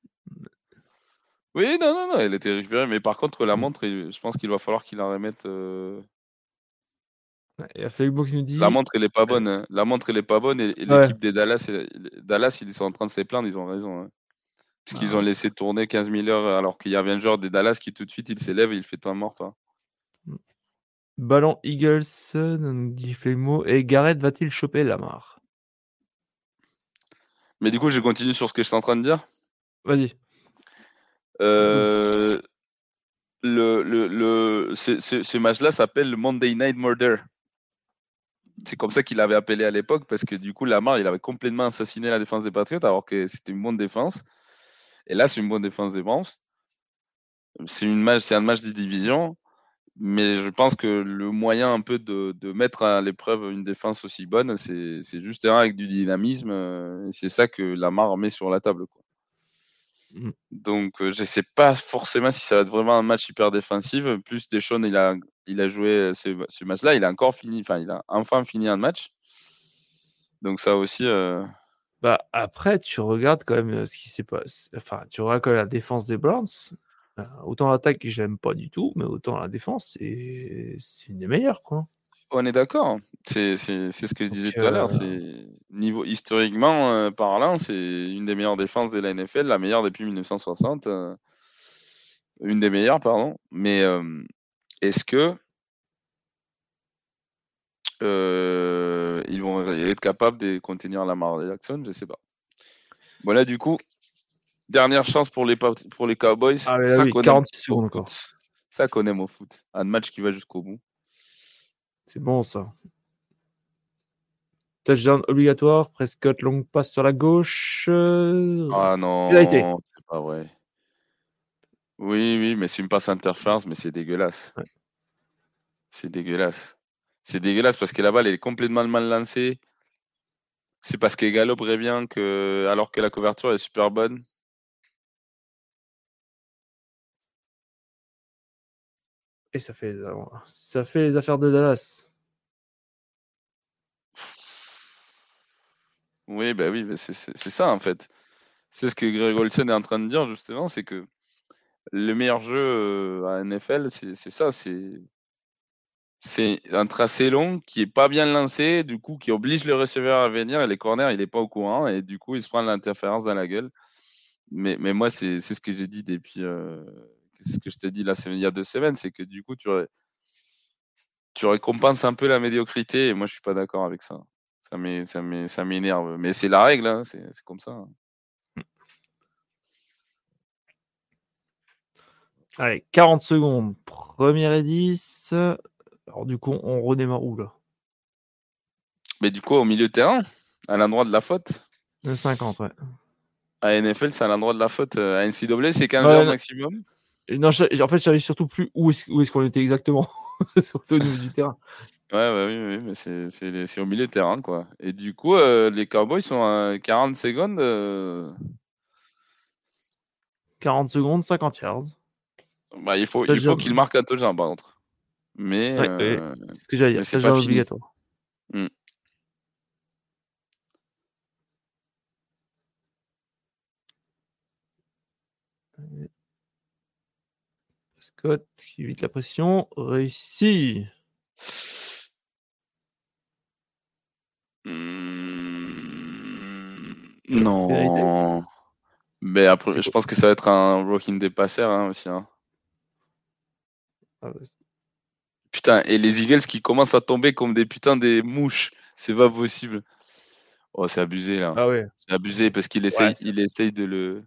Oui, non, non, non, elle était récupérée. Mais par contre, la Mm. montre, il- je pense qu'il va falloir qu'il la remette. euh, Ouais, il y a Felipe qui nous La dit. montre, elle est pas euh, bonne. Hein. La montre, elle est pas bonne. Et, et Ouais. l'équipe des Dallas, elle- Dallas, ils sont en train de se plaindre. Ils ont raison. Hein. Parce qu'ils ont Ah. laissé tourner quinze mille heures alors qu'il y avait un joueur des Dallas qui tout de suite, il s'élève et il fait toi mort, toi. Ballon Eagles, nous dit Flemmo. Et Garrett va-t-il choper Lamar? Mais du coup, je continue sur ce que je suis en train de dire. Vas-y. Euh, le, le, le, ce, ce, ce match-là s'appelle le Monday Night Murder. C'est comme ça qu'il l'avait appelé à l'époque, parce que du coup, Lamar, il avait complètement assassiné la défense des Patriots, alors que c'était une bonne défense. Et là, c'est une bonne défense des Browns. C'est une match, c'est un match de division, mais je pense que le moyen un peu de, de mettre à l'épreuve une défense aussi bonne, c'est, c'est juste un avec du dynamisme. euh, Et c'est ça que Lamar met sur la table, quoi. Mm. Donc, euh, je ne sais pas forcément si ça va être vraiment un match hyper défensif. Plus Deschamps, il a, il a joué euh, ce, ce match-là. Il a encore fini, enfin, il a enfin fini un match. Donc, ça aussi. euh, Bah, après, tu regardes quand même euh, ce qui s'est passé. Enfin, tu regardes quand même la défense des Browns. Euh, autant l'attaque, j'aime pas du tout, mais autant la défense, c'est c'est une des meilleures, quoi. On est d'accord. C'est, c'est, c'est ce que je Donc, disais tout à l'heure. euh, C'est niveau historiquement euh, parlant, c'est une des meilleures défenses de la N F L, la meilleure depuis mille neuf cent soixante. euh, une des meilleures, pardon. Mais euh, est-ce que euh, ils vont être capables de contenir Lamar Jackson? Je sais pas. Bon là, du coup, dernière chance pour les, Pat- pour les Cowboys. ah, mais là, Ça oui, connaît quarante-six au secondes encore. foot. Ça connaît mon foot. Un match qui va jusqu'au bout. C'est bon, ça. Touchdown obligatoire. Prescott, longue passe sur la gauche. Euh, Ah Il a été. non, c'est pas vrai. Oui, oui, mais c'est une passe interférence, mais c'est dégueulasse. Ouais. C'est dégueulasse. C'est dégueulasse parce que la balle elle est complètement mal lancée. C'est parce que Gallup revient que, alors que la couverture est super bonne. Et ça fait, ça fait les affaires de Dallas. Oui, bah oui, bah c'est, c'est, c'est ça en fait. C'est ce que Greg Olsen est en train de dire justement, c'est que le meilleur jeu euh, à N F L, c'est, c'est ça, c'est, c'est un tracé long qui est pas bien lancé, du coup qui oblige le receveur à venir et les corners, il est pas au courant et du coup il se prend l'interférence dans la gueule. Mais, mais moi, c'est, c'est ce que j'ai dit depuis, euh, ce que je t'ai dit là, c'est- il y a deux semaines, c'est que du coup tu, ré- tu récompenses un peu la médiocrité et moi je suis pas d'accord avec ça. Ça m'é- ça m'é- ça m'énerve. Mais c'est la règle, hein, c'est, c'est comme ça. hein. Allez, quarante secondes. Première et dix. Alors, du coup, on redémarre où là? Mais du coup, au milieu de terrain, à l'endroit de la faute, Le cinquante, ouais. à N F L, c'est à l'endroit de la faute. euh, À N C A A, c'est quinze Ouais, yards non, maximum. non, je- en fait, je savais surtout plus où est-ce, où est-ce qu'on était exactement. Surtout au niveau du terrain. Ouais, ouais, oui, oui, mais c'est, c'est, les- c'est au milieu de terrain, quoi. Et du coup, euh, les Cowboys sont à quarante secondes. euh, quarante secondes, cinquante yards. Bah, il faut, il faut qu'ils Touchdown. marquent un touchdown, par contre. Mais, Ouais, ouais, euh, c'est ce que j'allais mais dire. c'est pas Touchdown fini. obligatoire. Hmm. Scott qui évite la pression. Réussi. Hmm, Pénalité. Non. Mais après, C'est je quoi? pense que ça va être un rocking des passeurs hein, aussi. hein. Ah, ouais. Putain, et les Eagles qui commencent à tomber comme des putains des mouches. C'est pas possible. Oh, c'est abusé là. Ah ouais. C'est abusé parce qu'il Ouais, essaye, c'est il essaye de le.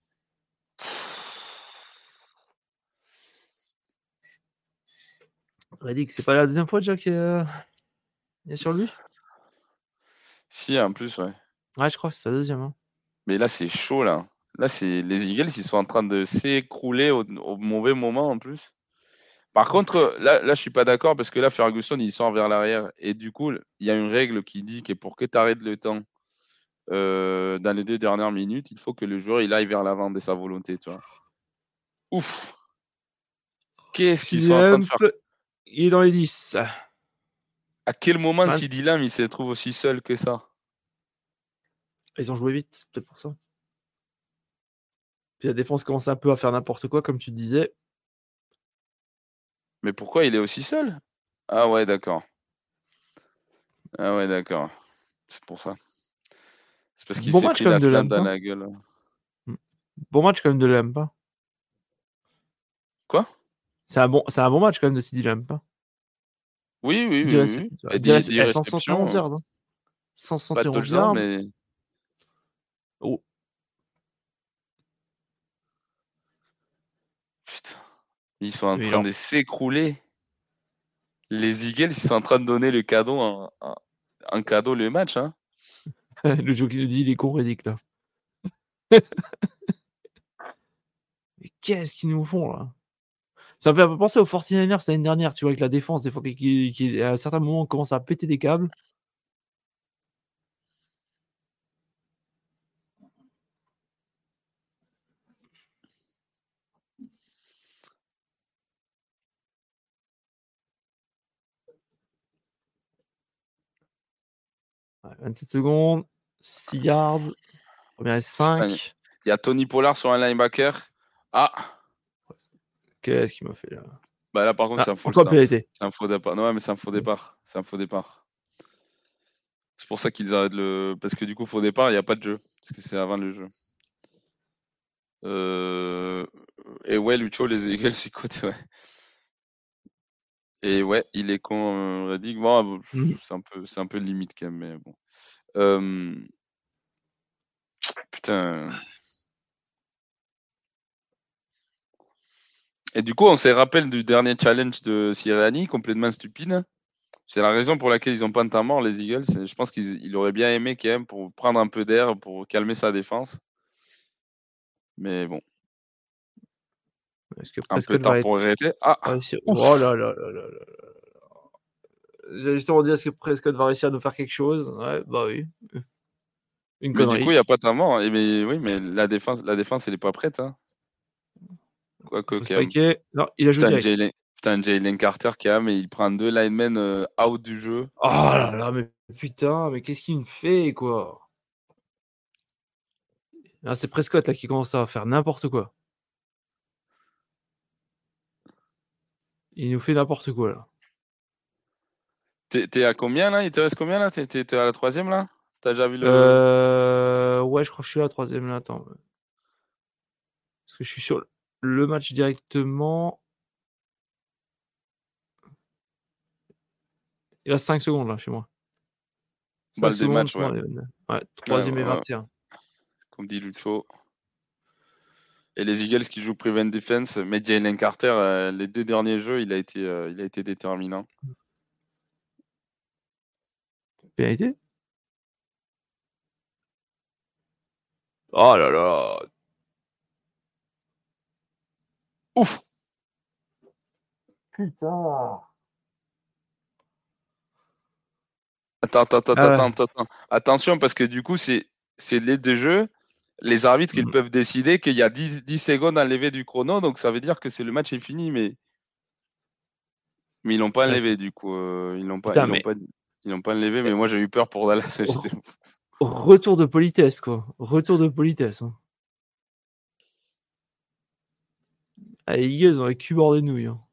Reddick, c'est pas la deuxième fois déjà qu'il y a, il y a sur lui? Si, en plus, ouais. Ouais, je crois que c'est la deuxième. Hein. Mais là, c'est chaud là. Là, c'est les Eagles, ils sont en train de s'écrouler au, au mauvais moment en plus. Par contre, là, là, je suis pas d'accord parce que là, Ferguson, il sort vers l'arrière et du coup, il y a une règle qui dit que pour que tu arrêtes le temps euh, dans les deux dernières minutes, il faut que le joueur il aille vers l'avant de sa volonté, tu vois. Ouf. Qu'est-ce qu'ils sont en train de Sixième, faire? il est dans les dix. À quel moment vingt. Sidi Lam il se trouve aussi seul que ça? Ils ont joué vite, peut-être pour ça. Puis la défense commence un peu à faire n'importe quoi, comme tu disais. Mais pourquoi il est aussi seul? Ah ouais, d'accord. Ah ouais, d'accord. C'est pour ça. C'est parce qu'il Bon s'est match pris quand la même de slam dans Lampa. la gueule. Bon match quand même de Lampa. Quoi? C'est un bon, c'est un bon match quand même de Sidi Lampa. Oui, oui, oui, dix oui. réce- oui. euh, Et dix des, réce- des eh, cent soixante et onze réceptions, euh, yards. Hein. pas de cent soixante et onze touchdown, yards. mais Oh, putain, ils sont en mais il train en- de s'écrouler. Les Eagles, ils sont en train de donner le cadeau en, en- en cadeau le match. Hein. Le jeu qui nous dit il est con, Reddick, là. Mais qu'est-ce qu'ils nous font, là? Ça me fait un peu penser aux forty-niners l'année dernière, tu vois, avec la défense, des fois, qui, qui, qui, à certains moments, commence à péter des câbles. Ouais, vingt-sept secondes, six yards, première et Putain, il cinq. y a Tony Pollard sur un linebacker. Ah, Qu'est-ce qu'il m'a fait, là? bah là par contre, Ah, c'est un faux encore start. pénalité. C'est un faux départ. Non, ouais, mais c'est un faux départ. C'est un faux départ. C'est pour ça qu'ils arrêtent le. Parce que du coup, faux départ, il n'y a pas de jeu. Parce que c'est avant le jeu. Euh... Et ouais, Lucho, les Eagles, c'est côté, ouais. Et ouais, il est con, euh, Reddick. Bon, Mhm. c'est un peu, c'est un peu limite quand même, mais bon. Euh, Putain. Et du coup, on se rappelle du dernier challenge de Sirianni, complètement stupide. C'est la raison pour laquelle ils n'ont pas de temps mort, les Eagles. Je pense qu'ils auraient bien aimé quand même pour prendre un peu d'air, pour calmer sa défense. Mais bon, Est-ce que un peu Prescott va tard pour être... arrêter. Ah, réussir... Oh ouf. là là là là là là. J'allais justement dire, est-ce que Prescott va réussir à nous faire quelque chose? Ouais, bah oui. Une Mais du coup, il connerie. n'y a pas de temps mort. Et mais oui, mais la défense, la défense, elle n'est pas prête. Hein. Il Quoique, faut quand même. spiker. Non, il a joué Putain, direct. Jalen, putain, Jalen Carter, quand même, et il prend deux linemen euh, out du jeu. Oh là là, mais putain, mais qu'est-ce qu'il me fait, quoi? Là, c'est Prescott là, qui commence à faire n'importe quoi. Il nous fait n'importe quoi là. T'es, t'es à combien là? Il te reste combien là? T'es, t'es, t'es à la troisième là? T'as déjà vu le. Euh... Ouais, je crois que je suis à la troisième là. Attends. Parce que je suis sur le match directement. Il reste cinq secondes là chez moi. Balle des matchs, ouais. Ouais, troisième ouais, et ouais. vingt et un. Comme dit Lucho. Et les Eagles qui jouent Prevent Defense, mais Jalen Carter, euh, les deux derniers jeux, il a été, euh, il a été déterminant. Pénalité? Oh là là! Ouf! Putain! Attends, attends, attends, Ah ouais. attends, attends. Attention, parce que du coup, c'est, c'est les deux jeux. Les arbitres, ils Mm. peuvent décider qu'il y a dix, dix secondes enlevées du chrono, donc ça veut dire que c'est le match est fini, mais, mais ils l'ont pas Ah, enlevé, du coup. euh, ils l'ont pas, Putain, ils l'ont mais pas, ils l'ont pas enlevé, mais moi j'ai eu peur pour Dallas. j'étais- retour de politesse, quoi. Retour de politesse. Hein. Ah, les Eagles ont les cul bord des nouilles. Hein.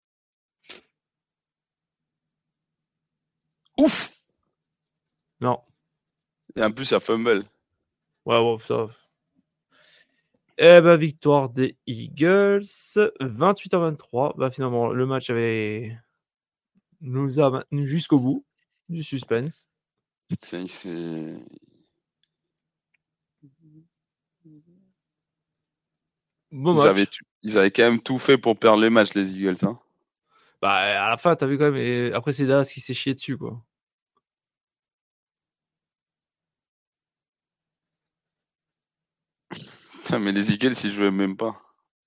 Ouf! Non. Et en plus, ça fumble. Ouais, bon, ça. Eh ben, victoire des Eagles. vingt-huit à vingt-trois. Bah, finalement, le match avait... nous a maintenu jusqu'au bout. Du suspense. Putain, c'est... Bon Ils match. avaient, tu- ils avaient quand même tout fait pour perdre le match, les Eagles. Hein. Bah, à la fin, t'as vu quand même. Et après, c'est Dallas qui s'est chié dessus, quoi. Putain, mais les Eagles, ils jouaient même pas.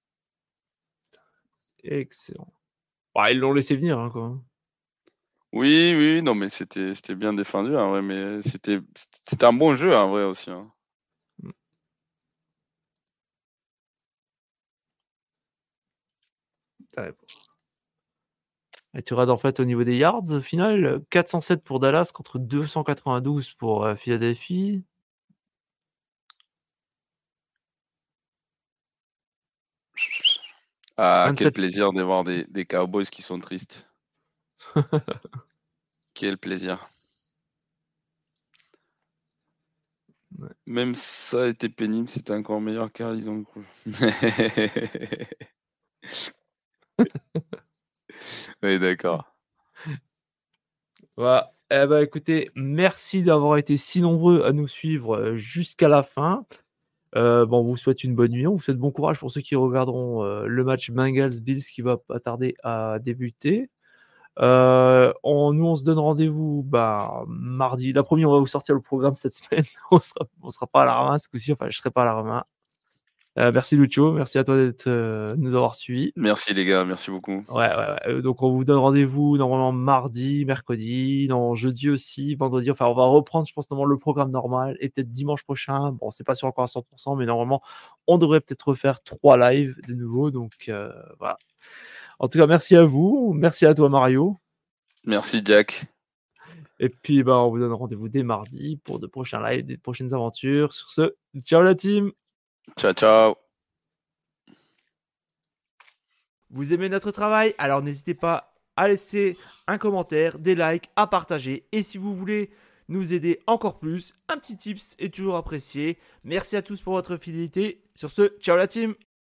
Excellent. Bah, ils l'ont laissé venir, hein, quoi. Oui, oui, non, mais c'était, c'était bien défendu, en vrai, mais c'était, c'était un bon jeu, en vrai, aussi. Hein. Et tu regardes en fait au niveau des yards, au final, quatre cent sept pour Dallas contre deux cent quatre-vingt-douze pour euh, Philadelphie. Ah, quel vingt-sept. plaisir de voir des, des Cowboys qui sont tristes. Quel plaisir. Ouais. Même ça a été pénible, c'était encore meilleur car ils ont cru. Oui, d'accord. Voilà. Eh ben, écoutez, merci d'avoir été si nombreux à nous suivre euh, jusqu'à la fin. Euh, bon, on vous souhaite une bonne nuit. On vous souhaite bon courage pour ceux qui regarderont euh, le match Bengals-Bills qui va pas tarder à débuter. Euh, on, nous, on se donne rendez-vous bah, mardi. La première, on va vous sortir le programme cette semaine. on sera, on sera pas à la ramasse ce coup-ci. Enfin, je serai pas à la ramasse. Euh, merci Lucho, merci à toi d'être euh, nous avoir suivis. Merci les gars, merci beaucoup. Ouais, ouais, ouais. Donc on vous donne rendez-vous normalement mardi, mercredi, non, jeudi aussi, vendredi. Enfin, on va reprendre, je pense, normalement le programme normal et peut-être dimanche prochain. Bon, c'est pas sûr encore à cent pour cent, mais normalement, on devrait peut-être refaire trois lives de nouveau. Donc euh, voilà. En tout cas, merci à vous, merci à toi Mario. Merci Jack. Et puis, bah, on vous donne rendez-vous dès mardi pour de prochains lives, des prochaines aventures. Sur ce, ciao la team. Ciao, ciao. Vous aimez notre travail? Alors n'hésitez pas à laisser un commentaire, des likes, à partager. Et si vous voulez nous aider encore plus, un petit tips est toujours apprécié. Merci à tous pour votre fidélité. Sur ce, ciao la team!